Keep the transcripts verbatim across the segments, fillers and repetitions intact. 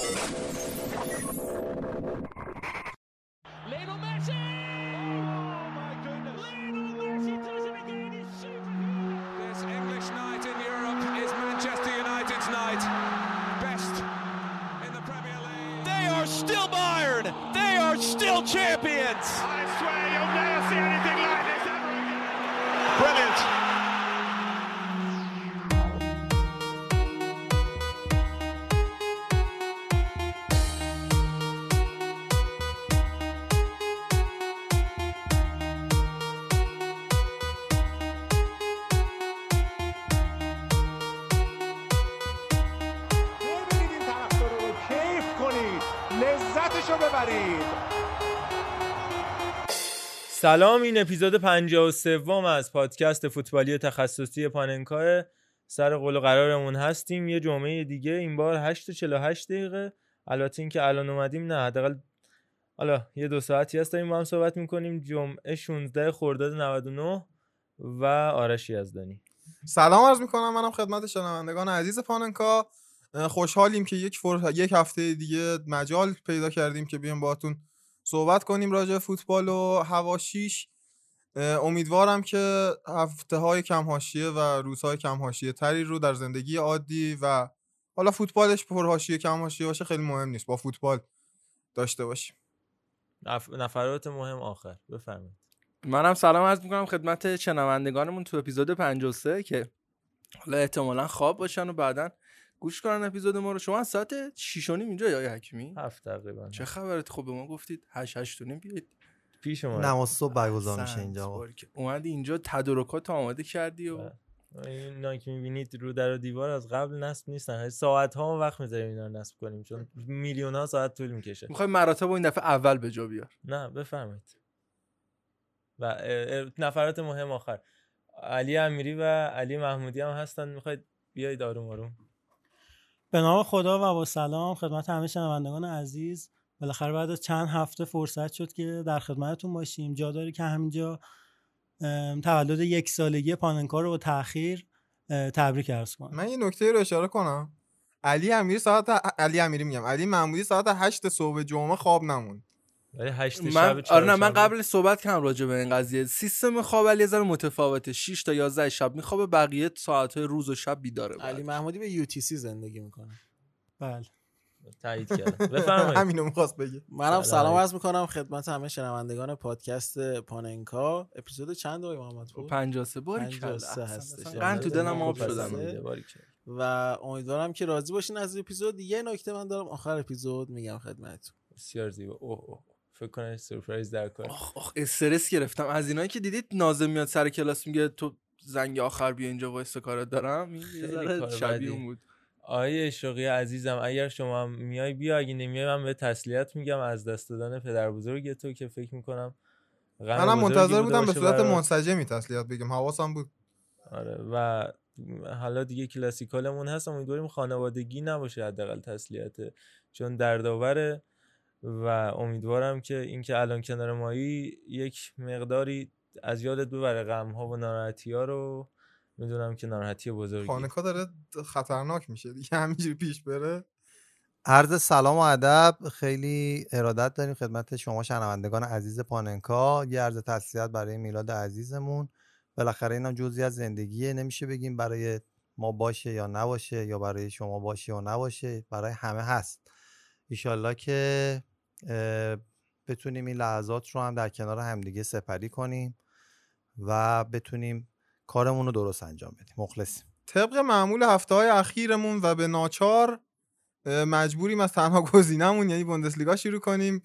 Lionel Messi! Oh my goodness! Lionel Messi does it again. He's super. This English night in Europe is Manchester United's night. Best in the Premier League. They are still Bayern. They are still champions. I swear you'll never see anything like this ever again. Brilliant. سلام، این اپیزود پنجاه و سه از پادکست فوتبالی تخصصی پاننکا. سر قول و قرارمون هستیم. یه جمعه دیگه، این بار هشت و چهل و هشت دقیقه. البته این که الان اومدیم نه، حداقل حالا یه دو ساعتی هست داریم با هم صحبت میکنیم. جمعه شانزده خرداد نود و نه و آرش یزدانی. سلام عرض میکنم منم خدمت شنوندگان عزیز پاننکا. خوشحالیم که یک فر... یک هفته دیگه مجال پیدا کردیم که بیام باهاتون صحبت کنیم راجع به فوتبال و حواشیش. امیدوارم که هفته‌های کم حاشیه و روزهای کم حاشیه تری رو در زندگی عادی و حالا فوتبالش پر حاشیه کم حاشیه باشه خیلی مهم نیست، با فوتبال داشته باشیم. نف... نفرات مهم آخر بفرمایید. منم سلام عرض میکنم خدمت شنوندگانمون تو اپیزود پنجاه و سه که حالا احتمالاً خواب باشن و بعداً گوش کنن اپیزود ما رو. شما از ساعت شش و نیم اینجا یا حکیمی؟ هفت تقریبا. چه خبرت؟ خب به ما گفتید هشت هشت و نیم بیاید پیش ما. نماز صبح برگزار میشه اینجا. اومدی اینجا تدارکات آماده کردی و اینا که میبینید رو در و دیوار از قبل نصب نیستن. ساعت ها وقت میذاریم اینا رو نصب کنیم چون میلیون ها ساعت طول میکشه. میخوای مراتب این دفعه اول به جا بیار؟ نه بفرمایید. و نفرات مهم آخر علی امیری و علی محمودی هم هستن. میخواید بیایید آروم آروم؟ به نام خدا و با سلام خدمت همه شنوندگان عزیز. بالاخره بعد از چند هفته فرصت شد که در خدمتتون باشیم. جا داره که همینجا تولد یک سالگی پاننکا رو با تأخیر تبریک عرض کنم. من یه نکته رو اشاره کنم. علی امیری ساعت علی امیری میگم علی محمودی ساعت هشت صبح جمعه خواب نموند. ولی هشت من شب. آره نه من قبل صحبت کردم راجع به این قضیه. سیستم خواب علی ذره متفاوته. شش تا یازده شب میخوابه، بقیه ساعت‌های روز و شب بیداره. علی محمودی به یو تی سی زندگی میکنه. بله تایید کردم. بفرمایید. همینو می‌خواست بگه. منم سلام عرض میکنم خدمت همه شنوندگان پادکست پاننکا. اپیزود چند آقای محمد پور؟ پنجاه و سه باری پنجاه و سه هستش. قند تو دلم آب شدم و امیدوارم که راضی باشین از اپیزود. یه نکته من دارم آخر اپیزود میگم خدمتتون. بسیار زیبا. اوه اوه فکر کنم سورپرایز در کار. آخ آخ استرس گرفتم از اینایی که دیدید ناظم میاد سر کلاس میگه تو زنگ آخر بیا اینجا وایس کارت دارم. این شبیه اون بود. آیه اشراقی عزیزم اگر شما هم میای بیا، اگه نمیای من به تسلیت میگم از دست دادن پدر بزرگ تو که فکر میکنم منم منتظر بودم به صورت منسجمی تسلیت بگم، حواسم بود. آره و حالا دیگه کلاسیکالمون هست، امیدواریم خانوادگی نباشه حداقل تسلیت، چون دردآوره و امیدوارم که اینکه الان کنار مایی یک مقداری از یادت ببره غم ها و ناراحتی ها رو. میدونم که ناراحتی بزرگی خانکا داره خطرناک میشه دیگه همینجوری پیش بره. عرض سلام و ادب، خیلی ارادت داریم خدمت شما شنوندگان عزیز پاننکا. یه عرض تسلیت برای میلاد عزیزمون. بالاخره اینم جزئی از زندگیه، نمیشه بگیم برای ما باشه یا نباشه یا برای شما باشه یا نباشه، برای همه هست. ایشالله که بتونیم این لحظات رو هم در کنار همدیگه سپری کنیم و بتونیم کارمون رو درست انجام بدیم. مخلصیم. طبق معمول هفته‌های اخیرمون و به ناچار مجبوریم از تنها گزینمون یعنی بوندسلیگا شروع کنیم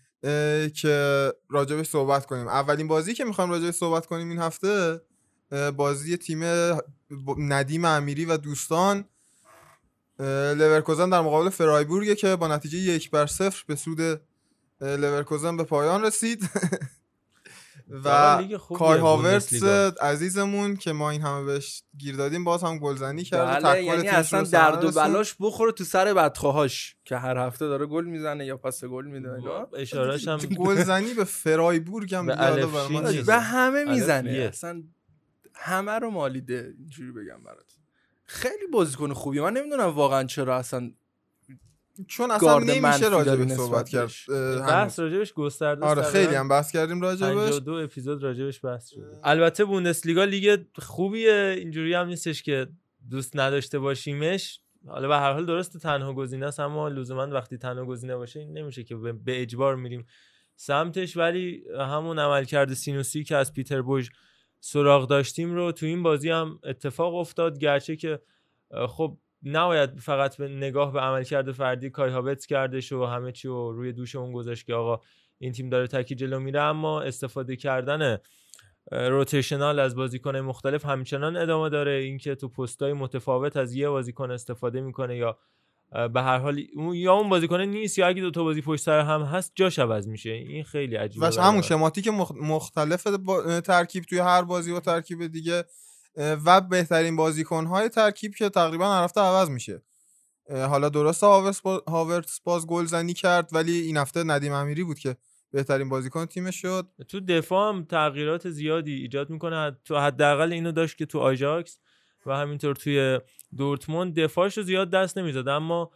که راجبش صحبت کنیم. اولین بازی که میخوایم راجبش صحبت کنیم این هفته بازی تیم ندیم امیری و دوستان لورکوزن در مقابل فرایبورگ که با نتیجه یک بر صفر به سود لورکوزن به پایان رسید و کای هاورتس عزیزمون که ما این همه بهش گیر دادیم باز هم گلزنی کرد. بله یعنی اصلا درد و بلاش بخوره تو سر بدخواهاش که هر هفته داره گل میزنه یا پاس گل میده. اشارهش هم گلزنی به فرایبورگ هم به, به همه میزنه، اصلا همه رو مالیده. اینجوری بگم برات خیلی بازیکن خوبیه. من نمیدونم واقعا چرا اصلا چون اصلا گارد نمیشه منفی راجع داری به نسبت صحبت کرد. بهش. اه، بحث هنوز. راجبش گسترده آره است. خیلی هم بحث کردیم راجبش. پنجاه و دو اپیزود راجبش بحث شده. البته بوندسلیگا لیگ خوبیه، اینجوری هم نیستش که دوست نداشته باشیمش. حالا به هر حال درسته تنها گزینه است، اما لزوما وقتی تنها گزینه باشه این نمیشه که به اجبار میریم سمتش. ولی همون عملکرد سینوسی که از پیتر بوژ سراغ داشتیم رو تو این بازی هم اتفاق افتاد، گرچه که خب نباید فقط به نگاه به عملکرد فردی کای هاورتز کردش و همه چی رو روی دوش اون گذاشت که آقا این تیم داره تکی جلو میره، اما استفاده کردن روتیشنال از بازیکن مختلف همچنان ادامه داره. اینکه تو پست‌های متفاوت از یه بازیکن استفاده میکنه یا به هر حال یا اون بازیکن نیست یا اگه دو تا بازی پشت سر هم هست جاش عوض میشه. این خیلی عجیبه. و همون شماتیک مختلف ترکیب توی هر بازی و ترکیب دیگه و بهترین بازیکن‌های ترکیب که تقریبا هر هفته عوض میشه. حالا درسته هاورتس باز گلزنی کرد، ولی این هفته ندیم امیری بود که بهترین بازیکن تیمش شد. تو دفاع هم تغییرات زیادی ایجاد میکنه. تو حداقل اینو داشت که تو آژاکس و همینطور توی دورتموند دفاعش رو زیاد دست نمیزد، اما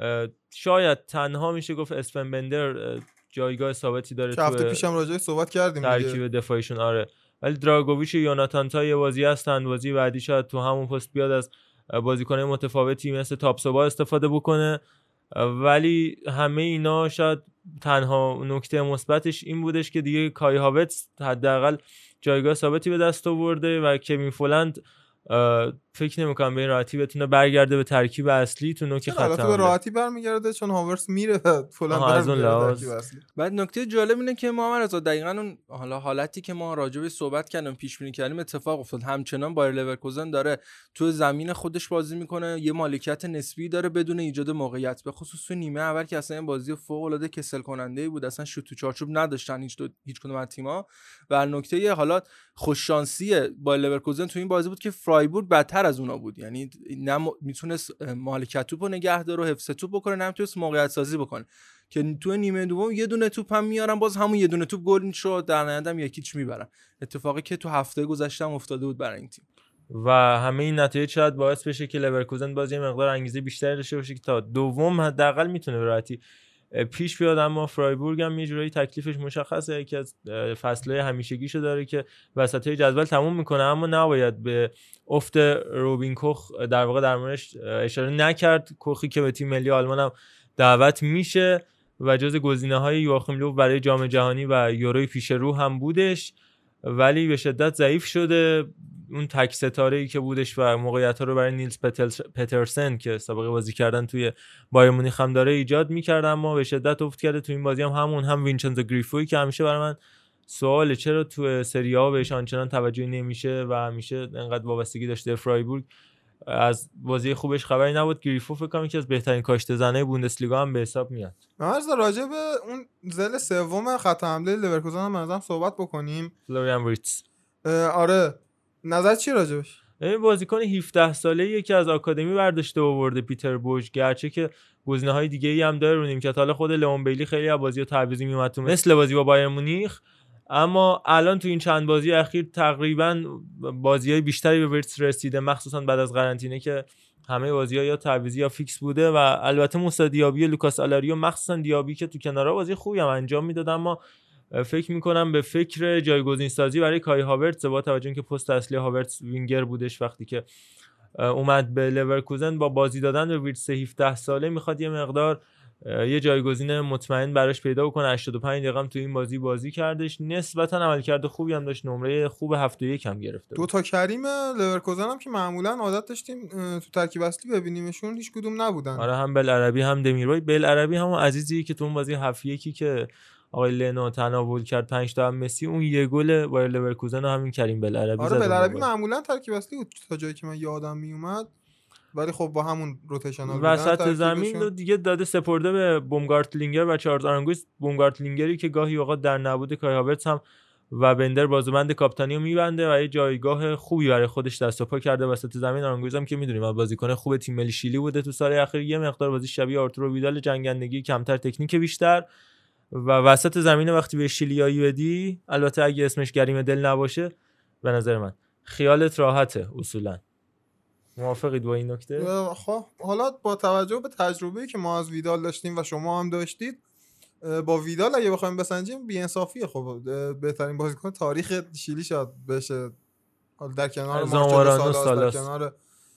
شاید تنها میشه گفت اسفن بندر جایگاه ثابتی داره. که هفته پیشم راجعش صحبت کردیم ترکیب دفاعیشون. آره ولی دراگوویچ و یوناتان تا یه بازی هستن، بازی بعدی شاید تو همون پست بیاد از بازیکن‌های متفاوتی مثل تاپسوبا استفاده بکنه. ولی همه اینا شاید تنها نکته مثبتش این بودش که دیگه کای هاورتز حداقل جایگاه ثابتی به دست آورده و کوین فولند فکر نمی‌کنم به این راحتی بتونه برگرده به ترکیب اصلی تو نوک خط حمله. البته به راحتی برمیگرده چون هاورتز میره فولند برمیگرده ترکیب اصلی. بعد نکته جالب اینه که محمد رضا دقیقاً اون حالا حالتی که ما راجع به صحبت کردیم پیش بینی کردیم اتفاق افتاد. همچنان بایر لورکوزن داره تو زمین خودش بازی میکنه، یه مالکیت نسبی داره بدون ایجاد موقعیت، به خصوص تو نیمه اول که اصلا این بازی فوق العاده کسل کننده بود، اصلا شوت تو چارچوب نداشتن هیچ هیچ کدوم از تیم‌ها. و نکته حالا خوش شانسی بایر لورکوزن تو این بازی بود که فرایبورگ بدتر از اونا بود، یعنی نه میتونست مالکیت توپو نگه داره و حفظ توپ بکنه، نه میتونست موقعیت سازی بکنه که تو نیمه دوم یه دونه توپ هم میارن، باز همون یه دونه توپ گل میشه، در نهایت هم یکیچ میبرن. اتفاقی که تو هفته گذشته هم افتاده بود برای این تیم و همه این نتایج شاید باعث بشه که لورکوزن باز یه مقدار انگیزه بیشتری داشته باشه که تا دوم حداقل میتونه به راحتی پیش بیاد. اما فرایبورگ هم یه جورایی تکلیفش مشخصه، یکی از فصل‌های همیشگیشو داره که وسطای جدول تموم میکنه، اما نباید به افت روبین کوخ در واقع در موردش اشاره نکرد. کوخی که به تیم ملی آلمان هم دعوت میشه و جز گزینه‌های یواخیم لوو برای جام جهانی و یوروی پیش رو هم بودش، ولی به شدت ضعیف شده. اون تک ستاره‌ای که بودش و موقعیت‌ها رو برای نیلز پترسن که سابقه بازی کردن توی بایر مونیخ هم داره ایجاد می‌کرد، اما به شدت افت کرده. تو این بازی هم همون هم وینچنزو گریفوی که همیشه برای من سواله چرا تو سری آ بهش آنچنان توجهی نمیشه و همیشه انقدر وابستگی داشته فرایبورگ. از بازی خوبش خبری نبود. گریفو فکر کنم یکی از بهترین کاشته زنای بوندسلیگا هم به حساب میاد. مرز راجع به اون زل سوم خط حمله لورکوزن هم مثلا صحبت بکنیم. فلوریان ویرتز. آره نظر چی راجبش؟ این بازیکن هفده ساله‌ایه که از آکادمی برداشته آورده پیتر بوژ، گرچه که گزینه‌های دیگه‌ای هم داره رو نیمکت. حالا خود لئون بیلی خیلی از بازی‌ها تعویضی میومد تو مثل بازی با بایر مونیخ، اما الان تو این چند بازی اخیر تقریبا بازی‌های بیشتری به ویرتز رسیده، مخصوصا بعد از قرنطینه که همه بازی‌ها یا تعویضی یا فیکس بوده. و البته موسی دیابی و لوکاس آلاریو، مخصوصا دیابی که تو کنارا بازی خوبی هم انجام میداد، اما فکر میکنم به فکر جایگزین سازی برای کای هاورتز با توجه اینکه پست اصلی هاورتز وینگر بودش وقتی که اومد به لورکوزن، با بازی دادن به ویرتز هفده ساله میخواد یه مقدار یه جایگزین مطمئن براش پیدا بکنه. هشتاد و پنج دقیقه هم تو این بازی بازی کردش، نسبتا عملکرد خوبی هم داشت، نمره خوب هفت و یک هم گرفته. دو تا کریم لورکوزن هم که معمولا عادت داشتیم تو ترکیب اصلی ببینیمشون هیچ کدوم نبودن. آره هم بالعربی هم دمیروی. بالعربی هم عزیزی که تو اون بازی هفت یکی که آقای لنو تناول کرد پنج تا هم مسی، اون یه گل بایر لورکوزن همین کریم بالعربی زد. آره بالعربی معمولا ترکیب اصلی بود تا جایی که من یادم میومد، ولی خب با همون روتیشنال بودن وسط زمین رو دیگه داده سپرده به بومگارتلینگر و چارلز آرانگویس. بومگارتلینگری که گاهی اوقات در نبود کای هاورتز هم و بندر بازوبند کاپیتانی رو میبنده و یه جایگاه خوبی برای خودش دست و پا کرده وسط زمین. آرانگویز هم که میدونیم بازیکن خوب تیم ملی شیلی بوده تو سال اخیر، یه مقدار بازی شبیه آرتورو ویدال، جنگندگی کمتر، تکنیک بیشتر. و وسط زمین وقتی به شیلیایی بدی، البته اگه اسمش گریم دل نباشه، به نظر من خیالت راحته اصولا. موافقید با این نکته؟ خب حالا با توجه به تجربه‌ای که ما از ویدال داشتیم و شما هم داشتید، با ویدال اگه بخوایم بسنجیم بی‌انصافیه. خب بهترین بازیکن تاریخ شیلی شاید بشه در کنار مارچلو سالاس، در کنار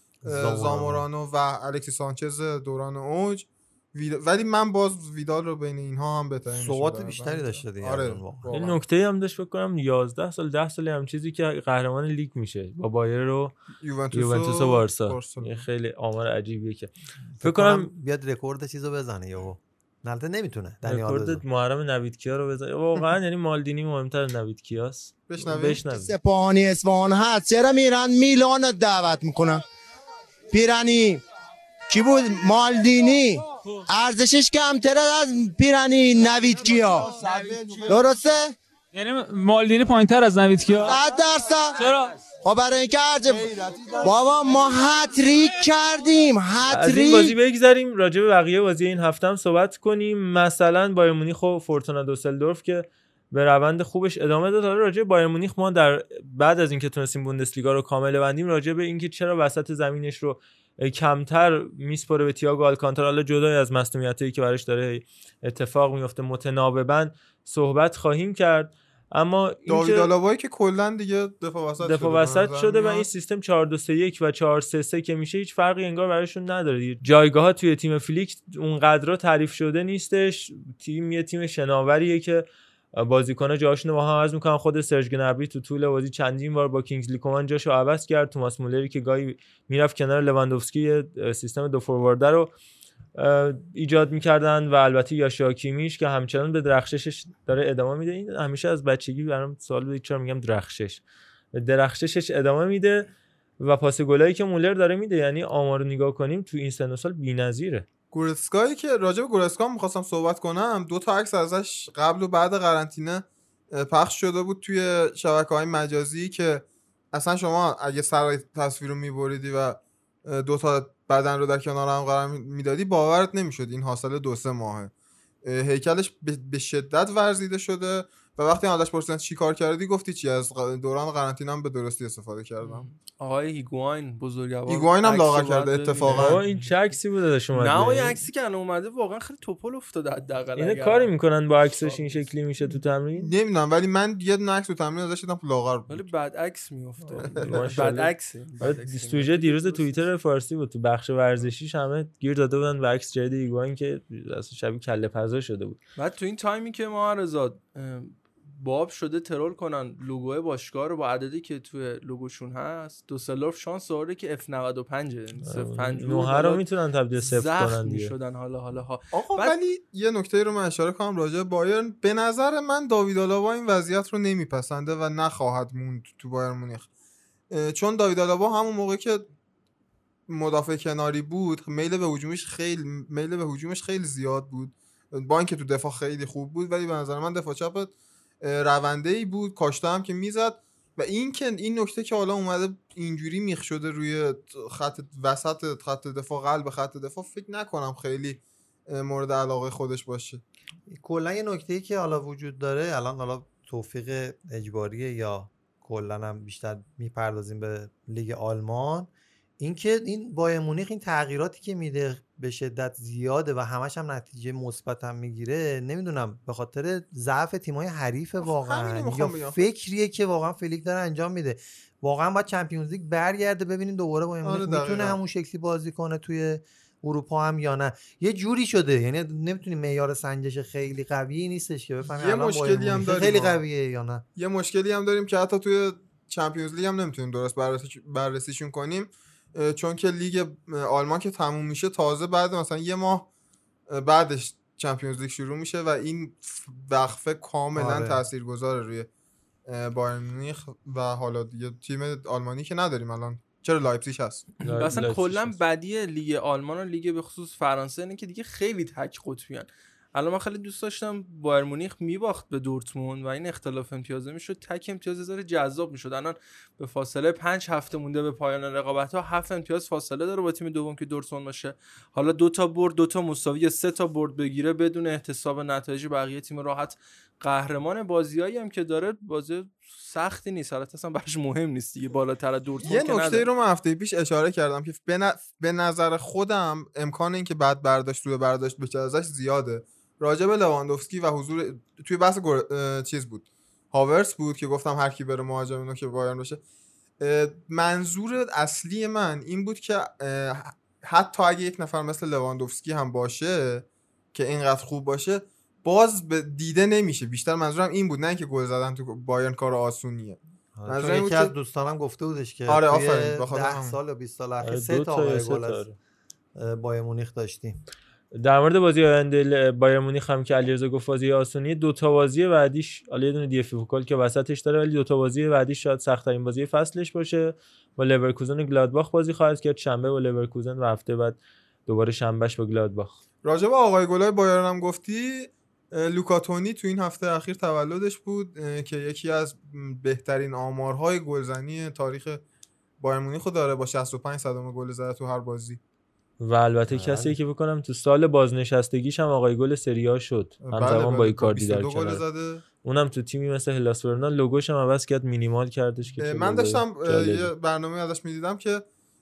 زامورانو و الکسی سانچز دوران اوج، ولی من باز ویدال رو بین اینها هم بهترین ثبات بیشتری داشته دیگه. آره این نکته هم داشت فکر کنم یازده سال ده سال هم چیزی که قهرمان لیگ میشه با بایر و یوونتوس و بارسا. این خیلی آمار عجیبیه که فکر کنم بیاد رکورد چیزو بزنه. یهو البته نمیتونه رکورد محرم نویدکیا رو بزنه واقعا. یعنی مالدینی مهمتر از نویدکیاست. بشنوید. سپاهانی اصفهان هست، چرا میرن میلان دعوت میکنن؟ پیرانی کی بود؟ مالدینی ارزشش کمتره از پیرانی نویدکیا، درسته؟ یعنی مالدینی پایینتر از نویدکیا؟ صد درصد. چرا؟ خب برای اینکه ارج بابا ما هتریک کردیم. هتریک. از این بازی بگذریم راجع به بقیه بازی این هفته هم صحبت کنیم. مثلا بایر مونیخ و فورتونا دوسلدورف که به روند خوبش ادامه داد. حالا راجع به بایر مونیخ ما در بعد از اینکه تونستیم بوندسلیگا رو کامل ببندیم راجع به اینکه چرا وسط زمینش رو کمتر میسپره به تییاگو آلکانتارا، حالا جدای از مصونیتایی که براش داره اتفاق میفته متناوباً صحبت خواهیم کرد. اما داوید آلابایی که کلا دیگه دفاع وسط دفاع وسط شده و این سیستم چهار دو سه یک و چهار سه سه که میشه هیچ فرقی انگار براشون نداره دیگه. جایگاه‌ها توی تیم فلیک اونقدر تعریف شده نیستش. تیم یه تیم شناوریه که بازیکن‌ها جاشون رو با هم عوض می‌کنن. خود سرژ گنبری تو طول بازی چندین بار با کینگزلی کومان جاشو عوض کرد. توماس مولری که گاهی میرفت کنار لواندوفسکی سیستم دو فوروارد رو ایجاد می‌کردن و البته یاشا کیمیش که همچنان به درخششش داره ادامه میده. این همیشه از بچگی برام سوال بود چرا میگم درخشش. به درخششش ادامه میده و پاس گلایی که مولر داره میده، یعنی آمار رو نگاه کنیم تو این سن و سال بی‌نظیره. گورسکایی که راجع به گورسکا می‌خواستم صحبت کنم، دو تا عکس ازش قبل و بعد قرنطینه پخش شده بود توی شبکه‌های مجازی که اصلا شما اگه سر تصویر رو می‌بریدی و دو تا بدن رو در کنار هم قرار میدادی باورت نمی‌شد این حاصل دو سه ماهه. هیکلش به شدت ورزیده شده و وقتی ازش پرسیدن چی کار کردی گفتی چی؟ از دوران قرنطینه هم به درستی استفاده کردم. آقای هیگواین بزرگوار هیگواین هم لاغر کرده اتفاقا. این چه عکسی بود ازش اومده؟ نه این عکسی که الان اومده واقعا خیلی توپل افتاده حداقل. اینا کاری میکنن با عکسش این شکلی میشه تو تمرین؟ نمیدونم ولی من یه دونه عکس تو تمرین ازش دیدم لاغر بود. ولی بعد عکس میفته. بعد عکس. سوژه دیروز توییتر فارسی بود تو بخش ورزشیش همه گیر داده بودن به عکس جدید هیگواین که اصلا شبیه کله پزا شده بود. بعد تو این تایمی که ما رضا باب شده ترور کنن لوگوی باشگاه رو با عددی که توی لوگوشون هست، دوسلدورف شانس آورده که اف نود و پنج نه رو میتونن تبدیل صفر کنن دیگه. شدن حالا حالا ها. آقا بعد... ولی یه نکته رو من اشاره کنم راجع به بایرن. به نظر من داوید آلابا این وضعیت رو نمیپسنده و نخواهد موند تو بایرن مونیخ، چون داوید آلابا همون موقع که مدافع کناری بود میل به هجومش خیلی میل به هجومش خیلی زیاد بود، با اینکه تو دفاع خیلی خوب بود ولی به نظر من دفاع چپ رونده‌ای بود، کاشته هم که میزد. و این که این نکته که حالا اومده اینجوری میخ شده روی خط وسط خط دفاع، قلب خط دفاع، فکر نکنم خیلی مورد علاقه خودش باشه. کلا یه نکته‌ای که حالا وجود داره الان، حالا توفیق اجباریه یا کلا هم بیشتر میپردازیم به لیگ آلمان، این که این بایر مونیخ این تغییراتی که میده به شدت زیاده و همش هم نتیجه مثبت هم میگیره. نمیدونم به خاطر ضعف تیم‌های حریف واقعا یا فکریه که واقعا فلیک داره انجام میده. واقعا باید چمپیونز لیگ برگرده ببینیم دوباره بایر مونیخ آره میتونه همون شکلی بازی کنه توی اروپا هم یا نه. یه جوری شده، یعنی نمیتونی معیار سنجش خیلی قوی نیستش که بفهمی یه مشکلی هم داریم خیلی قویه یا نه. یه مشکلی هم داریم که حتی توی چمپیونز لیگ هم نمیتونیم درست بررسی بررسیشون کنیم، چون که لیگ آلمان که تموم میشه تازه بعد مثلا یه ماه بعدش چمپیونز لیگ شروع میشه و این وقفه کاملا آره. تاثیرگذاره روی بایر مونیخ و حالا دیگه تیم آلمانی که نداریم الان. چرا لایپزیگ هست؟ مثلا کلا بدی لیگ آلمان و لیگ به خصوص فرانسه اینه که دیگه خیلی تک قطبیان. الان من خیلی دوست داشتم بایر مونیخ میباخت به دورتموند و این اختلاف امتیازه میشد تک امتیاز زره جذاب میشد. الان به فاصله پنج هفته مونده به پایان رقابت ها هفت امتیاز فاصله داره با تیم دوم که دورتموند باشه. حالا دو تا برد دو تا مساوی یا سه تا برد بگیره بدون احتساب نتایج بقیه تیم راحت قهرمان. بازیایی هم که داره بازی سختی نیست، حالت اصلا براش مهم نیست دیگه، بالاتر از دورتموند یه که نکته نداره. رو من هفته پیش اشاره کردم که به, ن... به نظر خودم امکان این که بعد برداشت روی برداشت بشه ازش زیاده. راجع به لواندوفسکی و حضور توی بحث گر... چیز بود، هاورس بود که گفتم هر کی بره مهاجم اینو که بایرن بشه. منظور اصلی من این بود که حتی اگه یک نفر مثل لواندوفسکی هم باشه که اینقدر خوب باشه باز به دیده نمیشه. بیشتر منظورم این بود، نه اینکه گل زدن تو بایرن کار آسونیه. منظورم یکی از دوستانم گفته بودش که آره توی ده سال و بیست سال اخیر سه تا گل از بایر مونیخ داشتیم. در مورد بازی آینده بایر مونیخ هم که علیرضا گفت بازی آسونیه، دو تا بازی بعدیش، حالا یه دونه دی اف فوکال که وسطش داره، ولی دو تا بازی بعدیش شاید سخت ترین بازی فصلش باشه. با لورکوزن و گلادباخ بازی خواهد کرد، شنبه با لورکوزن و هفته بعد دوباره شنبهش با گلادباخ. راجع به آقای گلای بایرن هم گفتی، لوکا تونی تو این هفته اخیر تولدش بود که یکی از بهترین آمارهای گلزنی تاریخ بایر مونیخو داره با شصت و پنج صدم گل زده تو هر بازی. و البته کسی که بکنم تو سال بازنشستگیش هم آقای گل سری آ شد، همزمان با ایکاردی در کنار. اونم تو تیمی مثل هلاس ورنا لوگوش هم عوض کرد، مینیمال کردش. که من داشتم یه برنامه ازش می‌دیدم که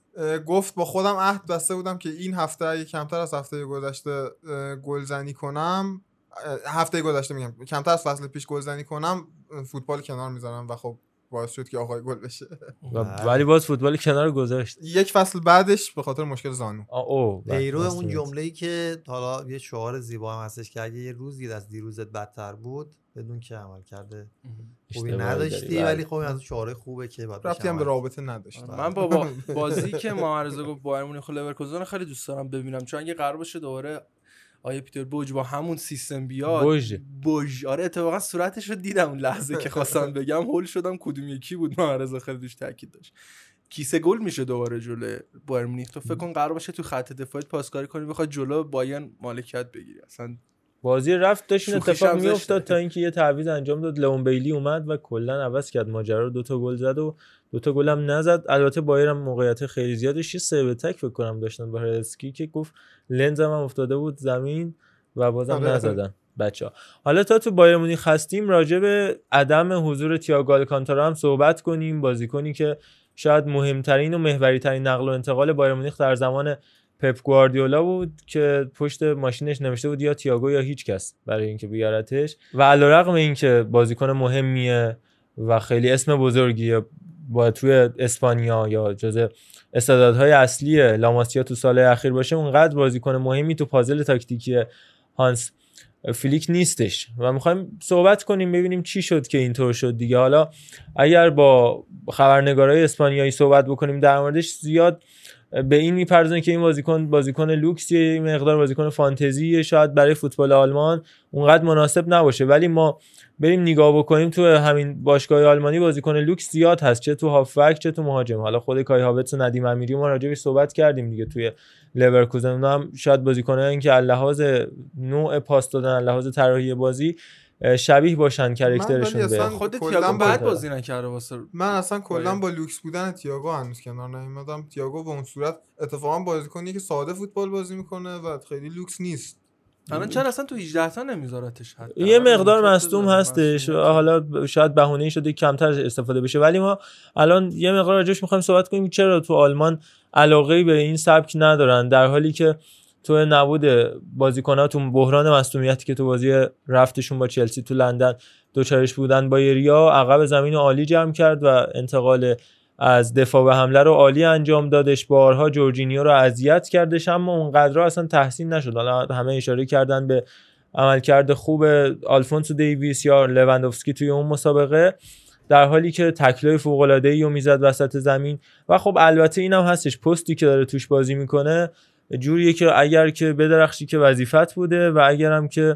گفت با خودم عهد بسته بودم که این هفته اگه کمتر از هفته گذشته گلزنی کنم، هفته گذشته میگم کمتر از فصل پیش گلزنی کنم، فوتبال کنار میذارم و خب باعث شد که آقای گل بشه. ولی باز فوتبال کنار گذاشت یک فصل بعدش به خاطر مشکل زانو. اوه پیرو اون جمله‌ای که حالا یه شعار زیبا هم هستش که اگه یه روزی از دیروزت بدتر بود بدون که عمل کرده خوبی نداشتی، ولی خب از شعار خوبه که بعد رفتی هم به رابطه نداشت. من بابا بازی که معرضه گفت بایر مونیخ و لورکوزن خیلی دوست دارم ببینم، چون اگه قرار باشه دوباره آیه پیتر بوج با همون سیستم بیاد بوج بوج آره اتفاقا صورتش رو دیدم اون لحظه که خواستم بگم هول شدم کدوم یکی بود. معرضه خیلی دوش تاکید داشت کیسه گل میشه دوباره جلوی بایر مونیخ. تو فکر کن قرار باشه تو خط دفاعی پاسکاری کنی بخواد جلو بایرن مالکیت بگیری، اصلا بازی رفت داشت این اتفاق میافتاد تا اینکه یه تعویض انجام داد، لئون بیلی اومد و کلا عوض کرد ماجرا رو. دو تا گل زد و دو تا گل هم نزد. البته بایر هم موقعیت خیلی زیادش سه به تک فکر کنم داشتن با اسکی که گفت لنزم هم افتاده بود زمین و بازم نزدن بچه‌ها. حالا تا تو بایر مونیخ هستیم راجع به عدم حضور تییاگو آلکانتارا هم صحبت کنیم. بازیکنی که شاید مهمترین و محوری‌ترین نقل و انتقال بایر مونیخ در زمان پپ گواردیولا بود که پشت ماشینش نوشته بود یا تییاگو یا هیچ کس برای اینکه بیارتش. و علیرغم اینکه بازیکن مهمیه و خیلی اسم بزرگیه با توی اسپانیا یا جزء استعدادهای اصلی لاماسیا تو سالهای اخیر باشه، اونقدر بازیکن مهمی تو پازل تاکتیکی هانس فلیک نیستش و میخوایم صحبت کنیم ببینیم چی شد که اینطور شد دیگه. حالا اگر با خبرنگارای اسپانیایی صحبت بکنیم در موردش، زیاد به این میپردازن که این بازیکن بازیکن لوکسیه، مقدار بازیکن فانتزیه، شاید برای فوتبال آلمان اونقدر مناسب نباشه. ولی ما بریم نگاه بکنیم تو همین باشگاه آلمانی بازیکن لوکس زیاد هست، چه تو هافبک چه تو مهاجم. حالا خود کای هاورتس و ندیم امیری ما راجعش صحبت کردیم دیگه توی لورکوزن. اونا هم شاید بازیکنایی که لحاظ نوع پاس دادن، لحاظ طراحی بازی شبیه باشن کاراکترشون به خود تییاگو بعد بازی نکرده واسه من اصلا کلا با لوکس بودن تییاگو هنوز کنار نیومدم. تییاگو به اون صورت اتفاقا بازیکنی که ساده فوتبال بازی میکنه و خیلی لوکس نیست. الان چرا اصلا تو هجده تا نمیذارتش؟ یه مقدار مصدوم هستش، حالا شاید بهونه‌ای شده کمتر استفاده بشه، ولی ما الان یه مقدار راجعش می‌خوایم صحبت کنیم چرا تو آلمان علاقه‌ای به این سبک ندارن، در حالی که تو نبود بازیکن‌ها تو بحران مصدومیتی که تو بازی رفتشون با چلسی تو لندن دوچارش بودن، بایریا عقب زمین عالی جمع کرد و انتقال از دفاع به حمله رو عالی انجام دادش. بارها جورجینیو رو اذیت کردش اما اونقدر اصلا تحسین نشد. حالا همه اشاره کردن به عملکرد خوب آلفونسو دیویس یا لواندوفسکی توی اون مسابقه، در حالی که تکلای فوق‌العاده‌ای رو میزد وسط زمین. و خب البته اینم هستش پستی که داره توش بازی میکنه جوریه که اگر که بدرخشی که وظیفت بوده و اگرم که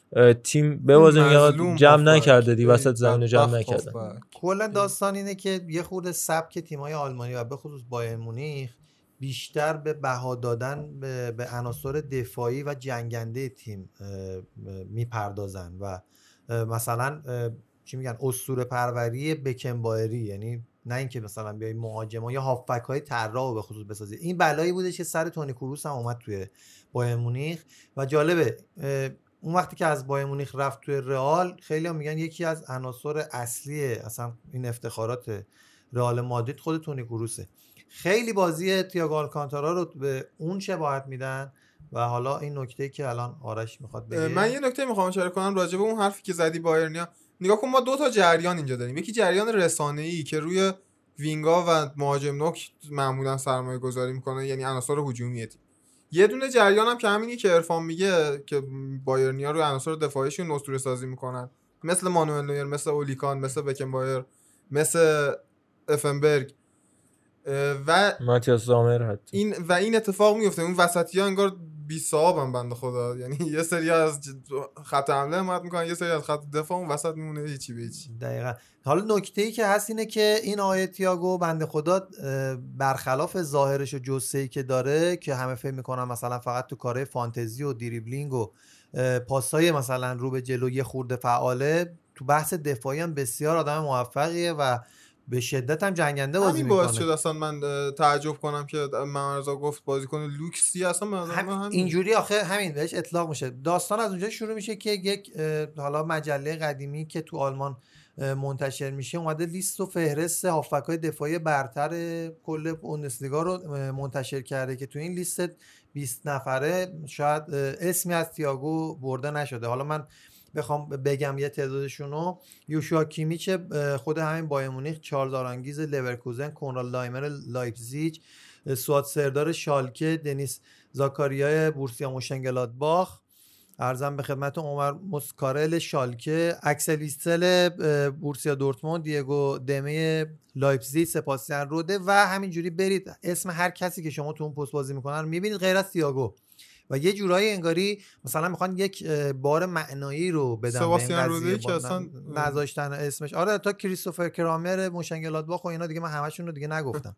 تیم بوازه میاد جمع نکرده دی وسط زمین رو جمع نکرده. کلا داستان اینه که یه خورده سبک تیم‌های آلمانی و به خصوص بایر مونیخ بیشتر به بها دادن به, به عناصر دفاعی و جنگنده تیم میپردازن و مثلا چی میگن اسطوره پروری بکنبایری، یعنی نه اینکه مثلا بیای مهاجما یا هافبک های طراح به خصوص بسازی. این بلایی بوده که سر تونی کروس هم اومد توی بایر مونیخ و جالبه اون وقتی که از بایر مونیخ رفت توی رئال، خیلی هم میگن یکی از عناصر اصلی اصلا این افتخارات رئال مادرید خود تونی کروسه. خیلی بازی تییاگو آلکانتارا رو به اون شباهت میدن. و حالا این نکته که الان آرش میخواد بگه، من یه نکته میخوام اشاره کنم راجع به اون حرفی که زدی بایرنیا. نگاه کن، ما دو تا جریان اینجا داریم. یکی جریان رسانه‌ای که روی وینگا و مهاجم نوک معمولا سرمایه گذاری میکنه، یعنی عناصر هجومی تیم. یه دونه جریان هم که همینی که عرفان میگه که بایرنیا روی عناصر دفاعیشون اسطوره سازی میکنن، مثل مانوئل نویر، مثل اولیکان، مثل بکنبایر، مثل افنبرگ و ماتیاس زامر. حتی این و این اتفاق میفته. اون وسطی‌ها انگار بی صاحبن بنده خدا، یعنی یه سری از خط حمله حمایت میکنن، یه سری از خط دفاع اون وسط میمونه هیچی به هیچ. دقیقاً. حالا نکته‌ای که هست اینه که این آقای تییاگو بنده خدا برخلاف ظاهرش و جثه‌ای که داره که همه فکر میکنن مثلا فقط تو کارهای فانتزی و دریبلینگ و پاسای مثلا رو به جلو یه خورده فعاله، تو بحث دفاعی هم بسیار آدم موفقیه و به شدت هم جنگنده بازی میکنه. همین باعث شد اصلا من تعجب کنم که محمد رضا گفت بازیکن لوکسی اصلا من هم همین اینجوری آخه همین بهش اطلاق میشه. داستان از اونجا شروع میشه که یک حالا مجله قدیمی که تو آلمان منتشر میشه اومده لیست و فهرست هافبک‌های دفاعی برتر کل بوندسلیگا رو منتشر کرده که تو این لیست بیست نفره شاید اسمی از تییاگو برده نشده. حالا من بخوام بگم یه تعدادشون رو: یوشوا کیمیچ خود همین بایر مونیخ، چارلز آرانگیز لورکوزن، کنراد لایمر لایپزیگ، سوات سردار شالکه، دنیس زاکاریای بورسیا موشنگلادباخ، ارزم به خدمت عمر مسکارل شالکه، اکسل ویستل بورسیا دورتموند، دیگو دمه لایپزیگ، سباستیان روده و همینجوری برید اسم هر کسی که شما تو اون پست بازی میکنن رو میبینید غیر از تییاگو. و یه جورایی انگاری مثلا میخوان یک بار معنایی رو بدن به این قضیه که اصلا نذاشتن اسمش. آره تا کریستوفر کرامر موشنگلادباخ و اینا دیگه من همشون رو دیگه نگفتم.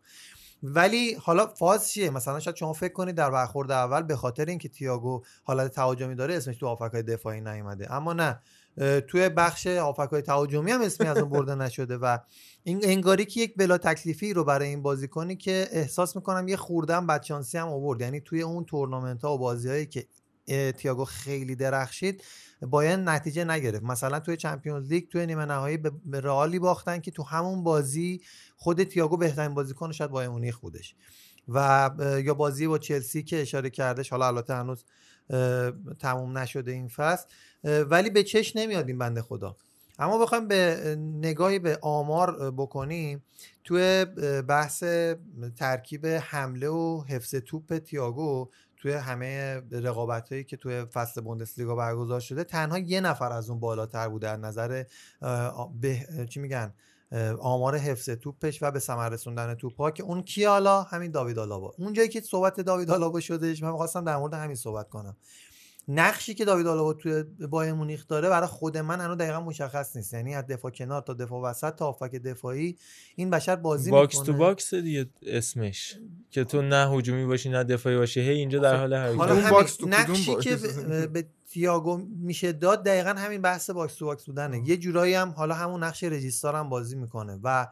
ولی حالا فاز چیه؟ مثلا شاید شما فکر کنید در برخورد اول به خاطر اینکه تییاگو حالت تهاجمی داره اسمش تو هافبک‌های دفاعی نیومده، اما نه، توی بخش هافبک‌های تهاجمی هم اسمی از اون برده نشده و این انگاری که یک بلا تکلیفی رو برای این بازیکنی که احساس میکنم یه خوردن بدشانسی هم آورد. یعنی توی اون تورنمنت‌ها و بازی‌هایی که تییاگو خیلی درخشید باید نتیجه نگرفت. مثلا توی چمپیونز لیگ توی نیمه نهایی به رئالی باختن که تو همون بازی خود تییاگو بهترین بازیکن شاید بایر مونیخ بودش. و یا بازی با چلسی که اشاره کردش، حالا البته هنوز تموم نشده این فصل، ولی به چش نمیاد این بنده خدا. اما بخوایم به نگاهی به آمار بکنیم توی بحث ترکیب حمله و حفظ توپ تییاگو توی همه رقابتایی که توی فصل بوندسلیگا برگزار شده تنها یه نفر از اون بالاتر بوده از نظر به چی میگن آمار حفظ توپش و به ثمر رسوندن توپ‌ها، که اون کی؟ حالا همین داوید آلابا. اونجایی که صحبت داوید آلابا شدهش من می‌خواستم در مورد همین صحبت کنم. نقشی که داوید آلابا توی بایر مونیخ داره برای خود من هنوز دقیقاً مشخص نیست. یعنی از دفاع کنار تا دفاع وسط تا هافبک دفاعی این بشر بازی میکنه. باکس تو باکس دیگه اسمش، که تو نه هجومی باشی نه دفاعی باشی، هی اینجا در حال حرکت. حالا باکس تو نقشی که به تییاگو میشه داد دقیقاً همین بحث باکس تو باکس بودنه. یه جورایی هم حالا همون نقش رژیستار هم بازی میکنه و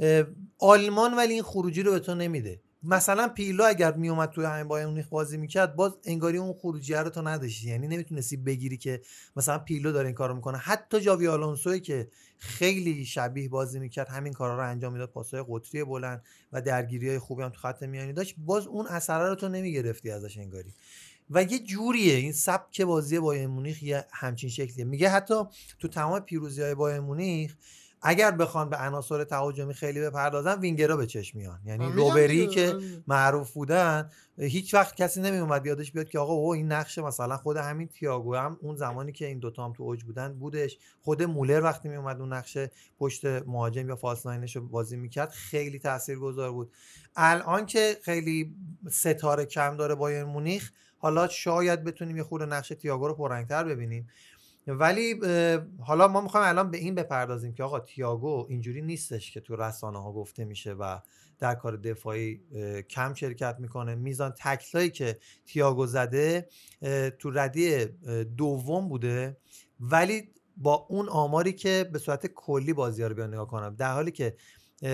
آلمان ولی این خروجی رو به تو نمیده. مثلا پیرلو اگر میومد توی همین بایر مونیخ بازی میکرد باز انگاری اون خروجی رو تو نداشتی، یعنی نمیتونستی بگیری که مثلا پیرلو داره این کارو میکنه. حتی جاوی آلونسوی که خیلی شبیه بازی میکرد همین کارا رو انجام میداد، پاسای قطری بلند و درگیریای خوبی هم تو خط میانی داشت، باز اون اثر رو تو نمیگرفتی ازش انگاری. و یه جوریه این سبک بازی بایر مونیخ یه همچین شکلیه. میگه حتی تو تمام پیروزی‌های بایر مونیخ اگر بخوان به عناصر تهاجمی خیلی بپردازن وینگرها به چشم میان. یعنی روبری که معروف بودن هیچ وقت کسی نمیومد یادش بیاد که آقا او این نقش مثلا خود همین تییاگو هم اون زمانی که این دوتا هم تو اوج بودن بودش، خود مولر وقتی میومد اون نقش پشت مهاجم یا فالس ناینش رو بازی میکرد خیلی تاثیرگذار بود. الان که خیلی ستاره کم داره بایر مونیخ، حالا شاید بتونیم یه خورده نقش تییاگو رو پررنگ‌تر ببینیم. ولی حالا ما میخوایم الان به این بپردازیم که آقا تییاگو اینجوری نیستش که تو رسانه ها گفته میشه و در کار دفاعی کم شرکت میکنه. میزان تکلایی که تییاگو زده تو ردی دوم بوده، ولی با اون آماری که به صورت کلی بازی‌ها رو بیان نگاه کنم، در حالی که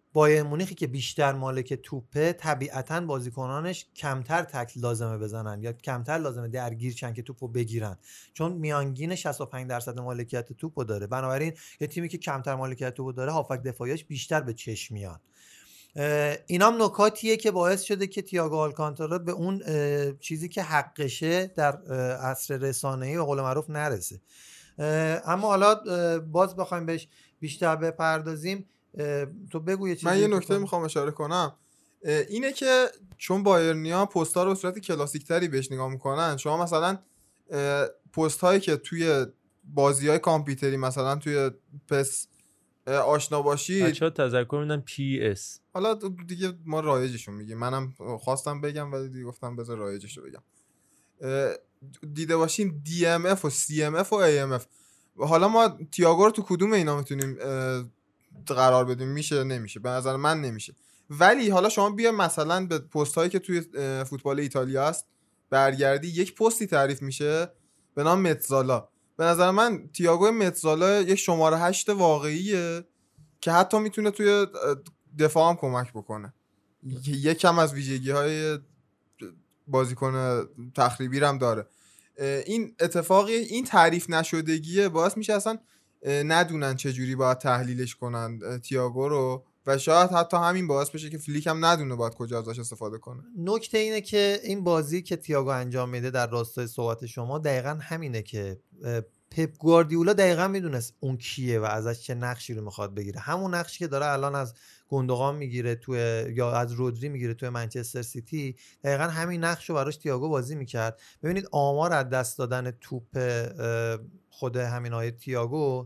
بایر مونیخی که بیشتر مالک توپه طبیعتاً بازیکنانش کمتر تکل لازمه بزنن یا کمتر لازمه درگیر چن که توپو بگیرن، چون میانگین شصت و پنج درصد مالکیت توپو داره. بنابراین یه تیمی که کمتر مالکیت توپو داره هافک دفاعیش بیشتر به چشم میاد. اینام نکاتیه که باعث شده که تییاگو آلکانتارا به اون چیزی که حقشه در عصر رسانه‌ای به قول معروف نرسه. اما حالا باز بخوایم بهش بیشتر بپردازیم، تو بگو یه چیزی. من یه نکته میخوام اشاره کنم، اینه که چون بایرنیا پست‌ها رو به صورت کلاسیک‌تری بهش نگاه میکنن، شما مثلا پست هایی که توی بازی‌های کامپیوتری مثلا توی پس آشنا باشید، بچه‌ها تذکر میدن پی اس، حالا دیگه ما رایجشون میگیم، منم خواستم بگم ولی دیگه گفتم بذار رایجشو بگم، دیده باشین دی ام اف و سی ام اف و ای ام اف. حالا ما تییاگو رو تو کدوم اینا میتونیم قرار بدیم؟ میشه نمیشه؟ به نظر من نمیشه. ولی حالا شما بیا مثلا به پست هایی که توی فوتبال ایتالیا هست برگردی، یک پستی تعریف میشه به نام متزالا. به نظر من تییاگو متزالا یک شماره هشت واقعیه که حتی میتونه توی دفاع هم کمک بکنه. یکم از ویژگی های بازیکن تخریبی هم داره. این اتفاقی، این تعریف نشدگیه باعث میشه اصلا ندونن چجوری باید تحلیلش کنن تییاگو رو و شاید حتی همین باعث بشه که فلیک هم ندونه باید کجا ازش استفاده کنه. نکته اینه که این بازی که تییاگو انجام میده در راستای صحبت شما دقیقاً همینه که پپ گواردیولا دقیقاً میدونست اون کیه و ازش چه نقشی رو میخواد بگیره. همون نقشی که داره الان از گوندوغان میگیره توی یا از رودری میگیره توی منچستر سیتی، دقیقاً همین نقش رو براش تییاگو بازی میکرد. ببینید آمار از دست دادن توپ خود همین آقای تییاگو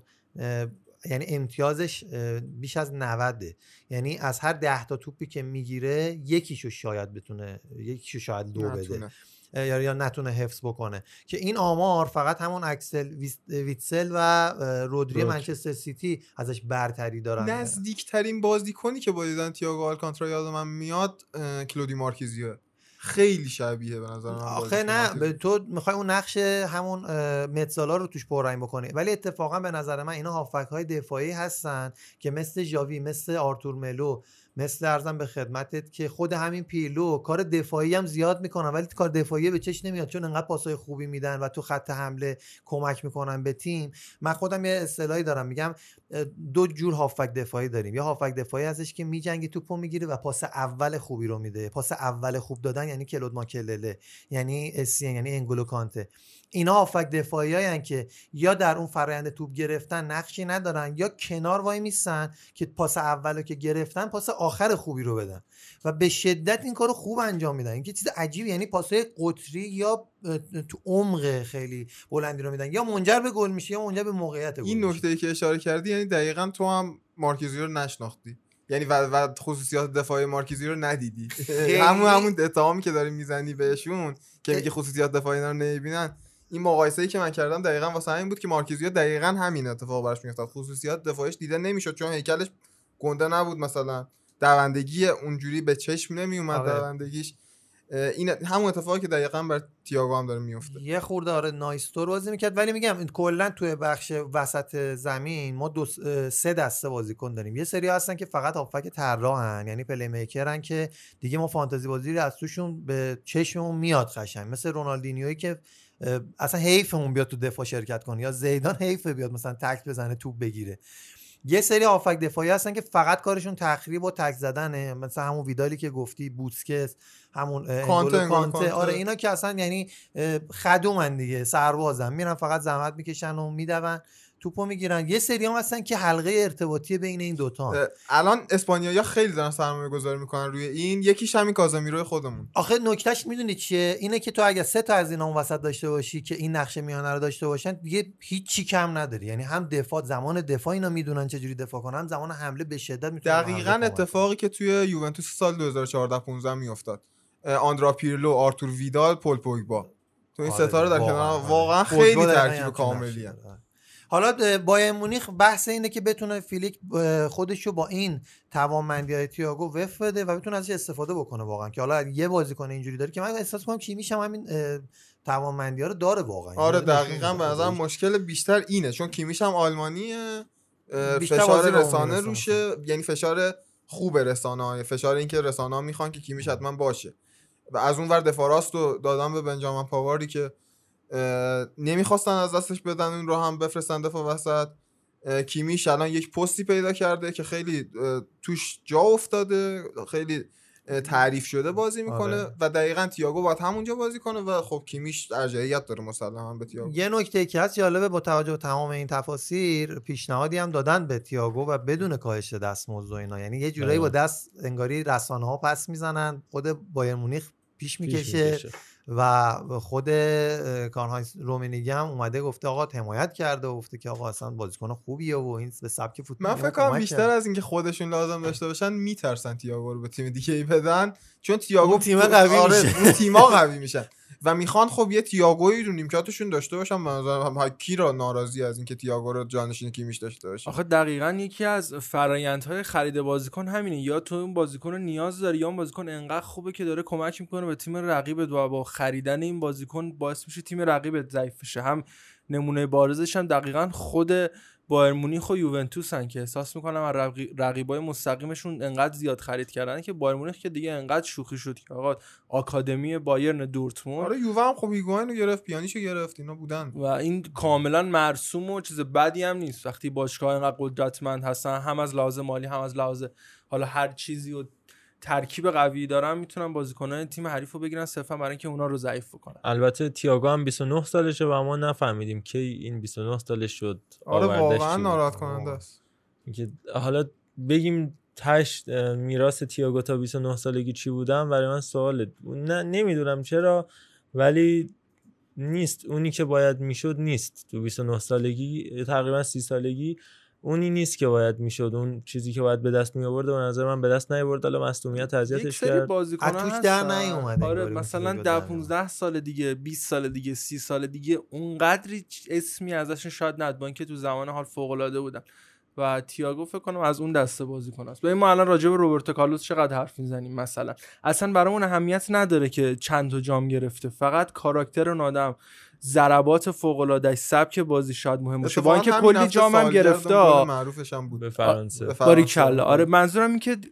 یعنی امتیازش بیش از نود، یعنی از هر ده تا توپی که میگیره یکیشو شاید بتونه یکیشو شاید دو بده یا یا نتونه حفظ بکنه، که این آمار فقط همون اکسل ویتسل و رودری منچستر سیتی ازش برتری دارن. نزدیکترین بازیکنی که با دیدن تییاگو آلکانتارا یادم من میاد کلودی مارکیزیو، خیلی شبیه به نظر من. آخه نه به تو میخوای اون نقش همون متزالا رو توش پررنگ بکنی، ولی اتفاقا به نظر من اینا هافک های دفاعی هستن که مثل ژاوی، مثل آرتور ملو، مثل ارزم به خدمتت که خود همین پیرلو کار دفاعی هم زیاد میکنن ولی کار دفاعی به چش نمیاد چون انقدر پاسای خوبی میدن و تو خط حمله کمک میکنن به تیم. من خودم یه اصطلاحی دارم میگم دو جور هافک دفاعی داریم. یا هافک دفاعی هستش که میجنگه توپو میگیره و پاس اول خوبی رو میده. پاس اول خوب دادن یعنی کلود ماکلله، یعنی اسین، یعنی انگولو کانته. اینا هافک دفاعیایی هستن که یا در اون فرآیند توپ گرفتن نقشی ندارن یا کنار وای میسن که پاس اولو که گرفتن پاس آخر خوبی رو بدن و به شدت این کارو خوب انجام میدن. این که چیز عجیبی، یعنی پاسای قطری یا تو عمق خیلی بلندی رو میدن، یا منجر به گل میشه یا منجر به موقعیت گل. این نکته‌ای که اشاره کردی یعنی دقیقاً تو هم مارکیزیو رو نشناختی، یعنی و, و خصوصیات دفاعی مارکیزیو رو ندیدی. همون همون اتهامی که داری میزنی بهشون که میگه خصوصیات دفاعی اینا رو نمیبینن، این مقایسه‌ای که من کردم دقیقاً واسه همین بود که مارکیزیو دقیقاً همین اتفاق براش میافتاد. خصوصیات دفاعیش دیده نمیشد چون هیکلش گنده نبود، مثلا دوندگی اونجوری به چشم نمیومد دوندگیش. این همون اتفاقی که دقیقاً بر تییاگو هم داره میفته. یه خورده آره نایستور بازی میکرد، ولی میگم این کلا توی بخش وسط زمین ما دو سه دسته بازیکن داریم. یه سری هستن که فقط هافک طراحن، یعنی پلی میکرن که دیگه ما فانتزی بازی از توشون به چشممون میاد قشنگ، مثل رونالدینیویی که اصلا حیفمون بیاد تو دفاع شرکت کنه، یا زیدان حیفه بیاد مثلا تک بزنه توپ بگیره. یه سری هافک دفاعی هستن که فقط کارشون تخریب و تک زدنه، مثلا همون ویدالی که گفتی، بوسکس، همون کانته, کانته. آره اینا که اصلا یعنی خدومن دیگه، سربازن، میرن فقط زحمت میکشن و میدون توپو میگیرن. یه سری هم هستن که حلقه ارتباطی بین این دوتا. الان اسپانیایی‌ها خیلی دارن سرمایه گذاری میکنن روی این، یکیش همین کازمیرو خودمون. آخه نکتهش میدونی چیه؟ اینه که تو اگه سه تا از اینا اون وسط داشته باشی که این نقشه میانه رو داشته باشن دیگه هیچ کم نداری، یعنی هم دفاع، زمان دفاع اینا میدونن چجوری دفاع کنن، هم زمان حمله به شدت میتونن. دقیقاً اتفاقی که توی یوونتوس سال دو هزار و چهارده پانزده میافتاد. آندرا پیرلو، آرتور ویدال، پول پوگبا، تو این ستاره در کنار واقعا خیلی ترکیب کاملیه. حالا بایر مونیخ بحث اینه که بتونه فیلیک خودشو با این توانمندی‌های تییاگو وفق بده و بتونه ازش استفاده بکنه واقعا، که حالا یه بازیکن اینجوری داره که من احساس می‌کنم کیمیش هم همین توانمندی‌ها رو داره واقعا. آره دقیقاً به نظرم مشکل بیشتر اینه چون کیمیش هم آلمانیه، فشار رسانه روشه، یعنی فشار خوب رسانه‌ها، فشار این که رسانه‌ها میخوان که کیمیش حتما باشه و از اون ور دفاع راست رو دادن به بنجامین پاواری که نمیخواستن از دستش بدن، اون رو هم بفرستن دفاع وسط. کیمیش الان یک پستی پیدا کرده که خیلی توش جا افتاده، خیلی تعریف شده بازی میکنه آره. و دقیقاً تییاگو باید همونجا بازی کنه و خب کیمیش ارجحیت داره مسلماً به تییاگو. یه نکته که هست جالبه با توجه به تمام این تفاسیر، پیشنهادی هم دادن به تییاگو و بدون کاهش دستمزد و اینا، یعنی یه جورایی با دست انگاری رسانه‌ها پس میزنن، خود بایر مونیخ پیش میکشه و خود کارهاینز رومنیگه هم اومده گفته آقا حمایت کرده و گفته که آقا اصلا بازیکن خوبیه و این به سبک فوتبال. من فکر کنم بیشتر از اینکه خودشون لازم داشته باشن میترسن تییاگو رو به تیم دیگه ای بدن، چون تییاگو تیم قوی آره میشه، اون تیم‌ها قوی میشن و میخوان خب یه تییاگویی رو نیمکتشون داشته باشن. مثلا کی را ناراضی از اینکه تییاگو رو جانشین کیمیش داشته باشه؟ آخه دقیقاً یکی از فرآیندهای خرید بازیکن همینه، یا تو اون بازیکن رو نیاز داری یا اون بازیکن انقدر خوبه که داره کمک میکنه به تیم رقیبت و با خریدن این بازیکن باعث میشه تیم رقیبت ضعیف بشه. هم نمونه بارزش هم دقیقاً خود بایر مونیخ و یوونتوسن که احساس میکنم از رقیبای مستقیمشون انقدر زیاد خرید کردن که بایر مونیخ که دیگه انقدر شوخی شد که آقا آکادمی بایرن دورتموند. آره یووه هم خب هیگوئن رو گرفت، پیانیشو گرفت، اینا بودن و این کاملا مرسوم و چیز بدی هم نیست وقتی باشگاه اینقدر قدرتمند هستن، هم از لحاظ مالی هم از لحاظ حالا هر چیزی و ترکیب قوی دارن، میتونن بازیکنان تیم حریفو بگیرن صرفا برای اینکه اونا رو ضعیف بکنن. البته تییاگو هم بیست و نه سالشه و ما نفهمیدیم کی این بیست و نه سالش شد. آره واقعا ناراحت کننده است که حالا بگیم تاش میراث تییاگو تا بیست و نه سالگی چی بودن، برای من سواله. نه نمیدونم چرا، ولی نیست اونی که باید میشد، نیست تو بیست و نه سالگی، تقریبا سی سالگی اونی نیست که باید میشد، اون چیزی که باید به دست می آورد به نظر من به دست نیاورد. حالا مصونیت اذیتش کرد، توش در نیومده. آره مثلا ده پانزده سال دیگه، بیست سال دیگه، سی سال دیگه اونقدری اسمی ازشون شاید ندبان که تو زمان حال فوق العاده بودن و تییاگو فکر کنم از اون دسته بازیکن است. ببین ما الان راجع به روبرتو کارلوس چقدر حرف میزنیم، مثلا اصلا برامون اهمیت نداره که چند تا جام گرفته، فقط کاراکتر اون آدم، ضربات فوق العاده، سبک بازی شاید مهم باشه. با اینکه کلی جام هم گرفته، معروفش هم بود به فرانسه. باریکلا. آره منظورم این که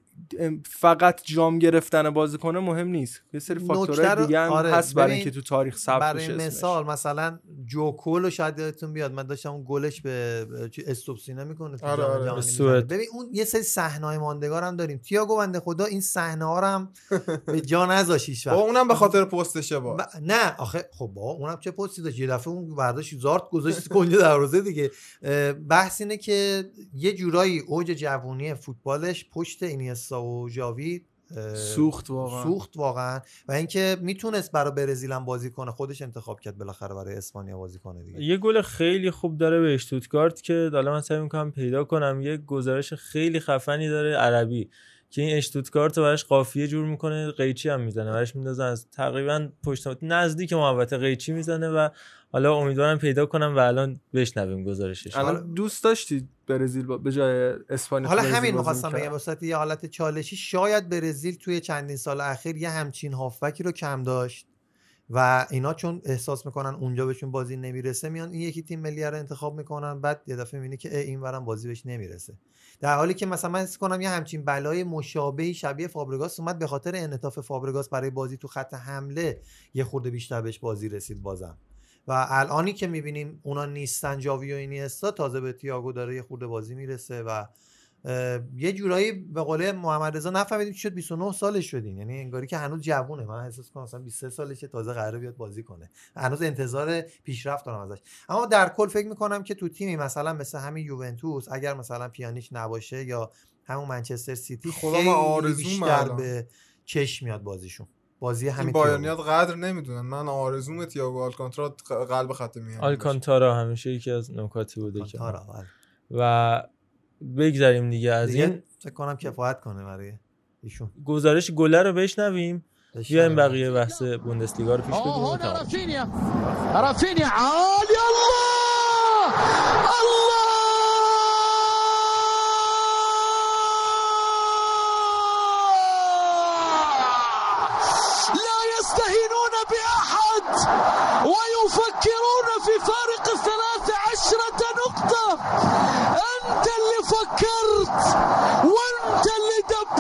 فقط جام گرفتن بازیکن مهم نیست، یه سری فاکتورهای دیگه هم آره هست برای اینکه تو تاریخ ثبت بشه. برای مثال مثلا جوکولو شاید یادتون بیاد، من داشتم اون گلش به استوپسینه میکنه تو آره جام آره جهانی. ببین اون یه سری صحنه‌های ماندگار هم داریم. تییاگو بنده خدا این صحنه‌ها رو هم به جا نذاشت هیچ وقت. اونم به خاطر پستشه با ب... نه آخه خب با اونم چه پستی داشت، یه دفعه اون برداشت زارت گذاشت کنج دروازه دیگه. بحث اینه که یه جورایی اوج جوونی فوتبالش پشت اینیستا و ژاوی سوخت واقعا سوخت واقعا و اینکه میتونست برای برزیل هم بازی کنه، خودش انتخاب کرد بالاخره برای اسپانیا بازی کنه دیگه. یه گل خیلی خوب داره به اشتوتگارت که حالا من سعی می‌کنم پیدا کنم، یه گزارش خیلی خفنی داره عربی که این اشتوتگارت رو براش قافیه جور میکنه، قیچی هم میزنه براش، میندازه از تقریبا پشت نزدیک محوطه قیچی میزنه و حالا امیدوارم پیدا کنم و الان بشنویم گزارشش. الان دوست داشتی برزیل با... به جای اسپانیا؟ حالا همین می‌خواستم بگم واسه یه حالت چالشی شاید برزیل توی چندین سال اخیر یه همچین هافبکی رو کم داشت و اینا چون احساس میکنن اونجا بهشون بازی نمیرسه میان این یکی تیم ملی رو انتخاب میکنن، بعد یه دفعه میبینی که این ورم بازی بهش نمیرسه، در حالی که مثلا من حس کنم یه همچین بلای مشابهی شبیه فابرگاس اومد به خاطر انعطاف فابرگاس برای بازی تو خط حمله یه خورده بیشتر بهش بازی رسید بازم. و الانی که میبینیم اونا نیستن، جاوی و اینیستا، تازه به تییاگو داره یه خورده بازی میرسه و یه جورایی به قول محمد رضا نفهمیدیم چی شد بیست و نه سالش شدین، یعنی انگاری که هنوز جوونه. من احساس کنم مثلا بیست و سه سالشه، تازه قراره بیاد بازی کنه، هنوز انتظار پیشرفت دارم ازش. اما در کل فکر میکنم که تو تیمی مثلا مثل همین یوونتوس اگر مثلا پیانیچ نباشه یا همون منچستر سیتی خیلی بیشتر به چشم میاد بازیشون. بازی همین بایرنیات قدر نمیدونن. من آرزوم تییاگو آلکانتارا قلب خط میانه. آلکانتارا همیشه یکی از نکاتی بوده که و بگذاریم دیگه از دیگه این، فکر کنم کفایت کنه برای ایشون. گزارش گله رو بشنویم، بیایم بقیه بحث بوندسلیگا رو پیش بگیریم. رافینیا رافینیا عالی، الله الله لا يستهينون بأحد ويفكرون في فارق الثلاث عشرة نقطة. أنت اللي فكرت وأنت اللي دبرت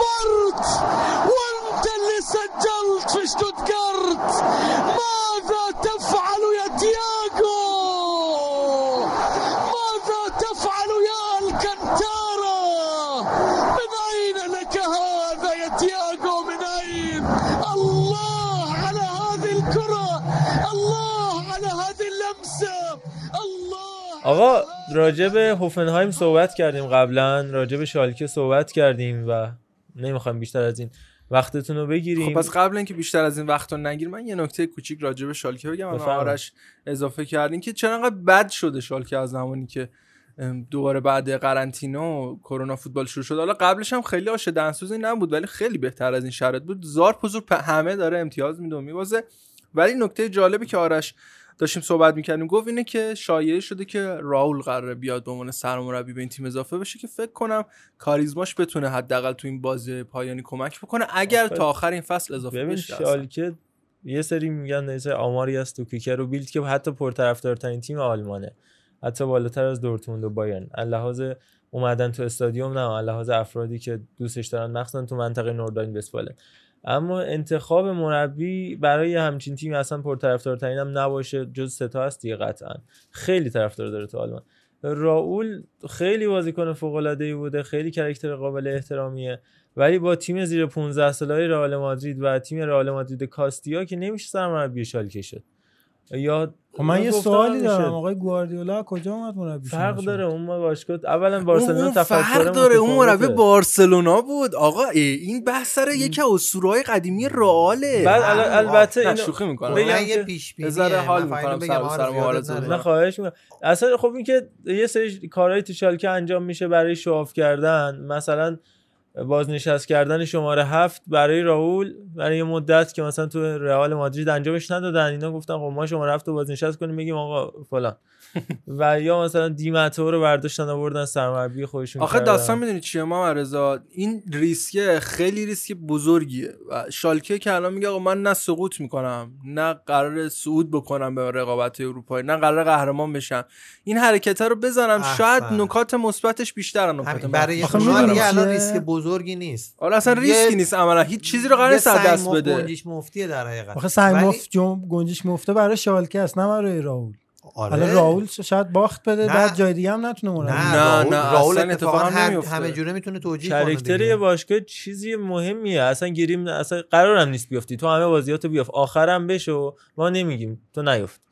على هذه اللمسة الله. آقا راجع به هوفنهایم صحبت کردیم قبلا، راجع به شالکه صحبت کردیم و نمیخوام بیشتر از این وقتتون رو بگیریم. خب پس قبل اینکه بیشتر از این وقت رو نگیر من یه نکته کوچیک راجع به شالکه بگم. آرش اضافه کردین که چرا انقدر بد شده شالکه از زمانی که دوباره بعد قرنطینه و کرونا فوتبال شروع شد. حالا قبلش هم خیلی آشه دنسوزی نبود ولی خیلی بهتر از این شرایط بود. زار پزور همه داره امتیاز میده و میوازه. ولی نکته جالبی که آرش داشتیم صحبت میکردیم گفت اینه که شایعه شده که راول قراره بیاد به عنوان سرمربی به این تیم اضافه بشه که فکر کنم کاریزماش بتونه حداقل تو این بازی پایانی کمک بکنه اگر تا آخر این فصل اضافه بشه. شالکه یه سری میگن یه سری آماری هست تو کیکر رو بیلد که حتی پرطرفدارترین تیم آلمانه، حتی بالاتر از دورتموند و بایرن. لحاظ اومدن تو استادیوم نه، لحاظ افرادی که دوستش دارن مخصوصا تو منطقه نورداین وستفالن. اما انتخاب مربی برای همچین تیمی اصلا پرطرفدارترین هم نباشه، جز سه تا هست دیگه قطعا خیلی طرفدار داره تو آلمان. راول خیلی بازیکن فوق العاده ای بوده، خیلی کاراکتر قابل احترامیه، ولی با تیم زیر پانزده ساله رئال مادرید و تیم رئال مادرید کاستیا که نمیشه سرمربی شالکه شد. یا من یه سوالی دارم، آقای گواردیولا کجا اومد مربی شد؟ فرق داره اون باشگاه اولا بارسلونا تفکر فرق داره، اون مربی بارسلونا بود آقا. این بحث سر یکی از اسطوره‌های قدیمی رئاله. بعد البته اینو شوخی می‌کنم، من یه پیش بینی بذار حال می‌کنم سر سر مبارزه. نه خواهش می‌کنم. اصلا خب این که یه سری کارهای تو شالکه انجام میشه برای شواف کردن، مثلا بازنشست کردن شماره هفت برای راول برای یه مدت که مثلا تو رئال مادرید انجامش ندادن، اینا گفتن خب ما شماره هفت رو بازنشست کنیم میگیم آقا فلان. و یا مثلا دیماتو رو برداشتن آوردن سرمربی خودشون. آخه داستان میدونی چیه محمد رضا؟ این ریسکه خیلی ریسک بزرگیه و شالکه که الان میگه آقا من نه سقوط میکنم نه قرار صعود بکنم به رقابت اروپایی نه قرار قهرمان بشم، این حرکت رو بزنم احسن. شاید نکات مثبتش بیشتر از نکات برای شما دیگه الان ریسک بزرگی نیست. آره اصلا ریسکی نیست عملا، هیچ چیزی رو قرار نیست از دست بده. گنجیش مفتیه در حقیقت. آخه سعی مفت گنجیش مفته برای شالکه است نه برای راول. آره. حالا راول شاید باخت بده نه. بعد جای دیگه هم نتونه مربی. نه نه, نه راول اتفاقا همه جوره میتونه توجیه کنه. کاراکتر باشگاه چیزی مهمیه، اصلا گیریم اصلا قرارم نیست بیافتی تو همه بازیاتو بیاف آخرام بشو، ما نمیگیم تو نیافت.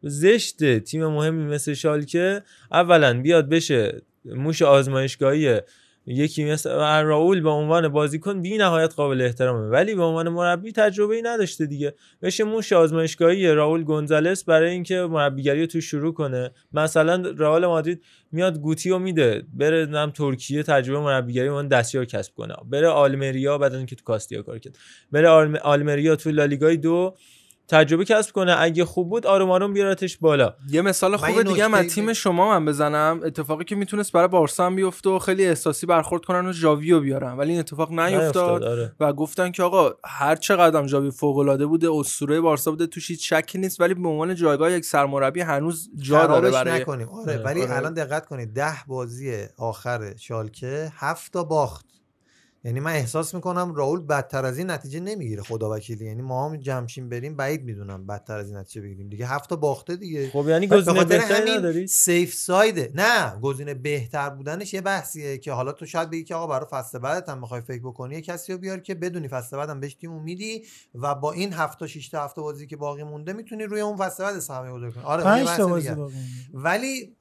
زشته تیم مهمی مثل شالکه اولا بیاد بشه موش آزمایشگاهی یکی مثل راول به عنوان بازیکن بی نهایت قابل احترامه ولی به عنوان مربی تجربه‌ای نداشته دیگه، بشه موش آزمایشگاهی راول گونزالس برای اینکه مربیگری رو تو شروع کنه. مثلا رئال مادرید میاد گوتیو میده بره نم ترکیه تجربه مربیگری اون دستیار کسب کنه، بره آلمریا بعد اینکه تو کاستیا کار کرد بره آلمریا تو لالیگای دو تجربه کسب کنه، اگه خوب بود آروم آروم بیارتش بالا. یه مثال خوب دیگه هم از تیم شما من بزنم، اتفاقی که میتونست برای بارسا هم بیفته و خیلی احساسی برخورد کنن و ژاویو بیارن ولی این اتفاق نیفتاد آره. و گفتن که آقا هر چقدر ژاوی فوق العاده بوده اسطوره بارسا بوده توش هیچ شکی نیست ولی به عنوان جایگاه یک سرمربی هنوز جا داره برای نکنیم. آره ولی آره. الان دقت کنید ده بازی آخر شالکه هفت تا باخت، یعنی من احساس میکنم راول بدتر از این نتیجه نمیگیره خدا وکیلی، یعنی ما هم جمشیم بریم بعید میدونم بدتر از این نتیجه بگیریم دیگه. هفت تا باخته دیگه. خب یعنی گزینه بهتری نداری؟ سیف سایده. نه گزینه بهتر بودنش یه بحثیه که حالا تو شاید بگی که آقا برای فصل بعدت هم میخوای فکر بکنی یه کسی رو بیار که بدونی فصل بعدم بهش تیم میدی و با این هفت تا شش تا هفته بازی که باقی مونده میتونی روی اون فصل بعد سهمیه گذاری کنی. آره پنج تا بازی باقی ولی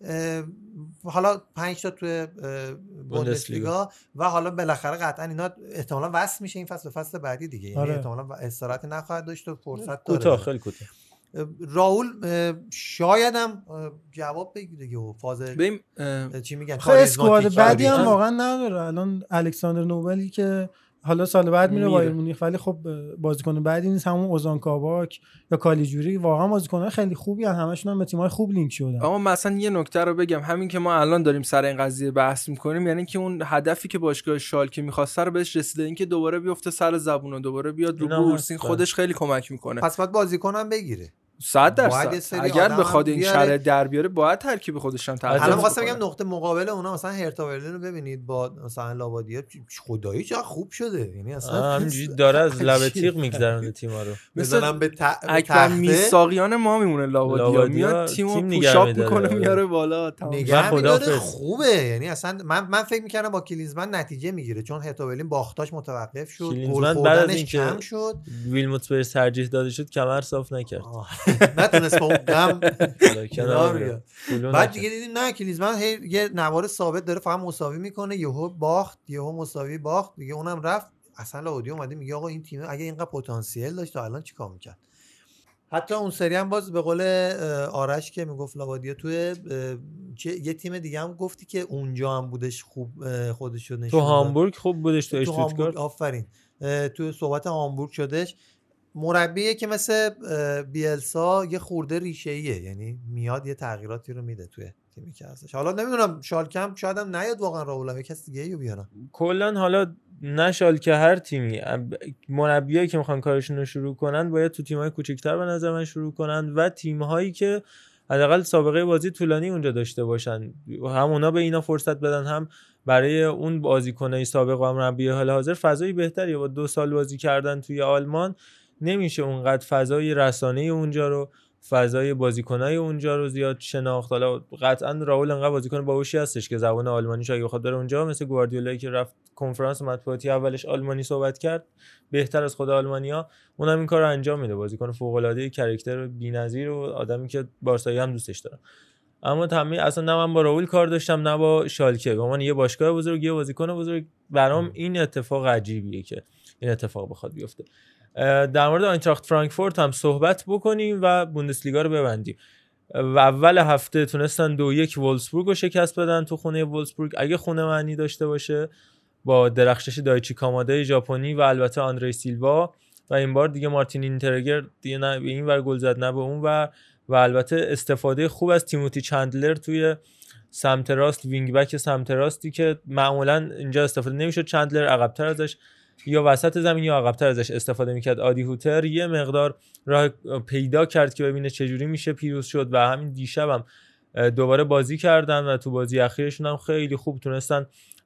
حالا پنج تا تو بوندسلیگا و حالا بالاخره قطعا اینا احتمالاً وصل میشه این فصل به فصل بعدی دیگه، یعنی آره. احتمالاً استراحت نخواهد داشت و فرصت داره. کوتاه خیلی کوتاه. راول شاید هم جواب بگیره دیگه و فاز ببین چی میگن خیلی اسکواد بعدی هم واقعا نداره. الان الکساندر نوبلی که حالا سال بعد میره بایر مونیخ ولی خب بازیکن بعدی نیست، همون اوزان کاباک یا کالیجوری واقعا بازیکن‌های خیلی خوبی ان، همشون هم به تیم‌های خوب لینک شدن. اما مثلا یه نکته رو بگم، همین که ما الان داریم سر این قضیه بحث می‌کنیم یعنی که اون هدفی که باشگاه شالکه می‌خواسته رو بهش رسیده، این که دوباره بیفته سر زبون و دوباره بیاد رو بورس، این خودش خیلی کمک می‌کنه. پس باید بازیکنم بگیره صد درصد اگر بخواد این شرایط در بیاره باید ترکیب خودش هم تغییر کنه. الان خواستم بگم نقطه مقابل اونا مثلا هرتا برلین رو ببینید با مثلا لاوادیا خدایی چقدر خوب شده، یعنی اصلا همینجوری داره از لب تیغ میگذرونه تیم‌ها رو. مثلا به اکبر میثاقیان ما میمونه لاوادیا میاد تیمو پوشاپ میکنه میاره بالا نگه می‌داره خوبه، یعنی اصلا من من فکر می‌کردم با کلینزمن نتیجه میگیره چون هرتا برلین باختاش متوقف شد، گل خوردنش کم شد، ویلموت بهش ترجیح داده شد کمر صاف نکرد. نتونست با اون غم کنار بیاد. بعد دیگه دیدیم نه کلیزمن هی یه نوار ثابت داره فقط مساوی میکنه، یهو باخت، یهو مساوی باخت، دیگه اونم رفت. اصلا لاودی اومده میگه آقا این تیم اگه اینقدر پتانسیل داشت تا الان چیکار میکرد. حتی اون سری هم باز به قول آرش که میگفت لاودیا توی یه تیم دیگه هم گفتی که اونجا هم بودش خوب خودش رو نشون تو هامبورگ خوب بودش، تو اشتوتگارت. آفرین. تو صحبت هامبورگ شدش. مربیه که مثل بیلسا یه خورده ریشه‌ایه، یعنی میاد یه تغییراتی رو میده توی تیمی که هستش. حالا نمیدونم شالکه شاید هم نیاد واقعا راول کسی دیگه رو بیارن. کلا حالا نه شالکه هر تیمی مربیایی که میخوان کارشون رو شروع کنن باید تو تیم‌های کوچیک‌تر به نظر من شروع کنن و تیم‌هایی که حداقل سابقه بازی طولانی اونجا داشته باشن، هم اونا به اینا فرصت بدن، هم برای اون بازیکنای سابق و مربی حال حاضر فضای بهتری. با دو سال بازی کردن توی آلمان نمیشه اونقدر فضای رسانه‌ای اونجا رو، فضای بازیکنای اونجا رو زیاد شناخت. حالا قطعا راول انقدر بازیکن باهوشی هستش که زبان آلمانیش اگه بخواد بره اونجا، مثل گواردیولایی که رفت کنفرانس مطبوعاتی اولش آلمانی صحبت کرد بهتر از خود آلمانیا، اونم این کارو انجام میده. بازیکن فوق‌العاده، کاراکتر بی‌نظیر و آدمی که بارسایی هم دوستش دارم. اما تمی اصلا نه من با راول کار داشتم نه با شالکه. به عنوان یه باشگاه بزرگ، یه بازیکن بزرگ، برام این اتفاق عجیبیه که این اتفاق بخواد بیفته. در مورد آینتراخت فرانکفورت هم صحبت بکنیم و بوندسلیگا رو ببندیم. و اول هفته تونستن دو یک وولفسبورگ رو شکست بدن تو خونه وولفسبورگ، اگه خونه معنی داشته باشه، با درخشش دایچی کامادا ژاپنی و البته آندری سیلوا. و این بار دیگه مارتین اینترگر دیگه نه به این ور گل زد نه به اون ور. و البته استفاده خوب از تیموتی چندلر توی سمت راست، وینگ بک سمت راستی که معمولا اینجا استفاده نمیشد. چندلر عقب‌تر ازش یا وسط زمین یا عقب‌تر ازش استفاده میکرد. آدی هوتر یه مقدار راه پیدا کرد که ببینه چجوری میشه پیروز شد و همین دیشبم هم دوباره بازی کردن و تو بازی اخیرشون هم خیلی خوب تونستن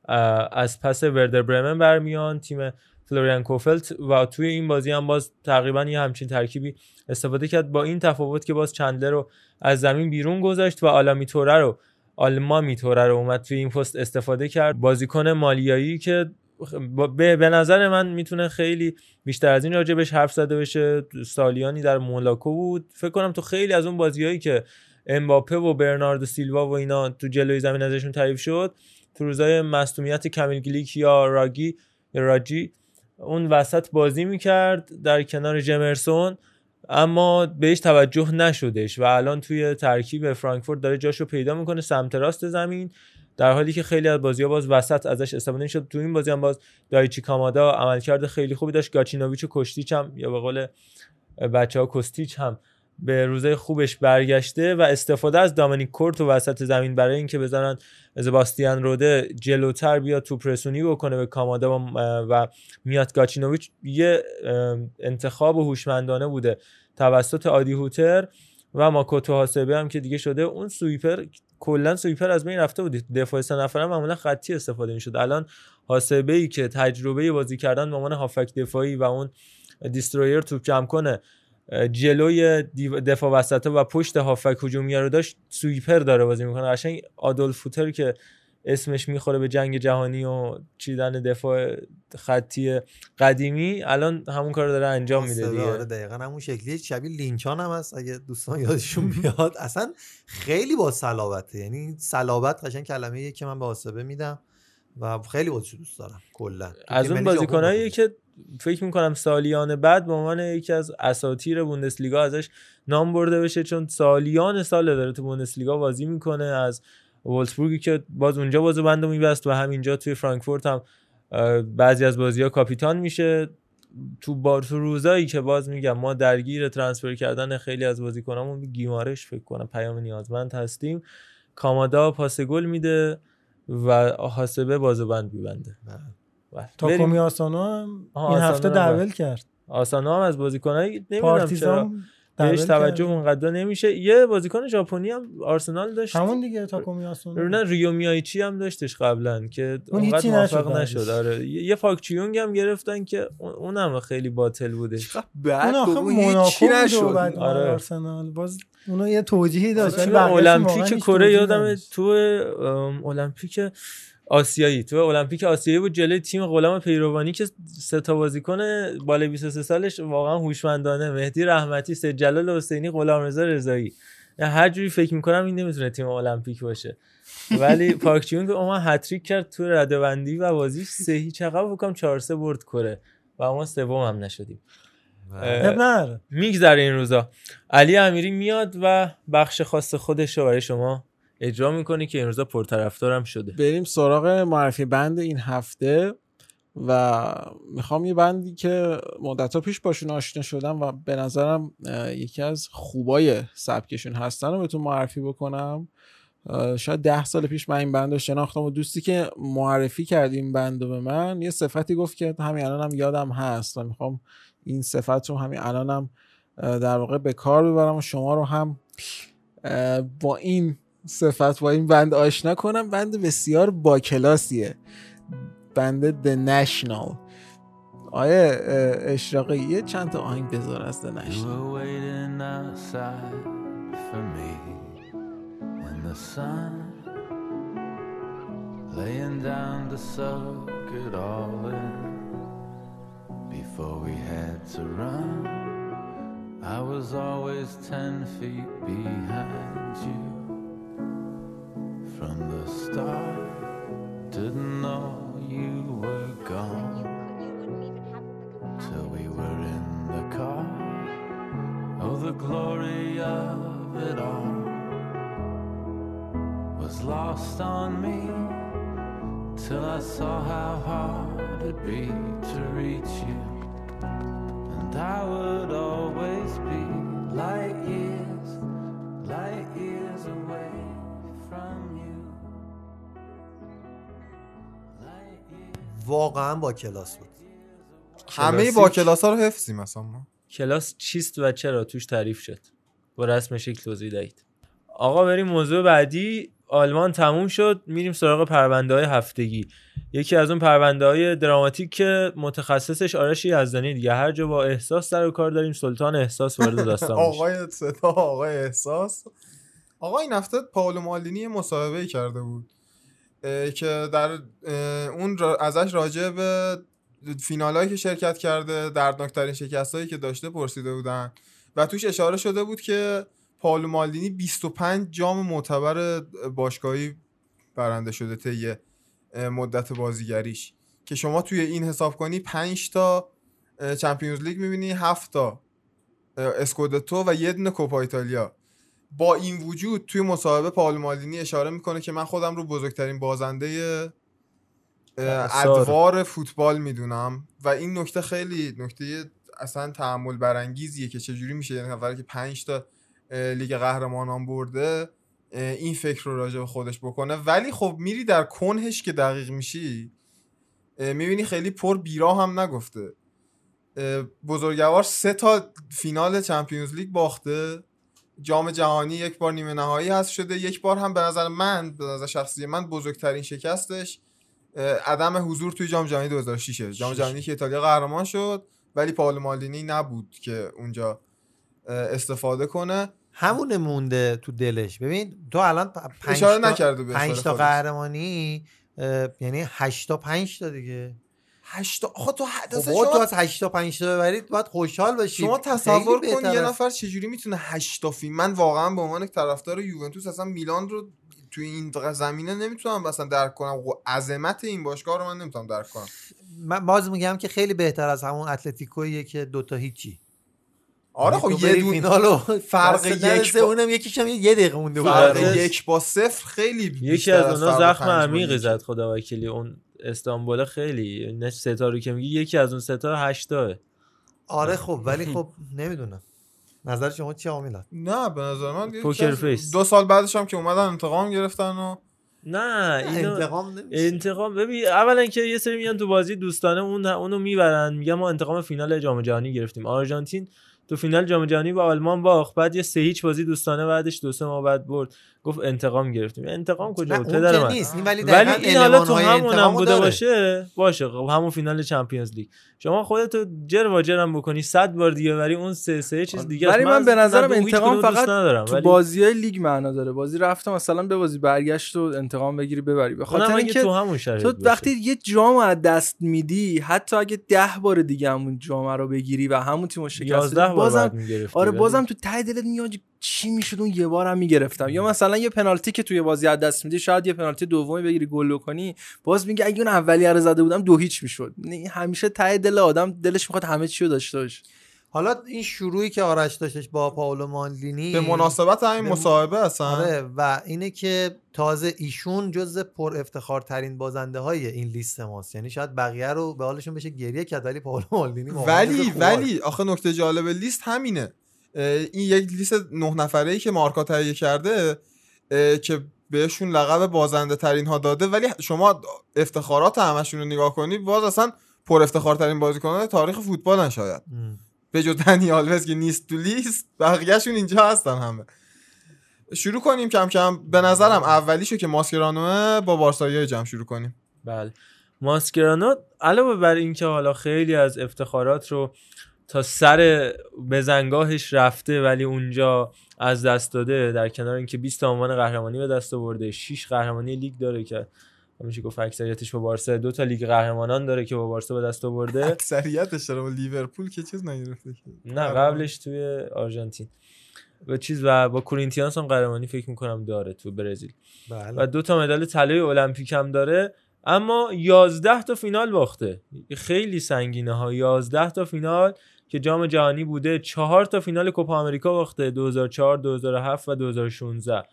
از پس وردر برمن برمیان تیم فلوریان کوفلت و توی این بازی هم باز تقریبا یه همچین ترکیبی استفاده کرد، با این تفاوت که باز چندلر رو از زمین بیرون گذاشت و آلامیتوره رو آلما میتوره رو اومد توی این پست استفاده کرد. بازیکن مالیایی که به نظر من میتونه خیلی بیشتر از این راجبش حرف زده بشه. سالیانی در موناکو بود، فکر کنم تو خیلی از اون بازیایی که امباپه و برناردو سیلوا و اینا تو جلوی زمین ازشون تعریف شد، تو روزای مصدومیت کامیل گلیک یا راگی یا راجی اون وسط بازی میکرد در کنار جمرسون، اما بهش توجه نشدش و الان توی ترکیب فرانکفورت داره جاشو پیدا میکنه سمت راست زمین، در حالی که خیلی از بازی‌ها باز وسط ازش استفاده می‌شد. تو این بازی هم باز دایچی کامادا عملکرد خیلی خوبی داشت. گاچینوویچ و کوستیچ هم یا به قول بچه‌ها کوستیچ هم به روزای خوبش برگشته و استفاده از دامینیک کورت و وسط زمین برای اینکه بذارن زباستیان روده جلوتر بیاد توپ رسونی بکنه به کامادا و میاد گاچینوویچ، یه انتخاب هوشمندانه بوده توسط آدی هوتر و ماکوتو هاسبه هم که دیگه شده اون سویپر. کلا سویپر از بین رفته بود، دفاع سه نفره معمولا خطی استفاده میشد. الان هاسبه‌ای که تجربه بازی کردن به عنوان هافک دفاعی و اون دیسترویر توپ جمع کنه جلوی دفاع وسطه و پشت هافک هجومی رو داشت، سویپر داره بازی میکنه. قشنگ آدولف هوتر که اسمش میخوره به جنگ جهانی و چیدن دفاع خطی قدیمی، الان همون کار داره انجام میده دیگه. آره دقیقاً همون شکلیه، شبیه لینچان هم هست اگه دوستان یادشون بیاد. اصلا خیلی با صلابته، یعنی صلابت قشنگ کلمه‌ایه که من به حسابه میدم و خیلی بازیشو دوست دارم. کلا از اون بازیکنایی که فکر میکنم سالیان بعد به عنوان یکی از اساطیر بوندسلیگا ازش نام برده بشه، چون سالیان سال داره تو بوندسلیگا بازی میکنه. از وولفسبورگی که باز اونجا بازو بندو میبست و همینجا توی فرانکفورت هم بعضی از بازی‌ها کاپیتان میشه. تو با تو روزایی که باز میگم ما درگیر ترانسفر کردن خیلی از بازیکنامون به گیمارش فکر کنم پیام نیازمند هستیم، کامادا پاس گل میده و حاسبه بازو بند میبنده. تاکومی آسانو هم این هفته دبل کرد. آسانو هم از بازیکنایی نمیدونم چرا بهش توجه اونقدر نمیشه. یه بازیکن ژاپنی هم آرسنال داشت، همون دیگه تاکومی آسانو. نه ریو میایچی هم داشتش قبلا که اونقدر موفق نشد. آره یه فاکچیونگ هم گرفتن که اونم خیلی باطل بودش. اون آخه موناکو نشد بعد آرسنال باز اونو یه توجیهی داشت. المپیک کره یادم تو المپیک آسیایی تو المپیک آسیایی بود جلوی تیم غلام پیروانی که سه تا بازیکن بالای بیست و سه سالش واقعا هوشمندانه، مهدی رحمتی، سید جلال حسینی، غلامرضا رضایی. هر جوری فکر میکنم این نمیتونه تیم المپیک باشه، ولی پارک جیونگ اون هتریک کرد تو رده‌بندی و بازیش سه هیچ عقب بکنم چهار سه برد کره و ما سوم هم نشدیم. نه میگذره این روزا. علی امیری میاد و بخش خاص خودش رو برای شما اجرا میکنه که این روزا پرطرفدارم شده. بریم سراغ معرفی بند این هفته و میخوام یه بندی که مدت‌ها پیش باشون آشنا شدم و به نظرم یکی از خوبای سبکشون هستن رو بهتون معرفی بکنم. شاید ده سال پیش من این بند رو شناختم و دوستی که معرفی کرد این بند رو به من یه صفتی گفت که همین الانم هم یادم هست و میخوام این صفت رو همین الانم هم در واقع به کار ببرم و شما رو هم با این صفت با این بند آشنا کنم. بند بسیار با کلاسیه، بند The National. آیه اشراقی یه چند تا آهنگ بذار از The National. The sun laying down to soak it all in. Before we had to run, I was always ten feet behind you. From the start, didn't know you were gone till we were in the car. Oh, the glory of it all was lost on me till I saw how hard it'd be to reach you, and I would always be light years, light years away from you. واقعا با کلاس بود. همه با کلاس ها رو حفظیم مثلا. ما کلاس چیست و چرا توش تعریف شد؟ با رسم شکل توضیح دهید. آقا بریم موضوع بعدی. آلمان تموم شد، میریم سراغ پرونده های هفتگی. یکی از اون پرونده های دراماتیک که متخصصش آرش یزدانی دیگه، هر جا با احساس سر و کار داریم سلطان احساس وارد داستان میشه. آقای صدا آقای احساس. آقا این هفته پائولو مالدینی مصاحبه کرده بود که در اون را ازش راجع به فینالایی که شرکت کرده، دردناکترین شکستایی که داشته پرسیده بودن و توش اشاره شده بود که پائولو مالدینی بیست و پنج جام معتبر باشگاهی برنده شده طی مدت بازیگریش، که شما توی این حساب کنی پنج تا چمپیونز لیگ میبینی، هفت تا اسکودتو و یه دونه کوپا ایتالیا. با این وجود توی مصاحبه پائولو مالدینی اشاره میکنه که من خودم رو بزرگترین بازنده ادوار فوتبال میدونم و این نکته خیلی نکته اصلا تأمل برانگیزیه که چجوری میشه یه نفری که پنج تا لیگ قهرمانان برده این فکر رو راجع به خودش بکنه. ولی خب میری در کنهش که دقیق میشی میبینی خیلی پر بیرا هم نگفته. بزرگوار سه تا فینال چمپیونز لیگ باخته، جام جهانی یک بار نیمه نهایی هست شده، یک بار هم به نظر من به نظر شخصی من بزرگترین شکستش عدم حضور توی جام جهانی دو هزار و شش، جام جهانی که ایتالیا قهرمان شد ولی پائولو مالدینی نبود که اونجا استفاده کنه. همونه مونده تو دلش. ببین تو الان پنج اشاره تا نکرده به پنج تا قهرمانی، یعنی هشت تا پنج تا دیگه. هشت تا آخه تو حدث شما تو از هشت تا پنج تا ببرید باید خوشحال باشید. شما تصور کن یه نفر چجوری میتونه هشت تا فیلم. من واقعا به عنوان طرفدار یوونتوس اصلا میلان رو توی این زمینه نمیتونم مثلا درک کنم و عظمت این باشگاه رو من نمیتونم درک کنم. من باز میگم که خیلی بهتر از همون اتلتیکویه که دوتا هیچی. آره خب یه دو فینالو فرق یک با... اونم یکیش هم یه دقیقه مونده بود. فرق یک با صفر خیلی یکی از اونها زخم عمیقی زد خدا وکیلی. اون استانبول خیلی نه ستاره که میگی یکی از اون ستا هشتاه. آره خب ولی خب نمیدونم نظر شما چیه آمیلاد؟ نه به نظر من پوکر فیس دو سال بعدش هم که اومدن انتقام گرفتن و نه اینو انتقام نمیشه. انتقام ببین اولا که یه سری میان تو بازی دوستانه اون اونو میبرن میگن ما انتقام فینال جام جهانی گرفتیم. آرژانتین تو فینال جام جهانی با آلمان باخت، بعد یه سه هیچ بازی دوستانه بعدش دو سه ماه بعد برد، گفت انتقام گرفتیم. انتقام کجا بود پدر من؟ نیست. ولی, ولی این حالا تو همون هم بوده باشه باشه خب همون فینال چمپیونز لیگ شما خودتو جر و جرم بکنی صد بار دیگه ولی اون سه سه چیز دیگه است. ولی من به نظرم انتقام فقط تو ولی... بازی‌های لیگ معنا داره. بازی رفتم مثلا به بازی برگشت و انتقام بگیری ببری، به خاطر اینکه تو همون شرایط تو وقتی یه جام از دست میدی حتی اگه ده بار دیگه همون جام رو بگیری و همون تیمو شکست بدی بازم آره بازم تو ته دلت میاد چی میشد اون یه بارم میگرفتم. یا مثلا یه پنالتی که توی بازی از دست میدی شاید یه پنالتی دومی بگیری گل کنی باز میگه اگه اون اولیه رو زده بودم دو هیچ میشد. همیشه ته دل آدم دلش میخواد همه چی رو داشته باشه. حالا این شروعی که آرش داشتش با پائولو مالدینی به مناسبت همین مصاحبه اصلا آره و اینه که تازه ایشون جزء پر افتخارترین بازنده های این لیست ماست، یعنی شاید بقیه رو به حالشون بشه گریه کرد ولی پائولو مالدینی ولی ولی آخه نکته جالب لیست همینه، این یک لیست نه نفره‌ای که مارکا تهیه کرده که بهشون لقب بازنده ترین ها داده، ولی شما افتخارات همشون رو نگاه کنی باز اصلا پر افتخارترین بازیکنان تاریخ فوتبالن شاید به جز دنی آلوز که نیست تو لیست، بقیه‌شون اینجا هستن همه. شروع کنیم کم کم. به نظرم اولیشو که ماسکرانو با بارسایی جمع شروع کنیم. بله ماسکرانو علاوه بر این که حالا خیلی از افتخارات رو تا سر بزنگاهش رفته ولی اونجا از دست داده، در کنار اینکه بیست تا عنوان قهرمانی به دست آورده، شش قهرمانی لیگ داره که میشه گفت اکثریتش با بارسا، دو تا لیگ قهرمانان داره که با بارسا به دست آورده. اکثریتش داره با لیورپول که چیز نگرفته نه قبلش توی آرژانتین و چیز و با کورینتیانس هم قهرمانی فکر میکنم داره تو برزیل. بله. و دو تا مدال طلای المپیک هم داره، اما یازده تا فینال باخته. خیلی سنگینه ها، یازده تا فینال که جام جهانی بوده، چهار تا فینال کوپا آمریکا باخته، دو هزار و چهار، دو هزار و هفت و دو هزار و شانزده.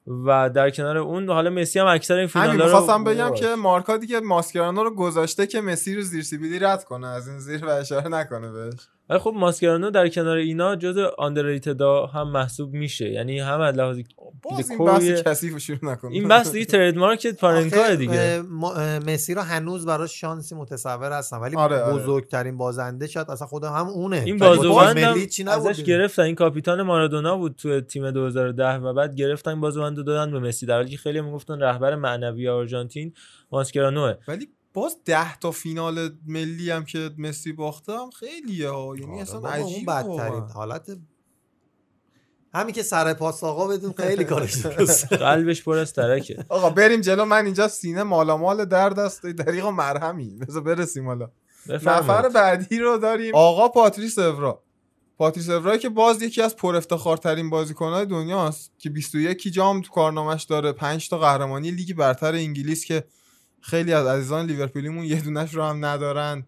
و در کنار اون حالا مسی هم اکثر این فینالا رو می‌خواستم بگم که مارکا دیگه ماسکرانو رو گذاشته که مسی رو زیر سیبیلی رد کنه، از این زیر و اشاره نکنه بهش. ولی خب ماسکرانو در کنار اینا جزء آندرریتد هم محسوب میشه، یعنی هم از لحاظ باز این بحث کثیفو شروع نکنه. این بحث دیگه ترید مارکت پارنکا دیگه. مسی رو هنوز براش شانسی متصور هستم ولی آره آره. بزرگترین بازنده شاید اصلا خودم هم اونه. این بازوبند ازش گرفتن، این کاپیتان مارادونا بود تو تیم دو هزار و ده و بعد گرفتن بازوبند دادن به مسی، در حالی که خیلی میگفتن رهبر معنوی آرژانتین ماسکرانوه. ولی باز ده تا فینال ملی هم که مسی باخته هم خیلیه ها، یعنی اصلا عجیبه. بدترین حالت همین که سر پاس آقا بدون خیلی کارش درسته. قلبش پر از ترکه. آقا بریم جلو، من اینجا سینه مالامال درد است، دریغ و مرهمی. بذار برسیم حالا. نفر بعدی رو داریم آقا پاتریس اورا. پاتریس اورا که باز یکی از پر افتخارترین بازیکن‌های دنیاست که بیست و یک جام تو کارنامش داره، پنج تا قهرمانی لیگ برتر انگلیس که خیلی از عزیزان لیورپولیمون یه دونش رو هم ندارن،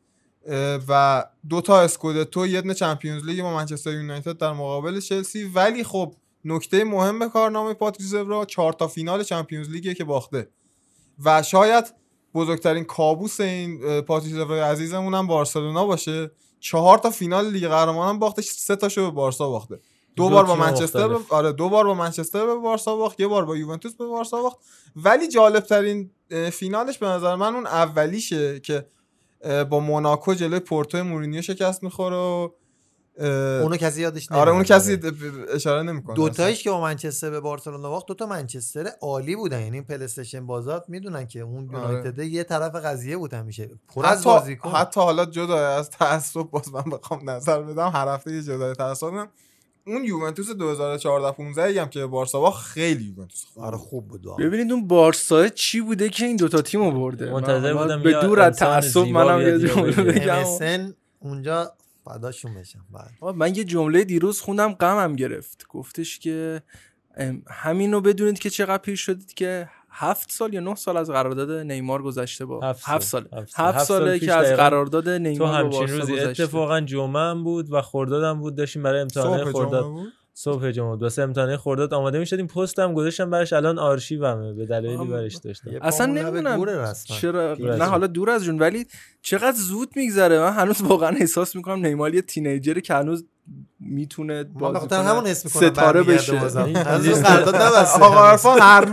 و دو تا اسکودتو، یه دونه چمپیونز لیگ با منچستر یونایتد در مقابل چلسی. ولی خب نکته مهم کارنامه پاتریس اورا چهار تا فینال چمپیونز لیگه که باخته و شاید بزرگترین کابوس این پاتریس اورا عزیزمون هم بارسلونا باشه. چهار تا فینال لیگ قهرمانان باخته، سه تاشو به بارسا باخته. دو, دو بار با منچستر ب... آره دو بار با منچستر به بارسا باخت، یه بار با یوونتوس به بارسا باخت. ولی جالب ترین فینالش به نظر من اون اولیشه که با موناکو جلوی پورتو مورینیو شکست میخوره و اونو کسی یادش نمیاد. آره اونو کسی اشاره نمیکنه. دو تایش که با منچستر به بارسلونا باخت، دو تا منچستر عالی بودن، یعنی پلی استیشن بازات میدونن که اون یونایتد آره. یه طرف قضیه بود همیشه پر از بازیکن. حتی حالا جدا از تعصب باز من بخوام نظر بدم، هر هفته یه جدا تعصب بدم، اون یوونتوس دو هزار و چهارده پانزده هم که بارسا با خیلی یوونتوس خوب آره خوب بود. ببینید اون بارسا چی بوده که این دوتا تیمو برده. منتظر بودم به دور از تعصب منم یه جمله بگم اونجا فداشون بشم. بعد من یه جمله دیروز خوندم غمم گرفت، گفتش که همینو بدونید که چقدر پیر شدید که هفت سال یا نه سال از قرارداد نیمار گذشته با هفت, هفت سال هفت سال, هفت سال, سال که از قرارداد نیمار با بارسا گذشته. تو همچین روزی اتفاقا جمعه بود و خردادم بود، داشتیم برای امتحان خرداد صبح جمعه واسه امتحان خرداد آماده می‌شدیم، پستم گذاشتم براش، الان آرشیومه به دلایلی برش داشتم. اصلا نمیدونم چرا نه حالا دور از جون، ولی چقدر زود میگذره. من هنوز واقعا احساس میکنم نیمار یه تینیجر که هنوز میتونه بازی کنه، همون اسم میکنم ستاره بشه. هنوز قرارداد نبسته. آقا عرفان هر روز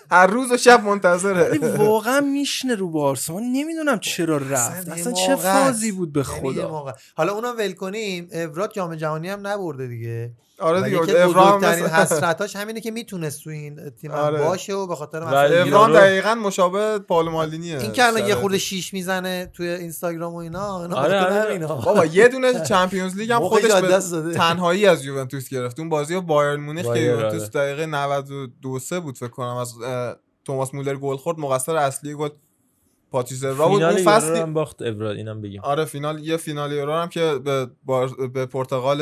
هر روز و شب منتظره. واقعا میشنه رو بارسا. من نمیدونم چرا رفت، اصلا چه فازی بود به خدا. حالا اونم ول کنیم، اورات جام جهانی هم نبرده دیگه. آره دیگه افرام بزرگترین حسرتاش همینه که میتونست تو این تیم آره. باشه و به خاطر مثلا افرام دقیقاً مشابه پالو مالدینیه. این که الان یه خورده شیش میزنه توی اینستاگرام و اینا اینا آره آره اینا. بابا یه دونه چمپیونز لیگ هم خودش به تنهایی از یوونتوس گرفت. اون بازی با بایرن مونیخ که یوونتوس دقیقه نود و دو سه بود فکر کنم از توماس مولر گل خورد، مقصر اصلی گل پاتریس را بود. اون فصل هم باخت اوراد، اینم بگیم. آره فینال یه فینال یورو هم که به بار... به پرتغال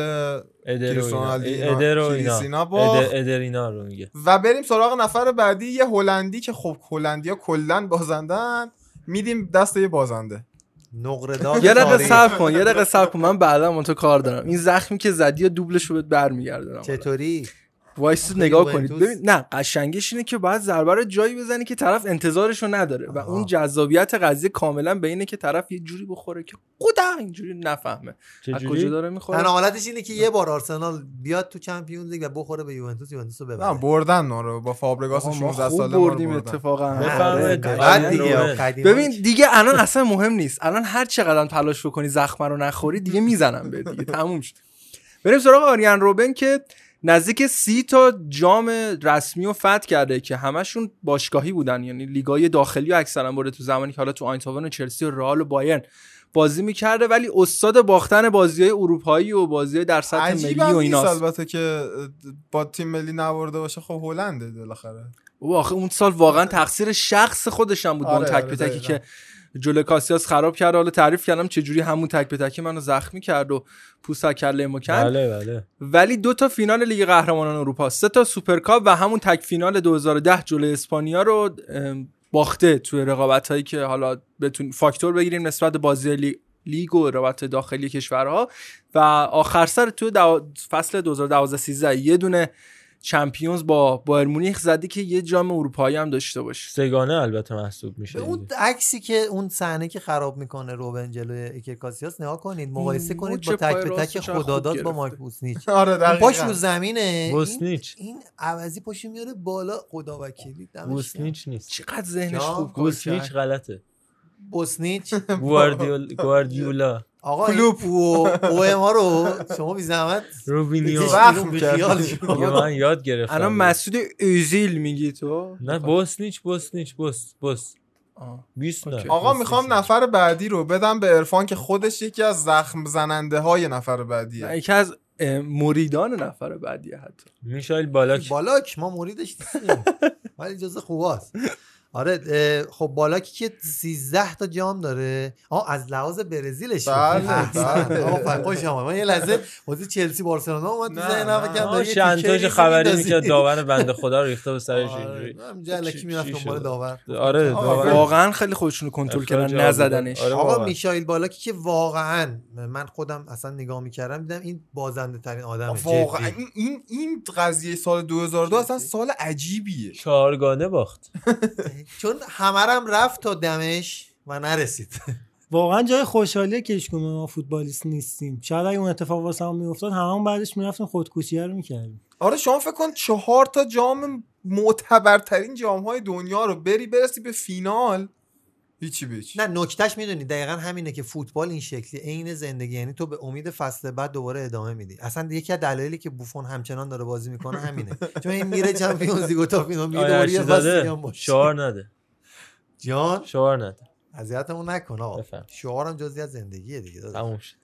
کریستیانو باخت. ادرینا رو میگه. و بریم سراغ نفر بعدی، یه هلندی که خب هلندیا کلا بازندن، میدیم دست یه بازنده. نقره دار. یه دقیقه صبر کن، یه دقیقه صبر کن، من بعدا من تو کار دارم. این زخمی که زدی یا دوبلش رو بهت برمیگردونم. چطوری؟ وایس نگاه کنید ببین. نه قشنگش اینه که باید ضربه رو جایی بزنی که طرف انتظارش رو نداره و اون جذابیت قضیه کاملا به اینه که طرف یه جوری بخوره که خدا اینجوری نفهمه از کجا داره میخوره. تنها حالتش اینه که یه بار آرسنال بیاد تو چمپیونز لیگ و بخوره به یوونتوس، یوونتوس رو ببره. نه بردن رو با فابرگاس شانزده ساله بردیم اتفاقا. بعد دیگه ببین دیگه الان اصلا مهم نیست، الان هر چقدر تلاش بکنی زخم رو نخوری دیگه میزنم به دیگه تموم شد. بریم سراغ آریان روبن که نزدیک سی تا جام رسمی رو فتح کرده که همشون باشگاهی بودن، یعنی لیگای داخلی رو اکثرا برده تو زمانی که حالا تو آینتاون و چلسی و رئال و بایرن بازی میکرده، ولی استاد باختن بازی‌های اروپایی و بازی‌های در سطح ملی و ایناست. البته که با تیم ملی نبرده باشه، خب هلنده بالاخره. او آخه اون سال واقعا تقصیر شخص خودش هم بود. آره اون تک به تکی که جلوی کاسیاس خراب کرد. حالا تعریف کردم چه جوری همون تک به تکی منو زخمی کرد و پوست کله ما کرد. بله بله. ولی دو تا فینال لیگ قهرمانان اروپا، سه تا سوپرکاپ و همون تک فینال دو هزار و ده جلوی اسپانیا رو باخته توی رقابتایی که حالا بتون فاکتور بگیریم نسبت به بازی لی... لیگ و رقابت داخلی کشورها. و آخر سر توی دو... فصل دو هزار و دوازده سیزده یه دونه چمپیونز با بایر مونیخ زدی که یه جام اروپایی هم داشته باشه. سگانه البته محسوب میشه. اون عکسی که اون صحنه که خراب میکنه روبن جلوی ایکر کاسیاس نگاه کنید، مقایسه کنید با تک به تک خداداد با مایک بوسنیچ. آره دقیقاً. پاش رو زمینه، بوسنیچ این عوضی پاشو میاره بالا، خدا وکیلی دمش. بوسنیچ نیست. چقدر ذهنش خوب. بوسنیچ غلطه. بوسنیچ گواردیولا گواردیولا آقا کلوب و او ام ها رو شما بی زحمت روبینیو وقت خیال من یاد گرفتم. الان مسعود اوزیل میگی تو؟ نه بوسنیچ بوسنیچ بوس بوس بیست نه. آقا میخوام نفر بعدی رو بدم به عرفان که خودش یکی از زخم زننده های نفر بعدیه. یکی از مریدان نفر بعدیه حتی. میشایل بالاک. بالاک ما مریدش نیستیم ولی جزء خوباست. آره خب بالاکی که سیزده تا جام داره. آه از لحاظ برزیلش. بله بله. آقا خوش اومد. من یه لحظه بازی چلسی بارسلونا اومد تو ذهنم فکر کردم شانتاژ خبری میکرد داور بنده خدا رو ریخته به سرش اینجوری. من جلکی میرفت دنبال داور. آره واقعا خیلی خودشون کنترل کردن نزدنش. آقا میشایل بالاکی که واقعا من خودم اصلا نگاه میکردم دیدم این بازنده ترین آدمه. واقعا این این قضیه سال دو هزار و دو اصلا سال عجیبیه. چهارگانه باخت. چون همرم رفت تا دمش و نرسید. واقعا جای خوشحالیه که هیچ کدوم ما فوتبالیست نیستیم. شاید اگه اون اتفاق واسمون میافتاد همون بعدش میرفتیم خودکشی رو میکردیم. آره شما فکر کن چهار تا جام معتبرترین جام‌های دنیا رو بری برسی به فینال هیچی بیچ. نه نکتهش میدونی دقیقاً همینه که فوتبال این شکلی عین زندگی، یعنی تو به امید فصل بعد دوباره ادامه میدی. اصلا یکی از دلایلی که بوفون همچنان داره بازی میکنه همینه. چون این میره چمپیونز لیگ تا فینال میره دوباره یه فصل هم باشه. شعار نده. جان شعار نده. اذیتمون نکن آقا. شعارم جزئی از زندگیه دیگه. تموم شد.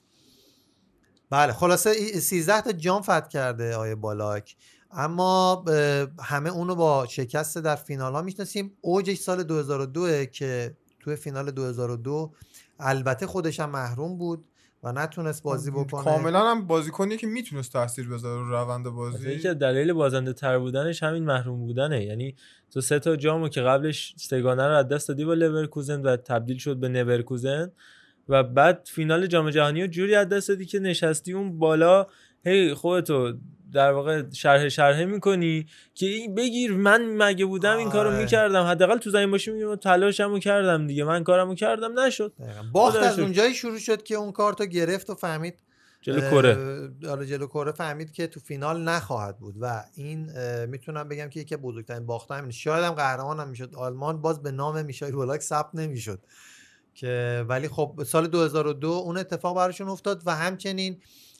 بله خلاصه سیزده تا جام فتح کرده آیه بالاک، اما همه اونو با شکست در فینال ها میشناسیم. اوجش سال دو هزار و دو که توی فینال دو هزار و دو البته خودش هم محروم بود و نتونست بازی بکنه. کاملا هم بازیکنی که میتونست تاثیر بذاره رو روند بازی. یکی از دلایل بازنده تر بودنش همین محروم بودنه. یعنی تو سه تا جامو که قبلش سگانه رو از دست دادی با لورکوزن و تبدیل شد به نورکوزن و بعد فینال جام جهانی رو جوری از دست دادی که نشستی اون بالا هی خودتو در واقع شرح شرحه میکنی که این بگیر من مگه بودم آه. این کارو میکردم، حداقل تو زمین باشی میگم تلاشمو کردم دیگه، من کارمو کردم نشد. باخت از اونجایی شروع شد که اون کارتو گرفت و فهمید جلو کره. آره جلو کره فهمید که تو فینال نخواهد بود و این میتونم بگم که یکی بزرگترین باخت‌ها همین. شاید هم قهرمان هم میشد آلمان، باز به نام میشایل پولاک ثبت نمیشد که ولی خب سال دو هزار و دو اون اتفاق براشون افتاد و همچنین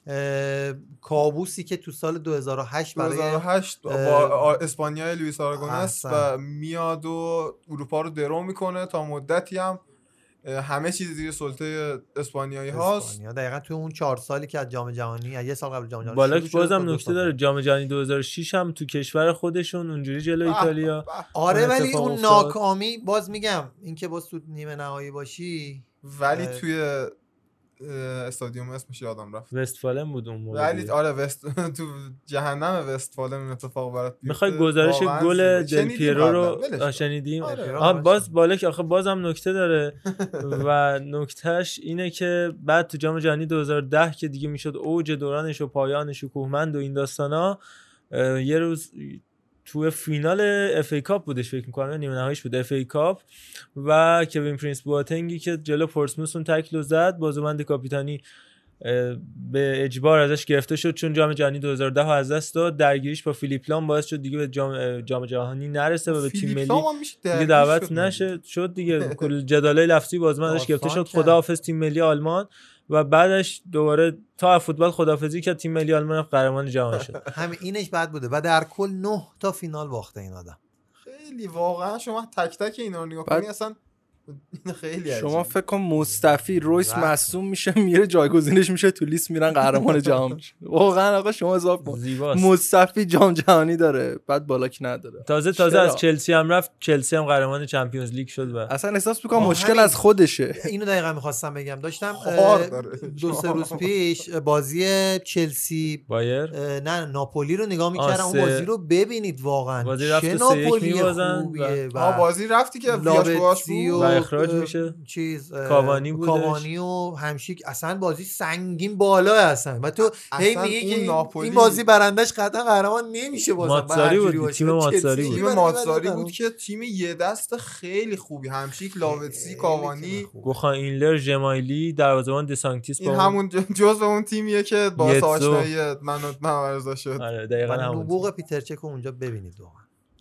کابوسی که تو سال دو هزار و هشت برای دو هزار و هشت با اسپانیای لوئیس آراگونس و میاد و اروپا رو درو میکنه تا مدتی هم همه چیز زیر سلطه اسپانیایی هاست. اسپانیا دقیقاً تو اون چهار سالی که از جام جهانی یه سال قبل جام جهانی بالاک بازم نکته داره، جام جهانی دو هزار و شش هم تو کشور خودشون اونجوری جلو ایتالیا. آره ولی اون افتاد. ناکامی باز میگم اینکه باز تو نیمه نهایی باشی ولی توی استادیوم اسمش یادم رفت، وستفالن بود اون موقع. ولی آره وست تو جهنم وستفالن این اتفاق برات بیفته. میخوای گزارش گل دل پیرو رو شنیدیم؟ آره. آها باز بالاک آخه بازم نکته داره و نکتهش اینه که بعد تو جام جهانی دو هزار و ده که دیگه میشد اوج دورانش و پایانش و کوهمند و این داستانا، یه روز تو فینال اف ای کاپ بودش فکر می‌کنم، نیمه نهاییش بود اف ای کاپ و کوین پرینس بواتنگی که جلو پورتسموث اون تکل زد، بازوبند کاپیتانی به اجبار ازش گرفته شد چون جام جهانی دو هزار و ده رو از دست داد. درگیریش با فیلیپ لام باعث شد دیگه به جام جام جهانی نرسه و به تیم ملی دیگه دعوت نشه شد دیگه. کل جدالای لفظی بازوبند ازش گرفته شد، خداحافظ تیم ملی آلمان و بعدش دوباره تا فوتبال خداحافظی که تیم ملی آلمان قهرمان جهان شد. همین اینش بد بوده و در کل نه تا فینال باخته این آدم. خیلی واقعا شما تک تک اینا رو نگاه کنی اصلا خیلی عجیب. شما فکر کن مصطفی رویس مصدوم میشه میره جایگزینش میشه تو لیست میرن قهرمان جهان میشه. واقعا آقا شما حساب کن مصطفی جام جهانی داره بعد بالاک نداره. تازه تازه از چلسی هم رفت، چلسی هم قهرمان چمپیونز لیگ شد و اصلا احساس میکنم مشکل از خودشه. اینو دقیقاً میخواستم بگم. داشتم دو سه روز پیش بازی چلسی بایر نه ناپولی رو نگاه میکردم. اون بازی رو ببینید واقعا چه ناپولی خوبیه. ها بازی رفتی که ویاش بود اخراج میشه چیز کاوانی بودش. کاوانی و همشیک اصلا بازی سنگین بالا هستن و تو هی میگی که این بازی برندش قطعا قهرمان نمیشه. بازم ماتساری بود، تیم ماتساری بود، تیم ماتساری بود که تیم یه دست خیلی خوبی، همشیک، لاوتسی، کاوانی، گوخا اینلر، ژمایلی، دروازه‌بان دسانتیس. این همون جزء اون تیمیه که باعث آشنایی من و محمد شد. آره دقیقاً همون. نبوغ پیترچک اونجا ببینید واقعا.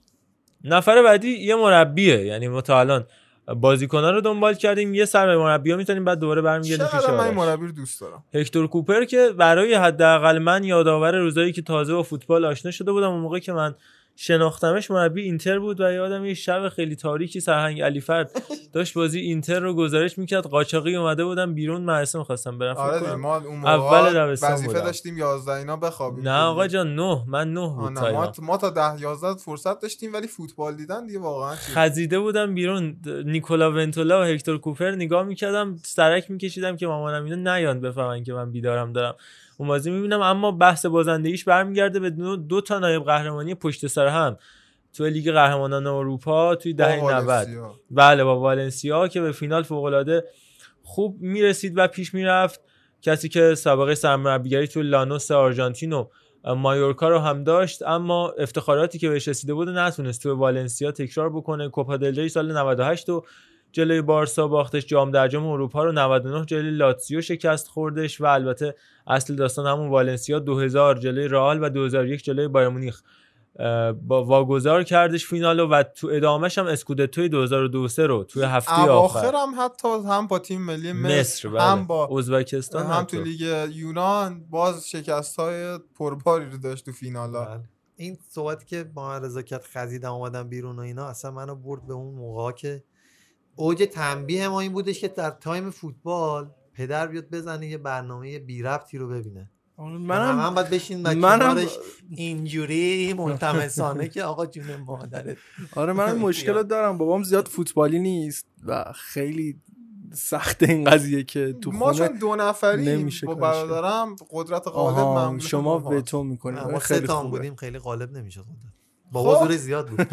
نفر بعدی یه مربیه، یعنی ما تا الان بازیکن‌ها رو دنبال کردیم، یه سر به مربی‌ها می‌تونیم بعد دوباره برمیگردیم پیش. من مربی رو دوست دارم. هکتور کوپر که برای حداقل من یادآور روزایی که تازه با فوتبال آشنا شده بودم، اون موقع که من شناختمش مربی اینتر بود و یادم یه شب خیلی تاریکی سرهنگ علیفرد داشت بازی اینتر رو گزارش میکرد، قاچاقی اومده بودم بیرون مدرسه می‌خواستم برم. آره ما اون اول دبستان وظیفه داشتیم یازده اینا بخوابیم. نه آقا جان نه من نه بود ما ما تا ده یازده فرصت داشتیم ولی فوتبال دیدن دیگه واقعا خزیده بودم بیرون. نیکولا ونتولا و هکتور کوپر نگاه میکردم، سرک میکشیدم که مامانم اینا نیان بفهمن که من بیدارم دارم اون بازی میبینم. اما بحث بازندگیش برمیگرده به دو, دو تا نایب قهرمانی پشت سر هم تو لیگ قهرمانان اروپا توی دهه نود. بله با والنسیا که به فینال فوق‌العاده خوب میرسید و پیش میرفت. کسی که سابقه سرمربیگری تو لانوس آرژانتین و مایورکا رو هم داشت، اما افتخاراتی که بهش رسیده بود نتونست تو والنسیا تکرار بکنه. کوپا دل ری سال نود و هشت و جلوی بارسا باختش، جام در جام اروپا رو نود و نه جلوی لاتزیو شکست خوردش و البته اصل داستان همون والنسیا دو هزار جلوی رئال و دو هزار و یک جلوی بایر مونیخ با واگذار کردش فینالو و تو ادامهش هم اسکودتوی دو هزار و دو سه رو توی هفته آخر هم حتی هم با تیم ملی مصر بله. هم با ازبکستان هم تو لیگ یونان باز شکست‌های پرباری رو داشت تو فینالا. بله. این صحبتی که با رضا کرد خزیدم اومدم بیرون و اینا اصلا منو برد به اون موقعا که اوج تنبیه ما این بودش که در تایم فوتبال پدر بیاد بزنه یه برنامه بی ربطی رو ببینه. منم من باید بشین با کنارش اینجوری ملتمسانه که آقا جون مادرت. آره من مشکل دارم، بابام زیاد فوتبالی نیست و خیلی سخت این قضیه که تو خونه ما چون دو نفری با برادرم قدرت غالب معمولا شما وتو میکنید. ما سه تا بودیم خیلی غالب نمیشد قدرت. بابا زور زیاد بود.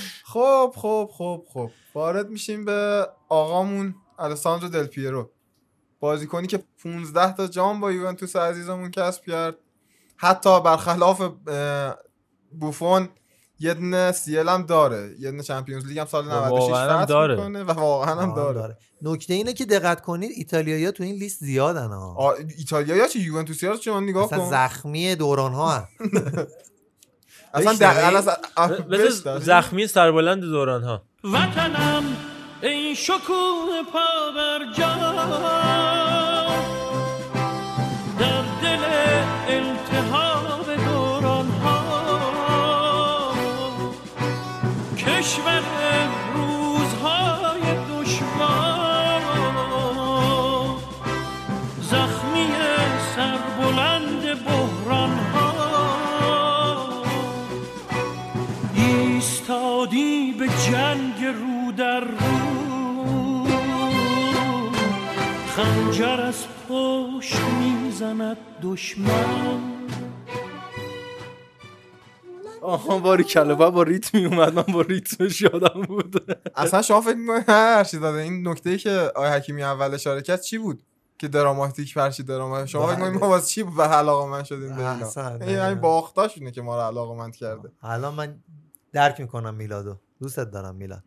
خب خب خب خب وارد میشیم به آقامون الساندرو دل پیرو، بازیکنی که پانزده تا جام با یوونتوس عزیزمون کسب کرد. حتی برخلاف بوفون یه دونه سی ال هم داره، یه دونه چمپیونز لیگ هم سال نود و شش فتح میکنه و واقعا هم داره. داره. نکته اینه که دقت کنید ایتالیایی‌ها تو این لیست زیادن ها. ایتالیایی‌ها چه یوونتوسی‌ها رو چه نگاه کن. اصلا زخمی دوران‌ها هست. اصلا در زخمی سربلند دوران‌ها. وطنم ای شکوه پا بر جا، در دل التهاب دوران‌ها، کشور روزهای دشوار، زخمی سربلند بحران‌ها، ایستادی به جنگ رو در رو، خنجر از پشت میزند دشمن. آها باری کله با ریتمی اومد، من با ریتمش یادم بود. اصلا شما فکر می‌کنید هر چی داده این نکته‌ای که آقای حکیمی اول اشاره کرد چی بود که دراماتیک فرشی درامات شما فکر می‌کنید ما واسه چی به علاقه‌مند شدیم به اینا؟ این باختاشونه که ما رو علاقه‌مند کرده. الان من درک میکنم میلادو، دوستت دارم میلاد.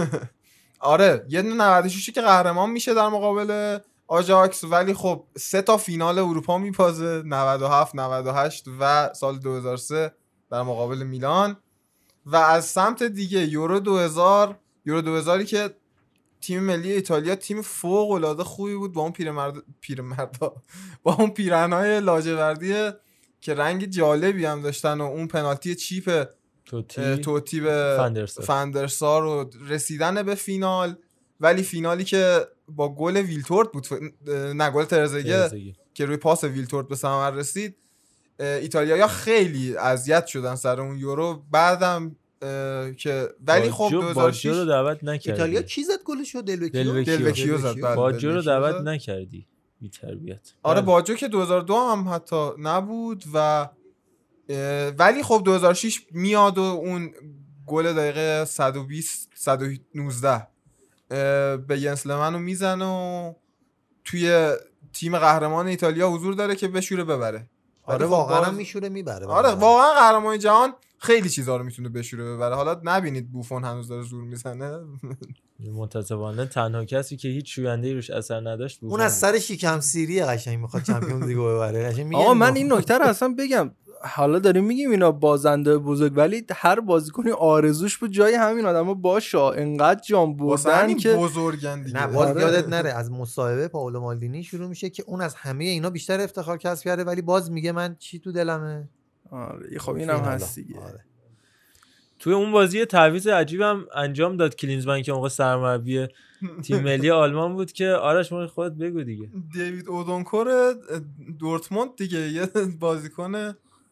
آره یه دونه نود و شش که قهرمان میشه در مقابل آژاکس، ولی خب سه تا فینال اروپا میپازه، نود و هفت نود و هشت و سال دو هزار و سه در مقابل میلان. و از سمت دیگه یورو دو هزار یورو دو هزاری که تیم ملی ایتالیا تیم فوق العاده خوبی بود با اون پیرمرد پیرمردا با اون پیرنهای لاجوردی که رنگ جالبی هم داشتن و اون پنالتی چیپ توتی, توتی به فندرسار. فندرسار و رسیدن به فینال. ولی فینالی که با گل ویلتورت بود، نه گل ترزگه که روی پاس ویلتورت به ثمر رسید، ایتالیایی‌ها خیلی اذیت شدن سر اون یورو. بعدم که ولی خب دو هزار و شش رو دعوت نکردی. ایتالیا کی زد گلش رو؟ دلوکیو دلوکیو زد. باجو رو دعوت نکردی بی تربیت. آره باجو که دو هزار و دو هم حتی نبود. و ولی خب دو هزار و شش میاد و اون گل دقیقه صد و بیست صد و نوزده به ینس لمن رو میزنه و توی تیم قهرمان ایتالیا حضور داره که بشوره ببره. آره واقعا هم میشوره میبره. آره واقعا قهرمان جهان خیلی چیزا رو میتونه بشوره ببره. حالا نبینید بوفون هنوز داره زور میزنه. متاسفانه تنها کسی که هیچ شوینده‌ای روش اثر نداشت اون از سر شیکم سیری قشنگ میخواد چمپیونز لیگو ببره. آقا من این نکته رو اصلا بگم، حالا داریم میگیم اینا بازنده بزرگ، ولی هر بازیکنی آرزوش بود جای همین آدمو باشه. انقدر جام بردن که بزرگن دیگه. نه باز یادت نره از مصاحبه پائولو مالدینی شروع میشه که اون از همه اینا بیشتر افتخار کسب کرده، ولی باز میگه من چی تو دلمه. آره خب اینم هست دیگه. آره. توی اون بازی تعویض عجیبم انجام داد کلینزمن که موقع سرمربی تیم ملی آلمان بود که آرش موقع خودت بگو دیگه. دیوید اودونکور دورتموند دیگه، یه بازیکن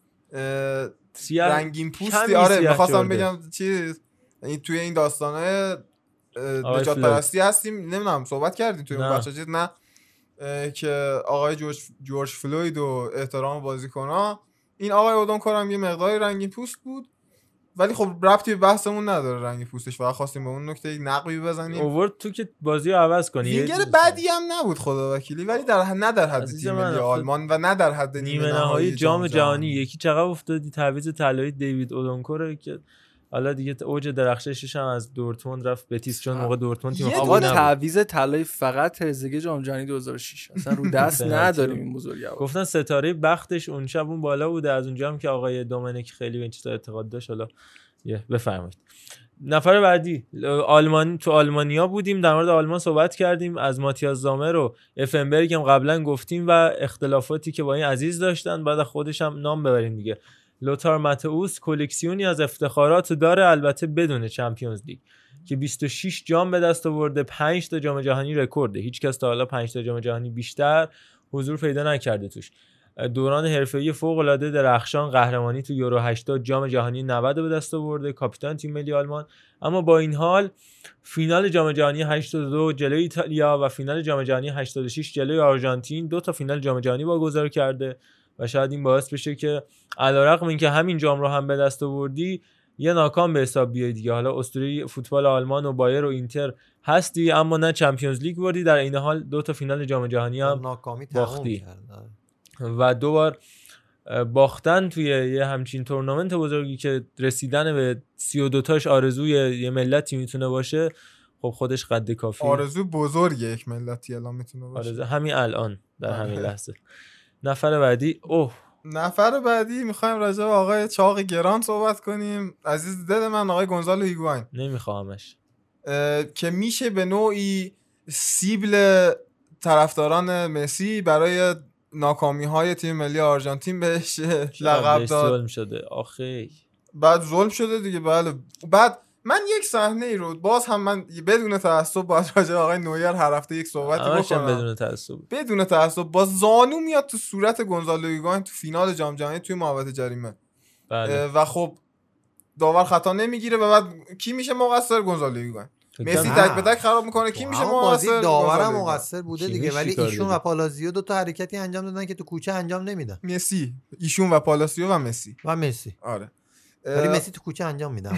رنگین پوستی. آره می‌خواستم بگم چیز این توی این داستانه نجات پرستی هستیم، نمیدونم صحبت کردیم توی اون بخش چیز نه که آقای جورج جورج فلوید و احترام بازیکن‌ها. این آقای اودونکور هم یه مقداری رنگین پوست بود، ولی خب ربطی به بحثمون نداره رنگین پوستش. فقط خواستیم به اون نکته نقبی بزنیم. اوورد تو که بازی رو عوض کنی. وینگر بدی هم نبود خدا وکیلی، ولی در نه در حد تیم ملی آلمان و نه در حد نیمه نهایی جام جهانی. یکی چقدر افتادی تعویض طلایی دیوید اودونکور که حالا دیگه اوج درخششش هم از دورتموند رفت بتیس، چون موقع دورتموند تیم آقا تعویض طلایی فقط ترزگه جام جهانی دو هزار و شش اصلا رو دست نداریم این بزرگوار. گفتن ستاره بختش اون شب اون بالا بوده. از اونجا هم که آقای دومنیک خیلی به این چیزا اعتقاد داشت. حالا بفرمایید نفر بعدی. آلمان تو آلمانیا بودیم، در مورد آلمان صحبت کردیم، از ماتیاس زامر و افنبرگ هم قبلا گفتیم و اختلافاتی که با این عزیز داشتن. بعد خودش هم نام ببریم دیگه. لوتار ماتئوس کلکسیونی از افتخارات داره، البته بدون چمپیونز لیگ، که بیست و شش جام به دست آورده، پنج تا جام جهانی رکورده. هیچ کس تا حالا پنج تا جام جهانی بیشتر حضور پیدا نکرده توش. دوران حرفه‌ای فوق‌العاده درخشان، قهرمانی تو یورو هشتاد، جام جهانی نود به دست آورده، کاپیتان تیم ملی آلمان. اما با این حال فینال جام جهانی هشتاد و دو جلوی ایتالیا و فینال جام جهانی هشتاد و شش جلوی آرژانتین دو تا فینال جام جهانی واگذار کرده و شاید این باعث بشه که علیرغم اینکه همین جام رو هم به دست آوردی یه ناکام به حساب بیای دیگه. حالا اسطوره فوتبال آلمان و بایر و اینتر هستی اما نه چمپیونز لیگ بردی، در این حال دو تا فینال جام جهانی هم باختی و دو بار باختن توی یه همچین تورنمنت بزرگی که رسیدن به سی و دو تاش آرزوی یه ملتی میتونه باشه، خب خودش قد کافی. آرزو بزرگ یک ملتی الان میتونه باشه. آرزو همین الان در همین لحظه. نفر بعدی اوه نفر بعدی میخوایم راجع به آقای چاق گران صحبت کنیم. عزیز دل من آقای گونزالو هیگواین. نمیخوامش. که میشه به نوعی سیبل طرفداران مسی برای ناکامی های تیم ملی آرژانتین بهش لقب داد. ظلم شده آخه. بعد ظلم شده دیگه. بله. بعد من یک صحنه ای رو باز هم من بدون تعصب باید راجع به آقای نویر هر هفته یک صحبتی بکنم. بدون تعصب. بدون تعصب باز زانو میاد تو صورت گونزالو هیگواین تو فینال جام جهانی توی محوطه جریمه. بله. و خب داور خطا نمیگیره و بعد کی میشه مقصر؟ گونزالو هیگواین. مسی تک به تک خراب میکنه، کی میشه مقصر؟ داورم مقصر بوده دیگه، ولی ایشون و پالازیو دو تا حرکتی انجام دادن که تو کوچه انجام نمیدن. مسی، ایشون و پالاسیو و مسی و مسی آره، ولی مسی تو کوچه انجام میده.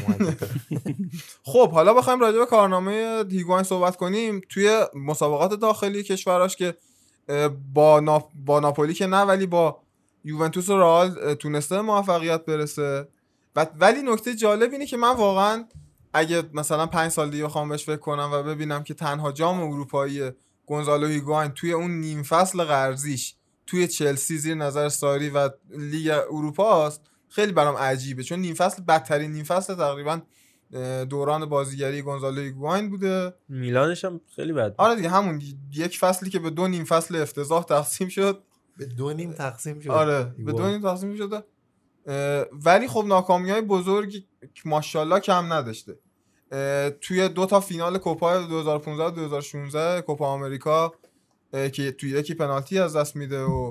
خب حالا بخوایم راجع به کارنامه هیگواین صحبت کنیم توی مسابقات داخلی کشوراش که با نا... با ناپولی که نه، ولی با یوونتوس و رئال تونسته موفقیت برسه. و ولی نکته جالب اینه که من واقعا اگه مثلا پنج سال دیگه بخوام بهش فکر کنم و ببینم که تنها جام اروپایی گونزالو هیگواین توی اون نیم فصل قرضیش توی چلسی زیر نظر ساری و لیگ اروپا است، خیلی برام عجیبه، چون نیم فصل بدترین نیم فصل تقریبا دوران بازیگری گونزالو هیگواین بوده. میلانش هم خیلی بد. آره دیگه، همون یک فصلی که به دو نیم فصل افتضاح تقسیم شد. به دو نیم تقسیم شد. آره به دو نیم تقسیم شده. ولی خب ناکامی‌های بزرگی ماشاءالله کم نداشته. توی دو تا فینال کوپا دو هزار و پانزده و دو هزار و شانزده کوپا آمریکا که توی یکی پنالتی از دست میده و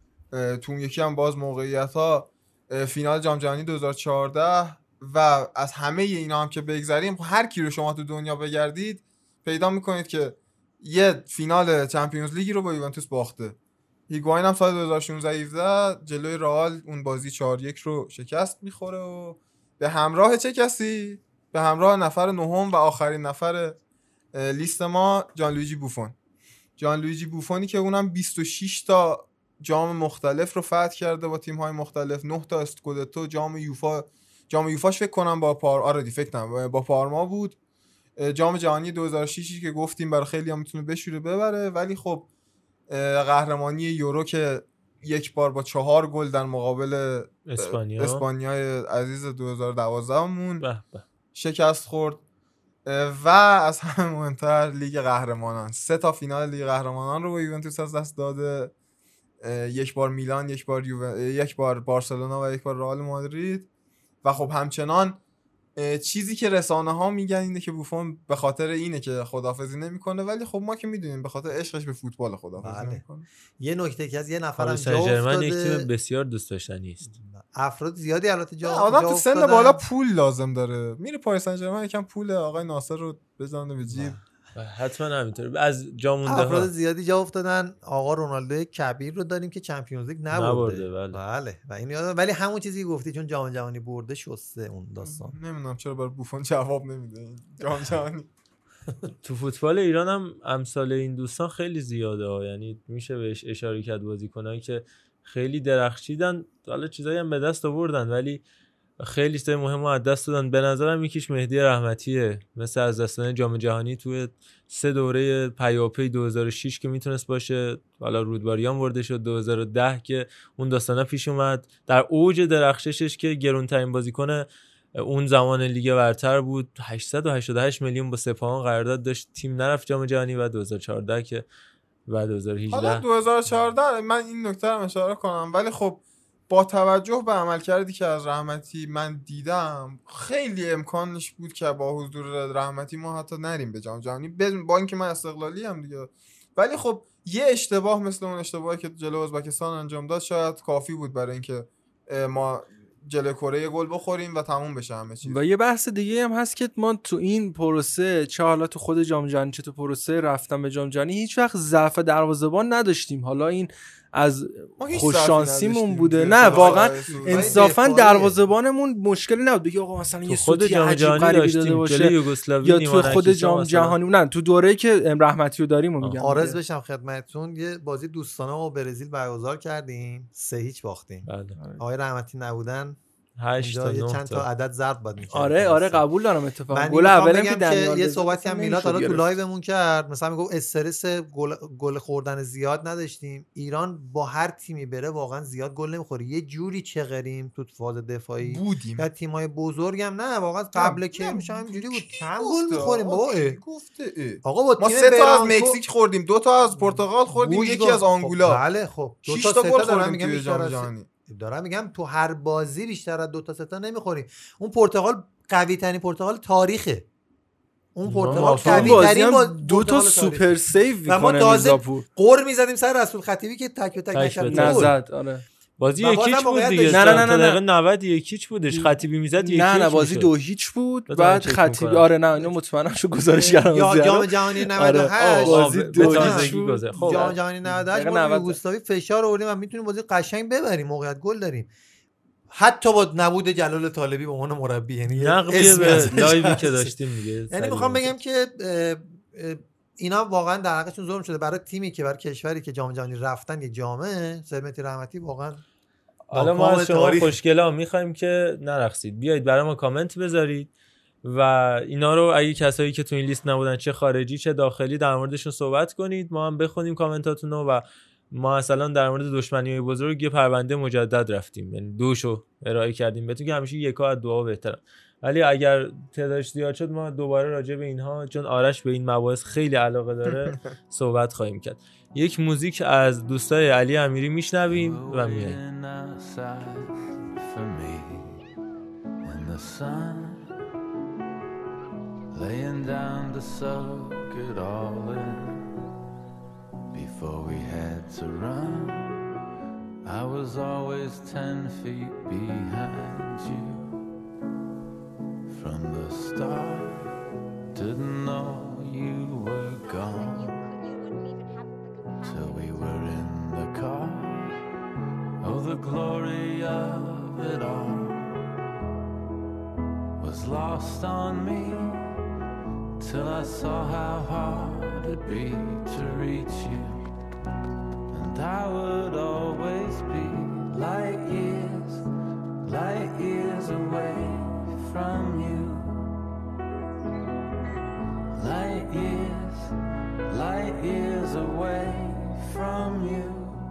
تو یکی هم باز موقعیت‌ها فینال جام جهانی دو هزار و چهارده و از همه اینا هم که بگذریم، هر کی رو شما تو دنیا بگردید پیدا میکنید که یه فینال چمپیونز لیگی رو با یوونتوس باخته. هیگواین هم سال دو هزار و شانزده هفده جلوی رئال اون بازی چهار یک رو شکست میخوره و به همراه چه کسی؟ به همراه نفر نهم و آخرین نفر لیست ما جان لویجی بوفون. جان لویجی بوفونی که اونم بیست و شش تا جام مختلف رو فتح کرده با تیم‌های مختلف، نه تا اسکودتو، جام یوفا، جام یوفاش فکر کنم با پار آره دی فکر کنم با پارما بود، جام جهانی دو هزار و شش که گفتیم برای خیلی‌ها میتونه بشوره ببره، ولی خب قهرمانی یورو که یک بار با چهار گل در مقابل اسپانیا اسپانیای عزیز دو هزار و دوازده مون شکست خورد و از همه مهمتر لیگ قهرمانان، سه تا فینال لیگ قهرمانان رو با یوونتوس از دست داده، یک بار میلان، یک بار یوو... یک بار بارسلونا و یک بار رئال مادرید. و خب همچنان چیزی که رسانه ها میگن اینه که بوفون به خاطر اینه که خداحافظی نمیکنه، ولی خب ما که میدونیم به خاطر عشقش به فوتبال خداحافظی بله. نمیکنه. یه نکته که از یه نفرم جا افتاده، یک تیم بسیار دوست داشتنی است. افراد زیادی البته جا آدم تو سن بالا پول لازم داره، میره پاریس سن ژرمن یکم پول آقای ناصر رو بزنه به جیب. حتما همینطوره. از جا مونده افراد زیادی جا افتادن. آقا رونالدو کبیر رو داریم که چمپیونز لیگ نبرده. بله. بله و این یادم، ولی همون چیزی که گفتی چون جام جهانی برده شسته اون داستان. نمیدونم چرا برای بوفون جواب نمیده جام جهانی. تو فوتبال ایران هم امثال این دوستان خیلی زیاده ها، یعنی میشه بهش اشاره کرد، بازیکنایی که خیلی درخشیدن، حالا چیزایی هم به دست آوردن ولی خیلی چیزای مهمو از دست دادن. به نظرم یکیش مهدی رحمتیه، مثل از دست دادن جام جهانی توی سه دوره پیاپی دو هزار و شش که میتونست باشه، حالا رودباریان ورده شد، دو هزار و ده که اون داستانا پیش اومد، در اوج درخششش که گرونترین بازیکن اون زمان لیگ برتر بود، هشتصد و هشتاد و هشت میلیون با سپاهان قرارداد داشت، تیم نرفت جام جهانی. و دو هزار و چهارده که بعد دو هزار و هجده حالا دو هزار و چهارده من این نکته رو اشاره کنم، ولی خب با توجه به عملکردی که از رحمتی من دیدم خیلی امکانش بود که با حضور رحمتی ما حتی نریم به جام جهانی، با اینکه من استقلالی ام دیگه. ولی خب یه اشتباه مثل اون اشتباهی که جلو ازبکستان انجام داد شاید کافی بود برای اینکه ما جلوی کره گل بخوریم و تموم بشه همه چیز. و یه بحث دیگه هم هست که ما تو این پروسه، چه حالا تو خود جام جهانی چه تو پروسه رفتن به جام جهانی، هیچ وقت ضعف دروازه‌بان نداشتیم. حالا این از هیچ خوششانسیمون ضعفی بوده. نداشتیم نه توی واقعا دفاعی. انصافا دفاعی. دروازه‌بانمون مشکلی نبود بگی آقا مثلا یه خود سوتی جام عجیب جهانی غریبی داده داشتیم باشه جلوی یوگسلاوی یا تو خود نیما جام نکیسا جهانی. نه تو دوره‌ای که رحمتی رو داریم رو میگم. آرز بشم خدمتتون، یه بازی دوستانه با برزیل برگزار کردیم، سه هیچ باختیم. بله. آقای رحمتی نبودن، هشت تا یه نه چند تا عدد ضرب باید می‌کرد. آره آره قبول دارم اتفاقا. من گل اولم اولم بگم که که دنیال یه رضا صحبتی هم میلاد نمی‌شد حالا تو گرفت. لایومون کرد، مثلا میگم استرس گل گل خوردن زیاد نداشتیم. ایران با هر تیمی بره واقعا زیاد گل نمیخوره، یه جوری چغریم تو فاز دفاعی بودیم. یا تیمای بزرگم نه واقعا قبل که میشه همینجوری بود. چند گل میخوریم بابا. گفته آقا با ما تیم سه تا از برانکو مکزیک خوردیم، دو تا از پرتغال خوردیم، گوش یکی کن. از آنگولا. خب بله خب دو شش تا تا سه گل تا دارم خوردیم میگم توی بیشتر جام از جهانی. دارم میگم تو هر بازی بیشتر از دو تا سه تا نمیخوریم. اون پرتغال قوی ترین پرتغال تاریخه. اون پرتغال قوی ترین با دو تا سوپر سیو میکنه میزاپور. قر میزدیم سر رسول خطیبی که تک به تک نشد نزد. آره بازی یکیچ بود دیگه. نه نه نه دقیقه نود یکیچ بودش. خطیبی میزد یکیچ. نه نه بازی دو هیچ بود. بعد خطیبی آره نه اینو مطمئنم شو گزارش کردم. یا جام جهانی نود و هشت بازی دو هیچ بود. خب جام جهانی نود و هشت ما یوگسلاوی فشار آوردیم و میتونیم بازی قشنگ ببریم، موقعیت گل داریم. حتی با نبود جلال طالبی به عنوان مربی، یعنی نقبیه به لایوی که داشتیم دیگه. یعنی میخوام بگم که اینا واقعا در حقشون ظلم شده. برای تیمی که برای کشوری که جام جهانی رفتن، یه جامعه سرمتی رحمتی واقعا. حالا ما از شما خوشگلا میخوایم که نرقصید، بیایید برای ما کامنت بذارید و اینا رو اگه کسایی که تو این لیست نبودن چه خارجی چه داخلی در موردشون صحبت کنید، ما هم بخونیم کامنتاتون رو. و ما مثلا در مورد دشمنی‌های بزرگ یه پرونده مجدد رفتیم، یعنی دوشو ارائه کردیم بهتون که همیشه یکا از دعا بهتره. ولی اگر تعدادش زیاد شد ما دوباره راجع به اینها، چون آرش به این مباحث خیلی علاقه داره، صحبت خواهیم کرد. یک موزیک از دوستای علی امیری میشنویم و میاییم. Laying down to soak it all in. Before we had to run, I was always ten feet behind you. From the start, didn't know you were gone. Till we were in the car. Oh, the glory of it all was lost on me. Till I saw how hard it'd be to reach you. And I would always be light years, light years away from you. Light years, light years away from you.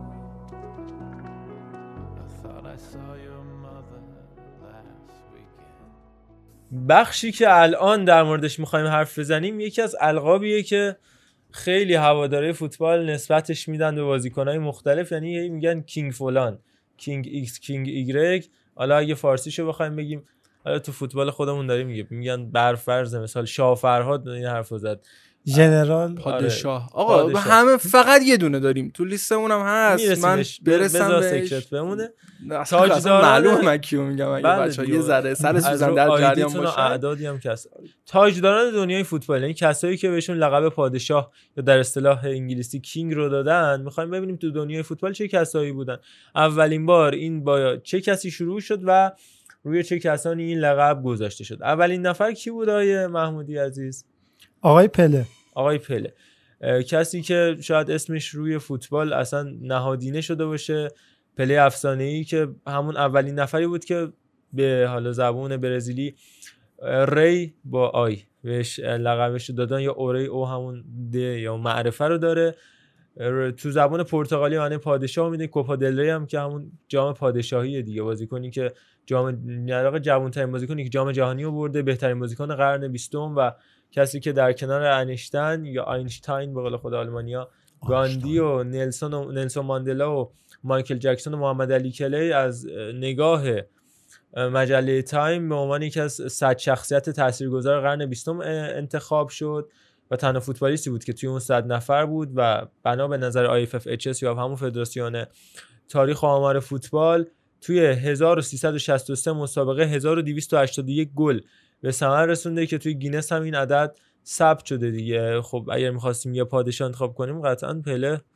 I thought I saw your mother last weekend. بخشی که الان در موردش میخوایم حرف بزنیم یکی از القابیه که خیلی هواداره فوتبال نسبتش میدن به بازیکنهای مختلف، یعنی میگن کینگ فلان، کینگ ایکس، کینگ ایگرگ. حالا اگه فارسیشو بخوایم بگیم، حالا تو فوتبال خودمون داریم میگه میگن برفرض مثال شاه فرهاد این حرفو زد، ژنرال پادشاه. آقا به همه فقط یه دونه داریم تو لیستمون هم هست. من برسم بهش سکرت بمونه. تاجداران معلومه من کیو میگم اگه بچه‌ها یه ذره سر سوزن در جریان باشه. اعدادی هم کس تاجداران دنیای فوتبال، یعنی کسایی که بهشون لقب پادشاه یا در اصطلاح انگلیسی کینگ رو دادن، میخوایم ببینیم تو دنیای فوتبال چه کسایی بودن. اولین بار این با چه کسی شروع شد و روی چه کسانی این لقب گذاشته شد. اولین نفر کی بود آقای محمودی عزیز؟ آقای پله. آقای پله، کسی که شاید اسمش روی فوتبال اصلا نهادینه شده باشه. پله افسانه‌ای که همون اولین نفری بود که به حالا زبون برزیلی ری با آی بهش لقبش دادن، یا اوری او همون د یا معرفه رو داره. تو زبان پرتغالی معنی پادشاه میده. کوپا دل ری هم که همون جام پادشاهی دیگه، بازیکنی که جام در جوان‌ترین بازیکنی که جام جهانی رو برده، بهترین بازیکن قرن بیستم و کسی که در کنار انیشتین یا آینشتاین به قول خود آلمانیا، گاندی و نلسون و نلسون ماندلا و مایکل جکسون و محمد علی کلی از نگاه مجله تایم به عنوان یکی از صد شخصیت تاثیرگذار قرن بیستم انتخاب شد و تنها فوتبالیستی بود که توی اون صد نفر بود و بنا به نظر آی اف اف اچ اس یا همون فدراسیون تاریخ و آمار فوتبال توی هزار و سیصد و شصت و سه مسابقه هزار و دویست و هشتاد و یک گل به ثمر رسونده که توی گینس هم این عدد ثبت شده دیگه. خب اگر می‌خواستیم یه پادشاه انتخاب کنیم قطعاً پله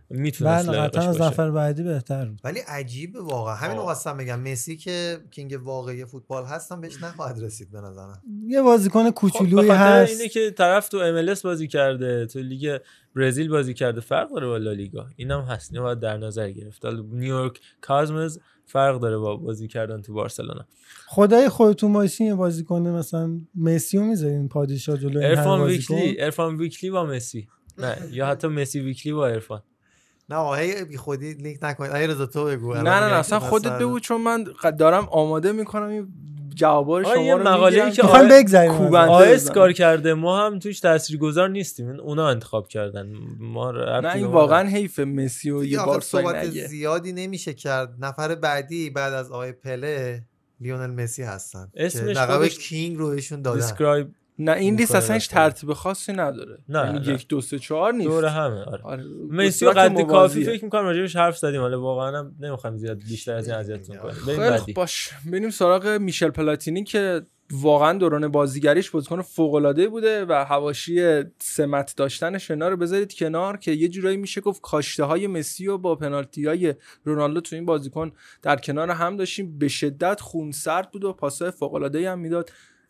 میتونست بله قطعا از نفر بعدی بهتر بود. ولی عجیبه واقعا همین رو خواستم بگم، مسی که کینگ واقعی فوتبال هستم بهش نخواهد رسید به نظرم. یه بازیکن کوچولویی خب هست. اینه که طرف تو ام ال اس بازی کرده، تو لیگ برزیل بازی کرده، فرق داره با لالیگا. اینم هست، اینو باید در نظر گرفت. نیویورک کازمز فرق داره با بازی کردن تو بارسلونا. خدای خودتون باشین یه بازیکن مثلا مسی رو میذارین پادشاه جلو این ارفان ویکلی، ارفان ویکلی با مسی، نه یا حتی مسی ویکلی با ارفان. نه واقعا بی خودی لینک نکنید. آیه رضا تو بگو. نه نه نه اصلا خودت بگو، چون من دارم آماده میکنم این جوابا رو شما رو مقاله‌ای که میخوایم بگذاریم آیس کار کرده، ما هم توش تاثیرگذار نیستیم، اونا انتخاب کردن. ما نه این واقعا حیف مسی و یه بارسا نگه. زیادی نمیشه کرد. نفر بعدی بعد از آقای پله لیونل مسی هستن اسمش لقب کینگ رو بهشون دادن. نه این لیست اصلا هیچ ترتیب خاصی نداره، یعنی یک دو سه چهار نیست، دور همه. آره, آره. مسی و قد کافی فکر می‌کنم راجعش حرف زدیم، حالا واقعا هم نمی‌خوام زیاد بیشتر از این اذیتتون کنیم. بریم خب باش بریم سراغ میشل پلاتینی که واقعا دوران بازیگریش بازیکن فوق‌العاده بوده و حواشی سمت داشتنش اینا رو بذارید کنار که یه جورایی میشه گفت کاشته‌های مسی و با پنالتی‌های رونالدو تو این بازیکن در کنار هم داشتیم. به شدت خونسرد بود و پاس‌های فوق‌العاده‌ای هم میداد.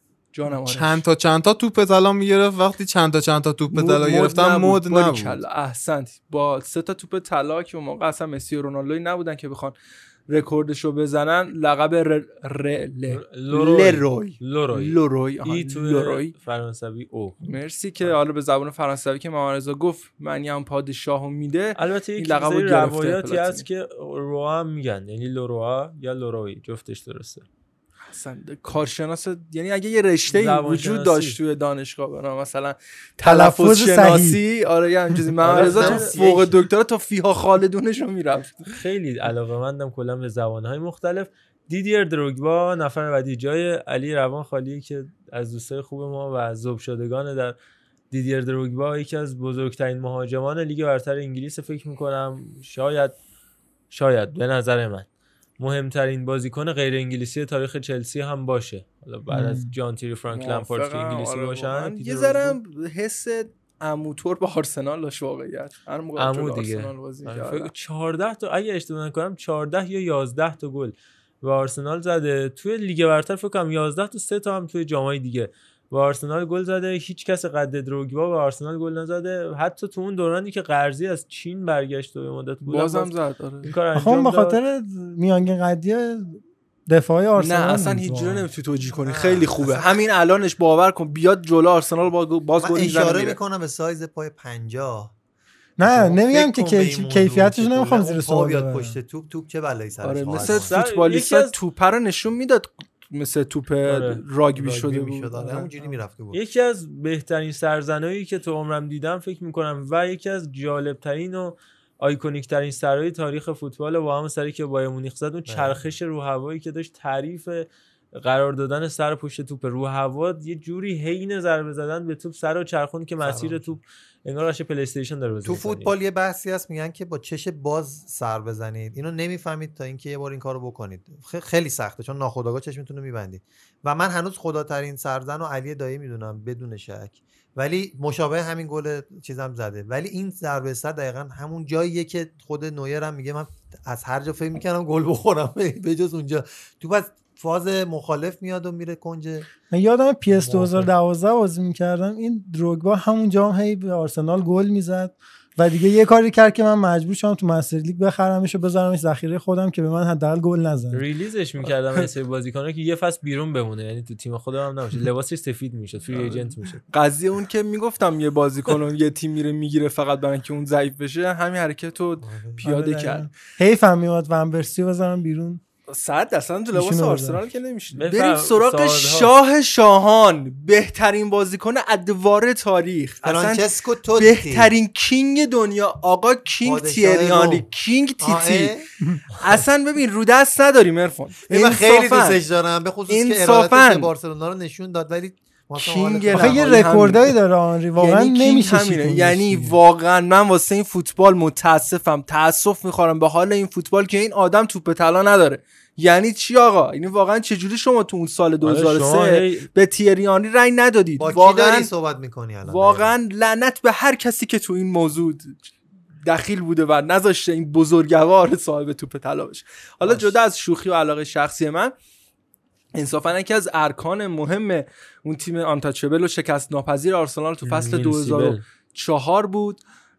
چند تا چند تا توپ طلا میگرفت، وقتی چند تا چند تا توپ طلا گرفتن مود نبود. احسنت. با سه تا توپ طلا که اون موقع اصلا مسی و رونالدوی نبودن که بخوان رکوردشو بزنن، لقب ر... ر... ل... لروی لروی لروی ای تو فرانسوی او. مرسی که حالا به زبان فرانسوی که محمد رضا گفت معنی هم پادشاهو میده. البته یک لقب روایتی هست که روا میگن، یعنی لروا یا لروی جفتش درسته. اصلا کارشناس، یعنی اگه یه رشته‌ای وجود داشت توی دانشگاه بنا مثلا تلفظ شناسی، آره یه همین چیزی، محمد رضا تو فوق دکترا تا فیها خالدونشو میرفت. خیلی علاقه‌مندم کلا به زبان‌های مختلف. دیدیر دروگبا نفر بعدی جای علی روان خالی که از دوستای خوب ما و ذوب شدگان در دیدیر دروگبا، یکی از بزرگترین مهاجمان لیگ برتر انگلیس فکر می‌کنم، شاید شاید به نظر من مهمترین بازیکن غیر انگلیسی تاریخ چلسی هم باشه، حالا بعد از جان تیری فرانک لمپارد که انگلیسی آره باشن. یه ذره حس عموتور با آرسنال داشت واقعیت، هر موقع عمو دیگه آرسنال بازی کرد چهارده تا اگه اشتباه نکنم چهارده یا یازده تا گل به آرسنال زده توی لیگ برتر، فکر کنم یازده تا سه تا هم توی جام‌های دیگه و آرسنال گل زده. هیچ کس قد دروگبا و آرسنال گل نزده، حتی تو اون دورانی که قرضی از چین برگشت و به مدت بود بازم زد. آره این کار انجام داد. به خاطر میانگین قدی دفاعی آرسنال نه اصلا هیچ جوره نمیتونی توجیه کنی، خیلی خوبه. همین الانش باور کن بیاد جلو آرسنال باز گل میزنه. اشاره میکنم به سایز پای پنجاه. نه نمیگم که کیفیتش نمیخوام زیر سوال بیاد پشت توپ توپ چه بلایی سرش. آره مثل فوتبالیستا توپ رو نشون میداد، مثل توپ راگبی شده بود، همونجوری میرفته بود. یکی از بهترین سرزنایی که تو عمرم دیدم فکر میکنم و یکی از جالبترین و آیکونیک ترین سرای تاریخ فوتبال با همون سری که بایر مونیخ زد، اون چرخش رو هوایی که داشت، تعریف قرار دادن سر پشت توپ رو هوا، یه جوری حین ضربه زدن به توپ سر و چرخون که مسیر توپ انگار راشه پلی استیشن داره بزنید. تو فوتبال یه بحثی هست میگن که با چش باز سر بزنید، اینو نمیفهمید تا اینکه یه بار این کارو بکنید. خیلی سخته چون ناخودآگاه چشمتون رو میبندید و من هنوز خداترین سرزن و علی دایی میدونم بدون شک، ولی مشابه همین گل چیزام زده. ولی این ضربه سر دقیقاً همون جاییه که خود نویر هم میگه من از هر جا فکر میکنم گل بخورم به جز اونجا. تو از فاز مخالف میاد و میره کنج. من یادم پی اس دو هزار و دوازده بازی میکردم، این دروگبا همونجا هم هی به آرسنال گل میزد و دیگه یه کاری کرد که من مجبور شدم تو مستر لیگ بخرمش و بذارمش ذخیره خودم که به من حداقل گل نزنه. ریلیزش میکردم این سری بازیکن‌ها که یه فصل بیرون بمونه، یعنی تو تیم خودم هم نباشه، لباسش سفید میشد، فری ایجنت میشد. قضیه اون که میگفتم یه بازیکن یه تیم میره میگیره فقط برای اینکه اون ضعیف بشه، همین حرکتو پیاده کرد. حیفم میاد ونبرسی بذارم بیرون. صد درصد تو لباس آرسنال که نمیشه. بریم سراغ شاه شاهان، بهترین بازیکن ادوار تاریخ، فرانچسکو توتی، بهترین کینگ دنیا، آقا کینگ تیری هانری، کینگ تیتی. اصلا ببین رو دست نداریم عرفان. من خیلی دوستش دارم، به خصوص که ارادت بارسلونا رو نشون داد، ولی کینگ آخه یه رکوردایی داره آنری، واقعا نمیشه. یعنی واقعا من واسه این فوتبال متاسفم، تاسف میخورم به حال این فوتبال که این آدم توپ طلا نداره. یعنی چی آقا؟ یعنی واقعا چه جوری شما تو اون سال دو هزار و سه به تیری آنری رای ندادید؟ با واقعا کی داری صحبت میکنی الان؟ واقعا لعنت به هر کسی که تو این موضوع دخیل بوده و نذاشته این بزرگوار صاحب توپ طلا بشه. حالا جدا از شوخی و علاقه شخصی من، انصافا یکی از ارکان مهم اون تیم آنتاچبل و شکست ناپذیر آرسنال تو فصل دو هزار و چهار بود.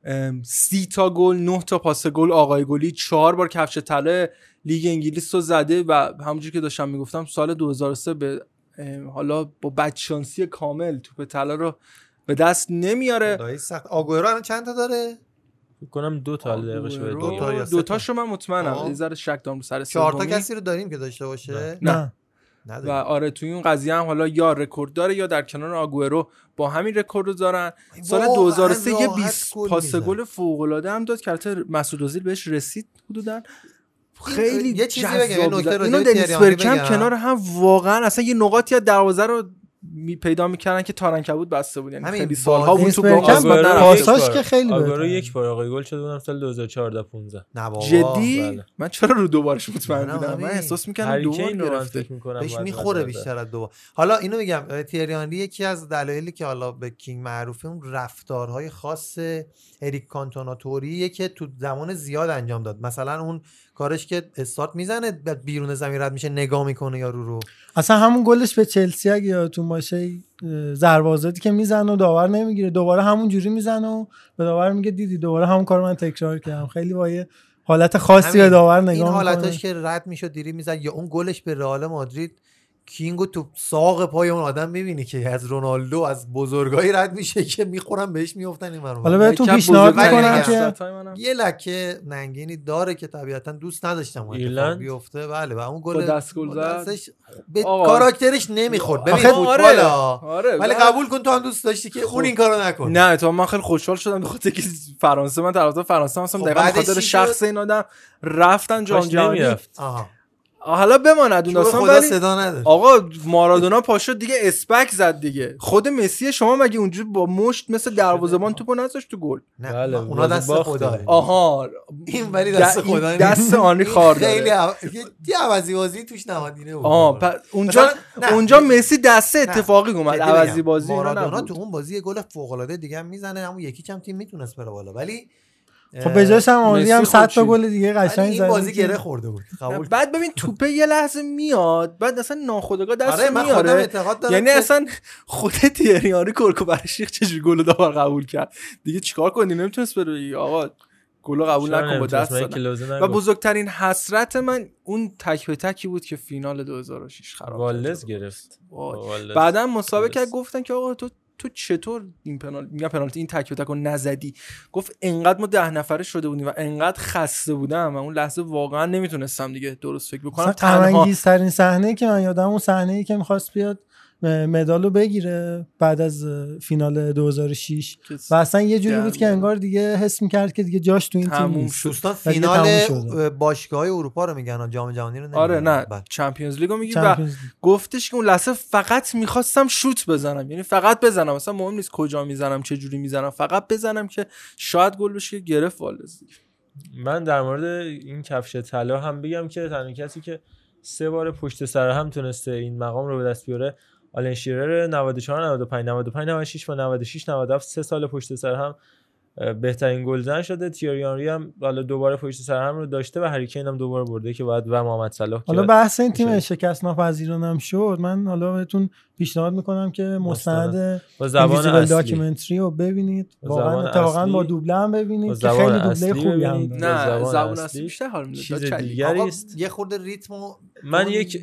سی تا گل، نه تا پاس گل آقای گلی، چهار بار کفش طلا لیگ انگلیس رو زده و همونجوری که داشتم میگفتم سال دو هزار و سه به حالا با بدشانسی کامل توپ طلا رو به دست نمیاره. خدایی سخت. آگوئرو الان چند تا داره؟ فکر کنم دو تا دقیقه شده. دو تا یا دو تاشو من مطمئنم. یه ذره شک دارم سر چهار تا کسی رو داریم که داشته باشه؟ نه. نه. و آره توی اون قضیه هم حالا یا رکورد داره یا در کنار آگوئرو با همین رکورد رو دارن. سال دو هزار و سه یه بیست پاس گل فوق العاده هم داد که البته مسعود اوزیل بهش رسید حدوداً. خیلی یه چیزی بگم، اینو دنیس برکمپ کنار هم واقعا اصلا یه نقاطی از دروازه رو می پیدا میکردن که تارنکبود بسته بود، یعنی خیلی سالها بود تو پاساش که خیلی آگوئرو یک بار آقای گل شده بودم سال دو هزار و چهارده پانزده. جدی بله. من چرا رو دوبارش مطمئن بودم؟ من احساس میکنم دو بار گرفته بهش میخوره بیشتر از دو بار. حالا اینو میگم تیری آنری یکی از دلایلی که حالا به کینگ معروفه اون رفتارهای خاص اریک کانتوناتوریه که تو زمان زیاد انجام داد. مثلا اون کارش که استارت میزنه بیرون زمین رد میشه نگاه میکنه یارو رو. اصلا همون گلش به چلسی اگه یادتون باشه ضربه آزادی که میزنه و داور نمیگیره، دوباره همون جوری میزنه و به داور میگه دیدی دوباره همون کارو من تکرار کردم. خیلی با یه حالت خاصی به داور نگاه میکنه. این حالتاش که رد میشد دیری میزد، یا اون گلش به رئال مادرید کینگو تو ساق پای اون آدم میبینی که از رونالدو از بزرگایی رد میشه که میخورن بهش میافتن این مرو. حالا بهتون پیشنهاد میکنم که یه لکه ننگینی داره که طبیعتا دوست نداشتم اون بیفته. بله و اون گل دست گل زد به کاراکترش نمیخورد. ببین فوتبال آره ولی قبول کن تو هم دوست داشتی که اون این کارو نکنه. نه تو من خیلی خوشحال شدم به خاطر که فرانسه، من طرفدار فرانسه هستم دقیقاً به خاطر شخص این آدم رفتن جام جهانی. حالا بماند اون داستان، ولی صدا نداره. آقا مارادونا پاشو دیگه اسپک زد دیگه. خود مسی شما مگه اونجوری با مشت مثل دروازه‌بان توپو نذاشت تو گل؟ نه بله اونا دست خداه. آها این ولی دست خداه، دست آنری خار داره. خیلی یه عوضی بازی توش نمادینه بود. آها اونجا اونجا مسی دست اتفاقی اومد عوضی بازی. مارادونا تو اون بازی گل فوق العاده دیگه هم میزنه، همون یکی کم تیم میتونست بره بالا، ولی خب به جاش هم آنری هم صد تا گل دیگه قشنگ زد. این بازی گره خورده بود. قبول. بعد ببین توپه یه لحظه میاد بعد اصلا ناخودآگاه دست آره میاره، یعنی اصلا خود تیری آنری کرکو برشیخ چجوری گل داور قبول کرد دیگه چیکار کنی؟ نمیتونست بره آقا گل قبول نکن با دست زدن. و بزرگترین حسرت من اون تک به تکی بود که فینال دو هزار و شش خراب والز گرفت. بعداً مسابقه گفتن که آقا تو تو چطور این پنالتی میگم پنالتی این تک به تک رو نزدی؟ گفت انقدر ما ده نفره شده بودیم و انقدر خسته بودم و اون لحظه واقعا نمیتونستم دیگه درست فکر بکنم. تنها ترین صحنه‌ای که من یادم اون صحنه‌ای که می‌خواست بیاد مدالو بگیره بعد از فینال دو هزار و شش و اصلا یه جوری بود که انگار دیگه حس می‌کرد که دیگه جاش تو این تیم نیست. دوستان فینال باشگاه‌های اروپا رو میگن، جام جهانی رو نمیگن. آره نه چمپیونز لیگو میگی و گفتش که اون لحظه فقط می‌خواستم شوت بزنم، یعنی فقط بزنم، اصلا مهم نیست کجا میزنم چه جوری میزنم، فقط بزنم که شاید گل بشه. گرفت والز. من در مورد این کفش طلا هم بگم که تنها کسی که سه بار پشت سر هم تونسته این مقام رو به دست بیاره آلن شیرر نود و چهار نود و پنج نود و پنج نود و شش و نود و شش نود و هفت سه سال پشت سر هم بهترین گلزن شده. تیری آنری هم حالا دوباره پشت سر هم رو داشته و هری کین هم دوباره برده که بعد و محمد صلاح. حالا بحث این تیم شکست ناپذیرانه هم شد. من حالا بهتون پیشنهاد میکنم که مستند با زبان اصلی داکیومنتری رو ببینید، واقعا اتفاقا با دوبله هم ببینید که خیلی دوبله خوبی هم داره. نه زبان اصلی بیشتر حال میده، چیز دیگری است. یه خورده ریتمو من یک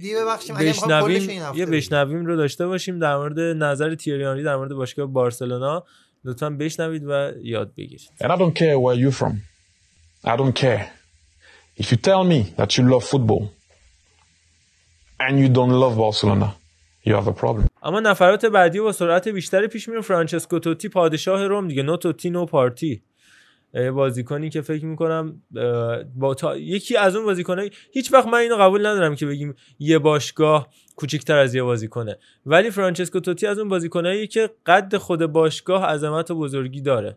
بشنویم یه بشنویم رو داشته باشیم در مورد نظر تیری آنری در مورد باشگاه بارسلونا. لطفاً بشنوید و یاد بگیرید. And I don't care where you're from. I don't care. If you tell me that you love football and you don't love Barcelona, you have a problem. اما نفرات بعدی با سرعت بیشتری پیش میرن. فرانچسکو توتی پادشاه روم دیگه، نو توتی نو پارتی. بازیکنی که فکر میکنم با تا... یکی از اون بازیکنایی، هیچ وقت من اینو قبول ندارم که بگیم یه باشگاه کوچیک‌تر از یه بازیکنه، ولی فرانچسکو توتی از اون بازیکنایی که قد خود باشگاه عظمت و بزرگی داره.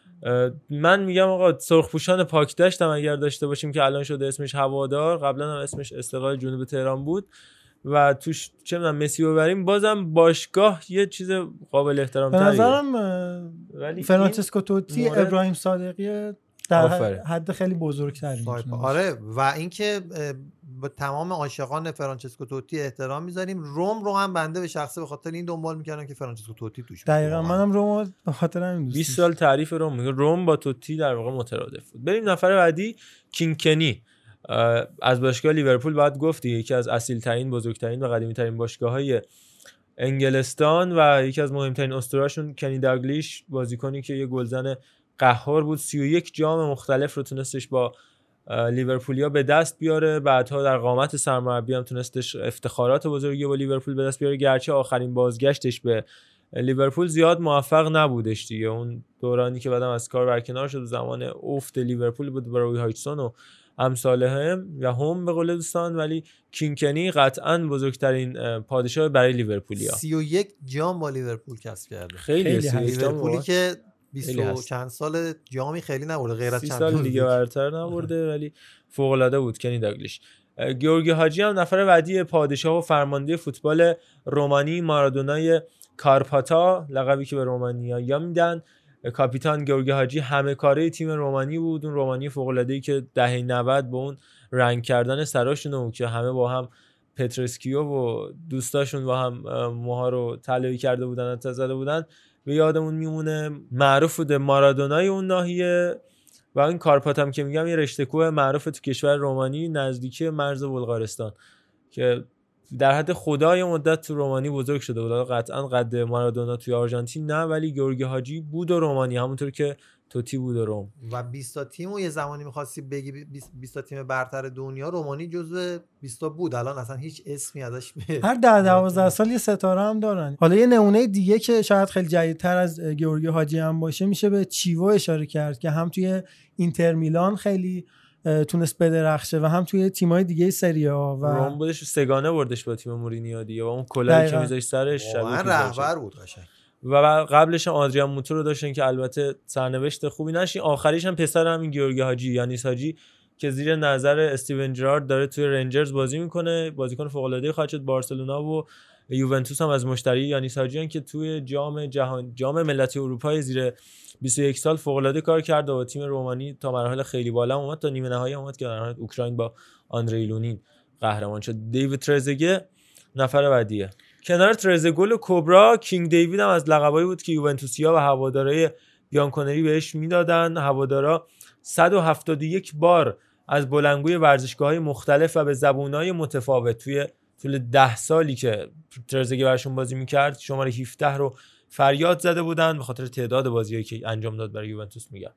من میگم آقا سرخپوشان پاکدشت هم اگر داشته باشیم که الان شده اسمش هوادار، قبلا هم اسمش استقلال جنوب تهران بود و توش چه میدونم مسی ببریم، بازم باشگاه یه چیز قابل احترام تریه. به نظرم فرانچسکو توتی ابراهیم صادقی در آفره. حد خیلی بزرگتری. آره و اینکه با تمام عاشقان فرانچسکو توتی احترام میذاریم. روم رو هم بنده به شخصه به خاطر این دنبال میکردم که فرانچسکو توتی توش بود. دقیقاً منم روم به خاطر همین دوست بیست سال تعریف روم میگه روم با توتی در واقع مترادف بود. بریم نفر بعدی، کینکنی از باشگاه لیورپول. بعد گفتی یکی از اصیل‌ترین، بزرگترین و قدیمی‌ترین باشگاه‌های انگلستان و یکی از مهمترین اسطوره‌شون کنی داگلیش، بازیکنی که یه گلزن قهار بود، سی و یک جام مختلف رو تونستش با لیورپولیا به دست بیاره. بعدها در قامت سرمربی هم تونستش افتخارات بزرگی با لیورپول به دست بیاره، گرچه آخرین بازگشتش به لیورپول زیاد موفق نبودش دیگه. اون دورانی که بعدم از کار برکنار شد زمان افت لیورپول بود با روی هایچسون و امثاله هم یا هم به قول دوستان. ولی کینکنی قطعاً بزرگترین پادشاه برای لیورپولیا، سی و یک جام با لیورپول کسب کرده. خیلی, خیلی لیورپولی که بیست و چند سال جامی خیلی نبرده، غیر از چند سال دیگه برتر نبرده ولی فوق العاده بود کنی داگلیش. گیورگی حاجی هم نفر بعدی پادشاه و فرمانده فوتبال رومانی، مارادونای کارپاتا، لقبی که به رومانیایی‌ها میدن. کاپیتان گیورگی حاجی همه کاره تیم رومانی بود، اون رومانی فوق العاده‌ای که دهه نود با اون رنگ کردن سراشون و که همه با هم پترسکیو و دوستاشون با هم موها رو طلایی کرده بودن، زده بودن، به یادمون میمونه. معروف بوده مارادونای اون ناحیه. و این کارپات هم که میگم یه رشته کوه معروف تو کشور رومانی نزدیکی مرز بلغارستان که در حد خدای مدت تو رومانی بزرگ شده بود. قطعا قد مارادونا توی آرژانتین نه، ولی گیورگی حاجی بود و رومانی، همونطور که توتی بود و روم. و بیست تا تیم و یه زمانی می‌خواستی بگی بیست تا تیم برتر دنیا، رومانی جزو بیست تا بود. الان اصلا هیچ اسمی ازش به هر ده دوازده سال یه ستاره هم دارن. حالا یه نمونه دیگه که شاید خیلی جدیدتر از گیورگی حاجی هم باشه میشه به چیوو اشاره کرد که هم توی اینتر میلان خیلی تونست بدرخشه و هم توی تیم‌های دیگه سری آ و روم بودش سگانه بردش با تیم مورینیو دیگه و اون کلاهی که میذاشت سرش شبیه رهبر بود قشنگ. و قبلش هم آدریان موتو رو داشتن که البته سرنوشت خوبی نشین. آخریش هم پسر همین گیورگی حاجی، یانیس حاجی، که زیر نظر استیون جرارد داره توی رنجرز بازی میکنه، بازیکن فوق العاده خواهد شد. بارسلونا و یوونتوس هم از مشتری یانیس حاجی که توی جام جهان جام ملتی اروپا زیر بیست و یک سال فوق العاده کار کرد و تیم رومانی تا مراحل خیلی بالا اومد، تا نیمه نهایی اومد که در نهایت اوکراین با آندری لونین قهرمان شد. دیوید ترزگه نفر بعدیه. کنار ترزگول و کوبرا، کینگ دیوید هم از لقبایی بود که یوونتوسیا و هوادارهای بیانکونری بهش میدادن. هوادارا صد و هفتاد و یک بار از بلندگوی ورزشگاه‌های مختلف و به زبون‌های متفاوت توی طول ده سالی که ترزگه براشون بازی میکرد شماره هفده رو فریاد زده بودن به خاطر تعداد بازیایی که انجام داد برای یوونتوس. میگم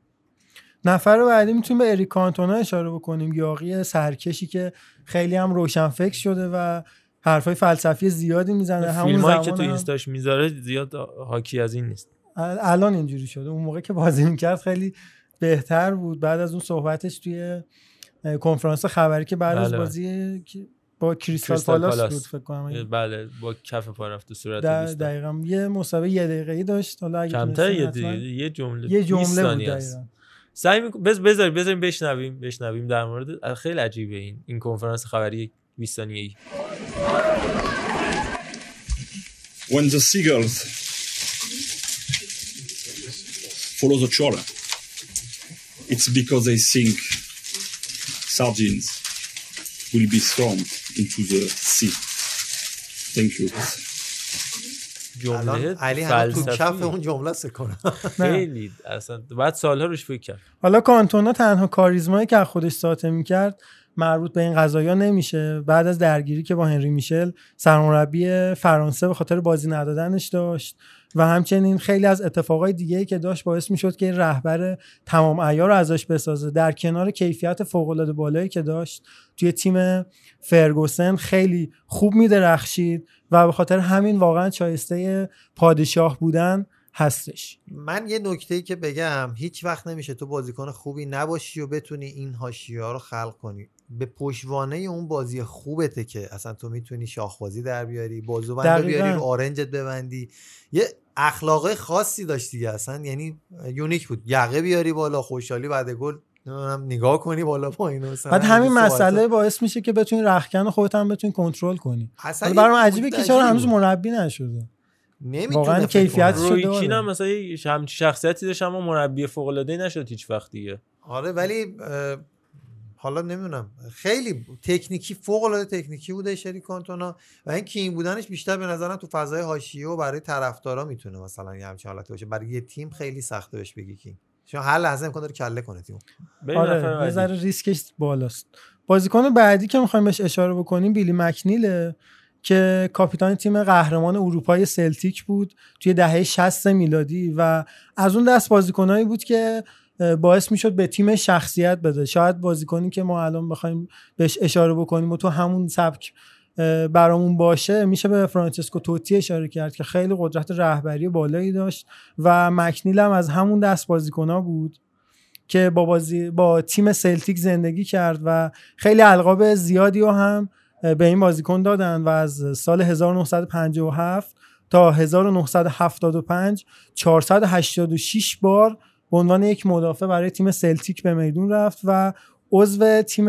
نفر بعدی میتونیم به اریک کانتونا اشاره بکنیم، یاغی سرکشی که خیلی هم روشنفکر شده و حرفای فلسفی زیادی میزنه. همون فیلمایی زمان که تو هم... اینستاش میذاره زیاد حاکی از این نیست. الان اینجوری شده، اون موقع که بازی میکرد خیلی بهتر بود. بعد از اون صحبتش توی کنفرانس خبری که بعد بله. از بازی با کریستال پالاس بود فکر کنم، بله با کف پا رفت تو صورت بیست دقیقاً یه مسابقه یه دقیقه‌ای داشت. حالا اگه کمتر یه دقیقه یه جمله یه جمله بود دقیقاً. سعی می‌کنم بذار بذاریم بشنویم بشنویم در مورد خیلی عجیبه این این کنفرانس خبری بیست ثانیه‌ای. When the seagulls follow the trawler, it's because they think sardines will be thrown into the sea. Thank you. جمله علی هم تو کف اون جمله سکنه خیلی اصلا بعد سالها روش فکر کرد. حالا کانتونا تنها کاریزمایی که خودش ساطع می‌کرد مربوط به این قضایا نمیشه. بعد از درگیری که با هنری میشل سرمربی فرانسه به خاطر بازی ندادنش داشت و همچنین خیلی از اتفاقای دیگه‌ای که داشت باعث میشد که رهبر تمام عیار رو ازش بسازه. در کنار کیفیت فوق‌العاده بالایی که داشت توی تیم فرگوسن خیلی خوب میدرخشید و به خاطر همین واقعا شایسته پادشاه بودن هستش. من یه نکته‌ای که بگم، هیچ وقت نمیشه تو بازیکن خوبی نباشی و بتونی این حاشیه‌ها رو خلق کنی. به پشتوانه اون بازی خوبته که اصلا تو میتونی شاخبازی در بیاری، بازوبند بیاری رو آرنجت ببندی. یه اخلاقای خاصی داشت دیگه، اصلا یعنی یونیک بود. یقه بیاری بالا، خوشحالی بعد گل نگاه کنی بالا پایین. بعد همین مسئله باعث میشه که بتونی رختکن خودت هم بتونی کنترل کنی. حالا برام عجیبه که چرا هنوز مربی نشده. واقعا کیفیت شده. روی کین هم مثلا همچین شخصیتی داشت اما مربی فوق العاده ای نشد هیچ وقت دیگه. آره ولی حالا نمیدونم خیلی تکنیکی فوق العاده تکنیکی بوده اشری کانتونا و این کینگ بودنش بیشتر به نظرم تو فضای حاشیه و برای طرفدارا میتونه مثلا یه همچین حالتی باشه. برای یه تیم خیلی سخته بهش بگی کینگ، چون هر لحظه امکان داره کله کنه تیم. آره یه ذره ریسکش بالاست. بازیکن بعدی که می‌خوایم بهش اشاره بکنیم بیلی مکنیله که کاپیتان تیم قهرمان اروپای سلتیک بود توی دهه شصت میلادی و از اون دست بازیکنایی بود که باعث میشد به تیم شخصیت بده. شاید بازیکنی که ما الان بخوایم بهش اشاره بکنیم و تو همون سبک برامون باشه میشه به فرانچسکو توتی اشاره کرد که خیلی قدرت رهبری بالایی داشت و مکنیل هم از همون دست بازیکن‌ها بود که با بازی با تیم سلتیک زندگی کرد و خیلی القاب زیادی رو هم به این بازیکن دادن و از سال هزار و نهصد و پنجاه و هفت تا هزار و نهصد و هفتاد و پنج چهارصد و هشتاد و شش بار به عنوان یک مدافع برای تیم سلتیک به میدون رفت و عضو تیم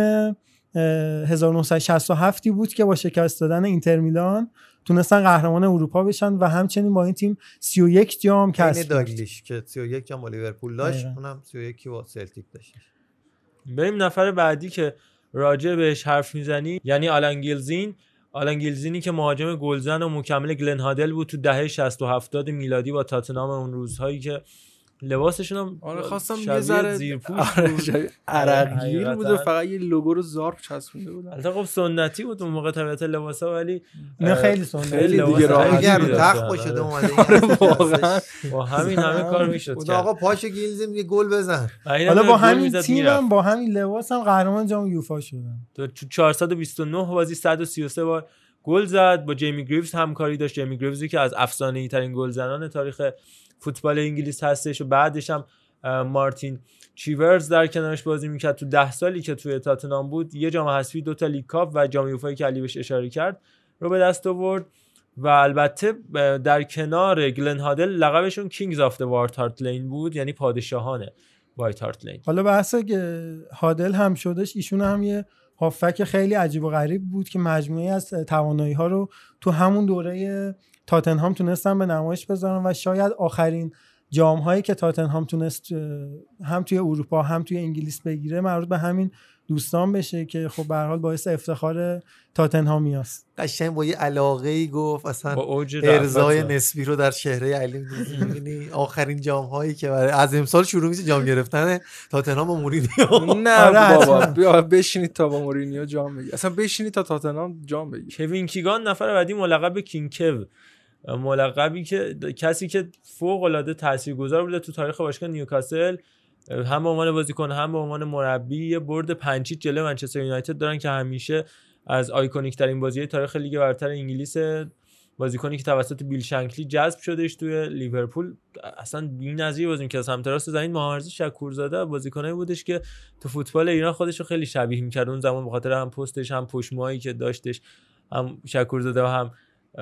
هزار و نهصد و شصت و هفت بود که با شکست دادن اینتر میلان تونستن قهرمان اروپا بشن و همچنین با این تیم سی و یک جام کسب کرد. داگلیش که سی و یک جام با لیورپول داشت، اونم سی و یک با سلتیک داشت. بریم نفر بعدی که راجع بهش حرف میزنی یعنی آلان گیلزین. آلان گیلزینی که مهاجم گلزن و مکمل گلن هادل بود تو دهه شصت و هفتاد میلادی با تاتنهام، اون روزهایی که لباسشون هم آره خواستم یه ذره زیرپوش بود، عرقگیر بود و فقط یه لوگو رو زارپ چسبونده بود. البته خب سنتی بود اون موقع طبیعت لباسا، ولی نه خیلی سنتی خیلی دیگه راحت رو تخت باشه اومده واقعا با همین همه کار میشد کرد. آقا پاشو گیلزیم یه گل بزن. حالا با همین تیمم با همین لباسم قهرمان جام یوفا شدن. تو چهارصد و بیست و نه بازی صد و سی و سه بار گل زد. با جیمی گریوز همکاری داشت. جیمی گریوزی که از افسانه‌ای ترین گلزنان تاریخ فوتبال انگلیس هستش و بعدش هم مارتین چیورز در کنارش بازی میکرد. تو ده سالی که توی تاتنهام بود یه جام حذفی، دو تا لیگ کاپ و جام یوفایی که علی بهش اشاره کرد رو به دست آورد و البته در کنار گلن هادل لقبشون کینگز آف دی وایت هارت لین بود، یعنی پادشاهان وایت هارت لین. حالا بحث هادل هم شدش، ایشون هم یه هافک خیلی عجیب و غریب بود که مجموعی از توانایی‌ها رو تو همون دوره تاتنهام تونستن به نمایش بذارن و شاید آخرین جام هایی که تاتنهام تونست هم توی اروپا هم توی انگلیس بگیره مربوط به همین دوستان بشه که خب به هر حال باعث افتخار تاتنهامی است. قشنگ با یه علاقه‌ای گفت اصلا ارضای نسبی رو در چهره علی می‌بینی. آخرین جام هایی که برای از امسال شروع میشه جام گرفتن تاتنهام با مورینیو. نه بابا بیا بشینید تا با مورینیو جام بگیری، اصلا بشینید تا تاتنهام جام بگیره. کوین کیگان نفر بعدی ملقب کینگ کو، ملقبی که کسی که فوق العاده تاثیرگذار بوده تو تاریخ باشگاه نیوکاسل، هم به عنوان بازیکن هم به عنوان مربی. یه برد پنج جلوی منچستر یونایتد دارن که همیشه از آیکونیک ترین بازی تاریخ لیگ برتر انگلیس، بازیکنی که توسط بیل شنکلی جذب شدهش توی لیورپول. اصلا بی‌نظیر بازی می‌کرد. سمت راست زمین محمد شکورزاده بازیکنایی بودش که تو فوتبال ایران خودش رو خیلی شبیه می‌کرد اون زمان، به خاطر هم پستش هم پشمایی که داشتش، هم شکورزاده و هم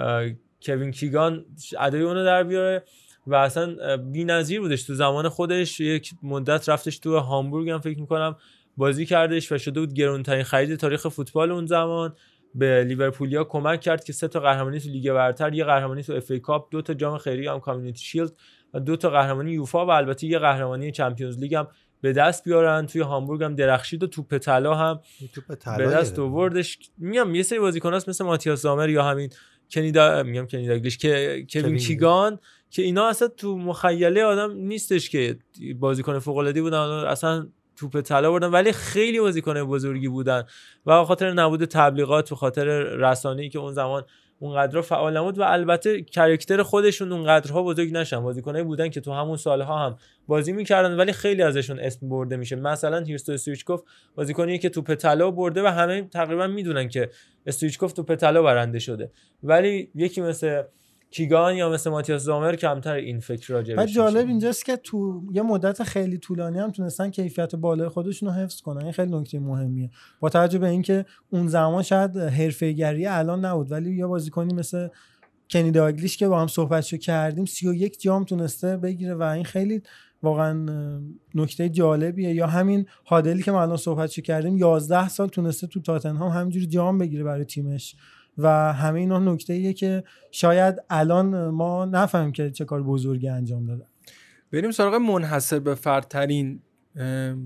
کوین کیگان ادای اونو در بیاره و اصلا بی‌نظیر بودش تو زمان خودش. یک مدت رفتش تو هامبورگ هم فکر می‌کنم بازی کردش و شده بود گرانترین خرید تاریخ فوتبال اون زمان. به لیورپولیا کمک کرد که سه تا قهرمانی تو لیگ برتر، یه قهرمانی تو اف ای کاپ، دو تا جام خیریه هم کامیونیتی شیلد و دو تا قهرمانی یوفا و البته یه قهرمانی چمپیونز لیگ هم به دست بیارن. توی هامبورگ هم درخشید و توپ طلا هم به دست آوردش. میگم یه سری بازیکناست مثل ماتیاس زامر یا همین کنیدا میگم کنیدا انگلیش که کوین کیگان که اینا اصلا تو مخیله آدم نیستش که بازیکن فوق العاده بودن، اصلا توپ طلا بردن، ولی خیلی بازیکن بزرگی بودن و به خاطر نبود تبلیغات، به خاطر رسانه‌ای که اون زمان اونقدر فعال نبود و البته کاراکتر خودشون اونقدرها بزرگ نشن. بازیکنایی بودن که تو همون سالها هم بازی میکردن ولی خیلی ازشون اسم برده میشه. مثلا هیرستو استویچکوف بازیکنیه که توپ طلا برده و همه تقریبا میدونن که استویچکوف توپ طلا برنده شده، ولی یکی مثل کیگان یا مثل ماتیاس زامر کمتر این فکر راجع بهش. جالب اینجاست که تو یه مدت خیلی طولانی هم تونستن کیفیت بالای خودشون رو حفظ کنن. این خیلی نکته مهمیه با توجه به اینکه اون زمان شاید حرفه‌ای‌گری الان نبود، ولی یا بازیکنی مثل کنی داگلیش که با هم صحبتشو کردیم سی و یک جام تونسته بگیره و این خیلی واقعا نکته جالبیه. یا همین هادلی که ما الان صحبتشو کردیم یازده سال تونسته تو تاتنهام همینجوری جام بگیره برای تیمش و همه اینا نکته‌ایه که شاید الان ما نفهمیم که چه کار بزرگی انجام دادن. بریم سراغ منحصر به فردترین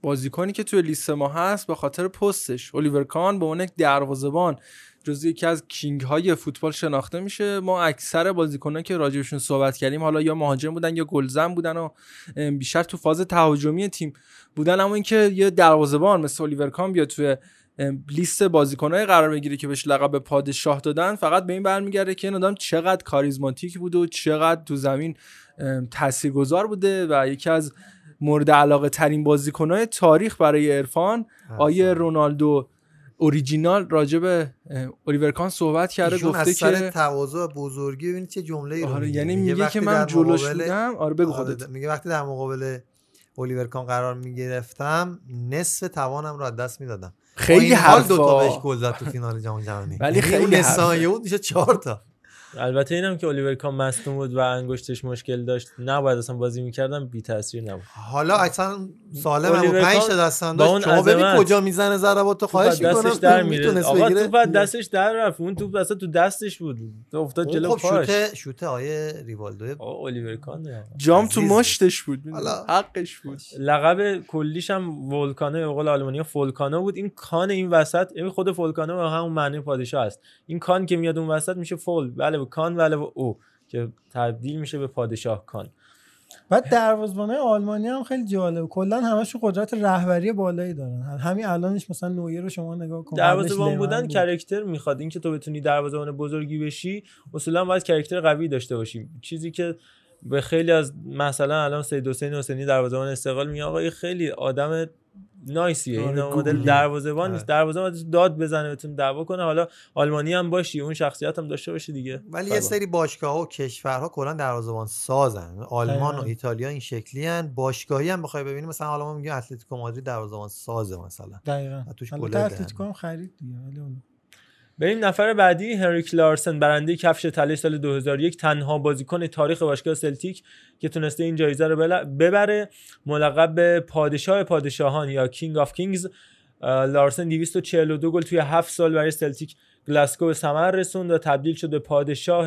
بازیکنی که توی لیست ما هست به خاطر پستش. الیور کان به عنوان یک دروازه‌بان جزو یکی از کینگ های فوتبال شناخته میشه. ما اکثر بازیکنان که راجبشون صحبت کردیم حالا یا مهاجم بودن یا گلزن بودن و بیشتر تو فاز تهاجمی تیم بودن، اما اینکه یه دروازه‌بان مثل الیور کان بیاد توی لیست بازیکن‌های قرار بگیره که بهش لقب پادشاه دادن، فقط به این برمیگرده که این آدم چقدر کاریزماتیک بوده و چقدر تو زمین تاثیرگذار بوده و یکی از مورد علاقه ترین بازیکن‌های تاریخ برای عرفان آیه رونالدو اوریجینال راجع به الیور کان صحبت کرده، گفته که از سر تواضع بزرگی ببینید چه جمله‌ای رو آره میگه. یعنی میگه که من جلوش بودم. آره بگو خودت. آره میگه وقتی در مقابل الیور کان قرار میگرفتم نصف توانم رو از دست میدادم. خیلی حرفا دو تا بهش گل زد تو فینال جام جهانی، ولی خیلی نصفه بود میشه چهار تا. البته اینم که الیور کان مصدوم بود و انگشتش مشکل داشت، نباید اصلا بازی می‌کردم، بی تاثیر نبود. حالا اصلا سالم هم پنج تا دستان داشت، شما ببین کجا میزنه ضرباتو، خواهش می‌کنم در میره. آقا توپ دستش در رفت، اون توپ اصلا تو دستش بود، افتاد جلو پاش. خب شوت شوت آیه ریوالدو آقا الیور کان جام تو مشتش بود، حقش بود. لقب کلیش هم ولکانو به قول آلمانی‌ها فولکانو بود. این کان این وسط، این خود فولکانو به همون معنی پادشاه است. این کان که میاد اون وسط میشه فول، بله کان ولی او که تبدیل میشه به پادشاه کان. بعد دروازه‌بانای آلمانی هم خیلی جالب، کلا همشون قدرت رهبری بالایی دارن. همین الانش مثلا نویر رو شما نگاه کن، دروازه‌بان بودن کاراکتر میخواد. اینکه تو بتونی دروازه‌بان بزرگی بشی اصولا باید کاراکتر قوی داشته باشی، چیزی که به خیلی از مثلا الان سید حسین حسینی دروازه‌بان استقلال میگه آقا این خیلی آدم نایسیه، این مدل دروازه‌بان نیست، دروازه‌بان داد بزنه بتونه دعوا کنه. حالا آلمانی هم باشی، اون شخصیت هم داشته باشی دیگه. ولی یه سری باشگاه‌ها و کشورها کلا دروازه‌بان سازن، آلمان و ایتالیا این شکلی ان. باشگاهی هم بخوای ببینیم مثلا حالا ما میگیم اتلتیکو مادرید دروازه‌بان سازه مثلا، دقیقاً توش گل اتلتیکو هم خرید دیگه. ولی اون بریم نفر بعدی، هنریک لارسن، برنده کفش طلای سال دو هزار و یک، تنها بازیکن تاریخ باشگاه سلتیک که تونسته این جایزه رو ببره، ملقب به پادشاه پادشاهان یا کینگ آف کینگز. لارسن دویست و چهل و دو گل توی هفت سال برای سلتیک گلاسکو به ثمر رسوند و تبدیل شد به پادشاه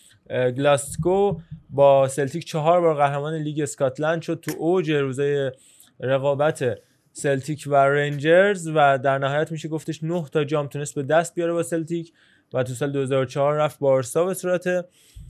گلاسکو. با سلتیک چهار بار قهرمان لیگ اسکاتلند شد، تو اوج روزه رقابت سلتیک و رنجرز و در نهایت میشه گفتش نه تا جام تونست به دست بیاره با سلتیک و تو سال دو هزار و چهار رفت بارسا به صورت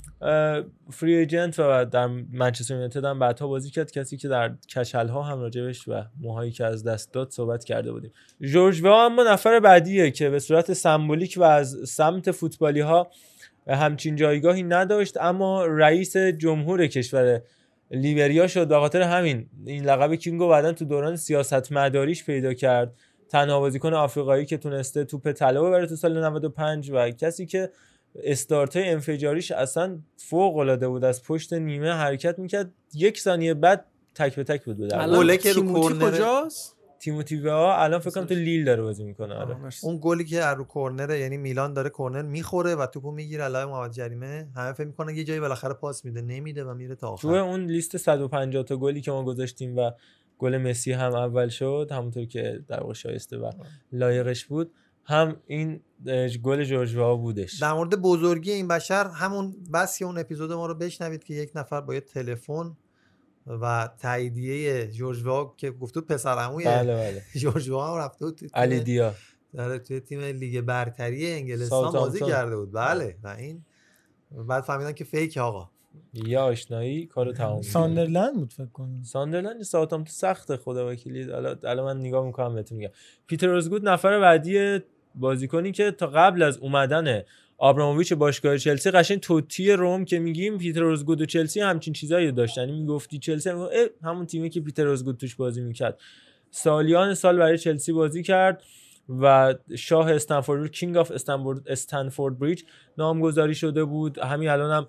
فری ایجنت و در منچستر یونایتد هم بعدها بازی کرد، کسی که در کچل‌ها هم راجبش و موهایی که از دست داد صحبت کرده بودیم. جورج ویا اما نفر بعدیه که به صورت سمبولیک و از سمت فوتبالی ها همچین جایگاهی نداشت، اما رئیس جمهور کشور لیبریا شد. به خاطر همین این لقب کینگو بعدن تو دوران سیاست مداریش پیدا کرد. تنها بازیکن آفریقایی که تونسته توپ طلا ببره تو سال نود و پنج و کسی که استارتای انفجاریش اصلا فوق العاده بود، از پشت نیمه حرکت میکرد، یک ثانیه بعد تک به تک بود بود. گلی که رو کورنر کجاست؟ تیموتی ویا الان فکر کنم تو لیل داره بازی میکنه. آره اون گلی که رو کورنر، یعنی میلان داره کورنر میخوره و توپو میگیره علاوه محمد جریمه، همه فکر میکنن یه جایی بالاخره پاس میده، نمیده و میره تا آخر. تو اون لیست صد و پنجاه تا گلی که ما گذاشتیم و گل مسی هم اول شد، همونطور که در واقع شایسته و لایقش بود، هم این گل جورج ویا بودش. در مورد بزرگی این بشر همون بس اون اپیزود ما رو بشنوید که یک نفر با یه تلفن و تاییدیه جورج ویا که گفت بود پسر عموی بله بله جورج ویا هم رفته بود علی دیا در توی تیم لیگ برتری انگلستان بازی کرده بود. بله و این بعد فهمیدن که فیک آقا، یا آشنایی کارو تمام. ساندرلند بود فکر کنم. ساندرلند ساوثهامپتون سخته خدا وکیلی. حالا الان من نگاه میکنم بهتون میگم. پیتر روزگود نفر بعدی بازیکنی که تا قبل از اومدن آبراموویچ باشگاه چلسی قشنگ توتی روم که میگیم پیتر روزگود و چلسی همچین چیزایی داشتن. یعنی میگفتی چلسی همون تیمی که پیتر روزگود توش بازی میکرد. سالیان سال برای چلسی بازی کرد و شاه استنفورد، کینگ آف استنفورد استنفورد بریج نامگذاری شده بود. همین الان هم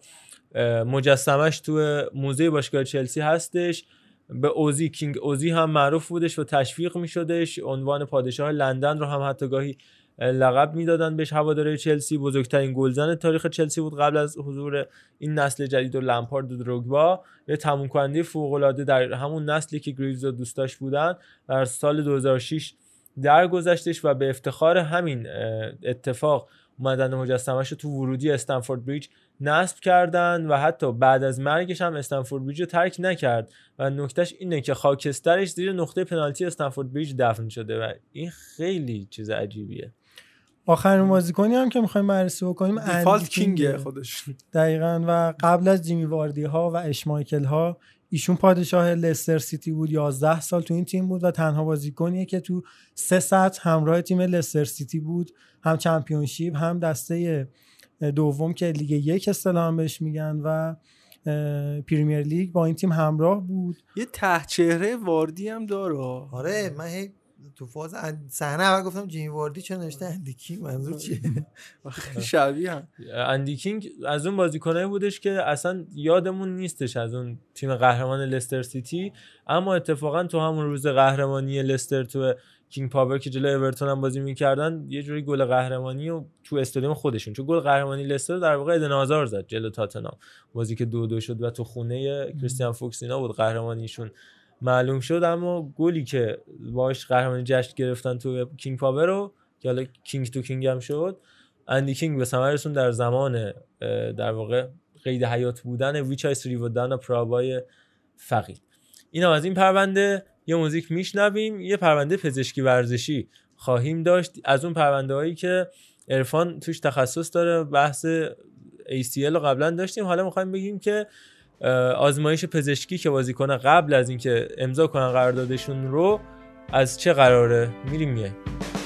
مجسمش تو موزه باشگاه چلسی هستش. به اوزی، کینگ اوزی هم معروف بودش و تشویق میشدش. عنوان پادشاه لندن رو هم حتی گاهی لقب میدادن بهش هواداره چلسی. بزرگترین گلزن تاریخ چلسی بود قبل از حضور این نسل جدید و لمپارد و دروگبا. یه تموم کننده فوق العاده در همون نسلی که گریوز و دوستاش بودن. در سال دو هزار و شش درگذشتش و به افتخار همین اتفاق اومدن مجسمه‌اش رو تو ورودی استنفورد بریج نصب کردن و حتی بعد از مرگش هم استنفورد بریج رو ترک نکرد و نکتهش اینه که خاکسترش زیر نقطه پنالتی استنفورد بریج دفن شده و این خیلی چیز عجیبیه. آخرین بازیکنی هم که می‌خوایم بررسی بکنیم دیفالت کینگ خودش دقیقاً و قبل از جیمی واردی ها و اشمایکل ها ایشون پادشاه لستر سیتی بود. یازده سال تو این تیم بود و تنها بازیکنیه که تو سه سطح همراه تیم لستر سیتی بود، هم چمپیونشیپ هم دسته دوم که لیگ یک اصطلاحاً بهش میگن و پریمیر لیگ با این تیم همراه بود. یه ته چهره واردی هم داره. آره من هی تو فاز صحنه اول گفتم جیمی واردی چون نوشته اندی کینگ منظور چیه؟ خیلی شبیه هم. اندی کینگ از اون بازیکنایی بودش که اصلا یادمون نیستش از اون تیم قهرمان لستر سیتی، اما اتفاقا تو همون روز قهرمانی لستر تو کینگ پاور که جلوی اورتون هم بازی می‌کردن یه جوری گل قهرمانی و تو استادیوم خودشون، چون گل قهرمانی لستر در واقع ایدن هازارد زد جلوی تاتنهام، بازی که دو دو شد و تو خونه کریستیان فوکس اینا بود قهرمانیشون معلوم شد، اما گلی که باهاش قهرمانی جشن گرفتن تو کینگ پاور رو که حالا کینگ تو کینگ هم شد، اندی کینگ به ثمر رسون در زمان در واقع قید حیات بودن ویچای سریودانا پرابای فقید. اینا از این پرونده. یه موزیک میشنویم، یه پرونده پزشکی ورزشی خواهیم داشت از اون پرونده هایی که عرفان توش تخصص داره. بحث ای سی ال رو قبلا داشتیم، حالا میخوایم بگیم که آزمایش پزشکی که بازیکن قبل از اینکه امضا کنن قراردادشون رو از چه قراره. میریم میایم.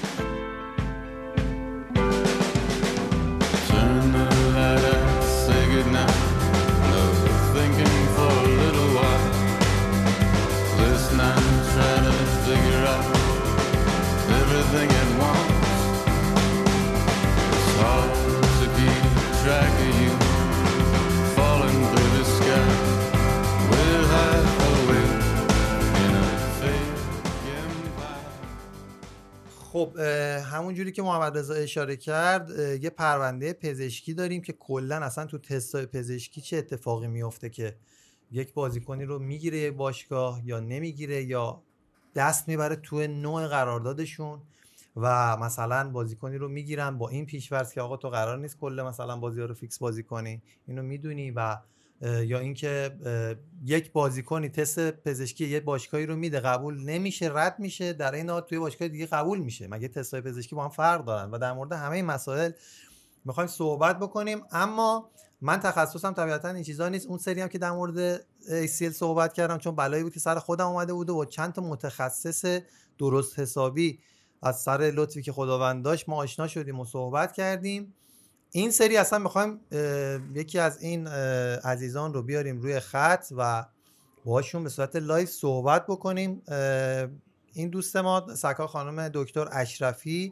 خب همون جوری که محمد رضا اشاره کرد یه پرونده پزشکی داریم که کلا اصلا تو تستای پزشکی چه اتفاقی میفته که یک بازیکنی رو میگیره یه باشگاه یا نمیگیره یا دست میبره تو نوع قراردادشون و مثلا بازیکنی رو میگیرن با این پیش‌فرض که آقا تو قرار نیست کل مثلا بازی‌ها رو فیکس بازی کنی، اینو میدونی، و یا اینکه یک بازیکنی تست پزشکی یک باشگاهی رو میده قبول نمیشه رد میشه، در این حال توی باشگاه دیگه قبول میشه. مگه تست‌های پزشکی با هم فرق دارن؟ و در مورد همه این مسائل میخوایم صحبت بکنیم. اما من تخصصم طبیعتا این چیزا نیست. اون سری هم که در مورد ای سی ال صحبت کردم چون بلایی بود که سر خودم اومده بود و چند تا متخصص درست حسابی از سر لطفی که خداوند داشت ما آشنا شدیم و صحبت کردیم. این سری اصلا میخوایم یکی از این عزیزان رو بیاریم روی خط و باهاشون به صورت لایو صحبت بکنیم. این دوست ما سکا خانم دکتر اشرفی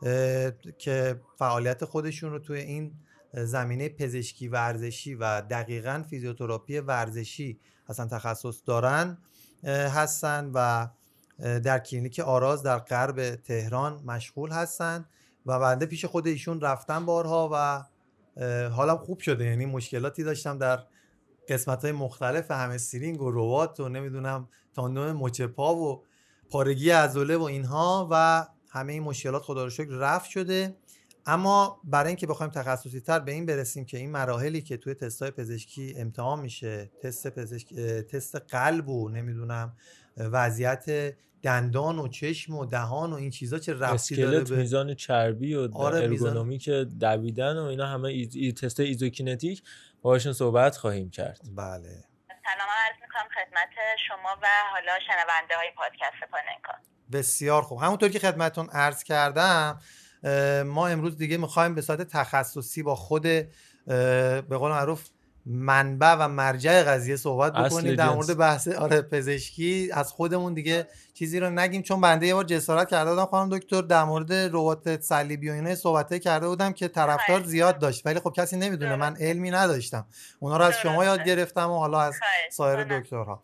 که فعالیت خودشون رو توی این زمینه پزشکی ورزشی و دقیقاً فیزیوتراپی ورزشی اصلا تخصص دارن هستن و در کلینیک آراز در غرب تهران مشغول هستن و بنده پیش خود ایشون رفتم بارها و حالم خوب شده. یعنی مشکلاتی داشتم در قسمت‌های مختلف همسترینگ و رباط و نمیدونم تاندون مچ پا و پارگی عضله و اینها و همه این مشکلات خدا رو شکر رفع شده. اما برای اینکه بخوایم تخصصی تر به این برسیم که این مراحلی که توی تست‌های پزشکی امتحان میشه، تست پزشک تست قلب و نمیدونم وضعیت دندان و چشم و دهان و این چیزا چه ربطی داره به میزان چربی و آره ارگونومی که دویدن و اینا همه ایز... ای... تست ایزوکینتیک باهاشون صحبت خواهیم کرد. بله. سلام عرض می‌کنم خدمت شما و حالا شنونده های پادکست پاننکا. بسیار خوب. همونطور که خدمتتون عرض کردم ما امروز دیگه می‌خوایم به صورت تخصصی با خود به قول معروف منبع و مرجع قضیه صحبت بکنیم در مورد بحث آره پزشکی. از خودمون دیگه چیزی رو نگیم چون بنده یه بار جسارت کرده بودم خانم دکتر در مورد ربات صلیبی و اینا صحبت کرده بودم که طرفدار زیاد داشت ولی خب کسی نمیدونه، من علمی نداشتم، اونا رو از شما یاد گرفتم و حالا از سایر دکترها.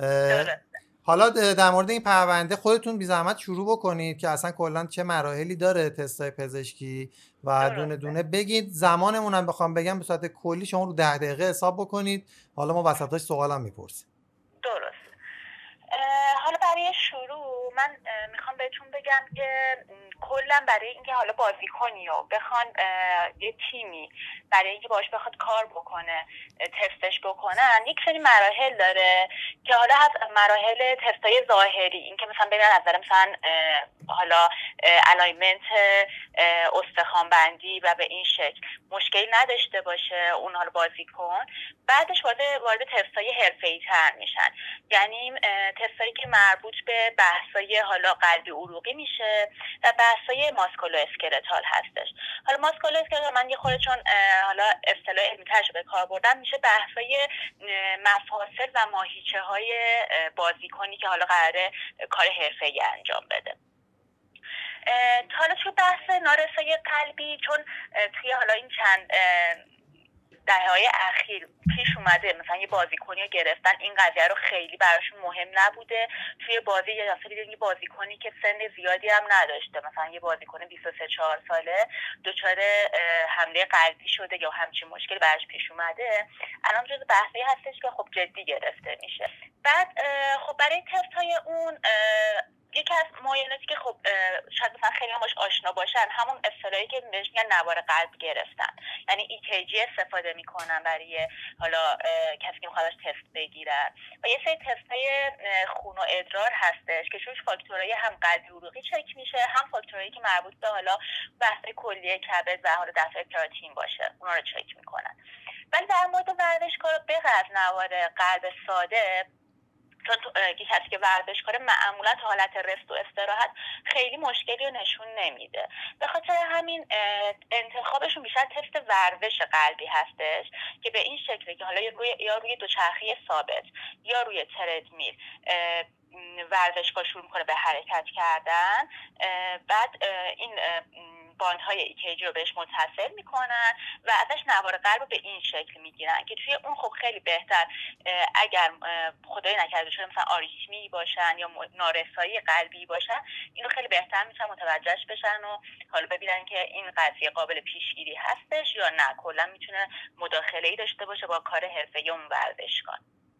حالا در مورد این پرونده خودتون بی زحمت شروع بکنید که اصلا کلا چه مراحلی داره تستای پزشکی و دونه دونه بگید. زمانمون هم بخوام بگم به صورت کلی شما رو ده دقیقه حساب بکنید، حالا ما وسطاش سوالم میپرسیم. درست. حالا برای شروع من من میخوام بهتون بگم که کلا برای اینکه حالا بازیکنی و بخوان یه تیمی برای اینکه باهاش بخواد کار بکنه تستش بکنن یک سری مراحل داره که حالا از مراحل تستای ظاهری، اینکه مثلا ببینن از نظر مثلا حالا الاینمنت استخوان بندی و به این شکل مشکلی نداشته باشه اون حالا بازیکن، بعدش وارد وارد تستای حرفه‌ای تر میشن. یعنی تستایی که مربوط به بحثای حالا قلبی عروقی میشه و بحثای ماسکولو اسکلتال هستش. حالا ماسکولو اسکلتال من یه خورده چون حالا اصطلاح علمی‌ترش به کار بردم، میشه بحثای مفاصل و ماهیچه های بازیکنی که حالا قراره کار حرفه‌ای انجام بده. حالا توی بحث نارسایی قلبی، چون توی حالا این چند دهه‌های اخیر پیش اومده مثلا یه بازیکنی رو گرفتن، این قضیه رو خیلی براشون مهم نبوده. توی بازی یه دفعه دیدن یه بازیکنی که سن زیادی هم نداشته، مثلا یه بازیکن بیست و سه چهار ساله دچار حمله قلبی شده یا همچین مشکلی براش پیش اومده، الان جزو بحثی هستش که خب جدی گرفته میشه. بعد خب برای تست‌های اون یکی از معایناتی که خب شاید مثلا خیلی هم باش آشنا باشن، همون اصطلاحی که بهش میگن نوار قلب گرفتن، یعنی ای کی جی استفاده میکنن برای حالا کسی که میخواد تست بگیرن. و یه سری تستای خون و ادرار هستش که توش فاکتورهای هم قلبی عروقی چک میشه، هم فاکتورهایی که مربوط به حالا بحث کلیه کبد و حالا دفع کراتین باشه، اونا رو چک میکنن. ولی در مورد ورزشکار بغیر از نوار قلب ساده، چون کسی که ورزش کاره معمولا تا حالت رست و استراحت خیلی مشکلی رو نشون نمیده، به خاطر همین انتخابشون بیشتر تست ورزش قلبی هستش که به این شکله که حالا روی یا روی دوچرخه ثابت یا روی تردمیل ورزشکار شروع میکنه به حرکت کردن، بعد این باندهای ای کی جی رو بهش متصل میکنن و ازش نوار قلب رو به این شکل میگیرن که توی اون خب خیلی بهتر اگر خدای نکرده شده مثلا آریتمی باشن یا نارسایی قلبی باشن، اینو خیلی بهتر میتونن متوجهش بشن و حالا ببینن که این قضیه قابل پیشگیری هستش یا نه، کلا میتونه مداخله‌ای داشته باشه با کار حرفه‌ای اون ورزشکار.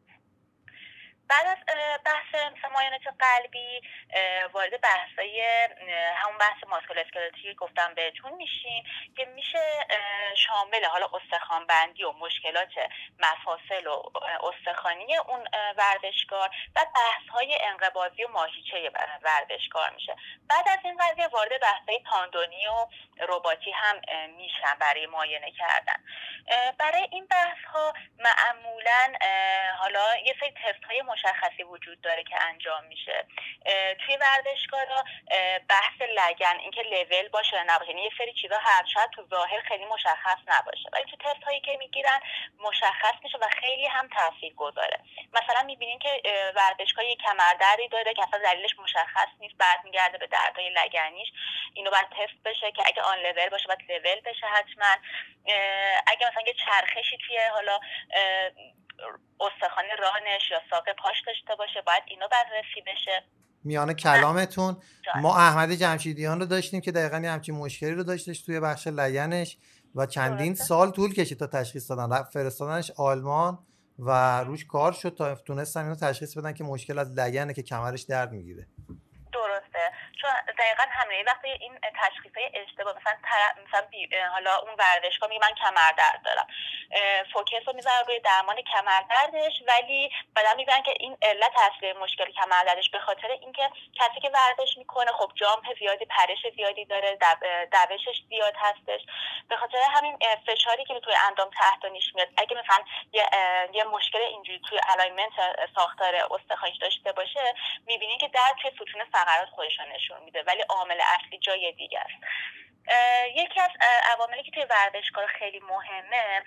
بعد از بحث مثلا معاینات قلبی وارد بحثای همون بحث ماسکولو اسکلتالی گفتم بهتون میشیم که میشه شامل حالا استخوان بندی و مشکلات مفاصل و استخوانی اون ورزشکار و بحث‌های انقباضی و ماهیچه ورزشکار میشه. بعد از این قضیه وارد بحث‌های تاندونی و رباطی هم میشن برای معاینه کردن. برای این بحث‌ها معمولاً حالا یه سری تست‌های مشخصی وجود داره که انجام میشه توی ورزشکارا. بحث لگن، اینکه لول باشه یا نباشه، یعنی یه سری چیزا هر شاید تو ظاهر خیلی مشخص نباشه ولی تو تست هایی که میگیرن مشخص میشه و خیلی هم تاثیرگذاره. مثلا میبینین که ورزشکار یه کمردردی داره که اصلا دلیلش مشخص نیست، بعد میگرده به دردهای لگنیش، اینو باید تست بشه که اگه آن لول باشه باید لول بشه حتما. اگه مثلا یه چرخشی توی حالا استخوان رانش یا ساق پاش داشته باشه باید اینو بررسی بشه. میانه کلامتون ما احمد جمشیدیان رو داشتیم که دقیقاً همچین مشکلی رو داشتش توی بخش لگنش و چندین سال طول کشید تا تشخیص دادن، فرستادنش آلمان و روش کار شد تا تونستن اینو تشخیص بدن که مشکل از لگنه که کمرش درد میگیره. درسته، چون دقیقاً همین وقتی این تشخیصای اشتباه مثلا تر... مثلا بی... حالا اون ورزشکار میگه من کمر درد دارم، فوکس رو میذاره روی درمان کمر دردش، ولی بعدا میگن که این علت اصلی مشکل کمر دردش به خاطر اینکه کسی که ورزش میکنه خب جامپ زیادی، پرش زیادی داره، دوشش زیاد هستش، به خاطر همین فشاری که توی اندام تحتانیش میاد اگه مثلا یه, یه مشکل اینجوری توی الاینمنت ساختار استخوانش داشته باشه میبینی که درد توی ستون فقرات خودش نشون میده ولی عامل اصلی جای دیگه است. یکی از عواملی که توی ورزشکار خیلی مهمه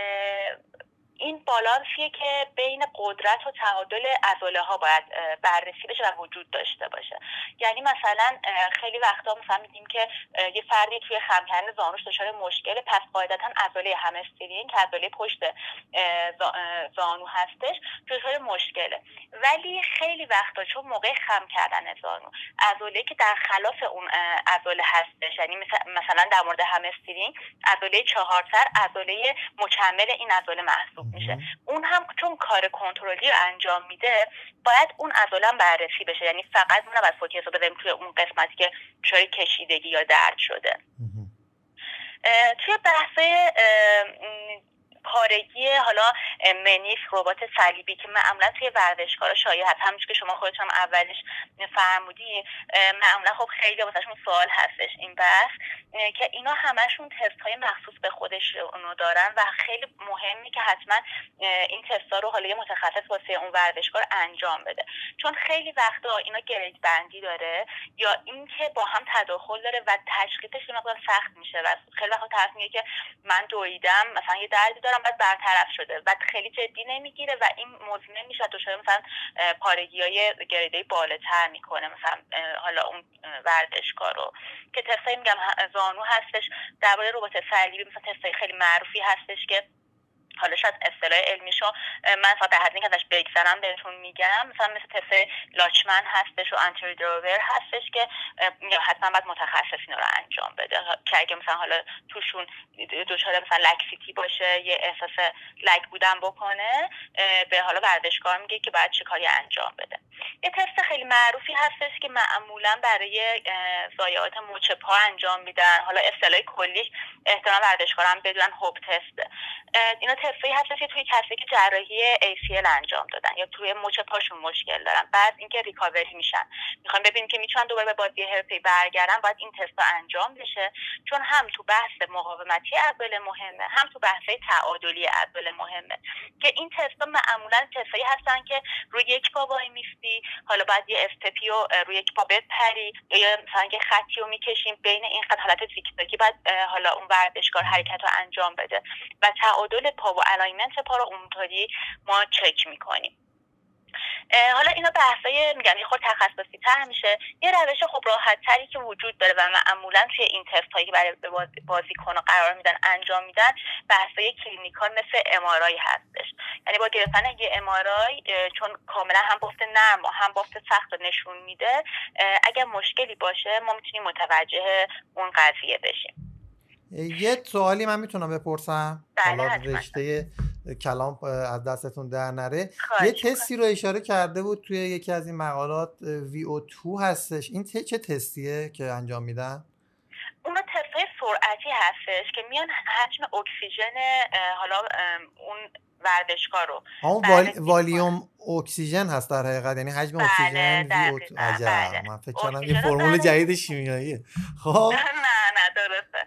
این بالانسیه که بین قدرت و تعادل عضله ها باید بررسی بشه و وجود داشته باشه. یعنی مثلا خیلی وقتا مثلا میگیم که یه فردی توی خم کردن زانوش دچار مشکل، پس قاعدتا عضله همسترینگ که عضله پشت زانو هستش دچار مشکله. ولی خیلی وقتا چون موقع خم کردن زانو عضله که در خلاف اون عضله هستش، یعنی مثلا در مورد همسترینگ عضله چهار سر عضله مکمل این عضله محسوب میشه، اون هم چون کار کنترل کنترلی رو انجام میده باید اون عضله بررسی بشه، یعنی فقط ما نباید فوکس رو بذاریم توی اون قسمتی که دچار کشیدگی یا درد شده. توی بحث پارگی حالا منیسک رباط صلیبی که معمولا توی ورزشکارا شایع هست، همونش که شما خودتون هم اولش فرمودی، معمولا خب خیلی واسهشون سوال هستش این بحث که اینا همشون تست های مخصوص به خودشونو دارن و خیلی مهمه که حتما این تستا رو حالا یه متخصص واسه اون ورزشکار انجام بده، چون خیلی وقتا اینا گرید بندی داره یا اینکه با هم تداخل داره و تشخیصش یه مقدار سخت میشه و خیلی وقتا طرف میگه که من دویدم مثلا یه دردی دارم بعد برطرف شده و خیلی جدی نمیگیره و این مزمن میشه دچار مثلا پارگی‌های گریده بالاتر میکنه مثلا حالا اون ورزشکار رو که تستای میگم زانو هستش. درباره رباط صلیبی مثلا تستای خیلی معروفی هستش که حالا شاید اصطلاح علمیشو من فقط در حد اینکه ازش بگذرم بهتون میگم، مثلا مثل تست لاچمن هستش و انتری دروور هستش که حتما باید متخصص اینا رو انجام بده که اگه مثلا حالا توشون دچار مثلا لکسیتی باشه یه احساس لک بودن بکنه به حالا ورزشکار میگه که باید چه کاری انجام بده. یه تست خیلی معروفی هستش که معمولا برای ضایعات مچ پا انجام میدن، حالا اصطلاح کلیش احتمال ورزشکاران بدونن هوب تست. اینا تستایی هستش که توی کسایی که جراحی ای سی ال انجام دادن یا توی مچ پاشون مشکل دارن بعد اینکه ریکاوری میشن میخوام ببینیم که میتونن دوباره به بازی حرفه‌ای برگردن، باید این تستا انجام بشه، چون هم تو بحث مقاومتی عضله مهمه هم تو بحث تعادلی عضله مهمه که این تستا معمولا تستایی هستن که روی یک پا وای میستی، حالا بعد یه استپی رو روی یک پا بپری یا مثلا یه خطی رو میکشیم بین این خط حالت زیگزاگی بعد حالا اون ورزشکار حرکت رو انجام بده و تعادل پا و الاینمنت پا رو اونطوری ما چک میکنیم. حالا اینا بحثای میگم یه خورده تخصصی تر میشه. یه روش خب راحت تری که وجود داره و معمولا توی این تست هایی که برای بازیکن قرار میدن انجام میدن بحثای کلینیکال مثل ام آر آی هستش، یعنی با گرفتن یه ام آر آی چون کاملا هم بافت نرم و هم بافت سخت رو نشون میده اگر مشکلی باشه ما میتونیم متوجه اون قضیه بشیم. یه سوالی من میتونم بپرسم؟ بله حالا رشته کلام از دستتون در نره. یه تستی رو اشاره کرده بود توی یکی از این مقالات وی او تو هستش، این چه تستیه که انجام میدن؟ اون تستای سرعتی هستش که میان حجم اکسیژن حالا اون ورزشکار رو اون وال... والیوم اکسیژن هست در حقیقت، یعنی حجم اکسیژن وی او تو. عجب، من فکر کنم یه فرمول جدید شیمیاییه. خب نه نه درسته،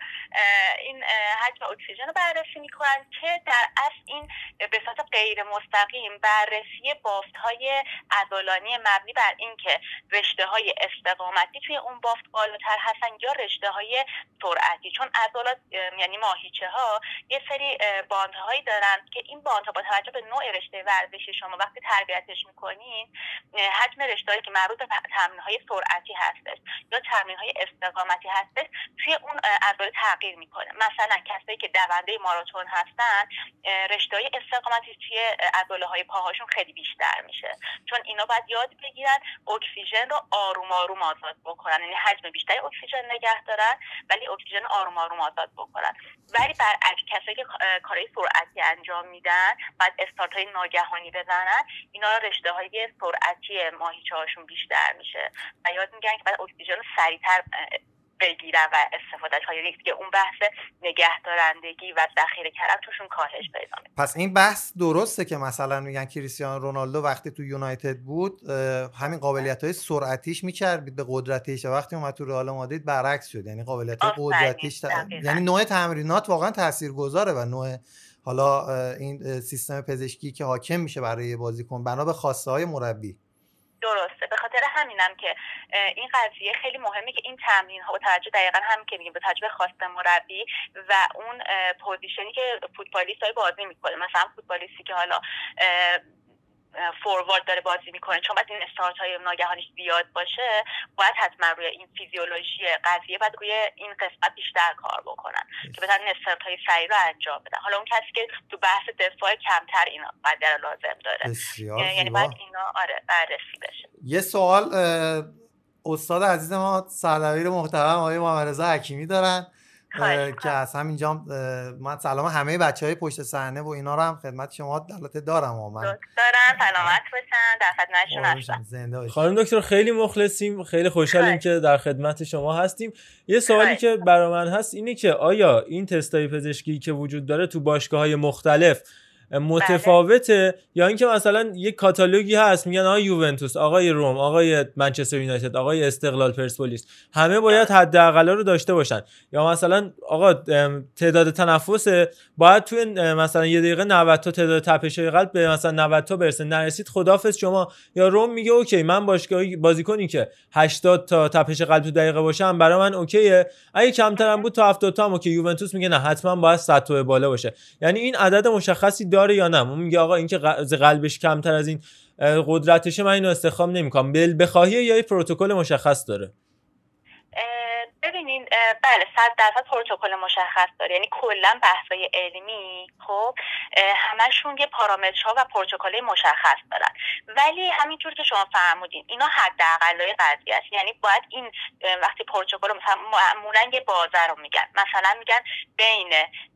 این حجم اکسیژن رو بررسی میکنن که در اصل این به صورت غیر مستقیم بررسی بافت‌های عضلانی مبنی بر اینکه رشته‌های استقامتی توی اون بافت بالاتر هستن یا رشته‌های سرعتی، چون عضلات یعنی ماهیچه‌ها یه سری باندهایی دارن که این باندها با توجه به نوع رشته ورزشی شما وقتی تربیتش میکنین حجم رشته‌هایی که مربوط به تمرین‌های سرعتی هستش یا تمرین‌های استقامتی هستش توی اون عضله تغییر میکنه. مثلا کسایی که دونده ماراتون هستن رشته‌های استقامتی توی عضله‌های پاهاشون خیلی بیشتر میشه، چون اینا باید یاد بگیرن اکسیژن رو آروم آروم آزاد بکنن، یعنی حجم بیشتری اکسیژن نگه دارن ولی اکسیژن آروم آروم آزاد بکنن. ولی برعکس کسایی که کارهای سرعتی انجام میدن بعد استارت‌های ناگهانی بزنن اینا رشته‌های سرعتی ماهیچه‌هاشون بیشتر میشه و یاد میگن که بعد اکسیژن رو سریعتر بگیرن و استفادهش های دیگه اون بحث نگهدارندگی و ذخیره کردن توشون کاهش پیدا میکنه. پس این بحث درسته که مثلا میگن کریستیانو رونالدو وقتی تو یونایتد بود همین قابلیت‌های سرعتیش میچربید به قدرتیش و وقتی اومد تو رئال مادرید برعکس شد، یعنی قابلیت‌های قدرتیش تا... یعنی نوع تمرینات واقعا تاثیرگذاره و نوع حالا این سیستم پزشکی که حاکم میشه برای بازیکن بنا به خواسته های مربی. درسته، به خاطر همینم که این قضیه خیلی مهمه که این تمرین ها با توجه دقیقاً هم که میگیم به توجه خواسته مربی و اون پوزیشنی که فوتبالیست های بازی میکنه، مثلا فوتبالیستی که حالا فوروارد داره بازی میکنه چون باید این استارت های ناگهانیش زیاد باشه باید حتما روی این فیزیولوژی قضیه باید روی این قسمت بیشتر کار بکنن که بتونن استارت های سریع رو انجام بدن. حالا اون کسی که تو بحث دفاع کمتر اینا قدر لازم داره، یعنی باید اینا آره بررسی بشه. یه سوال استاد عزیز ما سردبیر محترم آقای محمد رضا حکیمی دارن، که از همینجا من سلام همه بچهای پشت صحنه و اینا رو هم خدمت شما البته دارم و من دارم سلامت باشن در خدمتشون هستم. زنده باشید. خانم دکتر خیلی مخلصیم، خیلی خوشحالیم که در خدمت شما هستیم. یه سوالی که برای من هست اینه که آیا این تستای پزشکی که وجود داره تو باشگاه‌های مختلف متفاوته بله. یا اینکه مثلا یک کاتالوگی هست میگن آقای یوونتوس، آقای روم، آقای منچستر یونایتد، آقای استقلال، پرسپولیس همه باید حداقل رو داشته باشن، یا مثلا آقا تعداد تنفس باید توی مثلا یه دقیقه نود تا تعداد تپش‌های قلب به مثلا نود تا برسه، نرسید خداحافظ شما. یا روم میگه اوکی من باشگاهی بازیکنی که هشتاد تا تپش قلب تو دقیقه باشم برای من اوکیه، اگه کمترم بود تا هفتاد تا هم اوکی. یوونتوس میگه نه حتما باید صد تا بالا باشه. یعنی این عدد مشخصی داره یا نه؟ اون میگه آقا این که قلبش کمتر از این قدرتشه من اینو استخدام نمیکنم، بل بخواهیه یا یه پروتکل مشخص داره؟ ببینین بله صد درصد پروتکل مشخص داره، یعنی کلا بحث‌های علمی خب همشون یه پارامترها و پروتکل مشخص دارن، ولی همینجور که شما فرمودین اینا حداقلای قضیه است. یعنی باید این وقتی پروتکل مثلا معمولا یه بازه رو میگن، مثلا میگن بین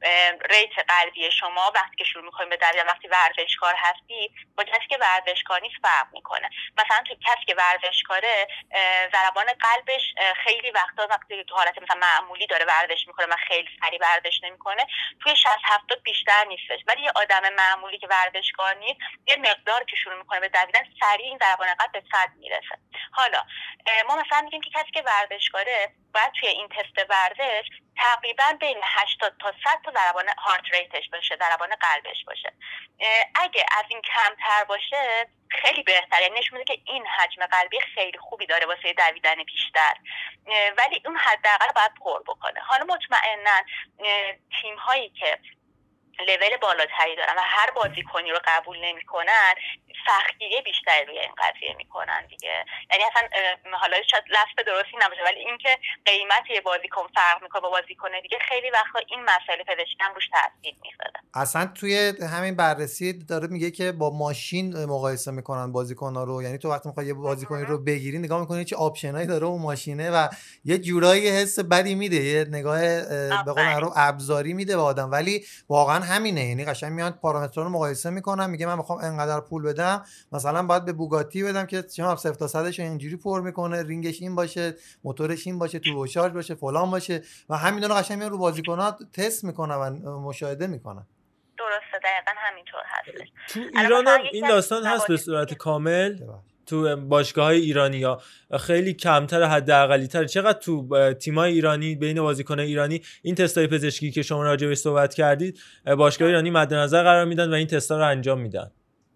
ریت قلبی شما وقتی که شروع می‌کنید به دویدن وقتی ورزشکار هستی با کسی که ورزشکار نیست فرق میکنه. مثلا تو کسی که ورزشکاره ضربان قلبش خیلی وقتا وقتی تو حالت مثلا معمولی داره ورزش میکنه و خیلی سریع ورزش نمیکنه توی شصت هفتاد بیشتر نیستش، ولی یه آدم معمولی که ورزشکار نیست یه مقدار که شروع میکنه به دویدن سریع این ضربان قلب به صد میرسه. حالا ما مثلا میگیم که کسی که ورزشکاره باید توی این تست ورزش تقریبا بین هشتاد تا صد تا ضربان هارت ریتش باشه، ضربان قلبش باشه. اگه از این کمتر باشه خیلی بهتره، یعنی نشون میده که این حجم قلبی خیلی خوبی داره واسه دویدن بیشتر، ولی اون حداقل باید پر بکنه. حالا مطمئنا تیم هایی که لول بالاتری دارن و هر بازیکنی رو قبول نمیکنن سختگیری بیشتری روی این قضیه میکنن دیگه. یعنی اصلا حالا شاید لفظ درستی نباشه ولی اینکه قیمت یه بازیکن فرق میکنه با بازیکن دیگه خیلی وقتا این مسئله پزشکی هم روش تاثیر میذاره. اصلا توی همین بررسی داره میگه که با ماشین مقایسه میکنن بازیکن‌ها رو، یعنی تو وقتی میخوای یه بازیکنی رو بگیری نگاه میکنی چه آپشنایی داره اون ماشینه و یه جورایی حس بدی میده، یه نگاه به قول معروف ابزاری میده به آدم، ولی واقعا همینه. یعنی قشنگ میان پارامترها رو مقایسه میکنن، میگه من میخوام انقدر پول بدم مثلا باید به بوگاتی بدم که چون صفر تا صدش اینجوری پر میکنه، رینگش این باشه، موتورش این باشه، توربو شارژ باشه، فلان باشه و همینا رو قشنگ میان رو بازیکن‌ها تست میکنن و مشاهده میکنن. درسته دقیقاً همینطور هست. تو ایران هم این داستان هست به صورت کامل؟ تو باشگاه‌های ایرانی‌ها خیلی کمتر، حداقلی‌تر. چقدر تو تیم‌های ایرانی بین بازیکن‌های ایرانی این تستای پزشکی که شما راجع بهش صحبت کردید باشگاه ایرانی مد نظر قرار میدن و این تستا رو انجام میدن؟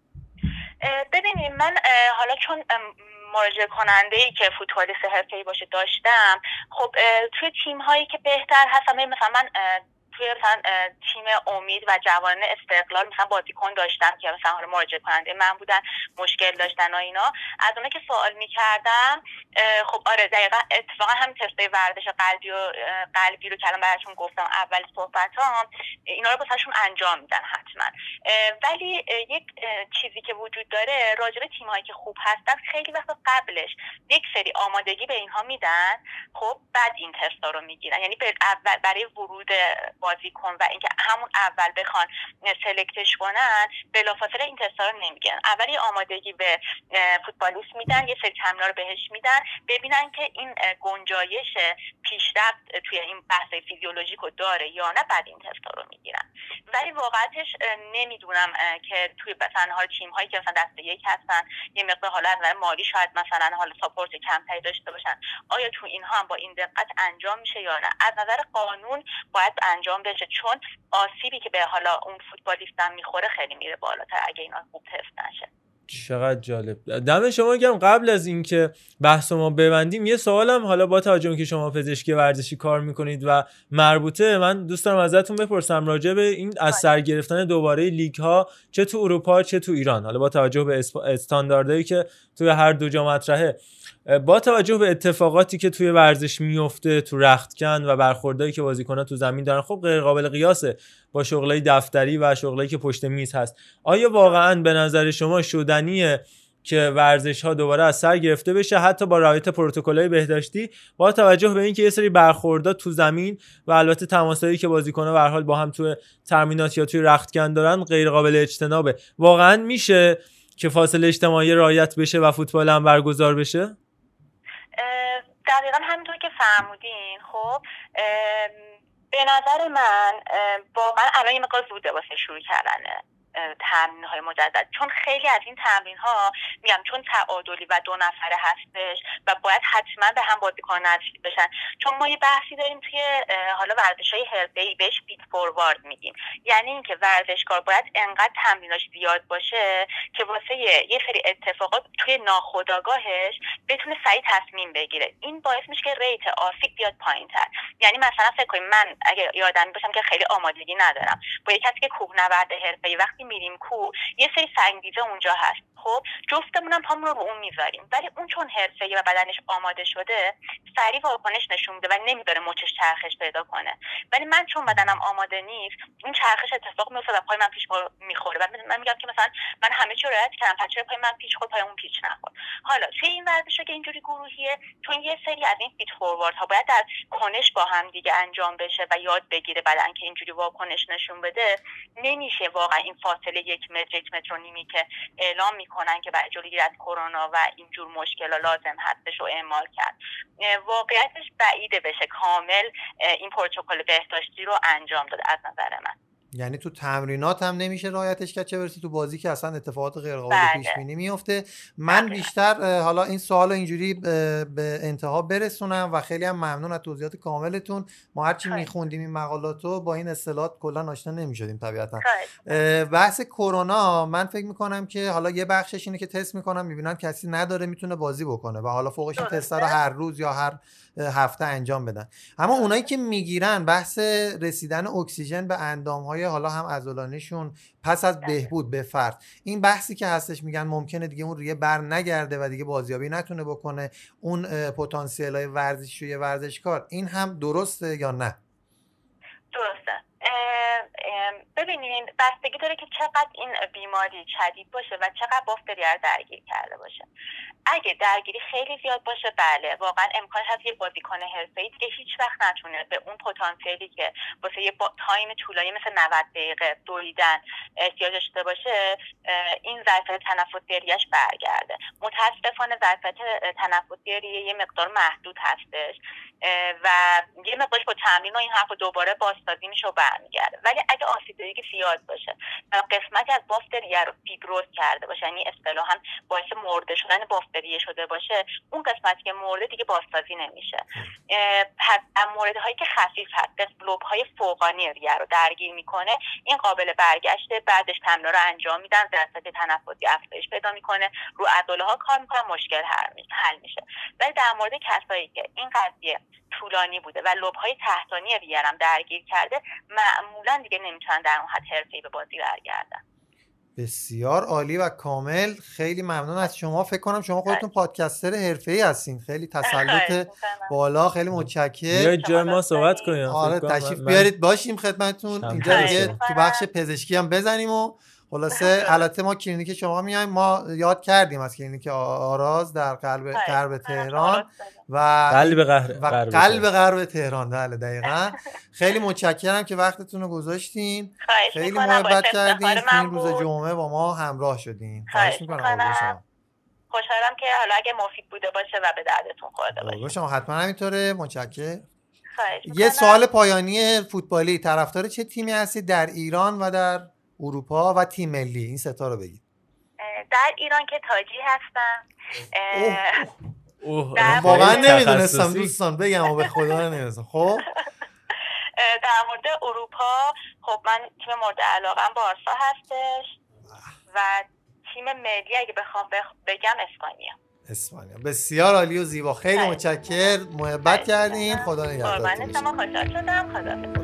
ببینید من حالا چون مراجعه کننده‌ای که فوتبالیست حرفه‌ای باشه داشتم، خب توی تیم‌هایی که بهتر هستن مثلا من توی مثلا تیم امید و جوانان استقلال مثلا بازیکن داشتم که مثلا حالا مراجعه کننده من بودن، مشکل داشتن و اینا، از اونها که سوال می‌کردم خب آره دقیقاً اتفاقا هم تستای ورزش قلبی و قلبی رو که الان براتون گفتم اول صحبتام اینا رو واسهشون انجام میدن حتما. ولی یک چیزی که وجود داره راجع به تیم‌هایی که خوب هستن خیلی وقت قبلش یک سری آمادگی به اینها میدن، خب بعد این تستا رو میگیرن، یعنی برای ورود بازیکن و اینکه همون اول بخوان سلکتش کنن بلافاصله این تستا رو نمیگن، اولی آمادگی به فوتبالیست میدن، یه سری تمرین‌ها رو بهش میدن ببینن که این گنجایش پیشرفت توی این بحث فیزیولوژیکو داره یا نه، بعد این تستا رو میگیرن. ولی واقعیتش نمیدونم که توی مثلا حال تیم هایی که مثلا دسته یک هستن یه مقدار حالا از نظر مالی شاید مثلا حالا ساپورت کمتری داشته باشن، آیا تو اینها هم با این دقت انجام میشه یا نه؟ از نظر قانون باید انجام بشه، چون آسیبی که به حالا اون فوتبالیست هم میخوره خیلی میره بالاتر اگه اینا خوب تست نشه. چقدر جالب. دم شما گرم. قبل از اینکه بحث ما ببندیم یه سوالم حالا با توجه که شما پزشکی ورزشی کار میکنید و مربوطه، من دوست دارم ازتون بپرسم راجع به این از سر گرفتن دوباره لیگ ها چه تو اروپا چه تو ایران، حالا با توجه به استانداردهایی که توی هر دو جا مطرحه، با توجه به اتفاقاتی که توی ورزش میفته، تو رختکن و برخوردایی که بازیکن‌ها تو زمین دارن، خب غیر قابل قیاسه با شغلای دفتری و شغلایی که پشت میز هست. آیا واقعاً به نظر شما شدنیه که ورزش ها دوباره از سر گرفته بشه، حتی با رعایت پروتکل‌های بهداشتی، با توجه به اینکه یه سری برخوردها تو زمین و البته تماسایی که بازیکن‌ها به هر حال با هم تو ترمینات یا توی رختکن دارن غیر قابل اجتنابه. واقعا میشه که فاصله اجتماعی رعایت بشه و فوتبال هم برگزار بشه؟ دقیقا همینطور که فرمودین. خب به نظر من واقعا الان یه مقدار زوده واسه شروع کردن تمرین های مجدد، چون خیلی از این تمرین ها میگم چون تعادلی و دو نفره هستش و باید حتما به هم بازیکن نزدیک بشن. چون ما یه بحثی داریم توی حالا ورزش های حرفه‌ای بهش فیت فوروارد میگیم، یعنی اینکه ورزشکار باید انقدر تمریناش زیاد باشه که واسه یه سری اتفاقات توی ناخودآگاهش بتونه سریع تصمیم بگیره. این باعث میشه که ریت آسیب بیاد پایین‌تر. یعنی مثلا فکر کنیم من اگه یادم باشم که خیلی آمادگی ندارم، با یه کسی که کوهنورد حرفه‌ای وقتی میریم کوه یه سری سنگیزه اونجا هست، خب جفتمونم پامون رو رو اون میذاریم، ولی اون چون حرفه‌ای و بدنش آماده شده سریع واکنش نشون میده و نمیذاره مچش چرخش پیدا کنه. ولی من چون بدنم آماده نیست این چرخش اتفاق میفته و پای من پیش میخوره و من میگم که مثلا من همه چی رو رعایت کردم، پس چرا پای من پیش خورد پای اون پیش نخورد. حالا توی این ورزشا که اینجوری گروهیه، چون یه سری از این فیت فوروارد ها باید در کنش با هم دیگه انجام بشه و یاد بگیره بدن که اینجوری واکنش نشون بده، نمیشه واقعا این فاصله یک متر یک متر و نیمی که اعلام میکنن که برای جلوگیری از کرونا و اینجور مشکلا لازم هستش و اعمال کرد. واقعیتش بعیده بشه کامل این پروتکل بهداشتی رو انجام داد از نظر من. یعنی تو تمرینات هم نمیشه رعایتش کرد، چه برسه تو بازی که اصلا اتفاقات غیر قابل پیش بینی میفته. من بله. بیشتر حالا این سوالو اینجوری به انتها برسونم و خیلی هم ممنون از توضیحات کاملتون. ما هرچی میخوندیم این مقالاتو با این اصطلاحات کلا آشنا نمیشدیم طبیعتا. بحث کرونا من فکر میکنم که حالا یه بخشش اینه که تست میکنن میبینن کسی نداره میتونه بازی بکنه و حالا فوقش این تست رو هر روز یا هر هفته انجام بدن. اما اونایی که میگیرن بحث رسیدن اکسیژن به اندامهای حالا هم عضلانیشون پس از بهبود به فرد، این بحثی که هستش میگن ممکنه دیگه اون ریه بر نگرده و دیگه بازیابی نتونه بکنه اون پتانسیل‌های ورزشی ورزشکار، این هم درسته یا نه؟ درسته. ببینید بستگی داره که چقدر این بیماری شدید باشه و چقدر بافتری رو درگیر کرده باشه. اگه درگیری خیلی زیاد باشه بله واقعا امکان هست یه بازیکن حرفه‌ای دیگه هیچ وقت نتونه به اون پتانسیلی که واسه یه تایم طولانی مثل نود دقیقه دویدن احتیاج داشته باشه این ظرفیت تنفسی ریه‌اش برگرده. متاسفانه ظرفیت تنفسی ریه یه مقدار محدود هستش و یه مقدارش با تمرین و این حرف دوباره بازسازی میشه و برمیگرده. ولی اگه آسیب‌دهی زیاد باشه و قسمتی از بافت ریه رو فیبروز کرده باشه، یعنی اصطلاحاً باعث مرده شدن بافت ریه شده باشه، اون قسمتی که مرده دیگه بازسازی نمیشه. پس موردهایی که خفیف هست مثل لوب‌های فوقانی ریه رو درگیر میکنه این قابل برگشته، بعدش تمرین رو انجام میدن، ظرفیت تنفسی افزایش پیدا میکنه، رو عضله‌ها کار میکنن، مشکل حل میشه. ولی در مورد کسایی که این قضیه طولانی بوده و لوب‌های تحتانی ریه هم درگیر کرده معمولا دیگه نمیتونن در اون حد حرفه‌ای به بازی برگردن. بسیار عالی و کامل. خیلی ممنون از شما. فکر کنم شما خودتون پادکستر حرفه‌ای هستین، خیلی تسلط بالا، خیلی متشکرم. بیاید جای ما صحبت کنیم. آره تشریف بیارید باشیم خدمتتون اینجا دیگه تو بخش پزشکی هم بزنیم و خلاصه البته ما کلینیک شما میایم، ما یاد کردیم از کلینیک آراز در قلب غرب تهران و قلب غرب و قلب غرب تهران. بله دقیقاً. خیلی متشکرم که وقتتون رو گذاشتین، خیلی محبت کردین، این روز جمعه با ما همراه شدین. خواهش می‌کنم. خوشحالم که حالا اگه مفید بوده باشه و به دردتون خورده باشه. شما حتما همینطوره. متشکرم. یه سوال پایانی فوتبالی، طرفدار چه تیمی هستید در ایران و در اروپا و تیم ملی؟ این سه تا رو بگید. در ایران که تاجی هستم. واقعا نمیدونستم دوستان بگم و به خدا نمیدونستم. خب در مورد اروپا خب من تیم مورد علاقه‌ام بارسا هستش و تیم ملی اگه بخوام بگم اسپانیا. اسپانیا. بسیار عالی و زیبا. خیلی متشکرم، محبت کردین. خدا نگهدارتون. من شما خوشحال شدم. خدا.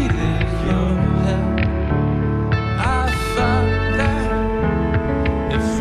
If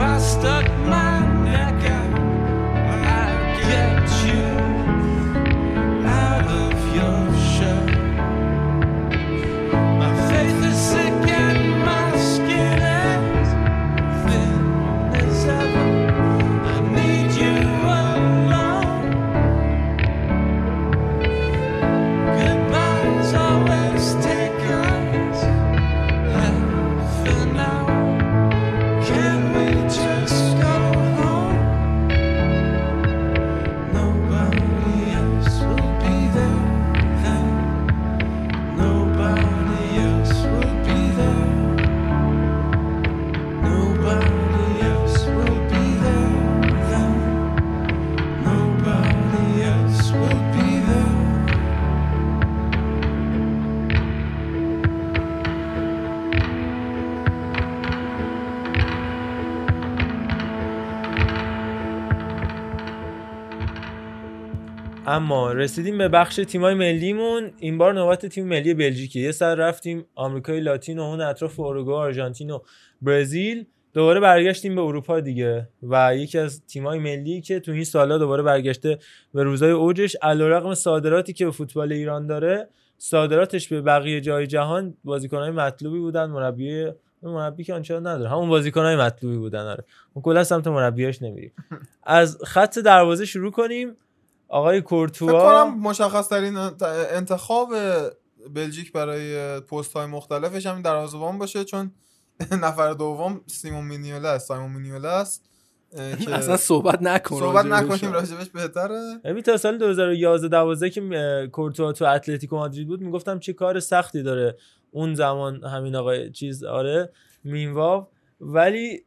اما رسیدیم به بخش تیمای ملیمون. این بار نوبت تیم ملی بلژیکه. یه سر رفتیم آمریکای لاتین و اون اطراف اوروگوئه، آرژانتین و برزیل، دوباره برگشتیم به اروپا دیگه و یکی از تیمای ملی که تو این سالا دوباره برگشته به روزای اوجش، علیرغم صادراتی که به فوتبال ایران داره، صادراتش به بقیه جای جهان بازیکن‌های مطلوبی بودن، مربی مربی که آنچنان نداره، همون بازیکن‌های مطلوبی بودن. آره اون کلا سمت مربیاش نمیریم. از خط دروازه شروع کنیم. آقای کورتوا فکر کنم مشخص ترین انتخاب بلژیک برای پست های مختلفش همین دروازه‌بان باشه، چون نفر دوم سیمون مینیولا است سایمون مینیولا است که اصلا صحبت نکنیم صحبت نکنیم راجبش بهتره. ببین تا سال دو هزار و یازده دوازده که کورتوا تو اتلتیکو مادرید بود میگفتم چه کار سختی داره اون زمان همین آقای چیز آره مینواو، ولی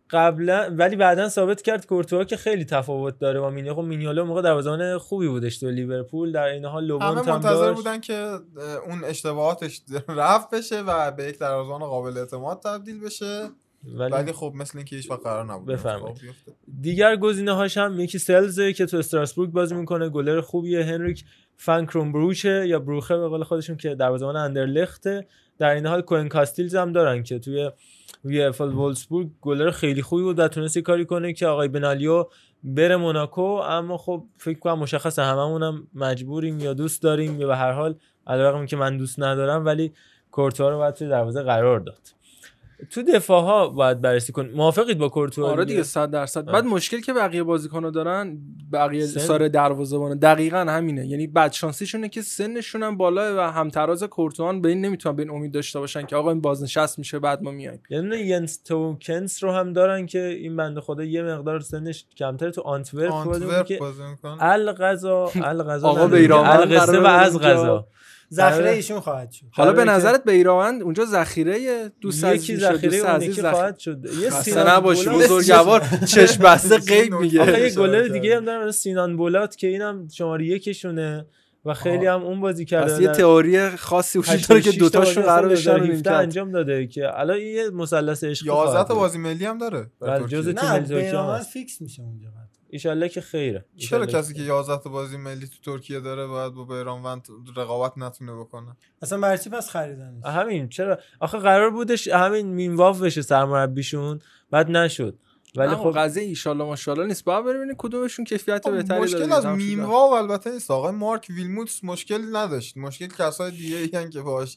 قبلا ولی بعدن ثابت کرد کورتوا که خیلی تفاوت داره با مینیولا. خب مینیولا موقع دروازه‌بان خوبی بودش تو لیورپول، در این حال لوبون همه منتظر بودن که اون اشتباهاتش رفع بشه و به یک دروازه‌بان قابل اعتماد تبدیل بشه، ولی, ولی خب مثل اینکه هیچ وقت قرار نبود. بفرمایید. دیگر گزینه‌هاش هم یکی سلزه که تو استراسبورگ بازی میکنه، گلر خوبیه. هنریک فانکرومبروچه یا بروخه به قول خودشون که دروازه‌بان اندرلخته. در این حال کوئن کاستیلز هم دارن که توی وی اف ال وولسبورگ گلر خیلی خوبی بود و تونست کاری کنه که آقای بنالیو بره موناکو. اما خب فکر کنم مشخصه هممون هم مجبوریم یا دوست داریم یا به هر حال علیرغم اینکه من دوست ندارم ولی کورتوا رو باید توی دروازه قرار داد. تو دفاع ها باید بررسی کنیم. موافقید با کورتوا؟ آره دیگه صد درصد. بعد مشکل که بقیه بازیکن‌ها دارن، بقیه سار دروازه‌بان دقیقاً همینه، یعنی بد شانسیشونه که سنشون هم بالاه و همتراز کورتوا به این نمیتونن به این امید داشته باشن که آقا این بازنشست میشه بعد ما میایم. یعنی ینس توکنس رو هم دارن که این بنده خدا یه مقدار سنش کمتره، تو آنتورپ بازی میکنه. القضا القضا آقا بیرانوند القصه و از قضا ذخیره ایشون خواهد شد. حالا به نظرت بیرانوند اونجا ذخیره دوست عزیز یکی ذخیره عزیز خواهد شد. یه سینان نباشه بزرگوار چشم بسته غیب میگه. آخه یه گلر دیگه هم دارن سینان بولات که اینم شماره یکشونه و خیلی هم اون بازی کرده. پس یه تئوری خاصی وجود داره که دوتاشون قرار بشن انجام داده که الان یه مثلث عشق یازده تا بازی ملی هم داره. بله جزء تیم ملی ترکیه فیکس میشه اونجا. ان شاءالله که خیره. چرا کسی که یازده تا بازی ملی تو ترکیه داره باید با بیرانوند رقابت نتونه بکنه؟ اصلا برای چی پس خریدنش؟ همین چرا آخه قرار بودش همین مینواو بشه سرمربیشون بعد نشد. ولی خب قضیه ان شاءالله ماشاءالله نیست، باید ببینید کدومشون کیفیت بهتری داره. مشکل از مینواو البته نیست، آقای مارک ویلموتس مشکلی نداشت، مشکل کسای دیگه اینا که باش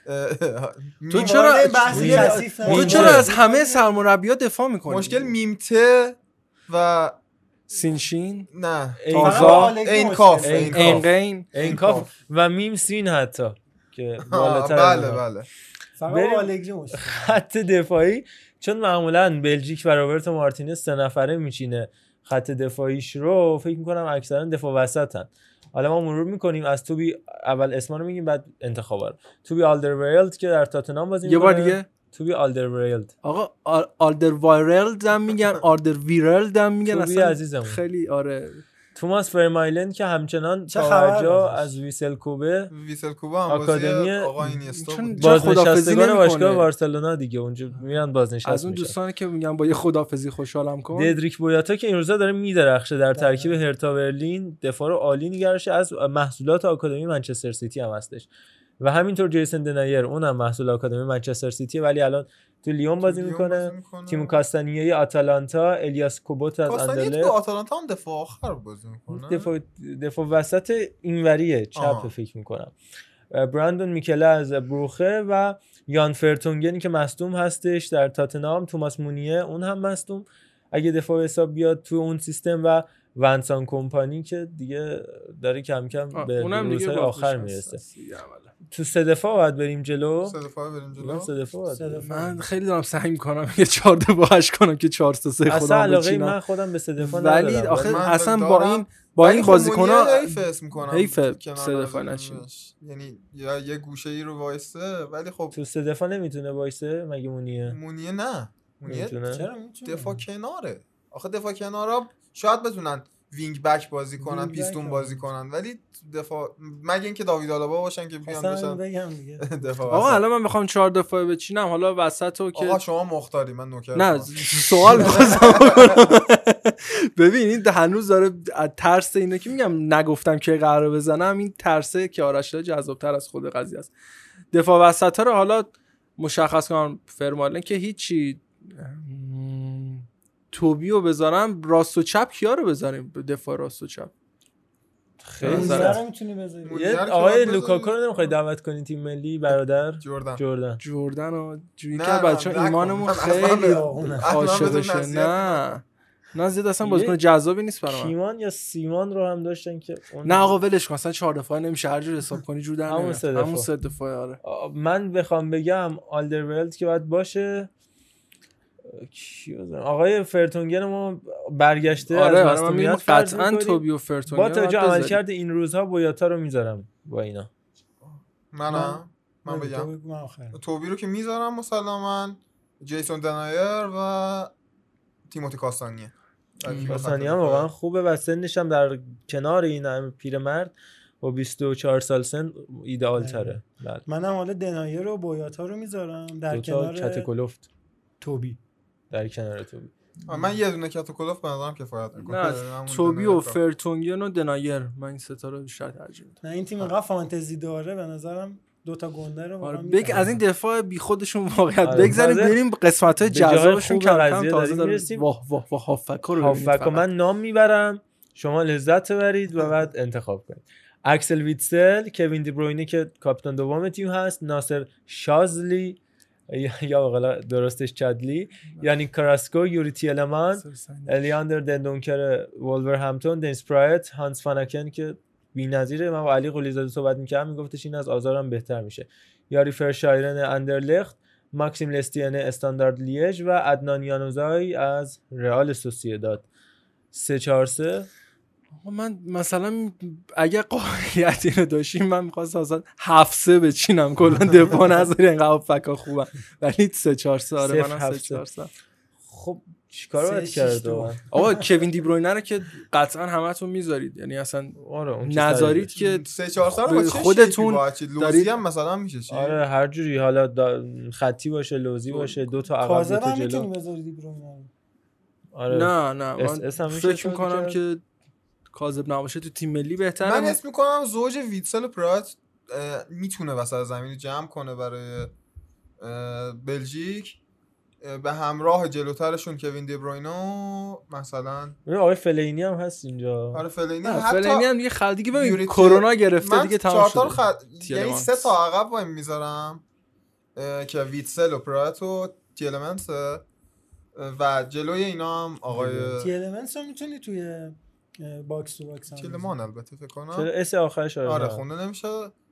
تو چرا تو چرا از همه سرمربی‌ها دفاع می‌کنی؟ مشکل میمته و سینشین نه تازا اینکاف اینقین اینکاف و میم سین حتی که بالاتر. بله بله فقط خط دفاعی چون معمولا بلژیک و رابرتو مارتینز سه نفره میچینه خط دفاعیش رو، فکر میکنم اکثرا دفاع وسطن. حالا ما مرور میکنیم از توبی اول اسما رو میگیم بعد انتخابا رو. توبی آلدرویرلد که در تاتنهام بازی میکنه. یه بار دیگه توبی آلدرویرلد. آقا آلدرویرلد هم میگن آلدرویرلد هم میگن اصلا عزیزم. خیلی آره. توماس فرمایلند که همچنان توجه از ویسل کوبه ویسل کوبه هم آکادمی آقا اینیستا بازنشستگان باشگاه بارسلونا دیگه اونجا میرن بازنشست از اون دوستانی که میگن با یه خدافظی خوشحالم کن. ددریک بویاتا که این روزا داره میدرخشه در ترکیب هرتا برلین، دفاع رو عالی نگرشه، از محصولات آکادمی منچستر سیتی هم هستش و همینطور جیسن دنایر اونم محصول آکادمی منچستر سیتی ولی الان تو لیون بازی میکنه. تیم کاستانیای آتالانتا، الیاس کوبوت از اندرلخت. تو آتالانتا هم دفاع آخر بازی میکنه. دفاع دفاع وسط اینوریه چپ فکر میکنم. براندون میکله از بروخه و یان فرتونگن که مصدوم هستش در تاتنهام. توماس مونیه اون هم مصدوم اگه دفاع حساب بیاد تو اون سیستم و ونسان کمپانی که دیگه داره کم کم به روزهای آخر میرسه. تو سه دفاع باید بریم جلو. سه دفاع بریم جلو. سه دفاع. من خیلی دارم سعی میکنم یه چهار دو هشت کنم که چهار تا سه خودم اصلا علاقه من خودم به سه دفاع ندارم. ولی آخه اصلا با این با این بازیکن‌ها حیف اسم می‌کنم. حیف سه دفاع نشین. یعنی یا یه گوشه‌ای رو وایسه ولی خب تو سه دفاع نمیتونه وایسه مگه مونیه؟ مونیه نه. مونیه چرا دفاع کناره. آخه دفاع کنارا شاید بتونن وینگ بک بازی کنن، وینگ پیستون بک بازی کنن، ولی دفاع مگه اینکه داوید آلابا باشن که بیان اصلا بشن بگم دیگه دفاع. آقا الان من میخوام چهار دفاعه بچینم، حالا وسطو که آقا شما مختاری، من نوکر. نه سوال می‌خواستم بکنم. ببین این هنوز داره ترس اینه که میگم نگفتم که قراره بزنم، این ترسه که آرش جذاب‌تر از خود قضیه است. دفاع وسطا رو حالا مشخص کنم، فرمالن که هیچی، توبیو بذارم، راست و چپ کیا رو بذاریم دفاع راست و چپ؟ خیلی زره میتونی بذاری. یه آقای لوکاکو رو نمیخوای دعوت کنی تیم ملی برادر؟ جردن جردن جردن و جوری که بچه‌ها ایمانمون خیلی عاشقشه. نه نه زیاد اصلا بازیکن جذابی نیست برام. کیمان یا سیمان رو هم داشتن که اون... نه آقا ولش کن، اصلا چهار دفاعه نمیشه هر جور حساب کنی جردن همون سه دفاعه. همون سه دفاعه. آره من بخوام بگم آلدرورلد که باید باشه. آقای فرتونگن ما برگشته آره از مصونیت، قطعا توبیو فرتونگن با توجه عملکرد این روزها بویاتا رو میذارم با اینا. منم من بگم توبی رو که میذارم مسلماً، جیسون دنایر و تیموتی کاستانیه. کاستانیه هم واقعا خوبه و سنش هم در کنار این پیرمرد با بیست و چهار سال سن ایدئال تره. بله منم حالا دنایر و بویاتا رو میذارم در کنار کاتکولوفت توبی. در کنار توبی من یه دونه کاتوکولوف به نظرم کفایت میکنه. توبی و فرتونگن و دنایر، من این سه تا رو بیشتر ترجیح میدم. نه این تیم انقدر فانتزی داره به نظرم دو تا گنده رو واقعا بگ از این دفاع بی خودشون واقعیت آره. بگذاریم بریم قسمت‌های جذابشون که کم تازه داریم. واه واه واه هافکو رو هافکو من نام میبرم، شما لذت ببرید و بعد انتخاب کنید. اکسل ویتسل، کوین دی بروینه که کاپیتان دوم تیم هست، ناصر شازلی یا واقعا درستش چادلی، یعنی کاراسکو، یوری تیلمان، الیاندر دندونکر وولورهمپتون، دنیس پرایت، هانس فاناکن که بی‌نظیره. من با علی قلیزاده صحبت می‌کردم میگفتش این از آزارم بهتر میشه. یاری فرشایرن اندرلخت، ماکسیم لستیانه استاندارد لیژ و عدنان یانوزای از رئال سوسییداد. سه چهار سه من مثلا اگه قابلیت اینو داشتیم من می‌خواستم اصلا هفت سه بچینم کلا دفاع نذاری اینقدر فکا خوبه، ولی سه چهار سه آره منم سه چهار سه. خب چیکار باید کرد آقا؟ کوین دی بروینه رو که قطعا همتون میذارید، یعنی اصلا آره نذارید که سه چهار سه رو خودتون لوزی هم مثلا میشه چی؟ آره هر جوری، حالا خطی باشه، لوزی باشه، دو تا عقب دو تا جلو. آره نه نه من فکر می‌کنم که کاذب نباشه تو تیم ملی بهتره. من حس میکنم زوج ویتسل و پرات میتونه وسط زمین جمع کنه برای بلژیک به همراه جلوترشون کوین دی بروینه و مثلا آقای فلینی هم هست اینجا. آره فلینی حتی فلینی هم دیگه خل دیگه ببین کرونا گرفته دیگه تمام شده. خد... یعنی سه تا عقب وای میذارم که ویتسل و پرات و تیلمنس و جلوی اینا هم آقای تیلمنس رو میتونی توی باکس تو باکس هم تیلمان البته فکر کنم چرا اس آخرش آره آره خونده نمیشه.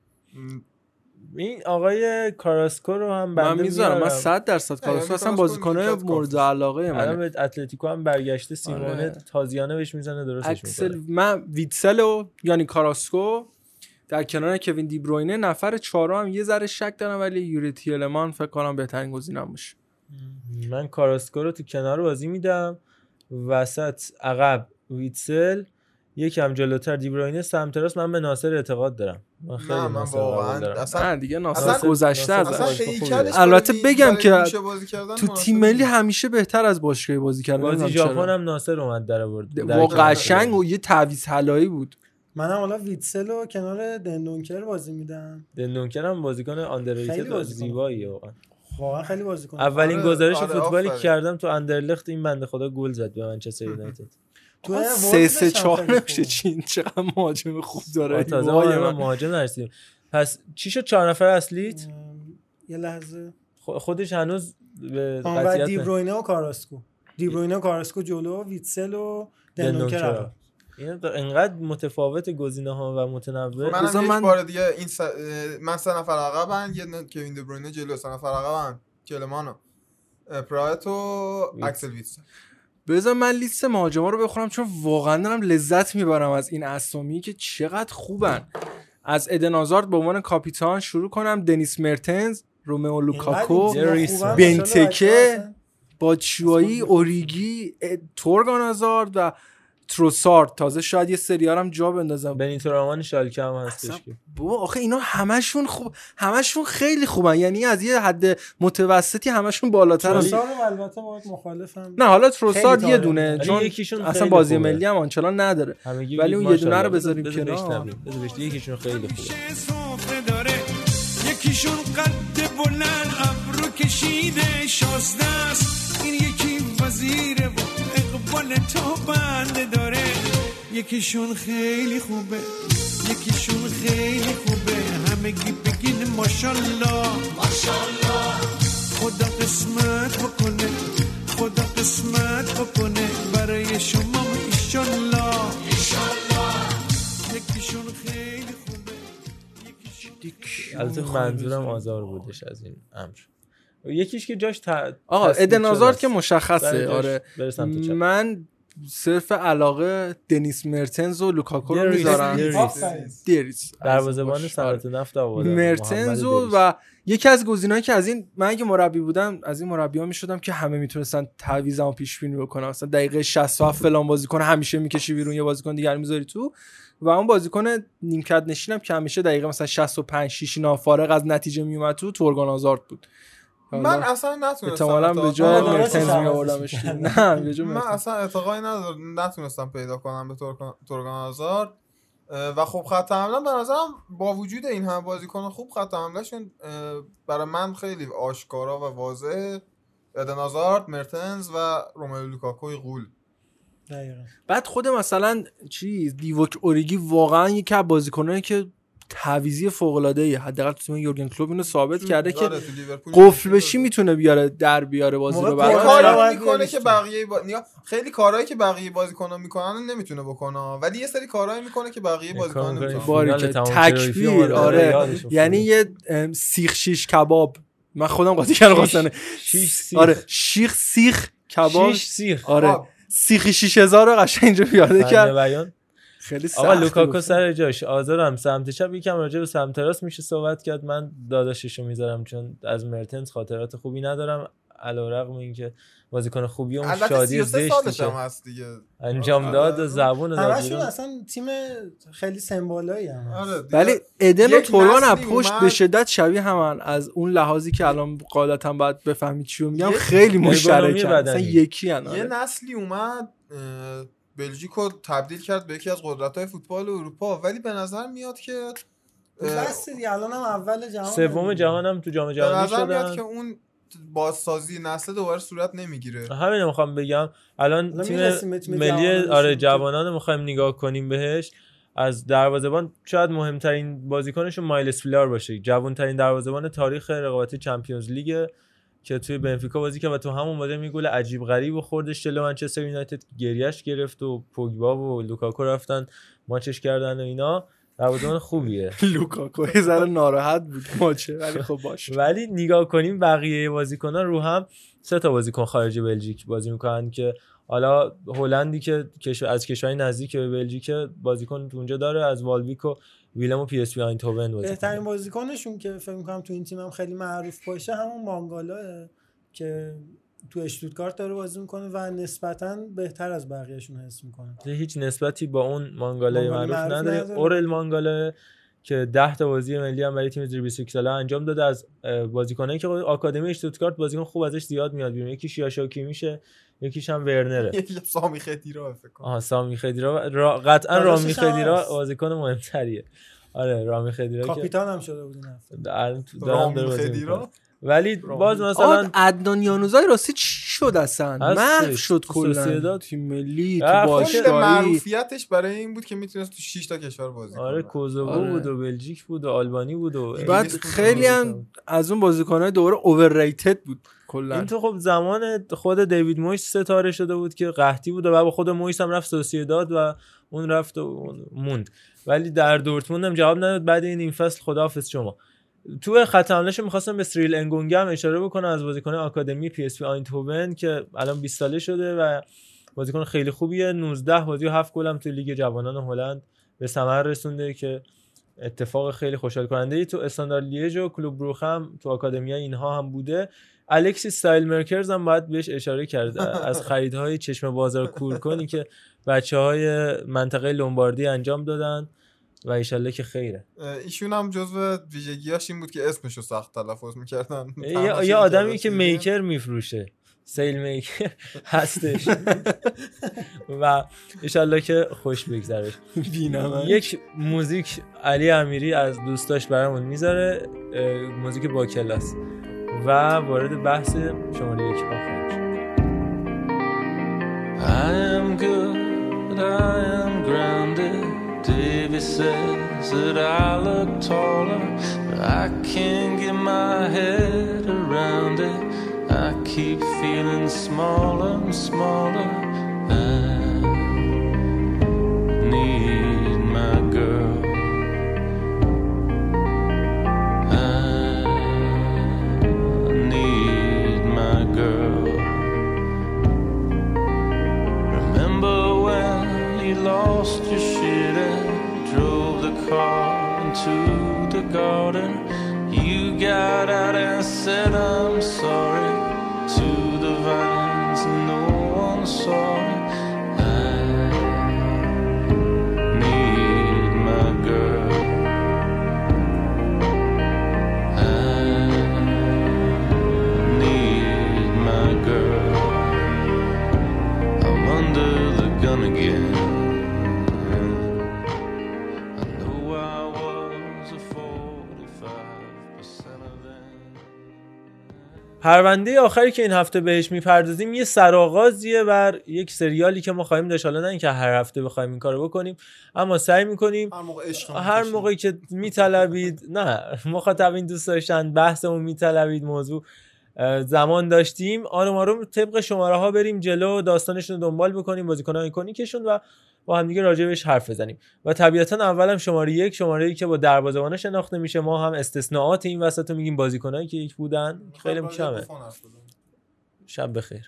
این آقای کاراسکو رو هم بنده من میذارم، من صد درصد کاراسکو اصلا بازیکنه مورد علاقه منه. الان به اتلتیکو هم برگشته، سیمونه آره. تازیانه بهش میزنه درستش اکسل میکنه. من ویتسل و یعنی کاراسکو در کنار کوین دی بروینه نفر چهارم هم یه ذره شک دارم، ولی یوری تیلمان فکر کنم بهترین گزینه‌ام باشه. من کاراسکو رو تو کنار بازی میدم، وسط عقب ویتسل، یکم جلوتر دی بروینه، سمت راست من به ناصر اعتقاد دارم. من خیلی من واقعا اصلا دیگه ناصر گذشته از البته بگم که تو تیم ملی همیشه بهتر از باشگاهی بازی کردن. بازی ژاپن هم ناصر اومد در آورد، واقعا قشنگ و یه تعویض حلایی بود. منم حالا ویتسل رو کنار دندونکر بازی میدم. دندونکر هم بازیکن آندرریتد زیباییه واقعا. واقعا خیلی بازیکن. اولین آره، گزارش آره، فوتبالی که کردم تو اندرلخت این بنده خدا گل زد به منچستر یونایتد. تو سه سه چهار نمیشه چین چقدر مهاجم خوب داره. تازه ما مهاجم نرسیدیم. پس چی شد چهار نفر اصلیت؟ یه لحظه خودش هنوز به قطعیت دی بروینه و کاراسکو. دی بروینه و کاراسکو جلو، ویتسل و دندونکر. اینا انقدر متفاوت گزینه‌ها و متنوع. من من بار دیگه این س... من سه نفر عقبم، یه کوین دی بروینه جلو، سه نفر عقبم کلمانو، پرایت و اکسل ویتسل. بذار من لیست مهاجما رو بخونم چون واقعا دارم لذت میبرم از این اسامی که چقدر خوبن. از ادن آزارد به عنوان کاپیتان شروع کنم، دنیس مرتنز، رومئو لوکاکو، بنتکه، باچوایی، اوریگی، تورگان آزارد و تروسارد، تازه شاید یه سریار هم جا بندازم، بنیتو رامان شالکه هم هستش که بابا آخه اینا همشون خوب، همشون خیلی خوبن، یعنی از یه حد متوسطی همشون بالاتر. تروسارد البته باید مخالفم، نه حالا تروسارد یه دونه چون یکیشون اصلا بازی خوبه. ملی هم آنچنان نداره، ولی اون یه دونه رو بذاریم کنار. یکیشون خیلی خوبه. یکیشون قد بلند ابرو کشیده شازده است، این یکی وزیر و اقبال تو بنده داره. یکیشون خیلی خوبه، یکیشون خیلی خوبه، همگی بگین ماشالله ماشالله. خدا قسمت بکنه، خدا قسمت بکنه برای شما ایشالله ایشالله. یکیشون خیلی خوبه، البته منظورم آزار بودش از این امر. یکیش که جاش تا آقا ادن آزارد که مشخصه. آره من صرف علاقه دنیس مرتنز و لوکاکو رو میذارم. دیریس دروازه‌بان صنعت نفت آورد مرتنز و یکی از گزینه‌هایی که از این من اگه مربی بودم از این مربی‌ها میشدم که همه میتونستن تعویضمو پیش بینی بکنن، مثلا دقیقه شصت و هفت فلان بازیکن همیشه میکشی بیرون، یه بازیکن دیگر میذاری تو، و اون بازیکن نیمکت نشینم که همیشه دقیقه مثلا شصت و پنج شش نافارق از نتیجه میومد تو تورگان آزارد بود. من اصلا نتونستم احتمالاً به جای مرتنز میآوردمش. نه به جای من اصلا اعتقادی ندارم، نتونستم پیدا کنم به تورگان آزارد. و خب خط حمله به نظرم با وجود این هم بازیکن خوب خط حملهشون برای من خیلی آشکارا و واضحه. ادن آزارد، مرتنز و روملو لوکاکوی غول. دقیقاً. بعد خود مثلا چیز دیووک اوریگی واقعا یکی از بازیکنایی که تعویضی فوق العاده ای، حداقل تو تیم یورگن کلوپ اینو ثابت کرده که قفل بشی میتونه بیاره در بیاره بازی رو. برای کاری میکنه که بقیه با... خیلی کارهایی که بقیه بازیکن‌ها میکنن نمیتونه بکنه، ولی یه سری کارهایی میکنه که بقیه بازیکن‌ها نمیتونن. باریکه تکبیر. آره یعنی یه سیخ شیش کباب، من خودم قاطی کردم واسه آره شیخ سیخ کباب شیش سیخ. آره سیخ شش هزار رو قشنگ اینجا پیاده کرد. خیلی سخت. آقا لوکاکو سر جاش، آزارم سمت چپ یکم راجع به سمت راست میشه صحبت کرد. من داداششو میذارم چون از مرتنز خاطرات خوبی ندارم، علیرغم اینکه بازیکن خوبیه اون شادی زشتی هست دیگه انجام داد و زبون داد. همشون اصلا تیم خیلی سمبولایی هم. ولی ادن و تورگان از پشت به شدت شبیه همن، از اون لحاظی که الان قاعدتا باید بفهمید چی میگم، خیلی مشترکن، اصلا یکی ان. یه نسلی اومد بلژیکو تبدیل کرد به یکی از قدرت‌های فوتبال اروپا، ولی به نظر میاد که بس دیگه الان هم اول جهان سوم جهان هم تو جام جهانی شدن. به نظر میاد که اون بازسازی نسل دوباره صورت نمیگیره. همین میخوام بگم الان تیم ملی آره جوانان میخوایم نگاه کنیم بهش، از دروازه‌بان شاید مهمترین بازیکنشون مایلس فیلار باشه، جوان‌ترین دروازه‌بان تاریخ رقابت چمپیونز لیگ که توی بنفیکا بازی کرد و تو همون بازی می گل عجیب غریب خوردش جلوی منچستر یونایتد، گریش گرفت و پوگبا و لوکاکو رفتن ماچش کردن و اینا. دروازه‌بان خوبیه. لوکاکو یه ذره ناراحت بود ماچه، ولی خب باشه. ولی نگاه کنیم بقیه بازیکن‌ها رو هم سه تا بازیکن خارج بلژیک بازی می‌کنن که حالا هلندی که از کشورهای نزدیک به بلژیک بازیکن اونجا داره، از والویک و ویلم و پی اس وی آینتوون بازی. بهترین بازیکنشون که فکر می‌کنم تو این تیم هم خیلی معروف باشه همون مانگالاه که تو اشتوتگارت داره بازی میکنه و نسبتاً بهتر از بقیه‌شون حس میکنه. هیچ نسبتی با اون مانگالای معروف نداره. اورل مانگالا که ده تا بازی ملی هم برای تیم زیر بیست و یک ساله انجام داده، از بازیکنایی که آکادمی اشتوتگارت بازیکن خوب ازش زیاد میاد بیرون. یکی شیاشاکی میشه، یکیش هم ورنره، یکی سامی خدیرا فکر کنم. آها سامی خدیرا را... قطعا رامی خدیرا بازیکن مهمتریه. آره رامی خدیرا کاپیتان هم شده بود این هفته. رامی خدیرا ولی باز مثلا عدنان یانوزای راستی چی شد اصلا؟ محو شد کلا تیم ملی تو باشگاهی. معروفیتش برای این بود که میتونست تو شش تا کشور بازی کنه. آره کوزوو آره. بود و بلژیک بود و آلبانی بود و بعد خیلی هم از اون بازیکن‌های دوره اورریتد بود کلا. این تو خب زمان خود دیوید مویس ستاره شده بود که قحطی بود و بعد خود مویس هم رفت سوسییداد و اون رفت و موند، ولی در دورتموند هم جواب نداد. بعد این این فصل خداحافظ شما. تو خط حملهش می‌خواستم به سریل انگونگا هم اشاره بکنم، از بازیکن آکادمی پی اس وی آینتوون که الان بیست ساله شده و بازیکن خیلی خوبیه. نوزده بازی و هفت گل هم تو لیگ جوانان هلند به ثمر رسونده که اتفاق خیلی خوشحال کننده ای. تو استاندارد لیژ و کلوب بروخ هم تو آکادمی اینها هم بوده. الکسیس استایل مرکرز هم باید بهش اشاره کرد از خریدهای چشم بازار کور کنی که بچهای منطقه لومباردی انجام دادن و ایشالله که خیره. ایشون هم جزو ویژگیاش این بود که اسمشو سخت تلفظ میکردن. یه آدمی که میکر میفروشه، سیل میکر هستش و ایشالله که خوش بگذره. یک موزیک علی امیری از دوستاش برامون میذاره، موزیک با کلاس، و وارد بحث شماره یک خواهیم شد. I am good, I am grounded. Davy says that I look taller, but I can't get my head around it. I keep feeling smaller and smaller. I need my girl. I need my girl. Remember when you lost your shit and drove the car into the garden? You got out and said I'm sorry to the vines, no one saw it. I need my girl. I need my girl. I'm under the gun again. پرونده آخری که این هفته بهش میپردازیم یه سرآغازیه بر یک سریالی که ما خواهیم داشت. حالا نه اینکه هر هفته بخوایم این کارو بکنیم، اما سعی میکنیم هر موقع عشق هر موقعی که میطلبید، نه مخاطبین دوست داشتن، بحثمون میطلبید، موضوع زمان داشتیم، آروم آروم طبق شماره ها بریم جلو، داستانشون رو دنبال بکنیم، بازیکن‌های آیکونیکشون، و با هم دیگه راجع بهش حرف بزنیم. و طبیعتا اولم شماره یک، شماره‌ای که با دروازه‌بان شناخته میشه. ما هم استثناءات این وسط رو میگیم، بازیکنایی که یک بودن، خیلی کمه. شب بخیر.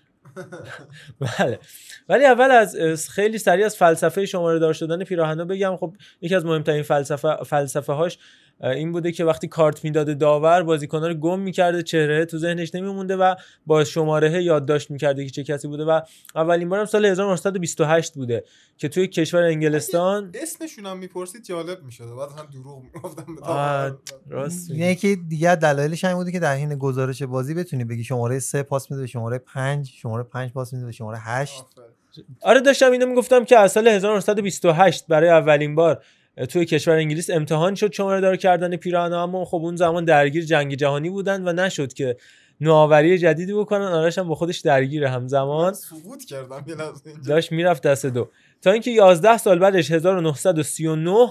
بله، ولی اول از خیلی سریع از فلسفه شماره دار شدن پیراهن‌ها بگم. خب یکی از مهمترین فلسفه فلسفه هاش این بوده که وقتی کارت میداده داور، بازیکن‌ها رو گم می‌کرده، چهره تو ذهنش نمی‌مونده و با شماره یادداشت می‌کرده که چه کسی بوده. و اولین بارم سال هزار و نهصد و بیست و هشت بوده که توی کشور انگلستان اسمشون هم میپرسید جالب می‌شد، بعد هم دروغ میگفتن به داور. راست میگه. یکی دیگه دلایلش این بوده که در حین گزارش بازی بتونی بگی شماره سه پاس میده به شماره پنج، شماره پنج پاس میده به شماره هشت. آره داشتم اینو میگفتم که از سال هزار و نهصد و بیست و هشت برای اولین بار توی کشور انگلیس امتحان شد شماره دار کردن پیراهن‌ها، اما خب اون زمان درگیر جنگ جهانی بودن و نشد که نوآوری جدیدی بکنن. آرش هم با خودش درگیر همزمان سقوط کردم یه لحظه اینجا، داشت میرفت دست دو، تا اینکه یازده سال بعدش هزار و نهصد و سی و نه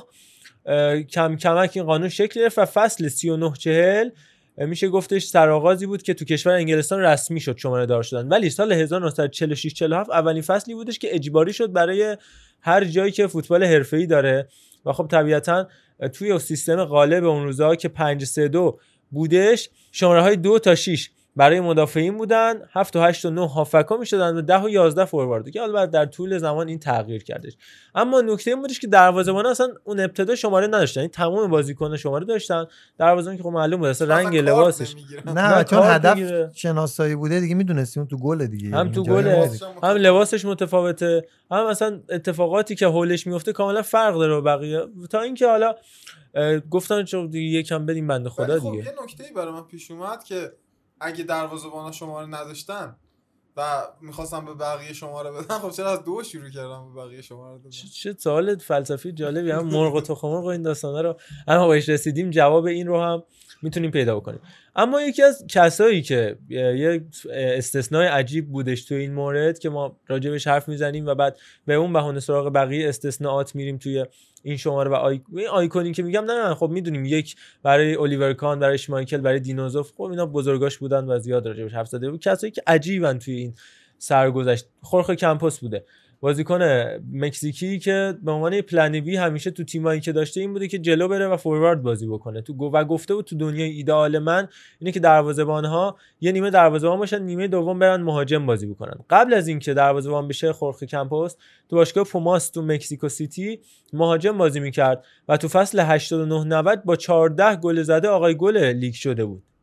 کم کمک این قانون شکل گرفت و فصل سی و نه چهل میشه گفتش سرآغازی بود که تو کشور انگلستان رسمی شد شماره دار شدن. ولی سال هزار و نهصد و چهل و شش چهل و هفت اولین فصلی بودش که اجباری شد برای هر جایی که فوتبال حرفه‌ای داره. و خب طبیعتاً توی سیستم غالب اون روزها که پنج سه دو بودش، شماره های دو تا شش برای مدافعین بودن، هفت و هشت و نه هافکا میشدن و ده و یازده فوروارد، که البته در طول زمان این تغییر کردش. اما نکته این بودش که دروازه‌بان اصلا اون ابتدا شماره نداشتن، این تمام بازیکن‌ها شماره داشتن. دروازه‌بان که خب معلوم بود اصلا رنگ لباسش نه چون هدف بگیره. شناسایی بوده دیگه، میدونستیم اون تو گل دیگه، هم تو گل هم لباسش متفاوته، هم اصلا اتفاقاتی که حولش میفته کاملا فرق داره با بقیه. تا اینکه حالا گفتن چون دیگه یکم بدیم بنده خدا دیگه. خب یه نکته‌ای برای من پیش اومد که اگه دروازه‌بانا شماره نداشتن و می‌خواستم به بقیه شماره بدن، خب چرا از دو شروع کردم به بقیه شماره دادم؟ چه سوال فلسفی جالبی. هم مرغ و تخم مرغ و این داستانا رو اما بهش رسیدیم، جواب این رو هم میتونیم پیدا بکنیم. اما یکی از کسایی که یه استثنای عجیب بودش تو این مورد که ما راجبش حرف میزنیم و بعد به اون بهونه سراغ بقیه استثناءات میریم توی این شماره و آی... این آیکونی که میگم، نه نه خب میدونیم، یک برای الیور کان، برای شمایکل، برای دینوزوف، خب اینا بزرگاش بودن و زیاد راجبش حرف زده بود. کسایی که عجیبن توی این سرگذشت، خورخه کمپوس بوده، بازیکن مکزیکی که به عنوان پلن بی همیشه تو تیمایی که داشته این بوده که جلو بره و فوروارد بازی بکنه. تو و گفته بود تو دنیای ایدئال من اینه که دروازه‌بان‌ها یه نیمه دروازه‌بان باشن، نیمه دوم برن مهاجم بازی بکنن. قبل از اینکه دروازه‌بان بشه خورخه کمپوس تو باشگاه پوماس تو مکزیکو سیتی مهاجم بازی میکرد و تو فصل هشتاد و نه نود با چهارده گل زده آقای گل لیگ شده بود.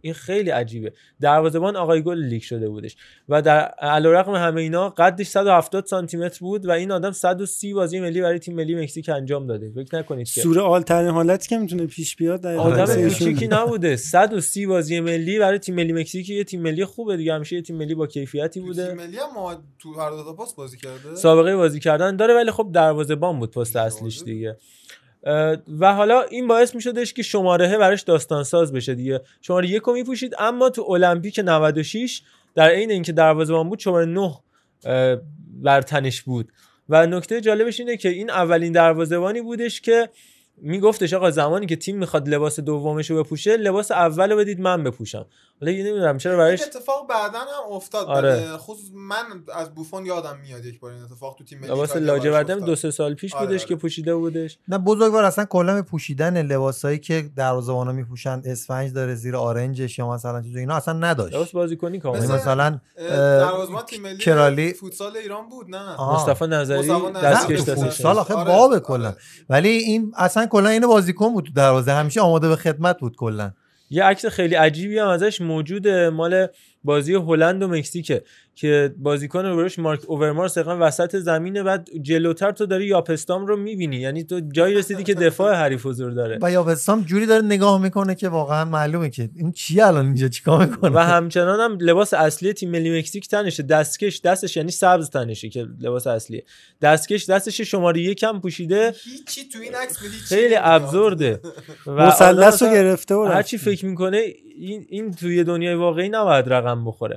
این خیلی عجیبه. دروازه‌بان آقای گل لیگ شده بودش و در علیرغم همه اینا قدش صد و هفتاد سانتی متر بود و این آدم صد و سی بازی ملی برای تیم ملی مکزیک انجام داده. فکر نکنید که سورئال ترین حالتی که میتونه پیش بیاد در آدم کوچیکی نبوده. صد و سی بازی ملی برای تیم ملی مکزیک، یه تیم ملی خوبه دیگه، همیشه یه تیم ملی با کیفیتی بوده. تیم ملی هم تو هر دو تا پست بازی کرده، سابقه بازی کردن داره، ولی خب دروازه‌بان بود پست اصلیش دیگه. و حالا این باعث میشدش که شماره براش داستان ساز بشه دیگه. شماره یک رو میپوشید، اما تو المپیک نود و شش در عین اینکه دروازه‌بان بود شماره نه بر تنش بود. و نکته جالبش اینه که این اولین دروازه‌بانی بودش که میگفتش آقا زمانی که تیم میخواد لباس دومش رو بپوشه، لباس اولو بدید من بپوشم. حالا یه نمیدونم چرا براش این اتفاق بعدن هم افتاد. آره. خصوص من از بوفون یادم میاد یک بار این اتفاق تو تیم ملی لباس لاجوردم دو سه سال پیش آره بودش آره. که پوشیده بودش. نه بزرگوار اصلا کلا به پوشیدن لباسایی که دروازه‌بانا میپوشن اسفنج داره زیر آرنجش یا مثلا چیز اینا اصلا نداشت. لباس بازیکنی کاملا. مثلا دروازه‌بان تیم ملی کرالی فوتسال ایران بود. نه مصطفی نظری دستکش دستش. فوتسال آخه بابه کلا. ولی این اصلا کلا این بازیکن بود تو دروازه، همیشه آماده به خدمت بود کلا. یه عکس خیلی عجیبی هم ازش موجوده، مال بازی هلند و مکزیکه که بازیکن رو بروش مارک اوورمارس دقیقاً وسط زمینه، بعد جلوتر تو داری یاپستام رو میبینی، یعنی تو جایی رسیدی که دفاع حریف حضور داره و یاپستام جوری داره نگاه میکنه که واقعا معلومه که این چی الان اینجا چیکار میکنه. و همچنان هم لباس اصلی تیم ملی مکزیک تنشه، دستکش دستش یعنی سبز تنشه که لباس اصلیه، دستکش دستش شماره یک هم پوشیده. هیچی تو این عکس خیلی ابزورده و مثلث رو گرفته و هر چی فکر میکنه این این توی دنیای واقعی نباید رقم بخوره.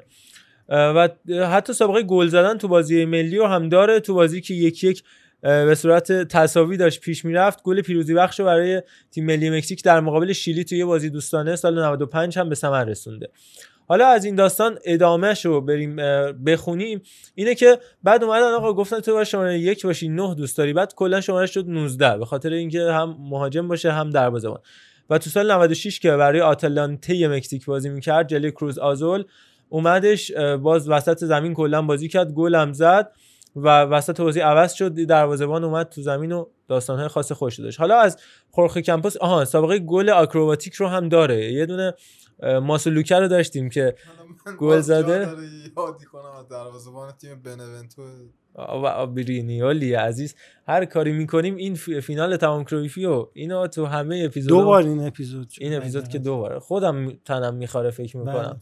و حتی سابقه گل زدن تو بازی ملی رو هم داره. تو بازی که یک یک به صورت تساوی داشت پیش میرفت، گل پیروزی بخش رو برای تیم ملی مکزیک در مقابل شیلی توی بازی دوستانه سال نود و پنج هم به ثمر رسونده. حالا از این داستان ادامهش رو بریم بخونیم. اینه که بعد اومدن آقا گفتن تو باید شماره یک باشی، نه دوست داری، بعد کلا شمارهش شد نوزده به خاطر اینکه هم مهاجم باشه هم دروازه‌بان. و تو سال نود و شش که برای آتلانته مکزیک بازی میکرد جلوی کروز آزول، اومدش باز وسط زمین کلا بازی کرد، گل هم زد و وسط بازی عوض شد، دروازه‌بان اومد تو زمین و داستان‌های خاص خودش داشت. حالا از خورخه کمپوس آها سابقه گل آکروباتیک رو هم داره. یه دونه ماسولوکا رو داشتیم که گل زده. یادی کنم از دروازه‌بان تیم بنونتو و برینیولی عزیز، هر کاری میکنیم این فینال تمام کرویفی و اینا تو همه اپیزود دو بار این اپیزود این اپیزود که دو بار خودم تنم میخوره فکر میکنم.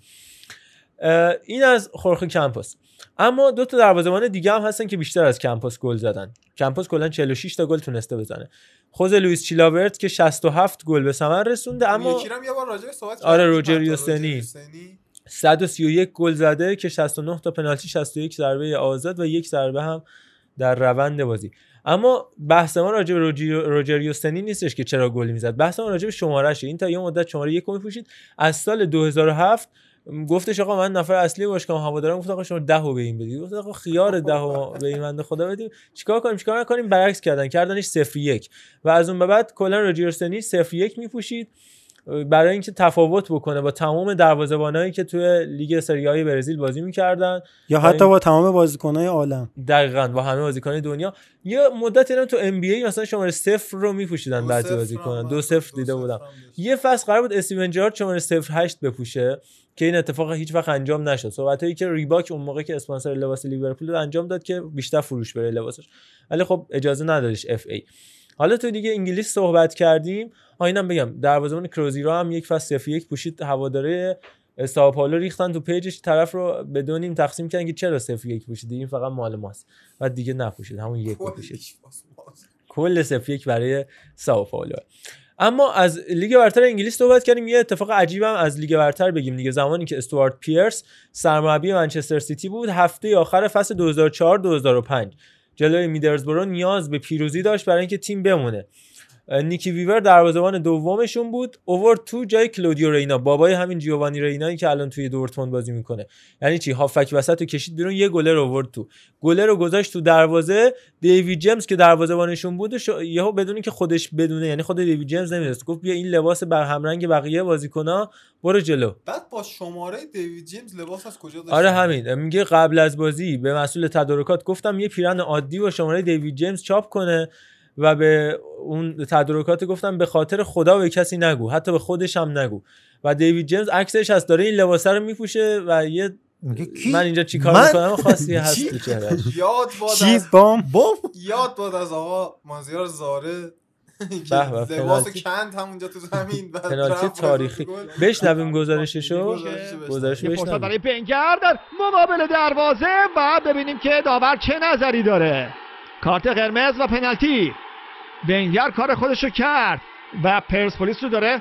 این از خورخه کمپوس. اما دو تا دروازه‌بان دیگه هم هستن که بیشتر از کمپوس گل زدن. کمپوس کلا چهل و شش تا گل تونسته بزنه. خوزه لوئیس چیلاورت که شصت و هفت گل به ثمر رسونده. اما یکی هم یه بار راجع به صحبت آره روجریو سنی صد و سی و یک گل زده که شصت و نه تا پنالتی، شصت و یک ضربه آزاد و یک ضربه هم در روند بازی. اما بحث ما راجع به روجریو سنی نیستش که چرا گل میزد، بحث ما راجع به شمارهشه. این تا یه مدت شماره یک رو میپوشید. از سال دو هزار و هفت گفتش آقا من نفر اصلی باشگاه هوادارم، گفت آقا شما ده رو به این بدید. گفت آقا خیار ده رو به این بنده خدا بدیم، چیکار کنیم چیکار نکنیم؟ برعکس کردن، کردنش صفر یک و از اون به بعد کلا روجریو سنی صفر یک میپوشید برای اینکه تفاوت بکنه با تمام دروازه‌بانایی که توی لیگ سری آ برزیل بازی می‌کردن یا حتی با تمام بازیکن‌های عالم. دقیقاً با همه بازیکن‌های دنیا. یه مدتی هم تو ام بی ای مثلا شماره صفر رو می‌پوشیدن بعضی بازیکن‌ها. دو صفر دیده بودم. یه فصل قرار بود استیون جرارد شماره صفر هشت بپوشه که این اتفاق هیچ وقت انجام نشد. صحبتایی که ریباک اون موقع که اسپانسر لباس لیورپول رو انجام داد که بیشتر فروش بره لباسش، ولی خب اجازه ندادش اف ای. حالا تو دیگه انگلیس صحبت کردیم، آینم بگم دروازه‌بان کروزیرو هم یک فصل صفر یک پوشید. هواداره ساو پائولو ریختن تو پیجش، طرف رو بدونیم تقسیم کردن که چرا صفر یک پوشیدی، این فقط مال ماست. و دیگه نپوشید، همون یک پوشید. کل صفر یک برای ساو پائولو. اما از لیگ برتر انگلیس صحبت کردیم. یه اتفاق عجیب هم از لیگ برتر بگیم دیگه. زمانی که استوارت پیرس سرمربی منچستر سیتی بود، هفته آخر فصل دو هزار و چهار دو هزار و پنج جلوی میدلزبرو نیاز به پیروزی داشت برای اینکه تیم بمونه. نیکی ویور دروازه‌بان دومشون بود، اوورد تو جای کلودیو رینا، بابای همین جیووانی رینایی که الان توی دورتموند بازی میکنه. یعنی چی؟ هافک وسط رو کشید بیرون، یه گلر اوورد تو، گلر رو گذاشت تو دروازه. دیوید جیمز که دروازه‌بانشون بود ش... یهو بدونی که خودش بدونه، یعنی خود دیوید جیمز نمیدونست، گفت بیا این لباس بر همرنگ بقیه بازیکن‌ها برو جلو. بعد با شماره دیوید جیمز لباس از کجا داشت؟ آره همین میگه قبل از بازی به مسئول تدارکات گفتم یه پیرن عادی با شماره دیوید جیمز چاپ کنه و به اون تدارکات گفتم به خاطر خدا به کسی نگو، حتی به خودش هم نگو. و دیوید جیمز عکسش هست داره این لباسه رو میپوشه و یه من اینجا چیکار من... میکنم خاصی هست تو چهرهش. یاد باد چی از بام بام یاد باد از آقا مازیار زاره که به لباسو کند همونجا تو زمین و پنالتی تاریخی. بشنویم گزارششو. گزارش بشنویم. برای بنگر در مقابل دروازه و ببینیم که داور چه نظری داره. کارت قرمز و پنالتی. بنگر کار خودشو کرد و پرسپولیس رو داره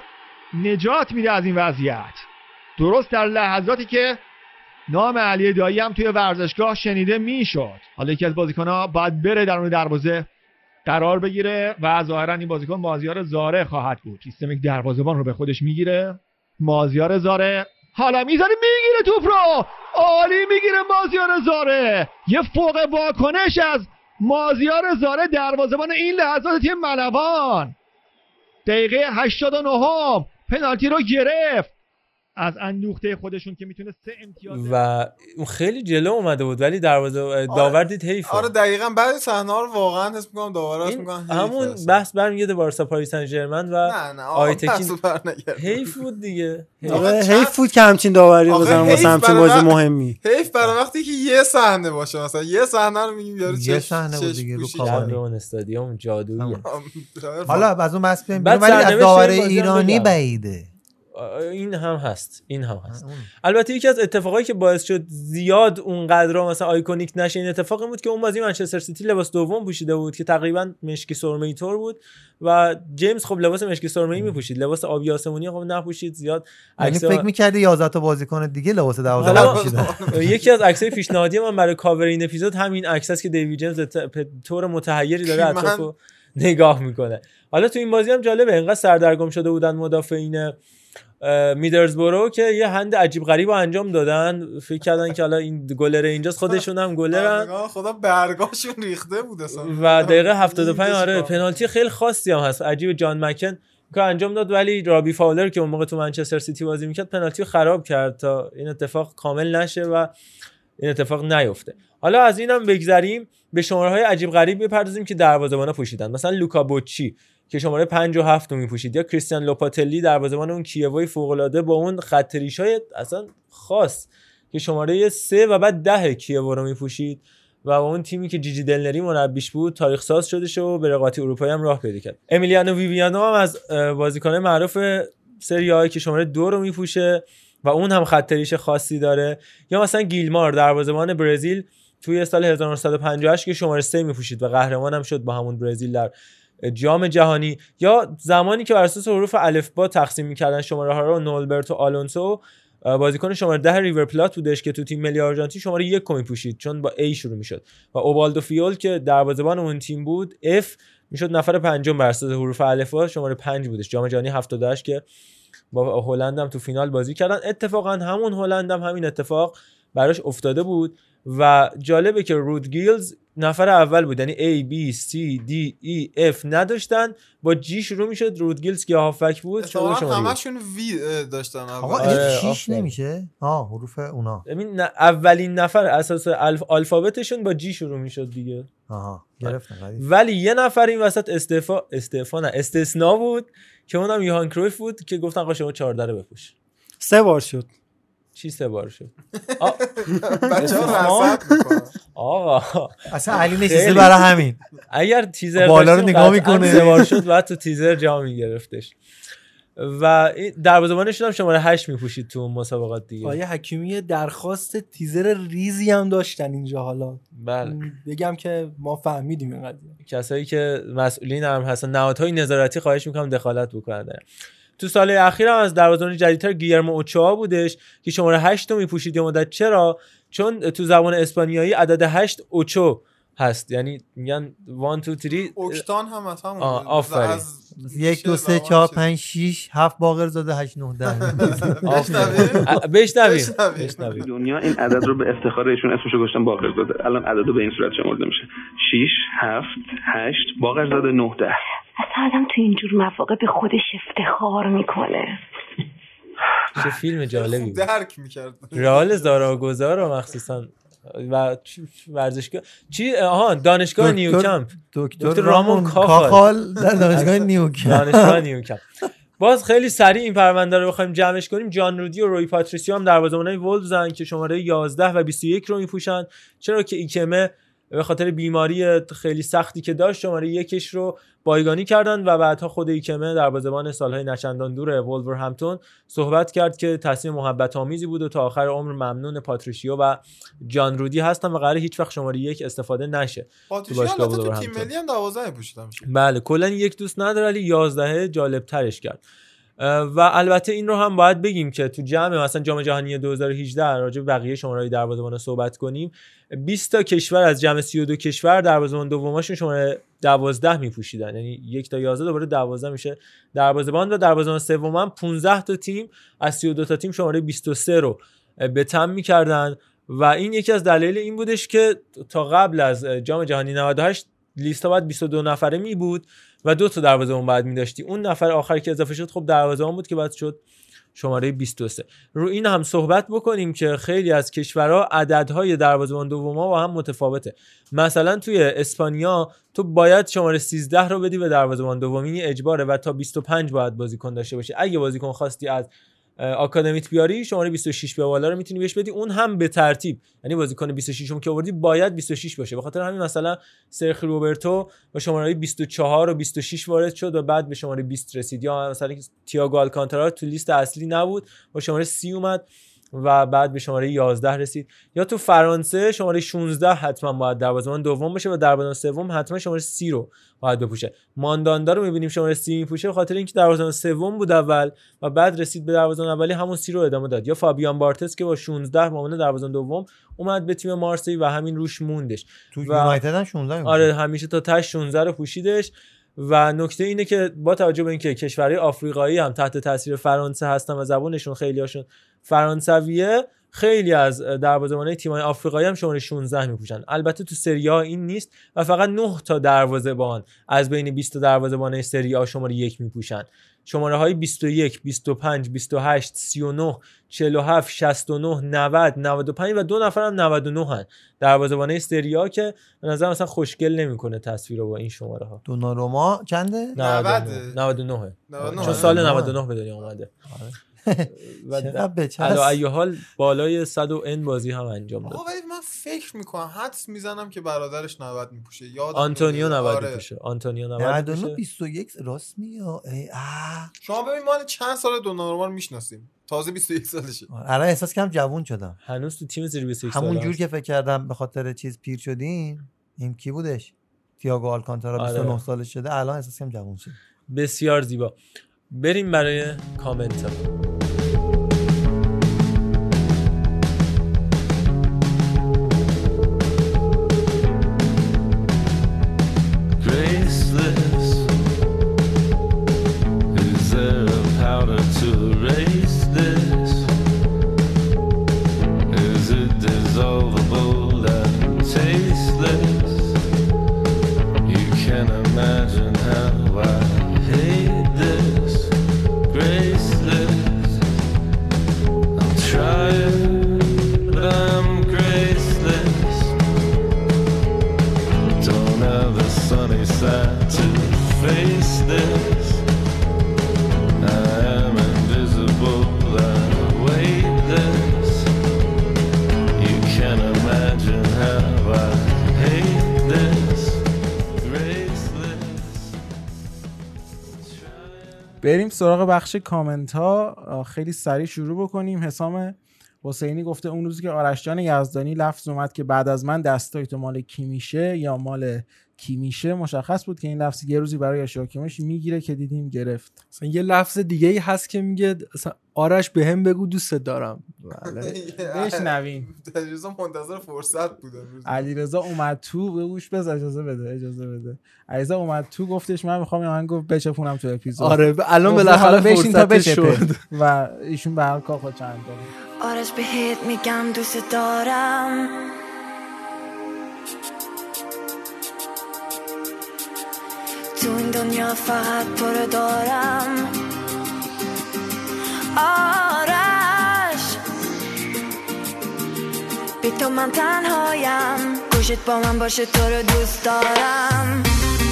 نجات میده از این وضعیت. درست در لحظاتی که نام علی دایی هم توی ورزشگاه شنیده میشد. حالا یکی از بازیکن‌ها باید بره درون دروازه قرار بگیره و ظاهرا این بازیکن مازیار زاره خواهد بود. سیستم دروازه‌بان رو به خودش میگیره. مازیار زاره حالا میذاره میگیره توپ رو. عالی میگیره مازیار زاره. یه فوق واکنش از مازیار زاره دروازه‌بان این لحظات تیم ملوان. دقیقه هشتاد و نه پنالتی رو گرفت از اندوخته خودشون که میتونه سه امتیاز و اون خیلی جلو اومده بود ولی دروازه داور دید حیفه. آره دقیقاً بعد صحنه رو واقعا حس می‌کنم داورا حس می‌کنن همون بحث برمیگرده بارسا پاریس سن ژرمن و آیتکین حیف بود دیگه. آره حیف بود که همچین داوری بزنن واسه همچین بازی مهمی. حیف برای وقتی که یه صحنه باشه مثلا یه صحنه رو میگیم یارو یه صحنه بود دیگه رو کابانی اون استادیوم جادویی. حالا از اون بس بیایم ولی از داور ایرانی بعیده. این هم هست این هم هست البته یکی از اتفاقایی که باعث شد زیاد اونقدر مثلا آیکونیک نشه این اتفاقی بود که اون بازی منچستر سیتی لباس دوم پوشیده بود که تقریبا مشکی سرمه‌ای طور بود و جیمز خب لباس مشکی سرمه‌ای میپوشید، لباس آبی آسمونی خب نپوشید. زیاد یعنی فکر می‌کردی یازده تا بازیکن دیگه لباس دوازده پوشیدن. یکی از عکسای پیشنهادی من برای کاور این اپیزود همین عکس است که دیوید جیمز به طور متحیری داره اطرافو نگاه میکنه. حالا تو این بازی هم جالبه انقدر سردرگم شده بودن مدافعین میدرزبورو که یه هند عجیب غریب رو انجام دادن، فکر کردن که حالا این گلر اینجاست خودشون هم گلرن. خدا برگاشون ریخته بود اصلا. و دقیقه هفتاد و پنج آره پنالتی خیلی خاصی هم هست عجیب جان مکن که انجام داد ولی رابی فاولر که اون موقع تو منچستر سیتی بازی میکرد پنالتی رو خراب کرد تا این اتفاق کامل نشه و این اتفاق نیفته. حالا از اینم بگذریم به شماره‌های عجیب غریب بپردازیم که دروازه‌بانا پوشیدن. مثلا لوکا بوچی که شماره پنج و هفت رو میپوشید یا کریستیان لوپاتلی دروازه‌بان اون کیوی فوق‌العاده با اون خط ریشای اصلا خاص که شماره سه و بعد ده کیوی رو میپوشید و با اون تیمی که جیجی دلنری مربیش بود تاریخ ساز شده شو و به رقابت اروپایی هم راه پیدا کرد. امیلیانو ویویانو هم از بازیکن‌های معروف سری آ که شماره دو رو میپوشه و اون هم خط ریش خاصی داره. یا مثلا گیلمار دروازه‌بان برزیل توی سال هزار و نهصد و پنجاه و هشت که شماره سه میپوشید و قهرمان هم شد با همون برزیل در جام جهانی. یا زمانی که بر اساس حروف الفبا تقسیم می‌کردن شماره ها رو نولبرتو آلونسو بازیکن شماره ده ریور پلات بودش که تو تیم ملی آرژانتین شماره یک رو میپوشید چون با A شروع میشد و اوبالدو فیول که دروازه‌بان اون تیم بود F میشد نفر پنجم بر اساس حروف الفبا شماره پنج بودش. جام جهانی هفتاد و هشت که با هلند هم تو فینال بازی کردن. اتفاقا همون هلند هم همین اتفاق براش افتاده بود و جالبه که رود گیلز نفر اول بود یعنی A B C D E F نداشتن با G شروع میشد. رود گیلز که هافک بود شما همشون V داشتن. آقا آره شش نمیشه ها حروف اونا ببین اولین نفر اساس الف... الفابتشون با G شروع میشد دیگه. آها گرفتن. ولی یه نفر این وسط استعفا استعفا نه استثناء بود که اونم یوهان کرویف بود که گفتن آقا شما چهارده رو بپوش. سه بار شد. چی سه بار شد؟ بچه‌ها رصد می‌کنن. آقا اصلا علی نشسته برای همین. اگر تیزر بالا رو نگاه میکنه سه بار شد بعد تو تیزر جا میگرفتش. و دروازه‌بانشون هم شماره هشت میپوشید تو مسابقات دیگه. آیه حکیمی درخواست تیزر ریزی هم داشتن اینجا. حالا بله بگم که ما فهمیدیم این قضیه. کسایی که مسئولین هم هستن نهادهای نظارتی خواهش میکنم دخالت بکنن. تو سال اخیر هم از دروازه‌بان جدیدتر گیلرمو اوچوا بودش که شماره هشت رو میپوشید یه مدت. چرا؟ چون تو زبان اسپانیایی عدد هشت اوچو هست یعنی میگن یک دو سه اوکتان هم هست همون. آفرین. یک دو سه چهار پنج شش هفت باقر زاده هشت نه ده. بشنویم بشنویم. دنیا این عدد رو به افتخار ایشون اسمشو گذاشتن باقر زاده. الان عدد رو به این صورت شمرده میشه شش هفت هشت باقر زاده نه ده. اصلا آدم تو اینجور مواقع به خودش افتخار میکنه. چه فیلم جالبی بود. درک میکرد رئال زاراگوزا رو مخصوصا و ورزشگاه چی آها دانشگاه نیوکمپ دکتر رامون کاخال در دانشگاه نیوکمپ دانشگاه نیوکمپ. باز خیلی سریع این پرونده رو بخوایم جمعش کنیم، جان رودی و روی پاتریسیو هم دروازه‌بانای وولفزن که شماره یازده و بیست و یک رو میپوشن، چرا که ایکمه به خاطر بیماری خیلی سختی که داشت شماره یکش رو بایگانی کردن و بعدها خود ایکمه دروازه‌بان سالهای نچندان دور وولورهمپتون صحبت کرد که تصمیم محبت آمیزی بود و تا آخر عمر ممنون پاتریشیو و جان رودی هستن و قراره هیچ وقت شماره یک استفاده نشه. پاتریشیو البته تو تیم ملی هم دوازده پوشیده میشه. بله کلا یک دوست نداره ولی یازده جالب ترش کرد. و البته این رو هم باید بگیم که تو جمع مثلا جام جهانی دو هزار و هجده راجع به بقیه شماره‌های دروازه‌بان صحبت کنیم، بیست تا کشور از جمع سی و دو کشور دروازه‌بان دوماشون شماره دوازده میپوشیدن، یعنی یک تا یازده دوباره دوازده میشه دروازه‌بان. و دروازه‌بان سوم هم پانزده تا تیم از سی و دو تا تیم شماره بیست و سه رو به تم می‌کردن و این یکی از دلایل این بودش که تا قبل از جام جهانی نود و هشت لیست بعد بیست و دو نفره می بود و دو تا دروازه‌بان بعد می‌داشتی. اون نفر آخری که اضافه شد خب دروازه‌بان بود که بعد شد شماره بیست و سه. رو این هم صحبت بکنیم که خیلی از کشورها عددهای دروازه‌بان دوما با هم متفاوته. مثلا توی اسپانیا تو باید شماره سیزده رو بدی به دروازه‌بان دوم، این اجباره و تا بیست و پنج باید بازیکن داشته باشه. اگه بازیکن خواستی از آکادمیت بیاری شماره بیست و شش به بالا رو میتونی بهش بدی، اون هم به ترتیب، یعنی بازیکن بیست و شش م که آوردی باید بیست و شش باشه. به خاطر همین مثلا سرخی روبرتو با شماره بیست و چهار و بیست و شش وارد شد و بعد به شماره بیست رسید، یا مثلا تییاگو آلکانتارا تو لیست اصلی نبود با شماره سی اومد و بعد به شماره یازده رسید. یا تو فرانسه شماره شانزده حتما باید دروازه‌بان دوم باشه و دروازه‌بان سوم حتما شماره سی رو باید بپوشه. مانداندا رو می‌بینیم شماره سی میپوشه به خاطر اینکه دروازه‌بان سوم بود اول و بعد رسید به دروازه‌بان اولی همون سی رو ادامه داد. یا فابیان بارتس که با شانزده به عنوان دروازه‌بان دوم اومد به تیم مارسی و همین روش موندش. تو یونایتد هم شانزده آره همیشه تا تا شانزده رو پوشیدش. و نکته اینه که با توجه به اینکه کشورهای آفریقایی هم تحت تاثیر فرانسه هستن و زبانشون خیلی هاشون فرانسویه، خیلی از دروازه‌بانای تیم‌های آفریقایی هم شماره شانزده میپوشن. البته تو سری آ این نیست و فقط نه تا دروازه‌بان از بین بیست تا دروازه‌بانای سری آ شماره یک میپوشن. شماره‌های بیست و یک، بیست و پنج، بیست و هشت، سی و نه، چهل و هفت، شصت و نه، نود، نود و پنج و دو نفر هم نود و نه هن دروازه‌بانای سری آ که به نظر مثلا خوشگل نمیکنه تصویر رو با این شماره‌ها. دوناروما چنده؟ نود نود و نه چون سال نود و نه به دنیا اومده. و در ای حال بالای صد و ان بازی هم انجام داد. ولی من فکر میکنم حدس میزنم که برادرش نود میپوشه. یاد آنتونیو نود میپوشه. آنتونیو نود میپوشه. بیست و یک راست میگه. شما ببین ما چند سال دوناروما رو میشناسیم. تازه بیست و یک سالشه. الان احساس کردم جوون شدم. هنوز تو تیم زیر بیست و یک ساله. همون جور که فکر کردم به خاطر چیز پیر شدین. این کی بودش؟ تییاگو آلکانتارا بیست و نه سالش شده. الان احساس کردم جوون شد. بسیار زیبا. بریم برای کامنت ها. بریم سراغ بخش کامنت ها. خیلی سریع شروع بکنیم. حسام حسینی گفته اون روزی که آرش جان یزدانی لفظ اومد که بعد از من دستای تو مال کی میشه یا مال کی میشه، مشخص بود که این لفظ یه روزی برای اشراکیمش میگیره که دیدیم گرفت. مثلا یه لفظ دیگه ای هست که میگه مثلا آرش بهم بگو دوست دارم. بله بشنوین. علیرضا منتظر فرصت بود امروز. علیرضا اومد تو بگوش بز اجازه بده اجازه بده. علیرضا اومد تو گفتش من میخوام این آهنگو بچپونم تو اپیزود. آره الان بالاخره فرصت شد و ایشون به هر کار خود چند داره. آرش بهت میگم دوست دارم، تو این دنیا فقط پر دارم. آرش بی تو من تنهایم گوشت با من باشه تو رو دوست دارم.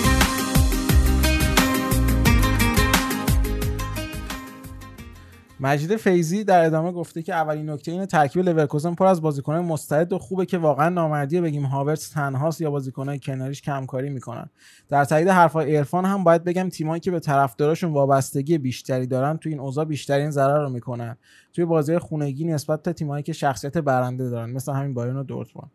مجید فیضی در ادامه گفته که اولین نکته اینه ترکیب لورکوزن پر از بازیکنان مستعد و خوبه که واقعا نامردیه بگیم هاورتس تنهاست یا بازیکنای کناریش کمکاری میکنن. در تایید حرفای عرفان هم باید بگم تیمایی که به طرفداراشون وابستگی بیشتری دارن تو این اوضاع بیشترین ضرر رو میکنن توی بازی خونگی نسبت تا تیمایی که شخصیت برنده دارن مثل همین بایرن و دورتموند.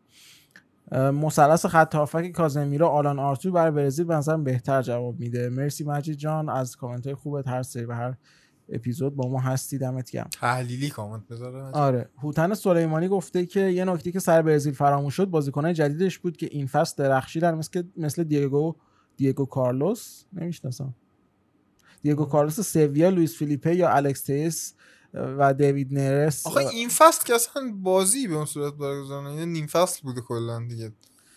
مثلث خط هافک کازمیرو آلان آرتور برای برزیل به نظرم بهتر جواب میده. مرسی مجید جان از کامنت‌های خوبت، هر سری و هر اپیزود با ما هستی، دمت گرم. تحلیلی کامنت بذاره. آره هوتن سلیمانی گفته که یه نکته که سر برزیل فراموش شد بازیکنای جدیدش بود که این فصل درخشیدن مثل مثل دیگو دیگو کارلوس، نمیشناسم دیگو کارلوس سویا، لوئیس فیلیپه یا الکس تیس و دیوید نیرس. آخه این فصل که اصلا بازی به اون صورت برگزار نشده، نیم فصل بوده کلا دیگه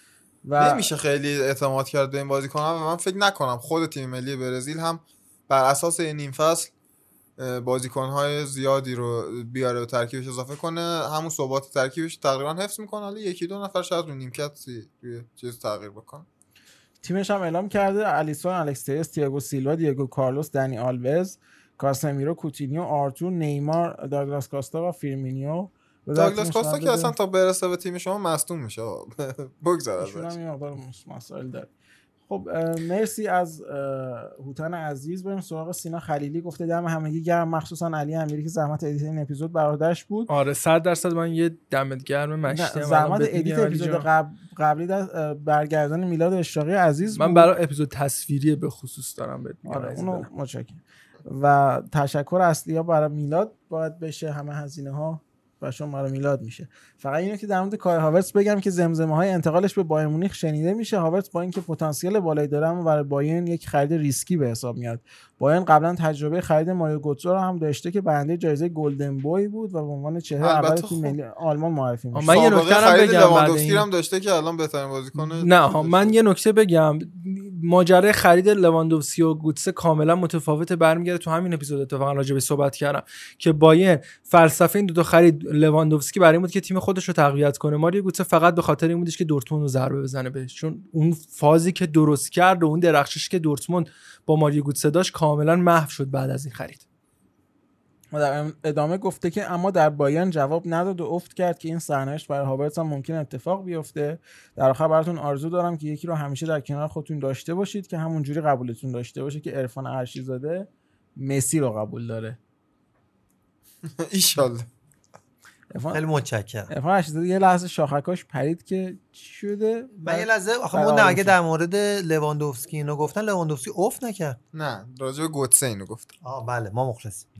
و نمیشه خیلی اعتماد کرد به این بازیکن‌ها و من فکر نکنم خود تیم ملی برزیل هم بر اساس این نیم فصل بازیکن‌های زیادی رو بیاره و ترکیبش اضافه کنه. همون ثبات ترکیبش تقریبا حفظ میکنه، حالا یکی دو نفر شاید رو نیمکت روی چیز تغییر بکنه. تیمش هم اعلام کرده الیسون، الکس تیس، تییاگو سیلوا، دیگو کارلوس، دنی آلوز، کاسمیرو، کوتینیو، آرتور، نیمار، داگلاس کاستا و فیرمینیو. داگلاس کاستا که اصلا تا برسه به تیم شما مصدوم میشه بگذار ازش. ایشون هم یه مقدار مسائل داره. خب مرسی از هوتن عزیز. بریم سراغ سینا خلیلی. گفته دم همگی گرم، مخصوصا علی امیری که زحمت ادیت این اپیزود برادرش بود. آره صد درصد من یه دمت گرم مشتی زحمت ادیت اپیزود قبل قبلی در برگردان میلاد اشراقی عزیز من بود. برای اپیزود تصویری به خصوص دارم بهت میگم. آره اونو متشکرم. و تشکر اصلی ها برای میلاد باید بشه، همه هزینه ها و شما برای میلاد میشه. فقط اینو که در مورد کای هاورتس بگم که زمزمه های انتقالش به بایر مونیخ شنیده میشه. هاورتس با اینکه پتانسیل بالایی داره اما برای بایرن یک خرید ریسکی به حساب میاد. بایرن قبلا تجربه خرید ماریو گوتسو رو هم داشته که برنده جایزه گلدن بوی بود و به عنوان چهره اول تیم ملی آلمان معرفی میشه. من یه نکته هم بگم، لواندوفسکی هم داشته که الان بهترین بازیکن. نه من یه نکته بگم، ماجرای خرید لواندوفسکی و گوتسه کاملا متفاوته، برمیگرده تو همین اپیزود اتفاقا راجع به صحبت کردم که بایرن فلسفه این دو تا خرید لواندوفسکی برای این بود که تیم خودش رو تقویت کنه. ماریو گوتسه فقط به خاطر این بودش که دورتموند رو ضربه بزنه بهش، چون اون فازی که درست کرد و اون درخشش که دورتموند با ماریو گوتسه داشت کاملا محو شد بعد از این خرید. و در ادامه گفته که اما در بایرن جواب نداد و افت کرد که این سرنوشت برای هاورتس هم ممکن اتفاق بیفته. در آخر براتون آرزو دارم که یکی رو همیشه در کنار خودتون داشته باشید که همون جوری قبولتون داشته باشه که عرفان ارشیزاده مسی رو قبول داره. ان شاءالله. خیلی متشکرم. عرفان ارشیزاده یه لحظه شاخکاش پرید که چی شده؟ من یه لحظه آخه ما اگه در مورد لواندوفسکی اینو گفتن لواندوفسکی افت نکرد. نه راجع به گوتسه اینو گفت. آه بله ما مخلصیم.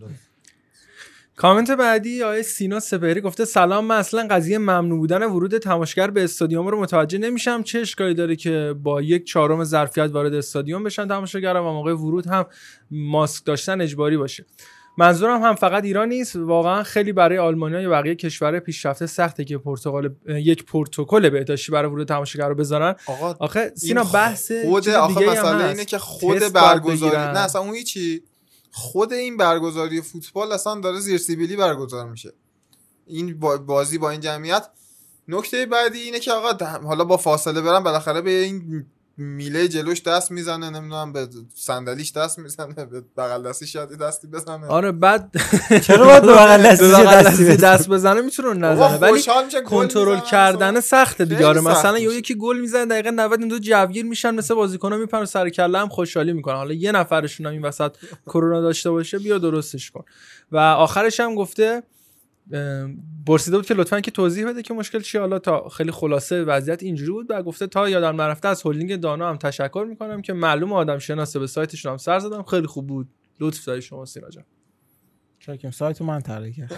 کامنت بعدی آیه سینا سپهری گفته سلام، من اصلا قضیه ممنوع بودن ورود تماشاگر به استادیوم رو متوجه نمیشم. چه اشکالی داره که با یک چهارم ظرفیت وارد استادیوم بشن تماشاگرها و موقع ورود هم ماسک داشتن اجباری باشه؟ منظورم هم فقط ایران نیست، واقعا خیلی برای آلمانیا یا بقیه کشور پیشرفته سخته که پرتغال یک پروتکل بهداشتی برای ورود تماشاگر رو بذارن. آخه سینا بحث خود آخه مسئله اینه که خود برگزاری نه اصلا اون هیچی، خود این برگزاری فوتبال اصلا داره زیر سیبیلی برگزار میشه. این بازی با این جمعیت. نکته بعدی اینه که آقا حالا با فاصله برن بالاخره به این میله جلوش دست میزنه، نمیدونم به صندلیش دست میزنه، به بغل دستیش شاید دستی بزنه. آره بعد چرا باید به بغل دستی دست بزنه؟ میتونه نزنه ولی کنترل کردن سخته دیگه. آره مثلا یه یکی گل میزنه دقیقه نود این دو جوگیر میشن مثل بازیکن‌ها میپرن سر کله هم خوشحالی میکنن. حالا یه نفرشون هم این وسط کرونا داشته باشه بیا درستش کن. و آخرش هم گفته برسیده بود که لطفاً که توضیح بده که مشکل چیه. حالا تا خیلی خلاصه وضعیت اینجوری بود و گفته تا یادم نرفته از هلدینگ دانا هم تشکر میکنم که معلوم آدم شناسه، به سایتشون هم سر زدم، خیلی خوب بود. لطف داری شما سینا جان. چاکم سایت من طراحی کرد.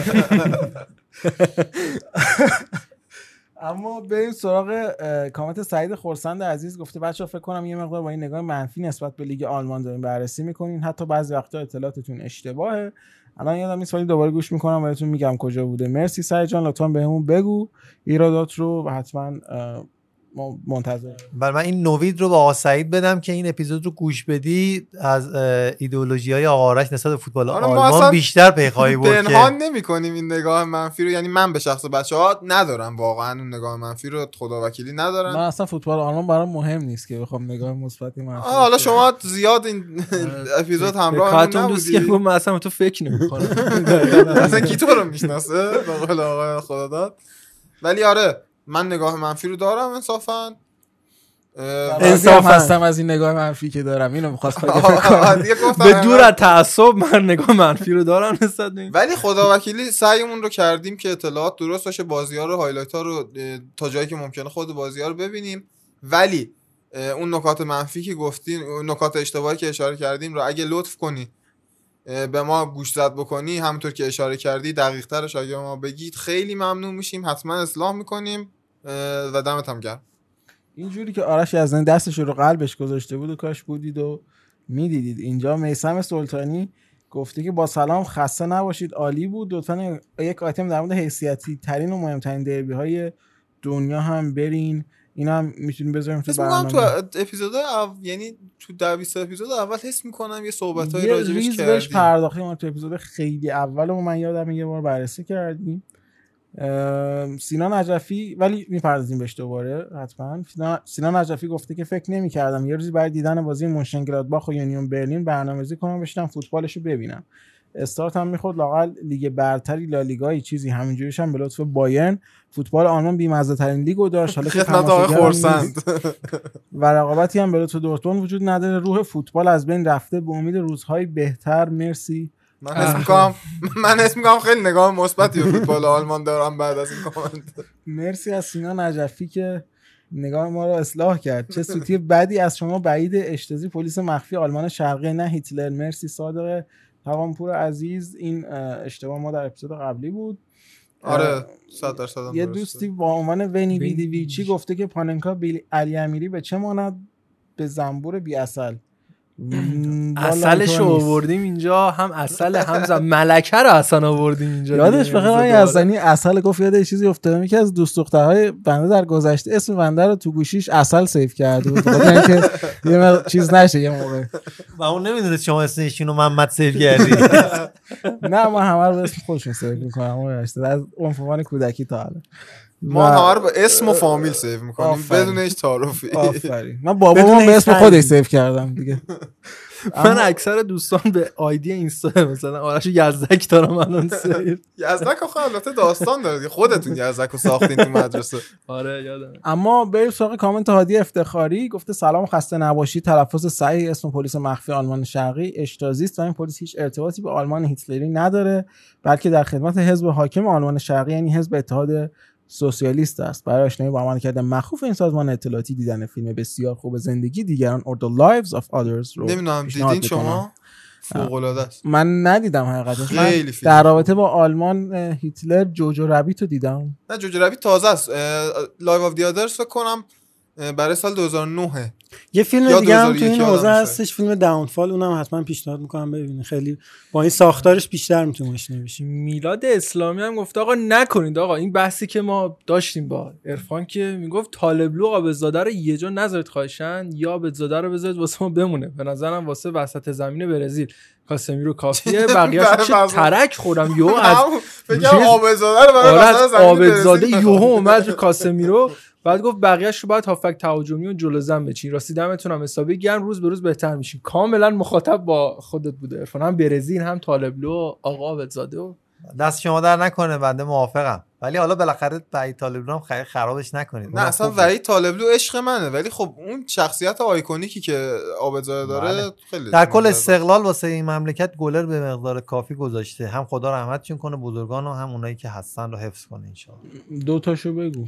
اما بریم سراغ کامنت سعید خورسند عزیز. گفته بچه‌ها فکر کنم یه مقدار با این نگاه منفی نسبت به لیگ آلمان دارین بررسی میکنین، حتی بعضی وقتا اطلاعاتتون اشتباهه. الان یادم نیست ولی دوباره گوش میکنم بهتون میگم کجا بوده. مرسی سعید جان، لطفا بهمون بگو ایرادات رو و حتما ما منتظر. بله من این نوید رو با آقا سعید بدم که این اپیزود رو گوش بدی از ایدئولوژی‌های آقا آرش نسبت به فوتبال آلمان بیشتر پیخواهی بود که پنهان نمی‌کنیم این نگاه منفی رو. یعنی من به شخص بچه‌ها ندارم واقعا اون نگاه منفی رو، خدا وکیلی ندارم. من اصلا فوتبال آلمان برام مهم نیست که بخوام نگاه مثبتی منفی. حالا شما زیاد این اپیزود همراه من نبودی. دوست که من اصلا تو فکر نمی‌کنم. اصلا کی تو رو میشناسه به قول آقا خداداد. ولی آره من نگاه منفی رو دارم انصافا. انصاف هستم از این نگاه منفی که دارم. اینو می‌خواستم بگم. به دور از تعصب من نگاه منفی رو دارم نسبت به این. ولی خدا وکیلی سعیمون رو کردیم که اطلاعات درست باشه، بازی‌ها رو هایلایت‌ها رو تا جایی که ممکنه خود بازی‌ها رو ببینیم. ولی اون نکات منفی که گفتین، اون نکات اشتباهی که اشاره کردیم رو اگه لطف کنی به ما گوش زد بکنی، همونطور که اشاره کردی دقیق ترش اگه ما بگید خیلی ممنون میشیم، حتما اصلاح میکنیم و دمت هم گرم. اینجوری که آرش یزدانی دستش رو قلبش گذاشته بود و کاش بودید و میدیدید. اینجا میثم سلطانی گفته که با سلام خسته نباشید، عالی بود. لطفاً یک آیتم در مورد حیثیتی ترین و مهمترین دربی های دنیا هم برین. اینا هم میتونیم بذاریم تو برنامه. تو اپیزود او... یعنی تو ده بیست اپیزود اول حس میکنم یه صحبتای راجعش کردیم. یه ریز پرداختیم ما تو اپیزود خیلی اولمون، من یادم یه بار بررسی کردیم. سینا نجفی، ولی میپردازیم بهش دوباره حتما. سینا نجفی گفته که فکر نمی‌کردم یه روزی بعد دیدن بازی مونشنگلادباخ و یونیون برلین برنامه‌ریزی کنم بشینم فوتبالشو ببینم. استارت هم میخورد لاقل لیگ برتری، لالیگایی چیزی همینجوریش هم به لطف بایرن. فوتبال آلمان بی‌مزه ترین لیگو داشت، حالا که خورسند و رقابتی هم به لطف دورتموند وجود نداره. روح فوتبال از بین رفته، به امید روزهای بهتر. مرسی. من حس می‌کنم من حس می‌کنم خیلی نگاه مثبتی به فوتبال آلمان دارم بعد از این کامنت. مرسی از سینا نجفی که نگاه ما رو اصلاح کرد. چه سوتی بدی از شما بعید اشتازی پلیس مخفی آلمان شرقی نه هیتلر. مرسی صادق توانپور عزیز. این اشتباه ما در اپیزود قبلی بود. آره صد درصد. یه دوستی با عنوان ونی ویدیویچی گفته که پاننکا علی امیری به چه ماند به زنبور بی اصل. اصلش رو آوردیم اینجا، هم اصل هم زن ملکه رو اصلا آوردیم اینجا. یادش بخیر آقای یزدانی اصل گفت یاد چیزی افتادم که از دوست دخترهای بنده در گذشته اسم بنده رو تو گوشیش اصل سیو کرده بود خاطر اینکه یه چیز نشه یه موقع. و اون نمیدونه شما اسم ایشون رو محمد سیو کردی. نه ما همه رو اسم خودشون سیو می‌کنم از عنوان کودکی تا حالا. ما همه رو با اسم و فامیل سیو میکنیم بدون هیچ تعارفی. آفرین. من بابامو به اسم خودش سیو کردم دیگه. من اکثر دوستان به آیدی اینستا مثلا آرش یزدک دارم الان سیو. یزدک آخه البته داستان داره، خودتون یزدک رو ساختین تو مدرسه. آره یادم. اما بریم سراغ کامنت هادی افتخاری. گفته سلام، خسته نباشید. تلفظ صحیح اسم پلیس مخفی آلمان شرقی اشتازی است و این پلیس هیچ ارتباطی به آلمان هیتلری نداره، بلکه در خدمت حزب حاکم آلمان شرقی یعنی حزب اتحاد سوسیالیست است. برای آشنایی با عملکرد مخوف این سازمان اطلاعاتی دیدن فیلم بسیار خوب زندگی دیگران or the lives of others رو نمیدونم دیدین شما؟ فوق العاده است. من ندیدم حقیقتش. من در رابطه با آلمان هیتلر جوجو ربیت رو دیدم. نه جوجو ربیت تازه است. لایو آف دی آدرز فکر کنم برای سال دو هزار و نه. یه فیلم دیگه هم تو این حوزه هستش، فیلم داونفال، اونم حتما پیشنهاد میکنم ببینید. خیلی با این ساختارش بیشتر میتونه آشنا بشی. میلاد اسلامی هم گفت آقا نکنید آقا این بحثی که ما داشتیم با عرفان که میگفت طالبلو عابدزاده رو یه جا نذارید خواهشن، یا عابدزاده رو بذارید واسه ما بمونه. به نظرم واسه وسط زمین برزیل کاسمیرو کافیه، بقیه‌اش چه ترک خورم یهو از فکر کنم عابدزاده رو برای وسط زمین عابدزاده یهو اومد کاسمیرو، بعد گفت بقیه‌اش رو باید هافک تهاجمی و جلو زن بچین. راستی دمتون هم حسابی گرم، روز به روز بهتر میشیم. کاملا مخاطب با خودت بوده عرفان، هم برزیل هم طالبلو و آقا عابدزاده و دست شما در نکنه، بنده موافقم. ولی حالا بالاخره وحید طالبلو هم خیلی خرابش نکنید. نه اصلا وحید طالبلو عشق منه، ولی خب اون شخصیت آیکونیکی که عابدزاده داره بله. خیلی در کل استقلال واسه این مملکت گلر به مقدار کافی گذاشته. هم خدا رحمتشون کنه بزرگان و هم اونایی که هستن رو حفظ کنه ان شاء الله. دو تاشو بگو.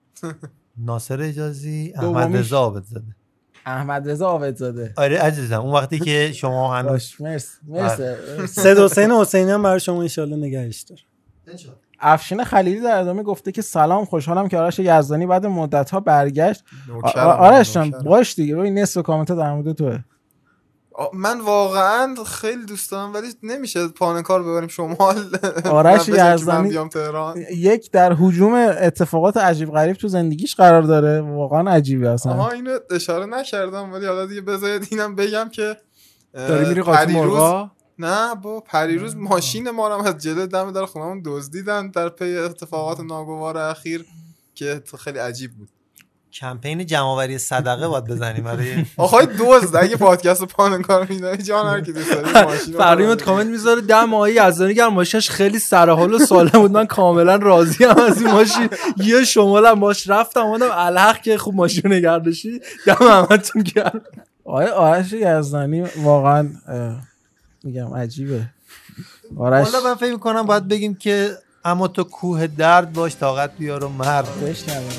ناصر اجازی، احمد رضا عابدزاده. احمد رضا عابدزاده. آره عزیزم اون وقتی که شما هنوز مرسی مرسی. سید حسین حسینی هم برای شما ان شاء الله نگهش داره. افشین خلیلی در ادامه گفته که سلام، خوشحالم که آرش یزدانی بعد مدت ها برگشت. آرش جان باش دیگه، ببین نصف کامنت در مورد توه. من واقعا خیلی دوست دارم ولی نمیشه پاننکار ببریم شمال. آرش یزدانی بیام تهران. یک در هجوم اتفاقات عجیب غریب تو زندگیش قرار داره، واقعا عجیبه اصلا. آها اینو اشاره نکردم ولی حالا دیگه بذارید اینم بگم که داری میری قاطی مرغا؟ نه با پریروز ماشین ما رو از جلوی دم در خونمون دزدیدن در پی اتفاقات ناگوار اخیر که خیلی عجیب بود. کمپین جمع‌آوری صدقه باید بزنیم برای آخای دزد. اگه پادکست پاننکار میدونی جان هر کی دوست داره ماشین فریمت کامنت میذاره ده ماهی یزدانی گر ماشینش خیلی سر حال و سالم بود، من کاملا راضی ام از این ماشین. یه شمالم باش رفتم اومدم الحق که خوب ماشین نگه داشتی، دم همتون گرم. آره آرش یزدانی واقعا میگم عجیبه. آرش والا من فکر می‌کنم باید بگیم که اما تو کوه درد باش طاقت بیار و مرد بهش نمی‌رسه.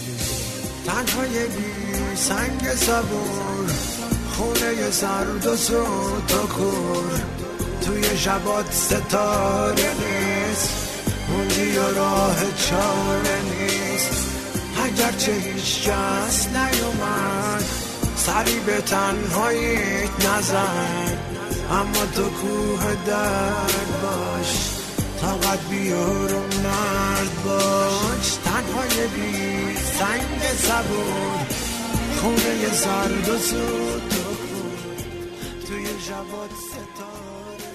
تنهای بی سنگ صبور خونه سرد و سود و کور توی شبات ستاره نیست موندی و راه چاره نیست اگرچه هیچ کس نیومد سری به تنهاییت نزن اما تو کوه درد باش طاقت بیار و مرد باش تنهای بی سنگ صبور خونه سرد و سود و کور توی شبات ستاره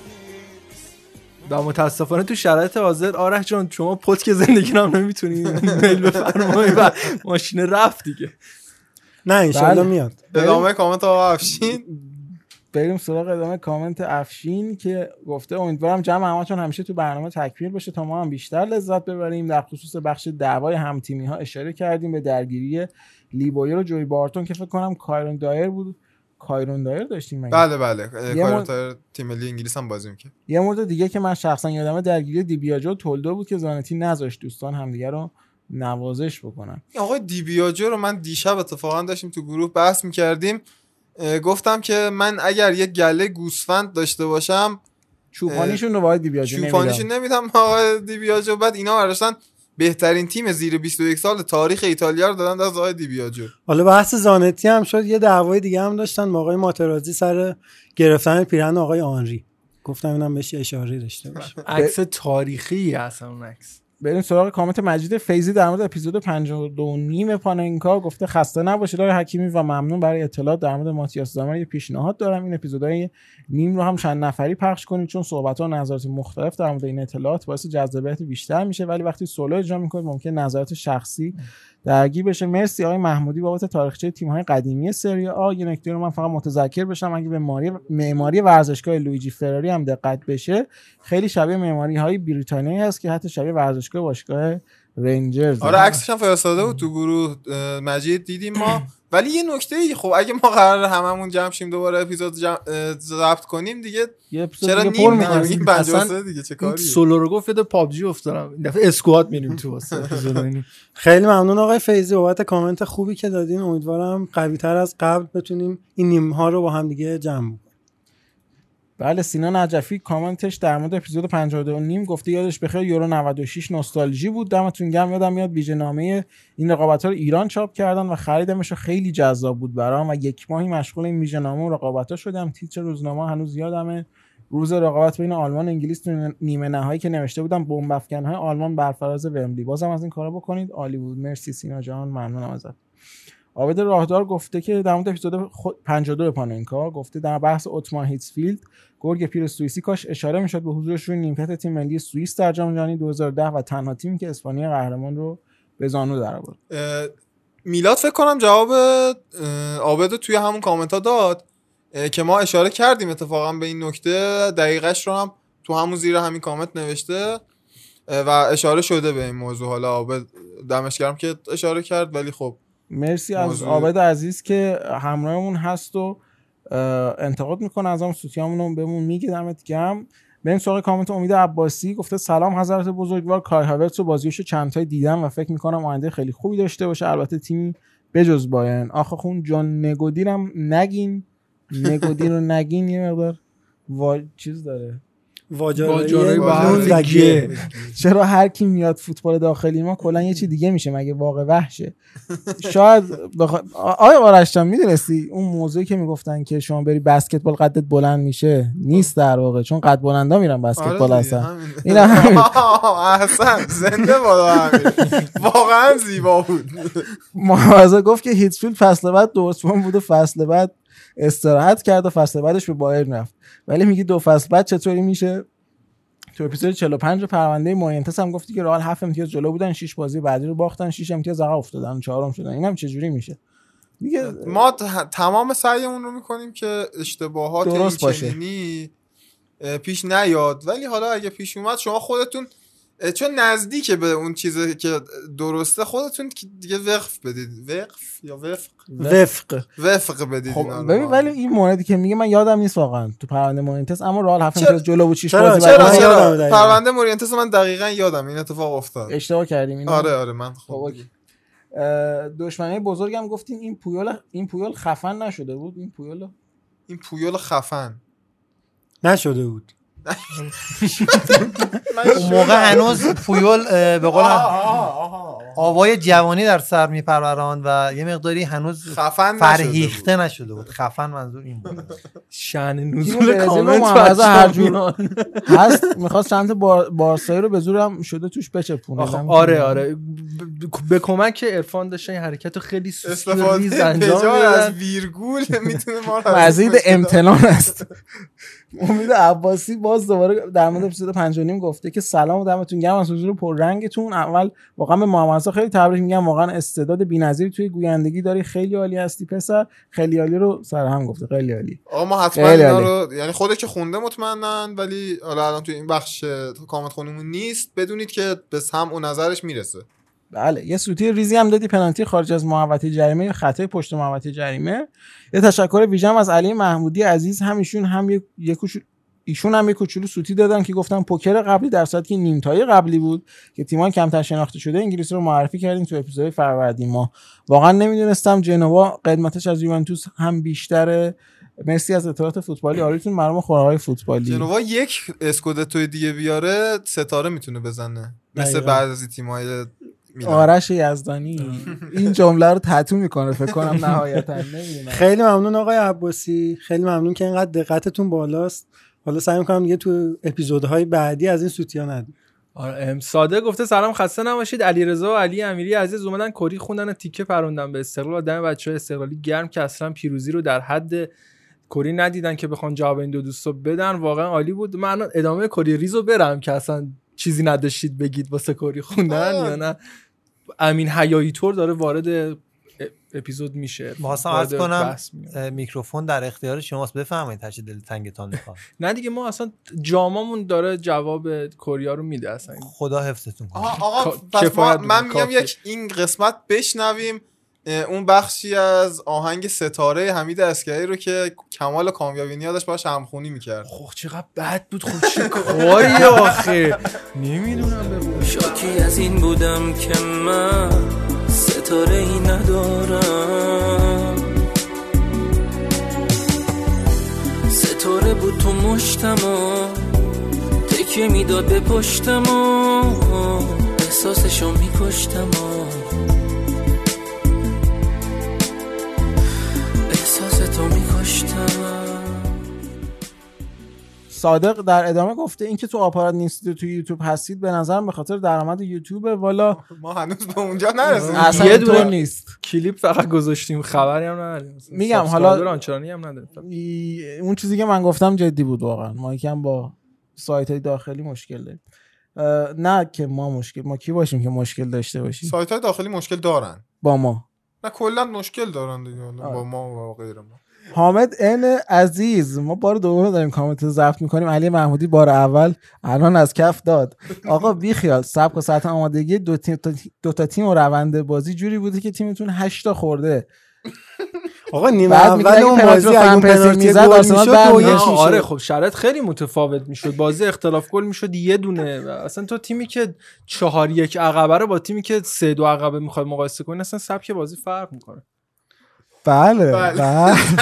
نیست. و متاسفانه تو شرایط حاضر آرش جان شما پتک زندگی هم نمیتونی میل بفرمایی و ماشین رفت دیگه. نه انشالله میاد. ادامه کامنت آقا افشین. بریم سراغ ادامه کامنت افشین که گفته امیدوارم جمع همتون همیشه تو برنامه تکمیل باشه تا ما هم بیشتر لذت ببریم. در خصوص بخش دعوای همتیمی ها اشاره کردیم به درگیری لیبویر و جوی بارتون که فکر کنم کایرون دایر بود. کایرون دایر داشتیم مگه؟ بله بله کایرون دایر تیم ملی انگلیس هم بازی می‌کرد. یه مورد دیگه که من شخصا یادمه درگیری دیبیاجو و تولدو بود که زانتی نذاشت دوستان همدیگه رو نوازش بکنن. آقای دیبیاجو رو من دیشب اتفاقا داشتیم تو گروه بحث می‌کردیم، گفتم که من اگر یک گله گوسفند داشته باشم چوپانیشون رو باید دیبیاجو نمیدم چوپانیشون نمیدم آقای دیبیاجو. بعد اینا برداشتن بهترین تیم زیر بیست و یک سال تاریخ ایتالیا رو دادن دست آقای دیبیاجو. حالا بحث زانتی هم شد، یه دعوای دیگه هم داشتن با آقای ماترازی سر گرفتن پیرهن آقای آنری. گفتم اینم بهش اشاره داشته باشه. عکس تاریخی هست اون عکس. بریم سراغ کامنت مجید فیضی در مورد اپیزود پنجاه و دو نیم پاننکا. گفته خسته نباشید آقای حکیمی و ممنون برای اطلاعات در مورد ماتیاس زامر. یه پیشنهاد دارم این اپیزودهای نیم رو هم چند نفری پخش کنید چون صحبت‌ها و نظرات مختلف در مورد این اطلاعات باعث جذابیت بیشتر میشه، ولی وقتی سولو اجرا می‌کنید ممکن نظرات شخصی درگیر بشه. مرسی آقای محمودی بابت تاریخچه تیم‌های قدیمی سری آ. یه نکته رو من فقط متذکر بشم، اگه به معماری معماری ورزشگاه لویجی فراری هم دقت بشه خیلی شبیه معماری‌های بریتانیایی هست که حتی شبیه ورزشگاه باشگاه رنجرز. آره عکسش هم فرستاده بود تو گروه مجید دیدیم ما. ولی یه نکته ای خب اگه ما قرار هممون جمع شیم دوباره اپیزود ضبط کنیم دیگه چرا نیم میگیم پنجاه و سه دیگه چه کاریه؟ سولو رو گفت بده پابجی افتادم این دفعه اسکواد میریم تو واسه خیلی ممنون آقای فیضی بابت کامنت خوبی که دادین. امیدوارم قوی‌تر از قبل بتونیم این نیم ها رو با هم دیگه جمع کنیم. بله سینا نجفی کامنتش در مورد اپیزود پنجاه و دو نیم گفته یادش بخیر یورو نود و شش نوستالژی بود. دمتون گرم. یادم میاد ویژه‌نامه این رقابت‌ها رو ایران چاپ کردن و خریدمش و خیلی جذاب بود برام و یک ماهی مشغول این ویژه‌نامه و رقابت‌ها شدم. تیتر روزنامه هنوز یادمه. روز رقابت بین آلمان و انگلیس تو نیمه نهایی که نوشته بودم بمب افکن‌های آلمان بر فراز ومبلی. بازم از این کارا بکنید عالی بود. مرسی سینا جان ممنونم ازت. عابد راهدار گفته که در مورد اپیزود پنجاه و دو پاننکا گفته در بحث اوتمار هیتسفیلد گرگ پیر سوئیسی کاش اشاره میشد به حضورش روی نیمکت تیم ملی سوئیس در جام جهانی دو هزار و ده و تنها تیمی که اسپانیا قهرمان رو به زانو درآورد. میلاد فکر کنم جواب عابد توی همون کامنت ها داد که ما اشاره کردیم اتفاقا به این نکته. دقیقش رو هم تو همون زیر همین کامنت نوشته و اشاره شده به این موضوع. حالا عابد دمش گرم که اشاره کرد ولی خب مرسی از عابد عزیز که همراهمون هست و انتقاد میکنه از هم سوتیامونو بهمون میگه. دمت گرم. بریم سراغ کامنت امید عباسی. گفته سلام حضرت بزرگوار، کای هاورتس و بازیشو چند تای دیدم و فکر میکنم آینده خیلی خوبی داشته باشه، البته تیمی بجز بایرن. آخه خون جان نگودیرم نگین نگودیر رو نگین یه مقدار وا چیز داره واجرایی با چرا هر کی میاد فوتبال داخلی ما کلا یه چی دیگه میشه، مگه واقع وحشه؟ شاید بخ... آیا آرش جان میدونستی اون موضوعی که میگفتن که شما بری بسکتبال قدت بلند میشه نیست در واقع، چون قد بلندا میرن بسکتبال اصلا. اینا همین. احسن زنده بالا همین. واقعا زیبا بود. محمد گفت که هیتفیلد فصل بعد دورتموند بود و فصل بعد استراحت کرد و فصل بعدش به بایرن رفت، ولی میگی دو فصل بعد چطوری میشه؟ تو اپیزود چهل و پنج پرونده مورینتس هم گفتی که رئال هفت امتیاز جلو بودن، شش بازی بعدی رو باختن، شش امتیاز عقب افتادن، چهارم شدن. اینم چه جوری میشه؟ دیگه ما تمام سعیمون رو میکنیم که اشتباهات این چنینی پیش نیاد، ولی حالا اگه پیش اومد شما خودتون چون نزدیکه به اون چیزی که درسته خودتون دیگه وقف بدید. وقف یا وفق وفق وفق بدید. خب ببین ولی این موردی که میگه من یادم نیست واقعا تو پرونده مورینتس، اما رئال هفت امتیاز جلو بود شش بازی بعد یادم پرونده مورینتس من دقیقاً یادم این اتفاق افتاد. اشتباه کردیم اینو. آره آره من خب دشمنی بزرگم گفتین این پویول این پویول خفن نشده بود. این پویول این پویول خفن نشده بود. اون موقع هنوز پویول به قول آوای جوانی در سر میپروران و یه مقداری هنوز خفن فرهیخته نشده بود. خفن منظور این بود. شأن نزول کامنت هر جور هست میخواست چند تا بارسایی رو به زورم شده توش بچپونه. آره آره به کمک عرفان داشته این حرکت رو خیلی ریز انجام میدادن. از ویرگول میتونه ما رو مزید امتنان است. امید عباسی باز دوباره در مورد اپیزود پنج و نیم گفته که سلام و دمتون گرم از حضور پررنگتون. اول واقعا به محمد خیلی تبریک میگم، واقعا استعداد بی‌نظیری توی گویندگی داری، خیلی عالی هستی پسر، خیلی عالی رو سر هم گفته، خیلی عالی. آقا ما حتما اینا رو یعنی خودت که خونده مطمئنن، ولی حالا الان توی این بخش کامنت خونیمون نیست، بدونید که به سمع و نظرش میرسه. بله یه سوتی ریزی هم دادی پنالتی خارج از محوطه جریمه یا خطای پشت محوطه جریمه. یه تشکر ویژه‌ام از علی محمودی عزیز، هم ایشون هم یک یکوش ایشون هم یک کوچولو سوتی دادن که گفتن پوکر قبلی در صورتی که نیمتای قبلی بود که تیمان کمتر شناخته شده انگلیسی رو معرفی کردیم تو اپیزود فروردین ما. واقعا نمیدونستم جنوا قدمتش از یوونتوس هم بیشتره. مرسی از اطلاعات فوتبالی عالیتون. مرام خورهای فوتبالی جنوا یک اسکودتو دیگه بیاره ستاره میتونه بزنه مثل بعضی تیم‌های آرش یزدانی این جمله رو تتو میکنه فکر کنم نهایتا. نمیدونم. خیلی ممنون آقای عباسی، خیلی ممنون که اینقدر دقتتون بالاست. حالا سعی می‌کنم دیگه تو اپیزودهای بعدی از این سوتیا ندیم. آره ساده گفته سلام خسته نباشید. علیرضا و علی امیری عزیز اومدن کری خوندن و تیکه پروندن به استقلال و دم بچه‌های استقلالی گرم که اصلا پیروزی رو در حد کری ندیدن که بخوان جواب این دو دوستو بدن. واقعا عالی بود. من ادامه کری ریزو برم که اصلا چیزی نداشتید بگید واسه کری خوندن یا نه. امین حیایی طور داره وارد اپیزود میشه. واسه عرض کنم میکروفون در اختیار شماست، بفرمایید هر چه دلتنگتون میخواد. نه دیگه ما اصلا جامامون داره جواب کوریا رو میده اصلا. خدا حفظتون کنه. آقا پس ما من میگم یک این قسمت بشنویم اون بخشی از آهنگ ستاره حمید عسکری رو که کمال کامیابی نیادش باش همخونی میکرد. خب چقدر بد بود. خب چه کاری آخه نمیدونم بگم. شاکی از این بودم که من ستاره ای ندارم، ستاره بود تو مشتم و تکیه میداد به پشتم و احساسشو میکشتم و احساستو میکشتم. صادق در ادامه گفته اینکه تو آپارات نیستید تو یوتیوب هستید به نظرم به خاطر درآمد یوتیوب. والا ما هنوز به اونجا نرسیدیم، اصلا یه دونه نیست. کلیپ فقط گذاشتیم، خبری هم نداریم. میگم حالا آنچنانی هم نداریم. اون چیزی که من گفتم جدی بود واقعا. ما یکم با سایت‌های داخلی مشکل داریم. نه که ما مشکل ما کی باشیم که مشکل داشته باشیم. سایت‌های داخلی مشکل دارن با ما، نه کلا مشکل دارن دیگه با ما و غیر ما. حامد ان عزیز ما بار دوم داریم کامنت رو ضبط میکنیم. علی محمودی بار اول الان از کف داد. آقا بی خیال سبک و سطح آمادگی دو, تیم دو تا تیم و روند بازی جوری بوده که تیمتون هشت تا خورده. آقا نیمه اول اون بازی اگه پنالتی میزد آرسنال بعد آره خب شرایط خیلی متفاوت میشد، بازی اختلاف گل میشد یه دونه. اصلا تو تیمی که چهار یک عقبه رو با تیمی که سه دو عقبه میخواد مقایسه کنی اصلا سبک بازی فرق میکنه. بله بله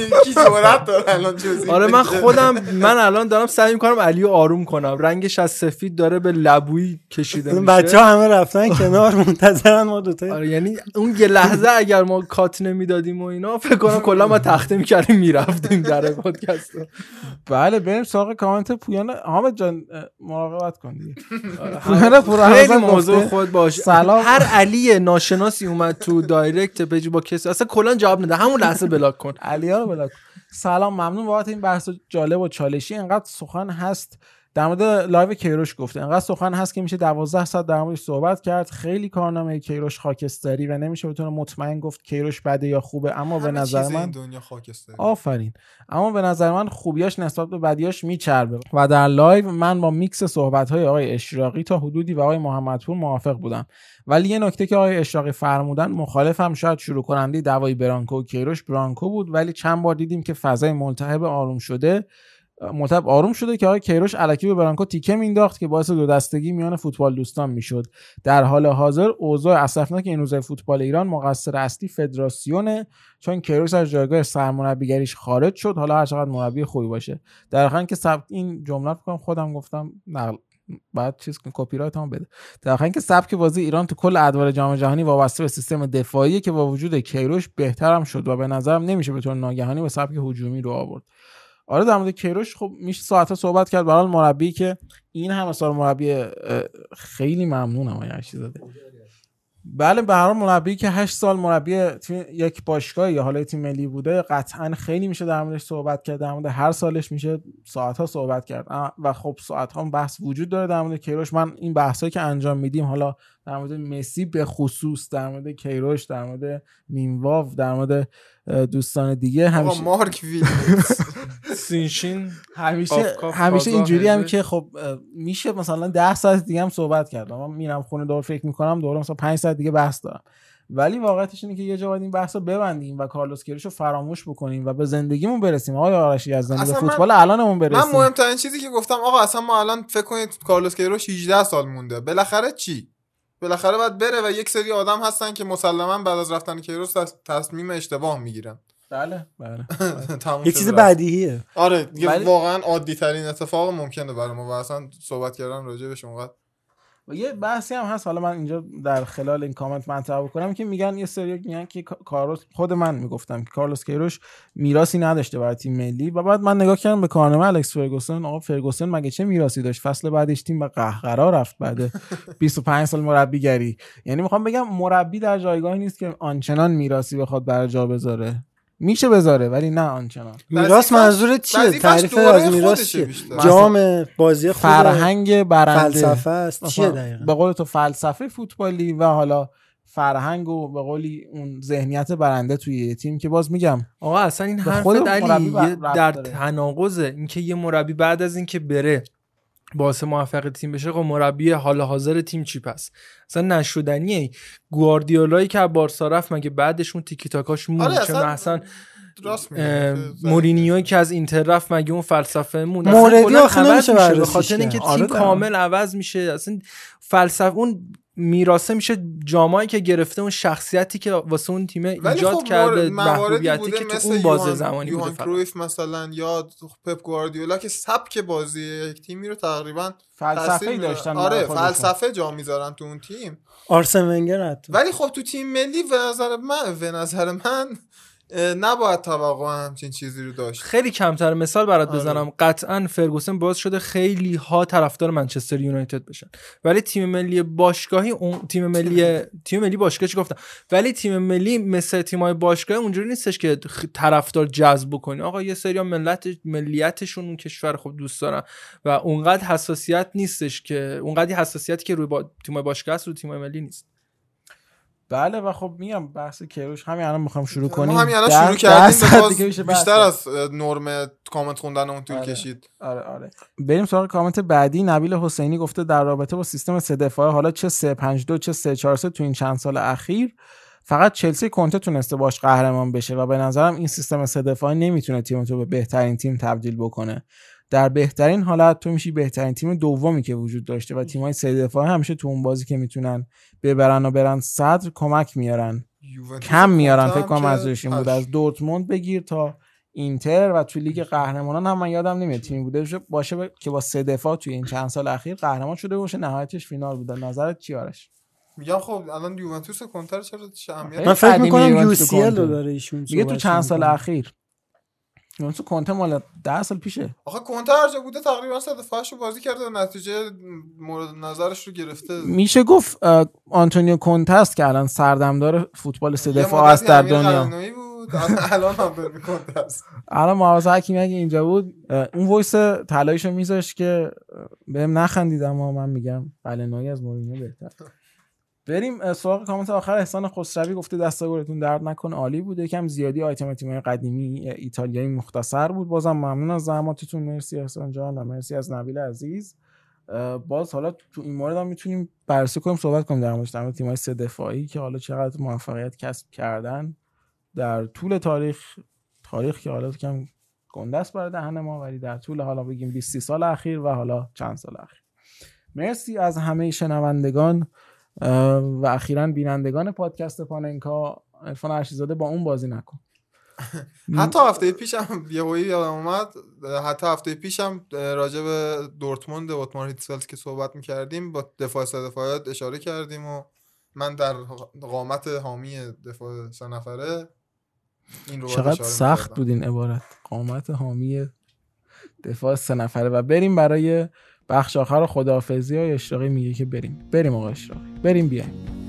کی جرأت داره الان جزئی؟ آره من خودم من الان دارم سعی می‌کنم علیو آروم کنم، رنگش از سفید داره به لبویی کشیده میشه. بچه‌ها همه رفتن کنار منتظرن ما دو تا. آره یعنی اون یه لحظه اگر ما کات نمیدادیم و اینا فکر کنم کلا ما تخته می‌کردیم میرفتیم در پادکست. بله بریم سراغ کامنت پویان. حامد جان مراقبت کن دیگه. پویان خیلی موضوع خود باشه. سلام. هر علی ناشناسی اومد تو دایرکت پیج با کسی اصلا کلا جواب نده، همون لحظه بلاک کن. علیا رو بلاک. سلام ممنون بابت این بحث جالب و چالشی. انقدر سخن هست در مورد لایو کیروش گفته، انقدر سخن هست که میشه دوازده ساعت در موردش صحبت کرد. خیلی کارنامه کیروش خاکستری و نمیشه بتونه مطمئن گفت کیروش بده یا خوبه، اما به نظر من دنیا خاکستری. آفرین. اما به نظر من خوبیاش نسبت به بدیاش میچربه و در لایو من با میکس صحبت‌های آقای اشراقی تا حدودی و آقای محمدپور موافق بودم، ولی یه نکته که آقای اشراقی فرمودن مخالفم. شاید شروع کننده دعوای برانکو و کیروش برانکو بود، ولی چند بار دیدیم که فضای ملتهب آروم شده ملتهب آروم شده که آقای کیروش الکی به برانکو تیکه مینداخت که باعث دو دستگی میان فوتبال دوستان میشد. در حال حاضر اوضاع اسفناک این روزهای فوتبال ایران مقصر اصلی فدراسیونه، چون کیروش از جایگاه سرمربیگریش خارج شد، حالا هر چقدر مربی خوبی باشه. در واقع که سبک این جمله فکر کنم خودم گفتم نقل بعد چیز کپی رایت هم بده. در واقع که سبک بازی ایران تو کل ادوار جام جهانی وابسته به سیستم دفاعی که با وجود کیروش بهترم شد و به نظرم نمیشه به طور ناگهانی به سبک هجومی رو آورد. آره در مورد کیروش خب میشه ساعت‌ها صحبت کرد. برای مربی که این همه سال مربی خیلی ممنونم هر چیز داده. بله به هر حال مربی که هشت سال مربی تیم یک باشگاه یا حالا تیم ملی بوده قطعا خیلی میشه در موردش صحبت کرد. در مورد هر سالش میشه ساعت‌ها صحبت کرد و خب ساعت‌ها بحث وجود داره در مورد کیروش. من این بحثایی که انجام میدیم حالا در مورد مسی به خصوص، در مورد کیروش، در مورد مینواو، در مورد دوستان دیگه همیشه مارک ویلیامز سینشین همیشه همیشه اینجوری هم که خب میشه مثلا ده ساعت دیگه هم صحبت کرد. من میرم خونه دور فکر میکنم دوره مثلا پنج ساعت دیگه بحث دارم، ولی واقعیتش اینه که یه جا باید این بحثو ببندیم و کارلوس کیروش رو فراموش بکنیم و به زندگیمون برسیم. آقای آرشی یزدانی به فوتبال الانمون برسیم. من مهمترین چیزی که گفتم آقا اصلا ما الان فکر کنید کارلوس کیروش هجده سال مونده، بالاخره چی؟ بالاخره باید بره و یک سری آدم هستن که مسلما بعد از رفتن کیروش تصمیم اشتباه میگیرن. بله بله یه چیز بدیهیه. آره بله. واقعا عادی ترین اتفاق ممکنه برای ما و اصلا صحبت کردن راجع بهش اونقدر. و یه بحثی هم هست حالا من اینجا در خلال این کامنت مطرح بکنم که میگن یه سری میگن که کارلوس، خود من میگفتم که کارلوس کیروش میراثی نداشته برای تیم ملی و بعد من نگاه کردم به کارنامه الکس فرگوسن. آقا فرگوسن مگه چه میراثی داشت؟ فصل بعدش تیم به قهقرا رفت بعد بیست و پنج سال مربیگری. یعنی میخوام بگم مربی در جایگاهی نیست که آنچنان میراثی بخواد برای جا بذاره. میشه بذاره ولی نه آنچنان. میراث منظورت چیه؟ تعریف از میراث چیه؟ جام بازی خوب، فرهنگ برنده، فلسفه است چیه دقیقاً؟ به قول تو فلسفه فوتبالی و حالا فرهنگ و به قولی اون ذهنیت برنده توی تیم که باز میگم آقا اصلا این حرف علی در تناقضه. اینکه یه مربی بعد از اینکه بره باعث موفقیت تیم بشه، خب مربی حال حاضر تیم چی پس؟ اصلا نشدنیه. گواردیولایی که بارسا رفت مگه بعدش اون تیکی تاکاش مون؟ آره چه اصلا مورینیوی که از اینتر رفت مگه اون فلسفه مون؟ موردی آخه نمیشه به خاطر اینکه تیم آره کامل عوض میشه. اصلا فلسفه اون میراثه میشه جامایی که گرفته، اون شخصیتی که واسه اون تیم ایجاد خب کرده، محبوبیتی که تو اون بازه زمانی بوده. یوهان کرویف مثلا یا پپ گواردیولا که سبک بازی یک تیمی رو تقریبا فلسفه‌ای داشتن. آره فلسفه جا میذارن تو اون تیم. آرسن ونگر حتی. ولی خب تو تیم ملی به نظر من به نظر من نباید توقع همچین چیزی رو داشت. خیلی کمتر مثال برات آره. بزنم. قطعا فرگوسن باعث شده خیلی ها طرفدار منچستر یونایتد بشن، ولی تیم ملی باشگاهی اون تیم ملی تیم ملی باشگاهی چی گفتم ولی تیم ملی مثل تیم‌های باشگاهی اونجوری نیستش که طرفدار جذب بکنی. آقا یه سری ملت ملیتشون اون کشور خوب دوست دارن و اونقدر حساسیت نیستش که اونقدر حساسیتی که روی با... تیم‌های باشگاه است رو تیم‌های ملی نیست. بله و خب میگم بحث کیروش همین الان میخوام شروع کنیم. ما همین الان شروع کردیم بیشتر از نرم کامنت خوندنمون طول آره. کشید. آره آره. بریم سراغ کامنت بعدی. نبیل حسینی گفته در رابطه با سیستم سه دفاعه، حالا چه سه پنج دو چه سه چهار سه تو این چند سال اخیر فقط چلسی کنته تونسته باش قهرمان بشه و به نظرم این سیستم سه دفاعه نمیتونه تیم تو به بهترین تیم تبدیل بکنه. در بهترین حالت تو میشی بهترین تیم دومی که وجود داشته و تیم‌های سه دفاعه همیشه تو اون بازی که میتونن ببرن و برن صدر کمک میارن، کم میارن. فکر کنم ازشون بود از دورتموند بگیر تا اینتر و تو لیگ قهرمانان هم من یادم نمیاد تیمی بوده باشه ب... که با سه دفاع توی این چند سال اخیر قهرمان شده باشه، نهایتش فینال بوده. نظرت چی آرش؟ میگم خب الان یوونتوس کنتر چرا اهمیت؟ من فکر می‌کنم یو سی ال رو داره ایشون دیگه تو چند سال اخیر. یوونتوس کنتر مال ده سال پیشه. آخه کنتر هر جا بوده تقریبا سه دفاعشو بازی کرده و نتیجه مورد نظرش رو گرفته. میشه گفت آنتونیو کونته است که الان سردمدار فوتبال سه دفاع است در دنیا. الان هم به کنته است. الان معاوضه حکیمی اگه اینجا بود اون وایس طلاییشو میذاشت که بهم نخندیدم، اما من میگم قلنویی از مورینیو بهتر. بریم سراغ کامنت آخر. احسان خسروی گفته دست گلتون درد نکنه، عالی بود. یکم زیادی آیتم تیم‌های قدیمی ایتالیایی مختصر بود. بازم ممنون از زحماتتون. مرسی احسان جان و مرسی از نبیل عزیز. باز حالا تو این مورد هم میتونیم بررسی کنیم، صحبت کنیم در مورد تیم‌های سه دفاعی که حالا چقدر موفقیت کسب کردن در طول تاریخ. تاریخ که حالا کم گنده است برای دهن ما، ولی در طول حالا بگیم بیست سال اخیر و حالا چند سال اخیر. مرسی از همه شنوندگان و اخیراً بینندگان پادکست پاننکا. عرفان ارشیزاده با اون بازی نکن. حتی هفته پیشم یه هویی یادم اومد، حتی هفته پیشم راجع به دورتموند و اتمار هیتسفلد که صحبت می‌کردیم با دفاع سه دفاعات اشاره کردیم و من در قامت حامی دفاع سه نفره این رو چقدر سخت بود این عبارت، قامت حامی دفاع سه نفره. و بریم برای بخش آخر خداحافظی های اشراقی. میگه که بریم بریم آقا اشراقی بریم بیایم.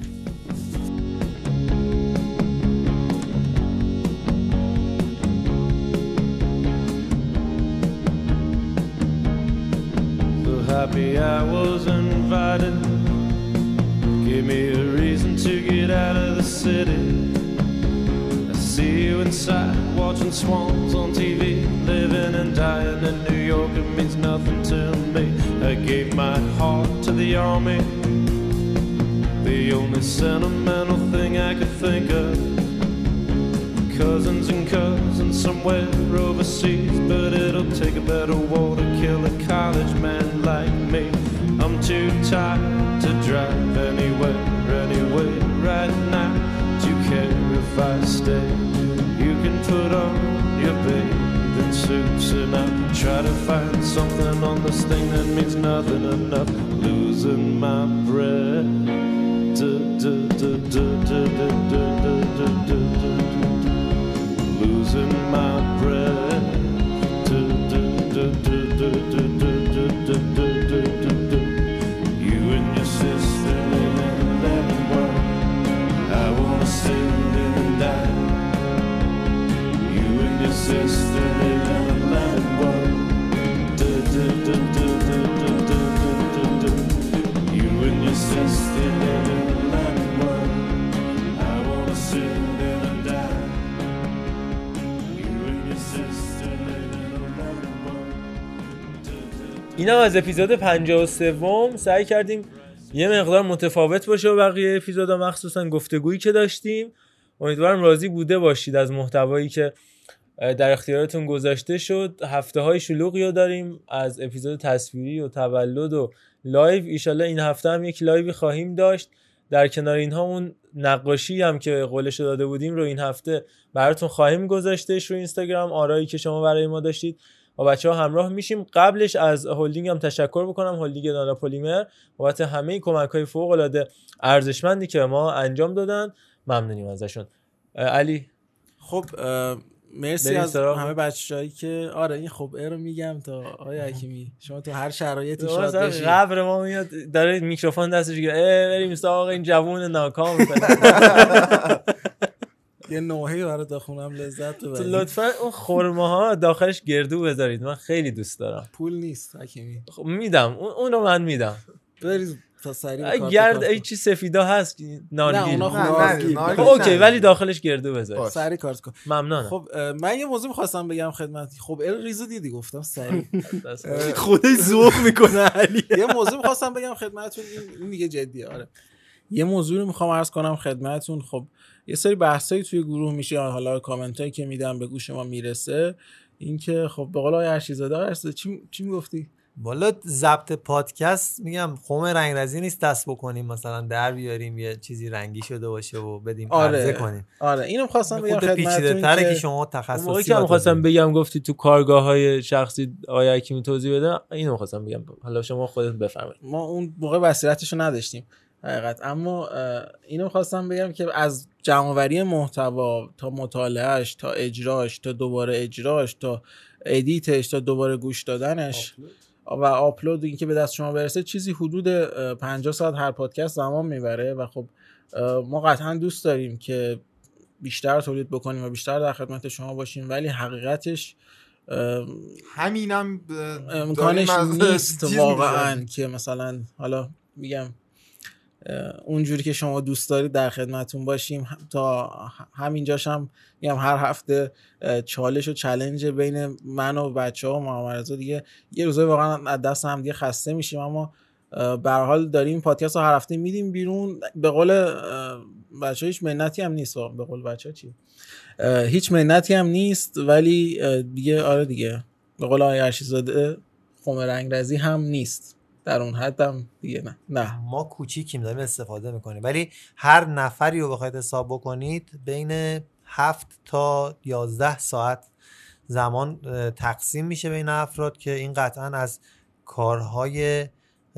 So happy I was invited, give me a reason to get out of the city. I see you inside watching swans on T V, living and dying in New York, it means nothing to me. I gave my heart to the army, the only sentimental thing I could think of. Cousins and cousins somewhere overseas, but it'll take a better war to kill a college man like me. I'm too tired to drive anywhere, anyway right now. Do you care if I stay? You can put on your bathing suits and I'll try to find something on this thing that means nothing enough. Losing my breath, losing my breath. You and your sister live in a lemon world. I wanna sit and die. You and your sister live in a lemon world. You and your sister live in a lemon world. I wanna sit and die. You and your sister live in a lemon world. اینم از اپیزود پنجاه و سه. سعی کردیم یه مقدار متفاوت باشه و بقیه اپیزودا، مخصوصا گفتگویی که داشتیم. امیدوارم راضی بوده باشید از محتوایی که در اختیارتون گذاشته شد. هفته های شلوغی رو داریم از اپیزود تصویری و تولد و لایو. ایشالله این هفته هم یک لایوی خواهیم داشت. در کنار اینها اون نقاشی هم که قولش داده بودیم رو این هفته براتون خواهیم گذاشتش رو اینستاگرام، آرایی که شما برای ما داشتید و بچه‌ها همراه میشیم. قبلش از هولدینگ هم تشکر بکنم، هولدینگ دانا پلیمر، بابت همه کمک‌های فوق‌العاده ارزشمندی که ما انجام دادن. ممنونیم ازشون. علی خب مرسی از همه بچه‌هایی که آره این خب ا رو میگم تا آقای حکیمی شما تو هر شرایطی شاد باشید. قبر ما میاد داره میکروفون دستش گیره بریم سراغ این جوون ناکام. یه نوحه‌ای برای داخونم لذت ببرید. لطفا اون خرماها داخلش گردو بذارید، من خیلی دوست دارم. پول نیست حکیمی. خب میدم، اون اون رو من میدم. برید تا سریع کارت گرد ای چی سفیدا هست نارگیل. نه اونا خب اوکی ولی داخلش گردو بذار. سریع کارت کن. ممنونم. خب من یه موضوع می‌خواستم بگم خدمت. خب ال ریزو دیدی گفتم سریع. خودش ذوق میکنه علی. یه موضوع می‌خواستم بگم خدمتتون، این دیگه جدیه. آره یه موضوعی رو می‌خوام عرض کنم خدمتتون. خب یه سری بحثایی توی گروه میشه، حالا کامنتایی که میدم به گوش ما میرسه، این که خب به قول آقای ارشیزاده ارشیزاده چی چی میگفتی؟ والا ضبط پادکست میگم خم رنگرزی نیست دست بکنیم مثلا در بیاریم یه چیزی رنگی شده باشه و بدیم آره. عرضه کنیم. آره اینو خواستم بگم خدمتتون که, که شما تخصصی موقعی که خواستم بگم گفتی تو کارگاه‌های شخصی آقای حکیمی توضیح بده، اینو خواستم بگم. حالا شما خودت بفرمایید. ما اون موقع بصیرتشو نداشتیم حقیقت، اما اینو خواستم بگم که از جمع‌آوری محتوا تا مطالعهش تا اجراش تا دوباره اجراش تا ادیتش تا دوباره گوش دادنش آپلود. و آپلود این که به دست شما برسه چیزی حدود پنجاه ساعت هر پادکست زمان میبره و خب ما قطعا دوست داریم که بیشتر تولید بکنیم و بیشتر در خدمت شما باشیم، ولی حقیقتش همینم امکانش نیست واقعا که مثلا حالا میگم اونجوری که شما دوست دارید در خدمتون باشیم. تا همینجاش هم میگم هر هفته چالش و چالش بین من و بچه‌ها و محمد رضا دیگه یه روزای واقعا از دست هم دیگه خسته میشیم، اما به هر حال داریم پادکست رو هر هفته میدیم بیرون. به قول بچه‌ها هیچ منتی هم نیست، به قول بچه‌ها چی هیچ منتی هم نیست، ولی دیگه آره دیگه به قول آقای ارشیدزاده خم رنگرزی هم نیست در اون حدم دیگه. نه نه ما کوچیکیم داریم استفاده میکنیم، ولی هر نفری رو بخواید حساب بکنید بین هفت تا یازده ساعت زمان تقسیم میشه بین افراد که این قطعا از کارهای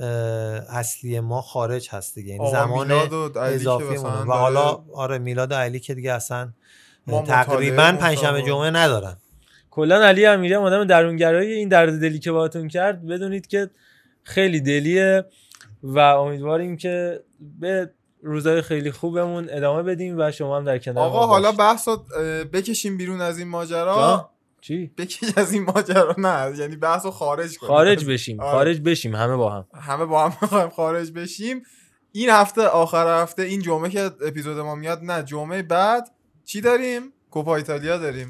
اصلی ما خارج هست دیگه، یعنی زمان اضافی مونه. و حالا آره میلاد و علی که دیگه اصلا تقریبا پنجشنبه جمعه ندارن. کلا علی امیری هم آدم درونگرایی، این درد دلی که باهاتون کرد بدونید که خیلی دلیه و امیدواریم که به روزای خیلی خوبمون ادامه بدیم و شما هم در کنار آقا ما حالا بحثو بکشیم بیرون از این ماجرا. چی؟ بکش از این ماجرا، نه یعنی بحثو خارج کنیم، خارج بشیم. آره. خارج بشیم همه با هم همه با هم می‌خوایم خارج بشیم. این هفته آخر هفته این جمعه که اپیزود ما میاد، نه جمعه بعد چی داریم؟ کوپا ایتالیا داریم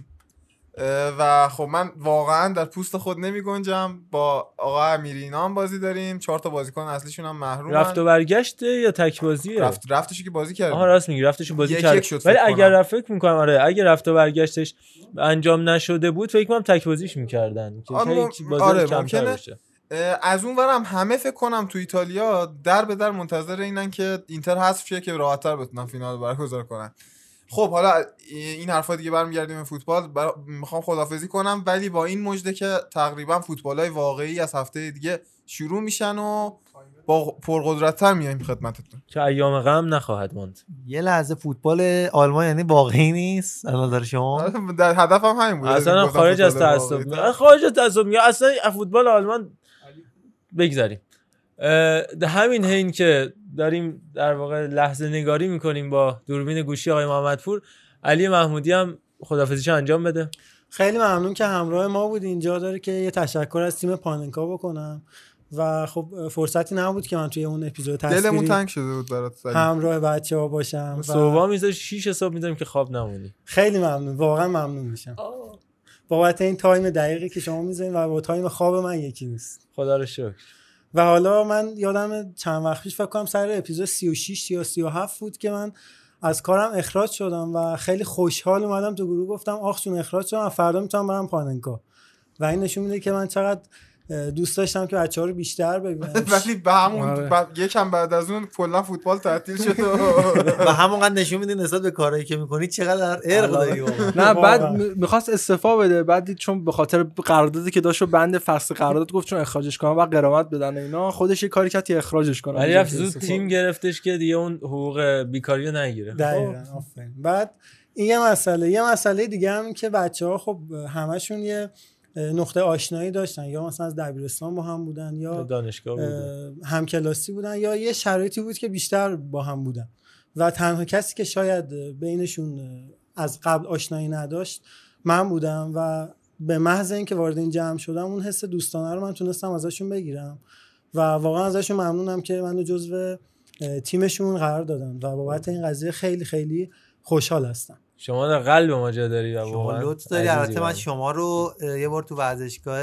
و خب من واقعا در پوست خود نمی گنجم. با آقا امیری اینا هم بازی داریم، چهار تا بازیکن اصلیشون هم محرومن. رفت و برگشته یا تک بازیه؟ رفت رفتشو که بازی کرد. آها راست میگی، رفتشو بازی کرد. ولی اگر رفت فکر می‌کنم آره اگه رفت و برگشتش انجام نشده بود فکر کنم تک بازیش می‌کردن که آره, بازی آره کمتر بشه. از اون ورم همه فکر کنم تو ایتالیا در به در منتظر اینن که اینتر حذف شه که راحت‌تر بتونن فینال برگزار کنن. خب حالا این حرفا دیگه برمیگردیم به فوتبال. بر... میخوام خداحافظی کنم ولی با این مژده که تقریبا فوتبالای واقعی از هفته دیگه شروع میشن و با پرقدرت‌تر میایم خدمتتون که ایام غم نخواهد ماند. یه لحظه فوتبال آلمان یعنی واقعی نیست از نظر شما؟ در هدفم همین بود. اصلا خارج از تعصب خارج از تعصب میگه اصلا فوتبال آلمان بگذاریم. همین حین که داریم در واقع لحظه نگاری میکنیم با دوربین گوشی آقای محمدپور، علی محمودی هم خداحافظیشو انجام بده. خیلی ممنون که همراه ما بود. اینجا داره که یه تشکر از تیم پاننکا بکنم و خب فرصتی نبود که من توی اون اپیزود تصویری دلمون تنگ شده بود برات همراه بچه‌ها باشم. صبح میذاری شش حساب میذاریم که خواب نمونی. خیلی ممنون، واقعا ممنون میشم بابت این تایم دقیقی که شما میذارین و با تایم خواب من یکی نیست. خدا رو شکر. و حالا من یادم چند وقت پیش فکر کنم سر اپیزود سی و شش یا سی و هفت بود که من از کارم اخراج شدم و خیلی خوشحال اومدم تو گروه گفتم آخ چون اخراج شدم فردا میتونم برم پاننکا و این نشون میده که من چقدر دوست داشتم که بچه‌ها رو بیشتر ببینم. ولی به همون یکم بعد از اون کلا فوتبال تعطیل شد و همونقدر نشون میدین نسبت به کارهایی که میکنی چقدر ارق داری. نه بعد میخواست استعفا بده، بعد دید چون به خاطر قراردادی که داشت و بند فصل قرارداد گفت چون اخراجش کنم و غرامت بدن اینا خودش یه کاری کرد اخراجش کنه. ولی رفت زود تیم گرفتش که دیگه اون حقوق بیکاریو نگیره. دقیقاً آفرین. بعد این یه مسئله یه مسئله دیگه هم که بچه‌ها خب همشون یه نقطه آشنایی داشتن، یا مثلا از دبیرستان با هم بودن یا دانشگاه بودن، همکلاسی بودن یا یه شرایطی بود که بیشتر با هم بودن و تنها کسی که شاید بینشون از قبل آشنایی نداشت من بودم و به محض اینکه وارد این جمع شدم اون حس دوستانه رو من تونستم ازشون بگیرم و واقعا ازشون ممنونم که منو جزو تیمشون قرار دادن و بابت این قضیه خیلی خیلی خوشحال هستم. شما در قلب ما جا داری و واقعا لطف داری. البته من شما رو یه بار تو ورزشگاه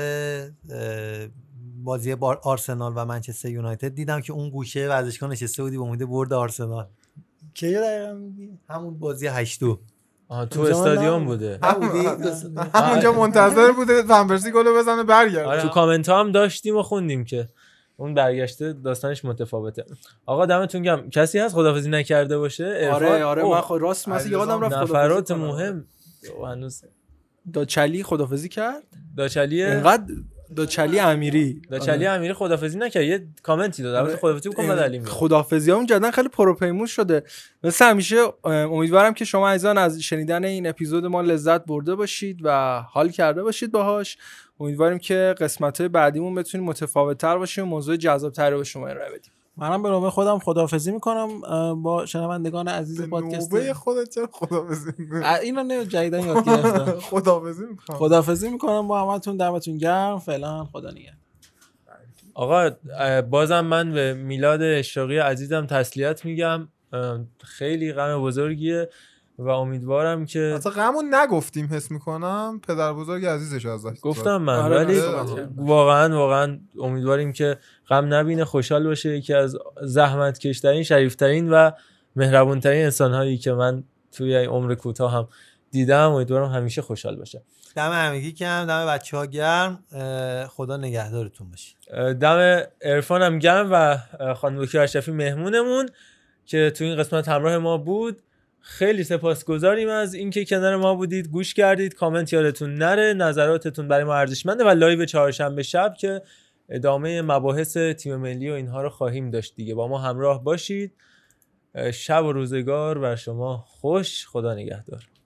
بازی بار آرسنال و منچستر یونایتد دیدم که اون گوشه ورزشگاه نشسته بودی با امید برد آرسنال. کی دقیقاً میگی؟ همون بازی هشت دو. آها تو استادیوم بوده. همونجا منتظر بوده فنپرسی گل بزنه برگرده. آره تو کامنت ها هم داشتیم و خوندیم که اون برگشته داستانش متفاوته. آقا دمتون گرم. کسی هست خداحافظی نکرده باشه؟ آره آره من خود راست مثلا یادم رفت نفرات مهم هنوز. داچلی خداحافظی کرد؟ داچلی انقدر داچلی امیری داچلی امیری خداحافظی نکرد، یه کامنتی داد البته خداحافظی بکن بعد علی میاد. خداحافظیامون جدا خیلی پروپیمون شده مثل همیشه. امیدوارم که شما عزیزان از شنیدن این اپیزود ما لذت برده باشید و حال کرده باشید باهاش. امیدواریم که قسمت‌های بعدیمون بتونیم متفاوت‌تر باشیم و موضوع جذاب‌تری به شما ارائه بدیم. منم به نوبه خودم خداحافظی میکنم با شنوندگان عزیز پادکست. به نوبه خودت چرا خداحافظی میکنی؟ اینو نه جدیدن یاد گرفتم. خداحافظی میکنم. خداحافظی میکنم با همتون، دمتون گرم. فعلا خدا نگهدار. آقا بازم من به میلاد اشراقی عزیزم تسلیت میگم، خیلی غم بزرگیه و امیدوارم که اصلا غمون نگفتیم حس میکنم پدر بزرگ عزیزش ازش گفتم من، ولی واقعا واقعا امیدواریم که غم نبینه، خوشحال باشه. یکی از زحمت کشترین، شریفترین و مهربونترین انسان‌هایی که من توی عمر کوتاه هم دیدم. امیدوارم همیشه خوشحال باشه. دم همگی گرم، دم بچه‌ها گرم، خدا نگهدارتون باشه. دم عرفان هم گرم و خانم دکتر اشرفی مهمونمون که تو این قسمت همراه ما بود. خیلی سپاسگزاریم از اینکه کنار ما بودید، گوش کردید. کامنت یادتون نره، نظراتتون برای ما ارزشمنده و لایو چهارشنبه شب که ادامه مباحث تیم ملی و اینها رو خواهیم داشت دیگه. با ما همراه باشید. شب و روزگار بر شما خوش. خدا نگهدار.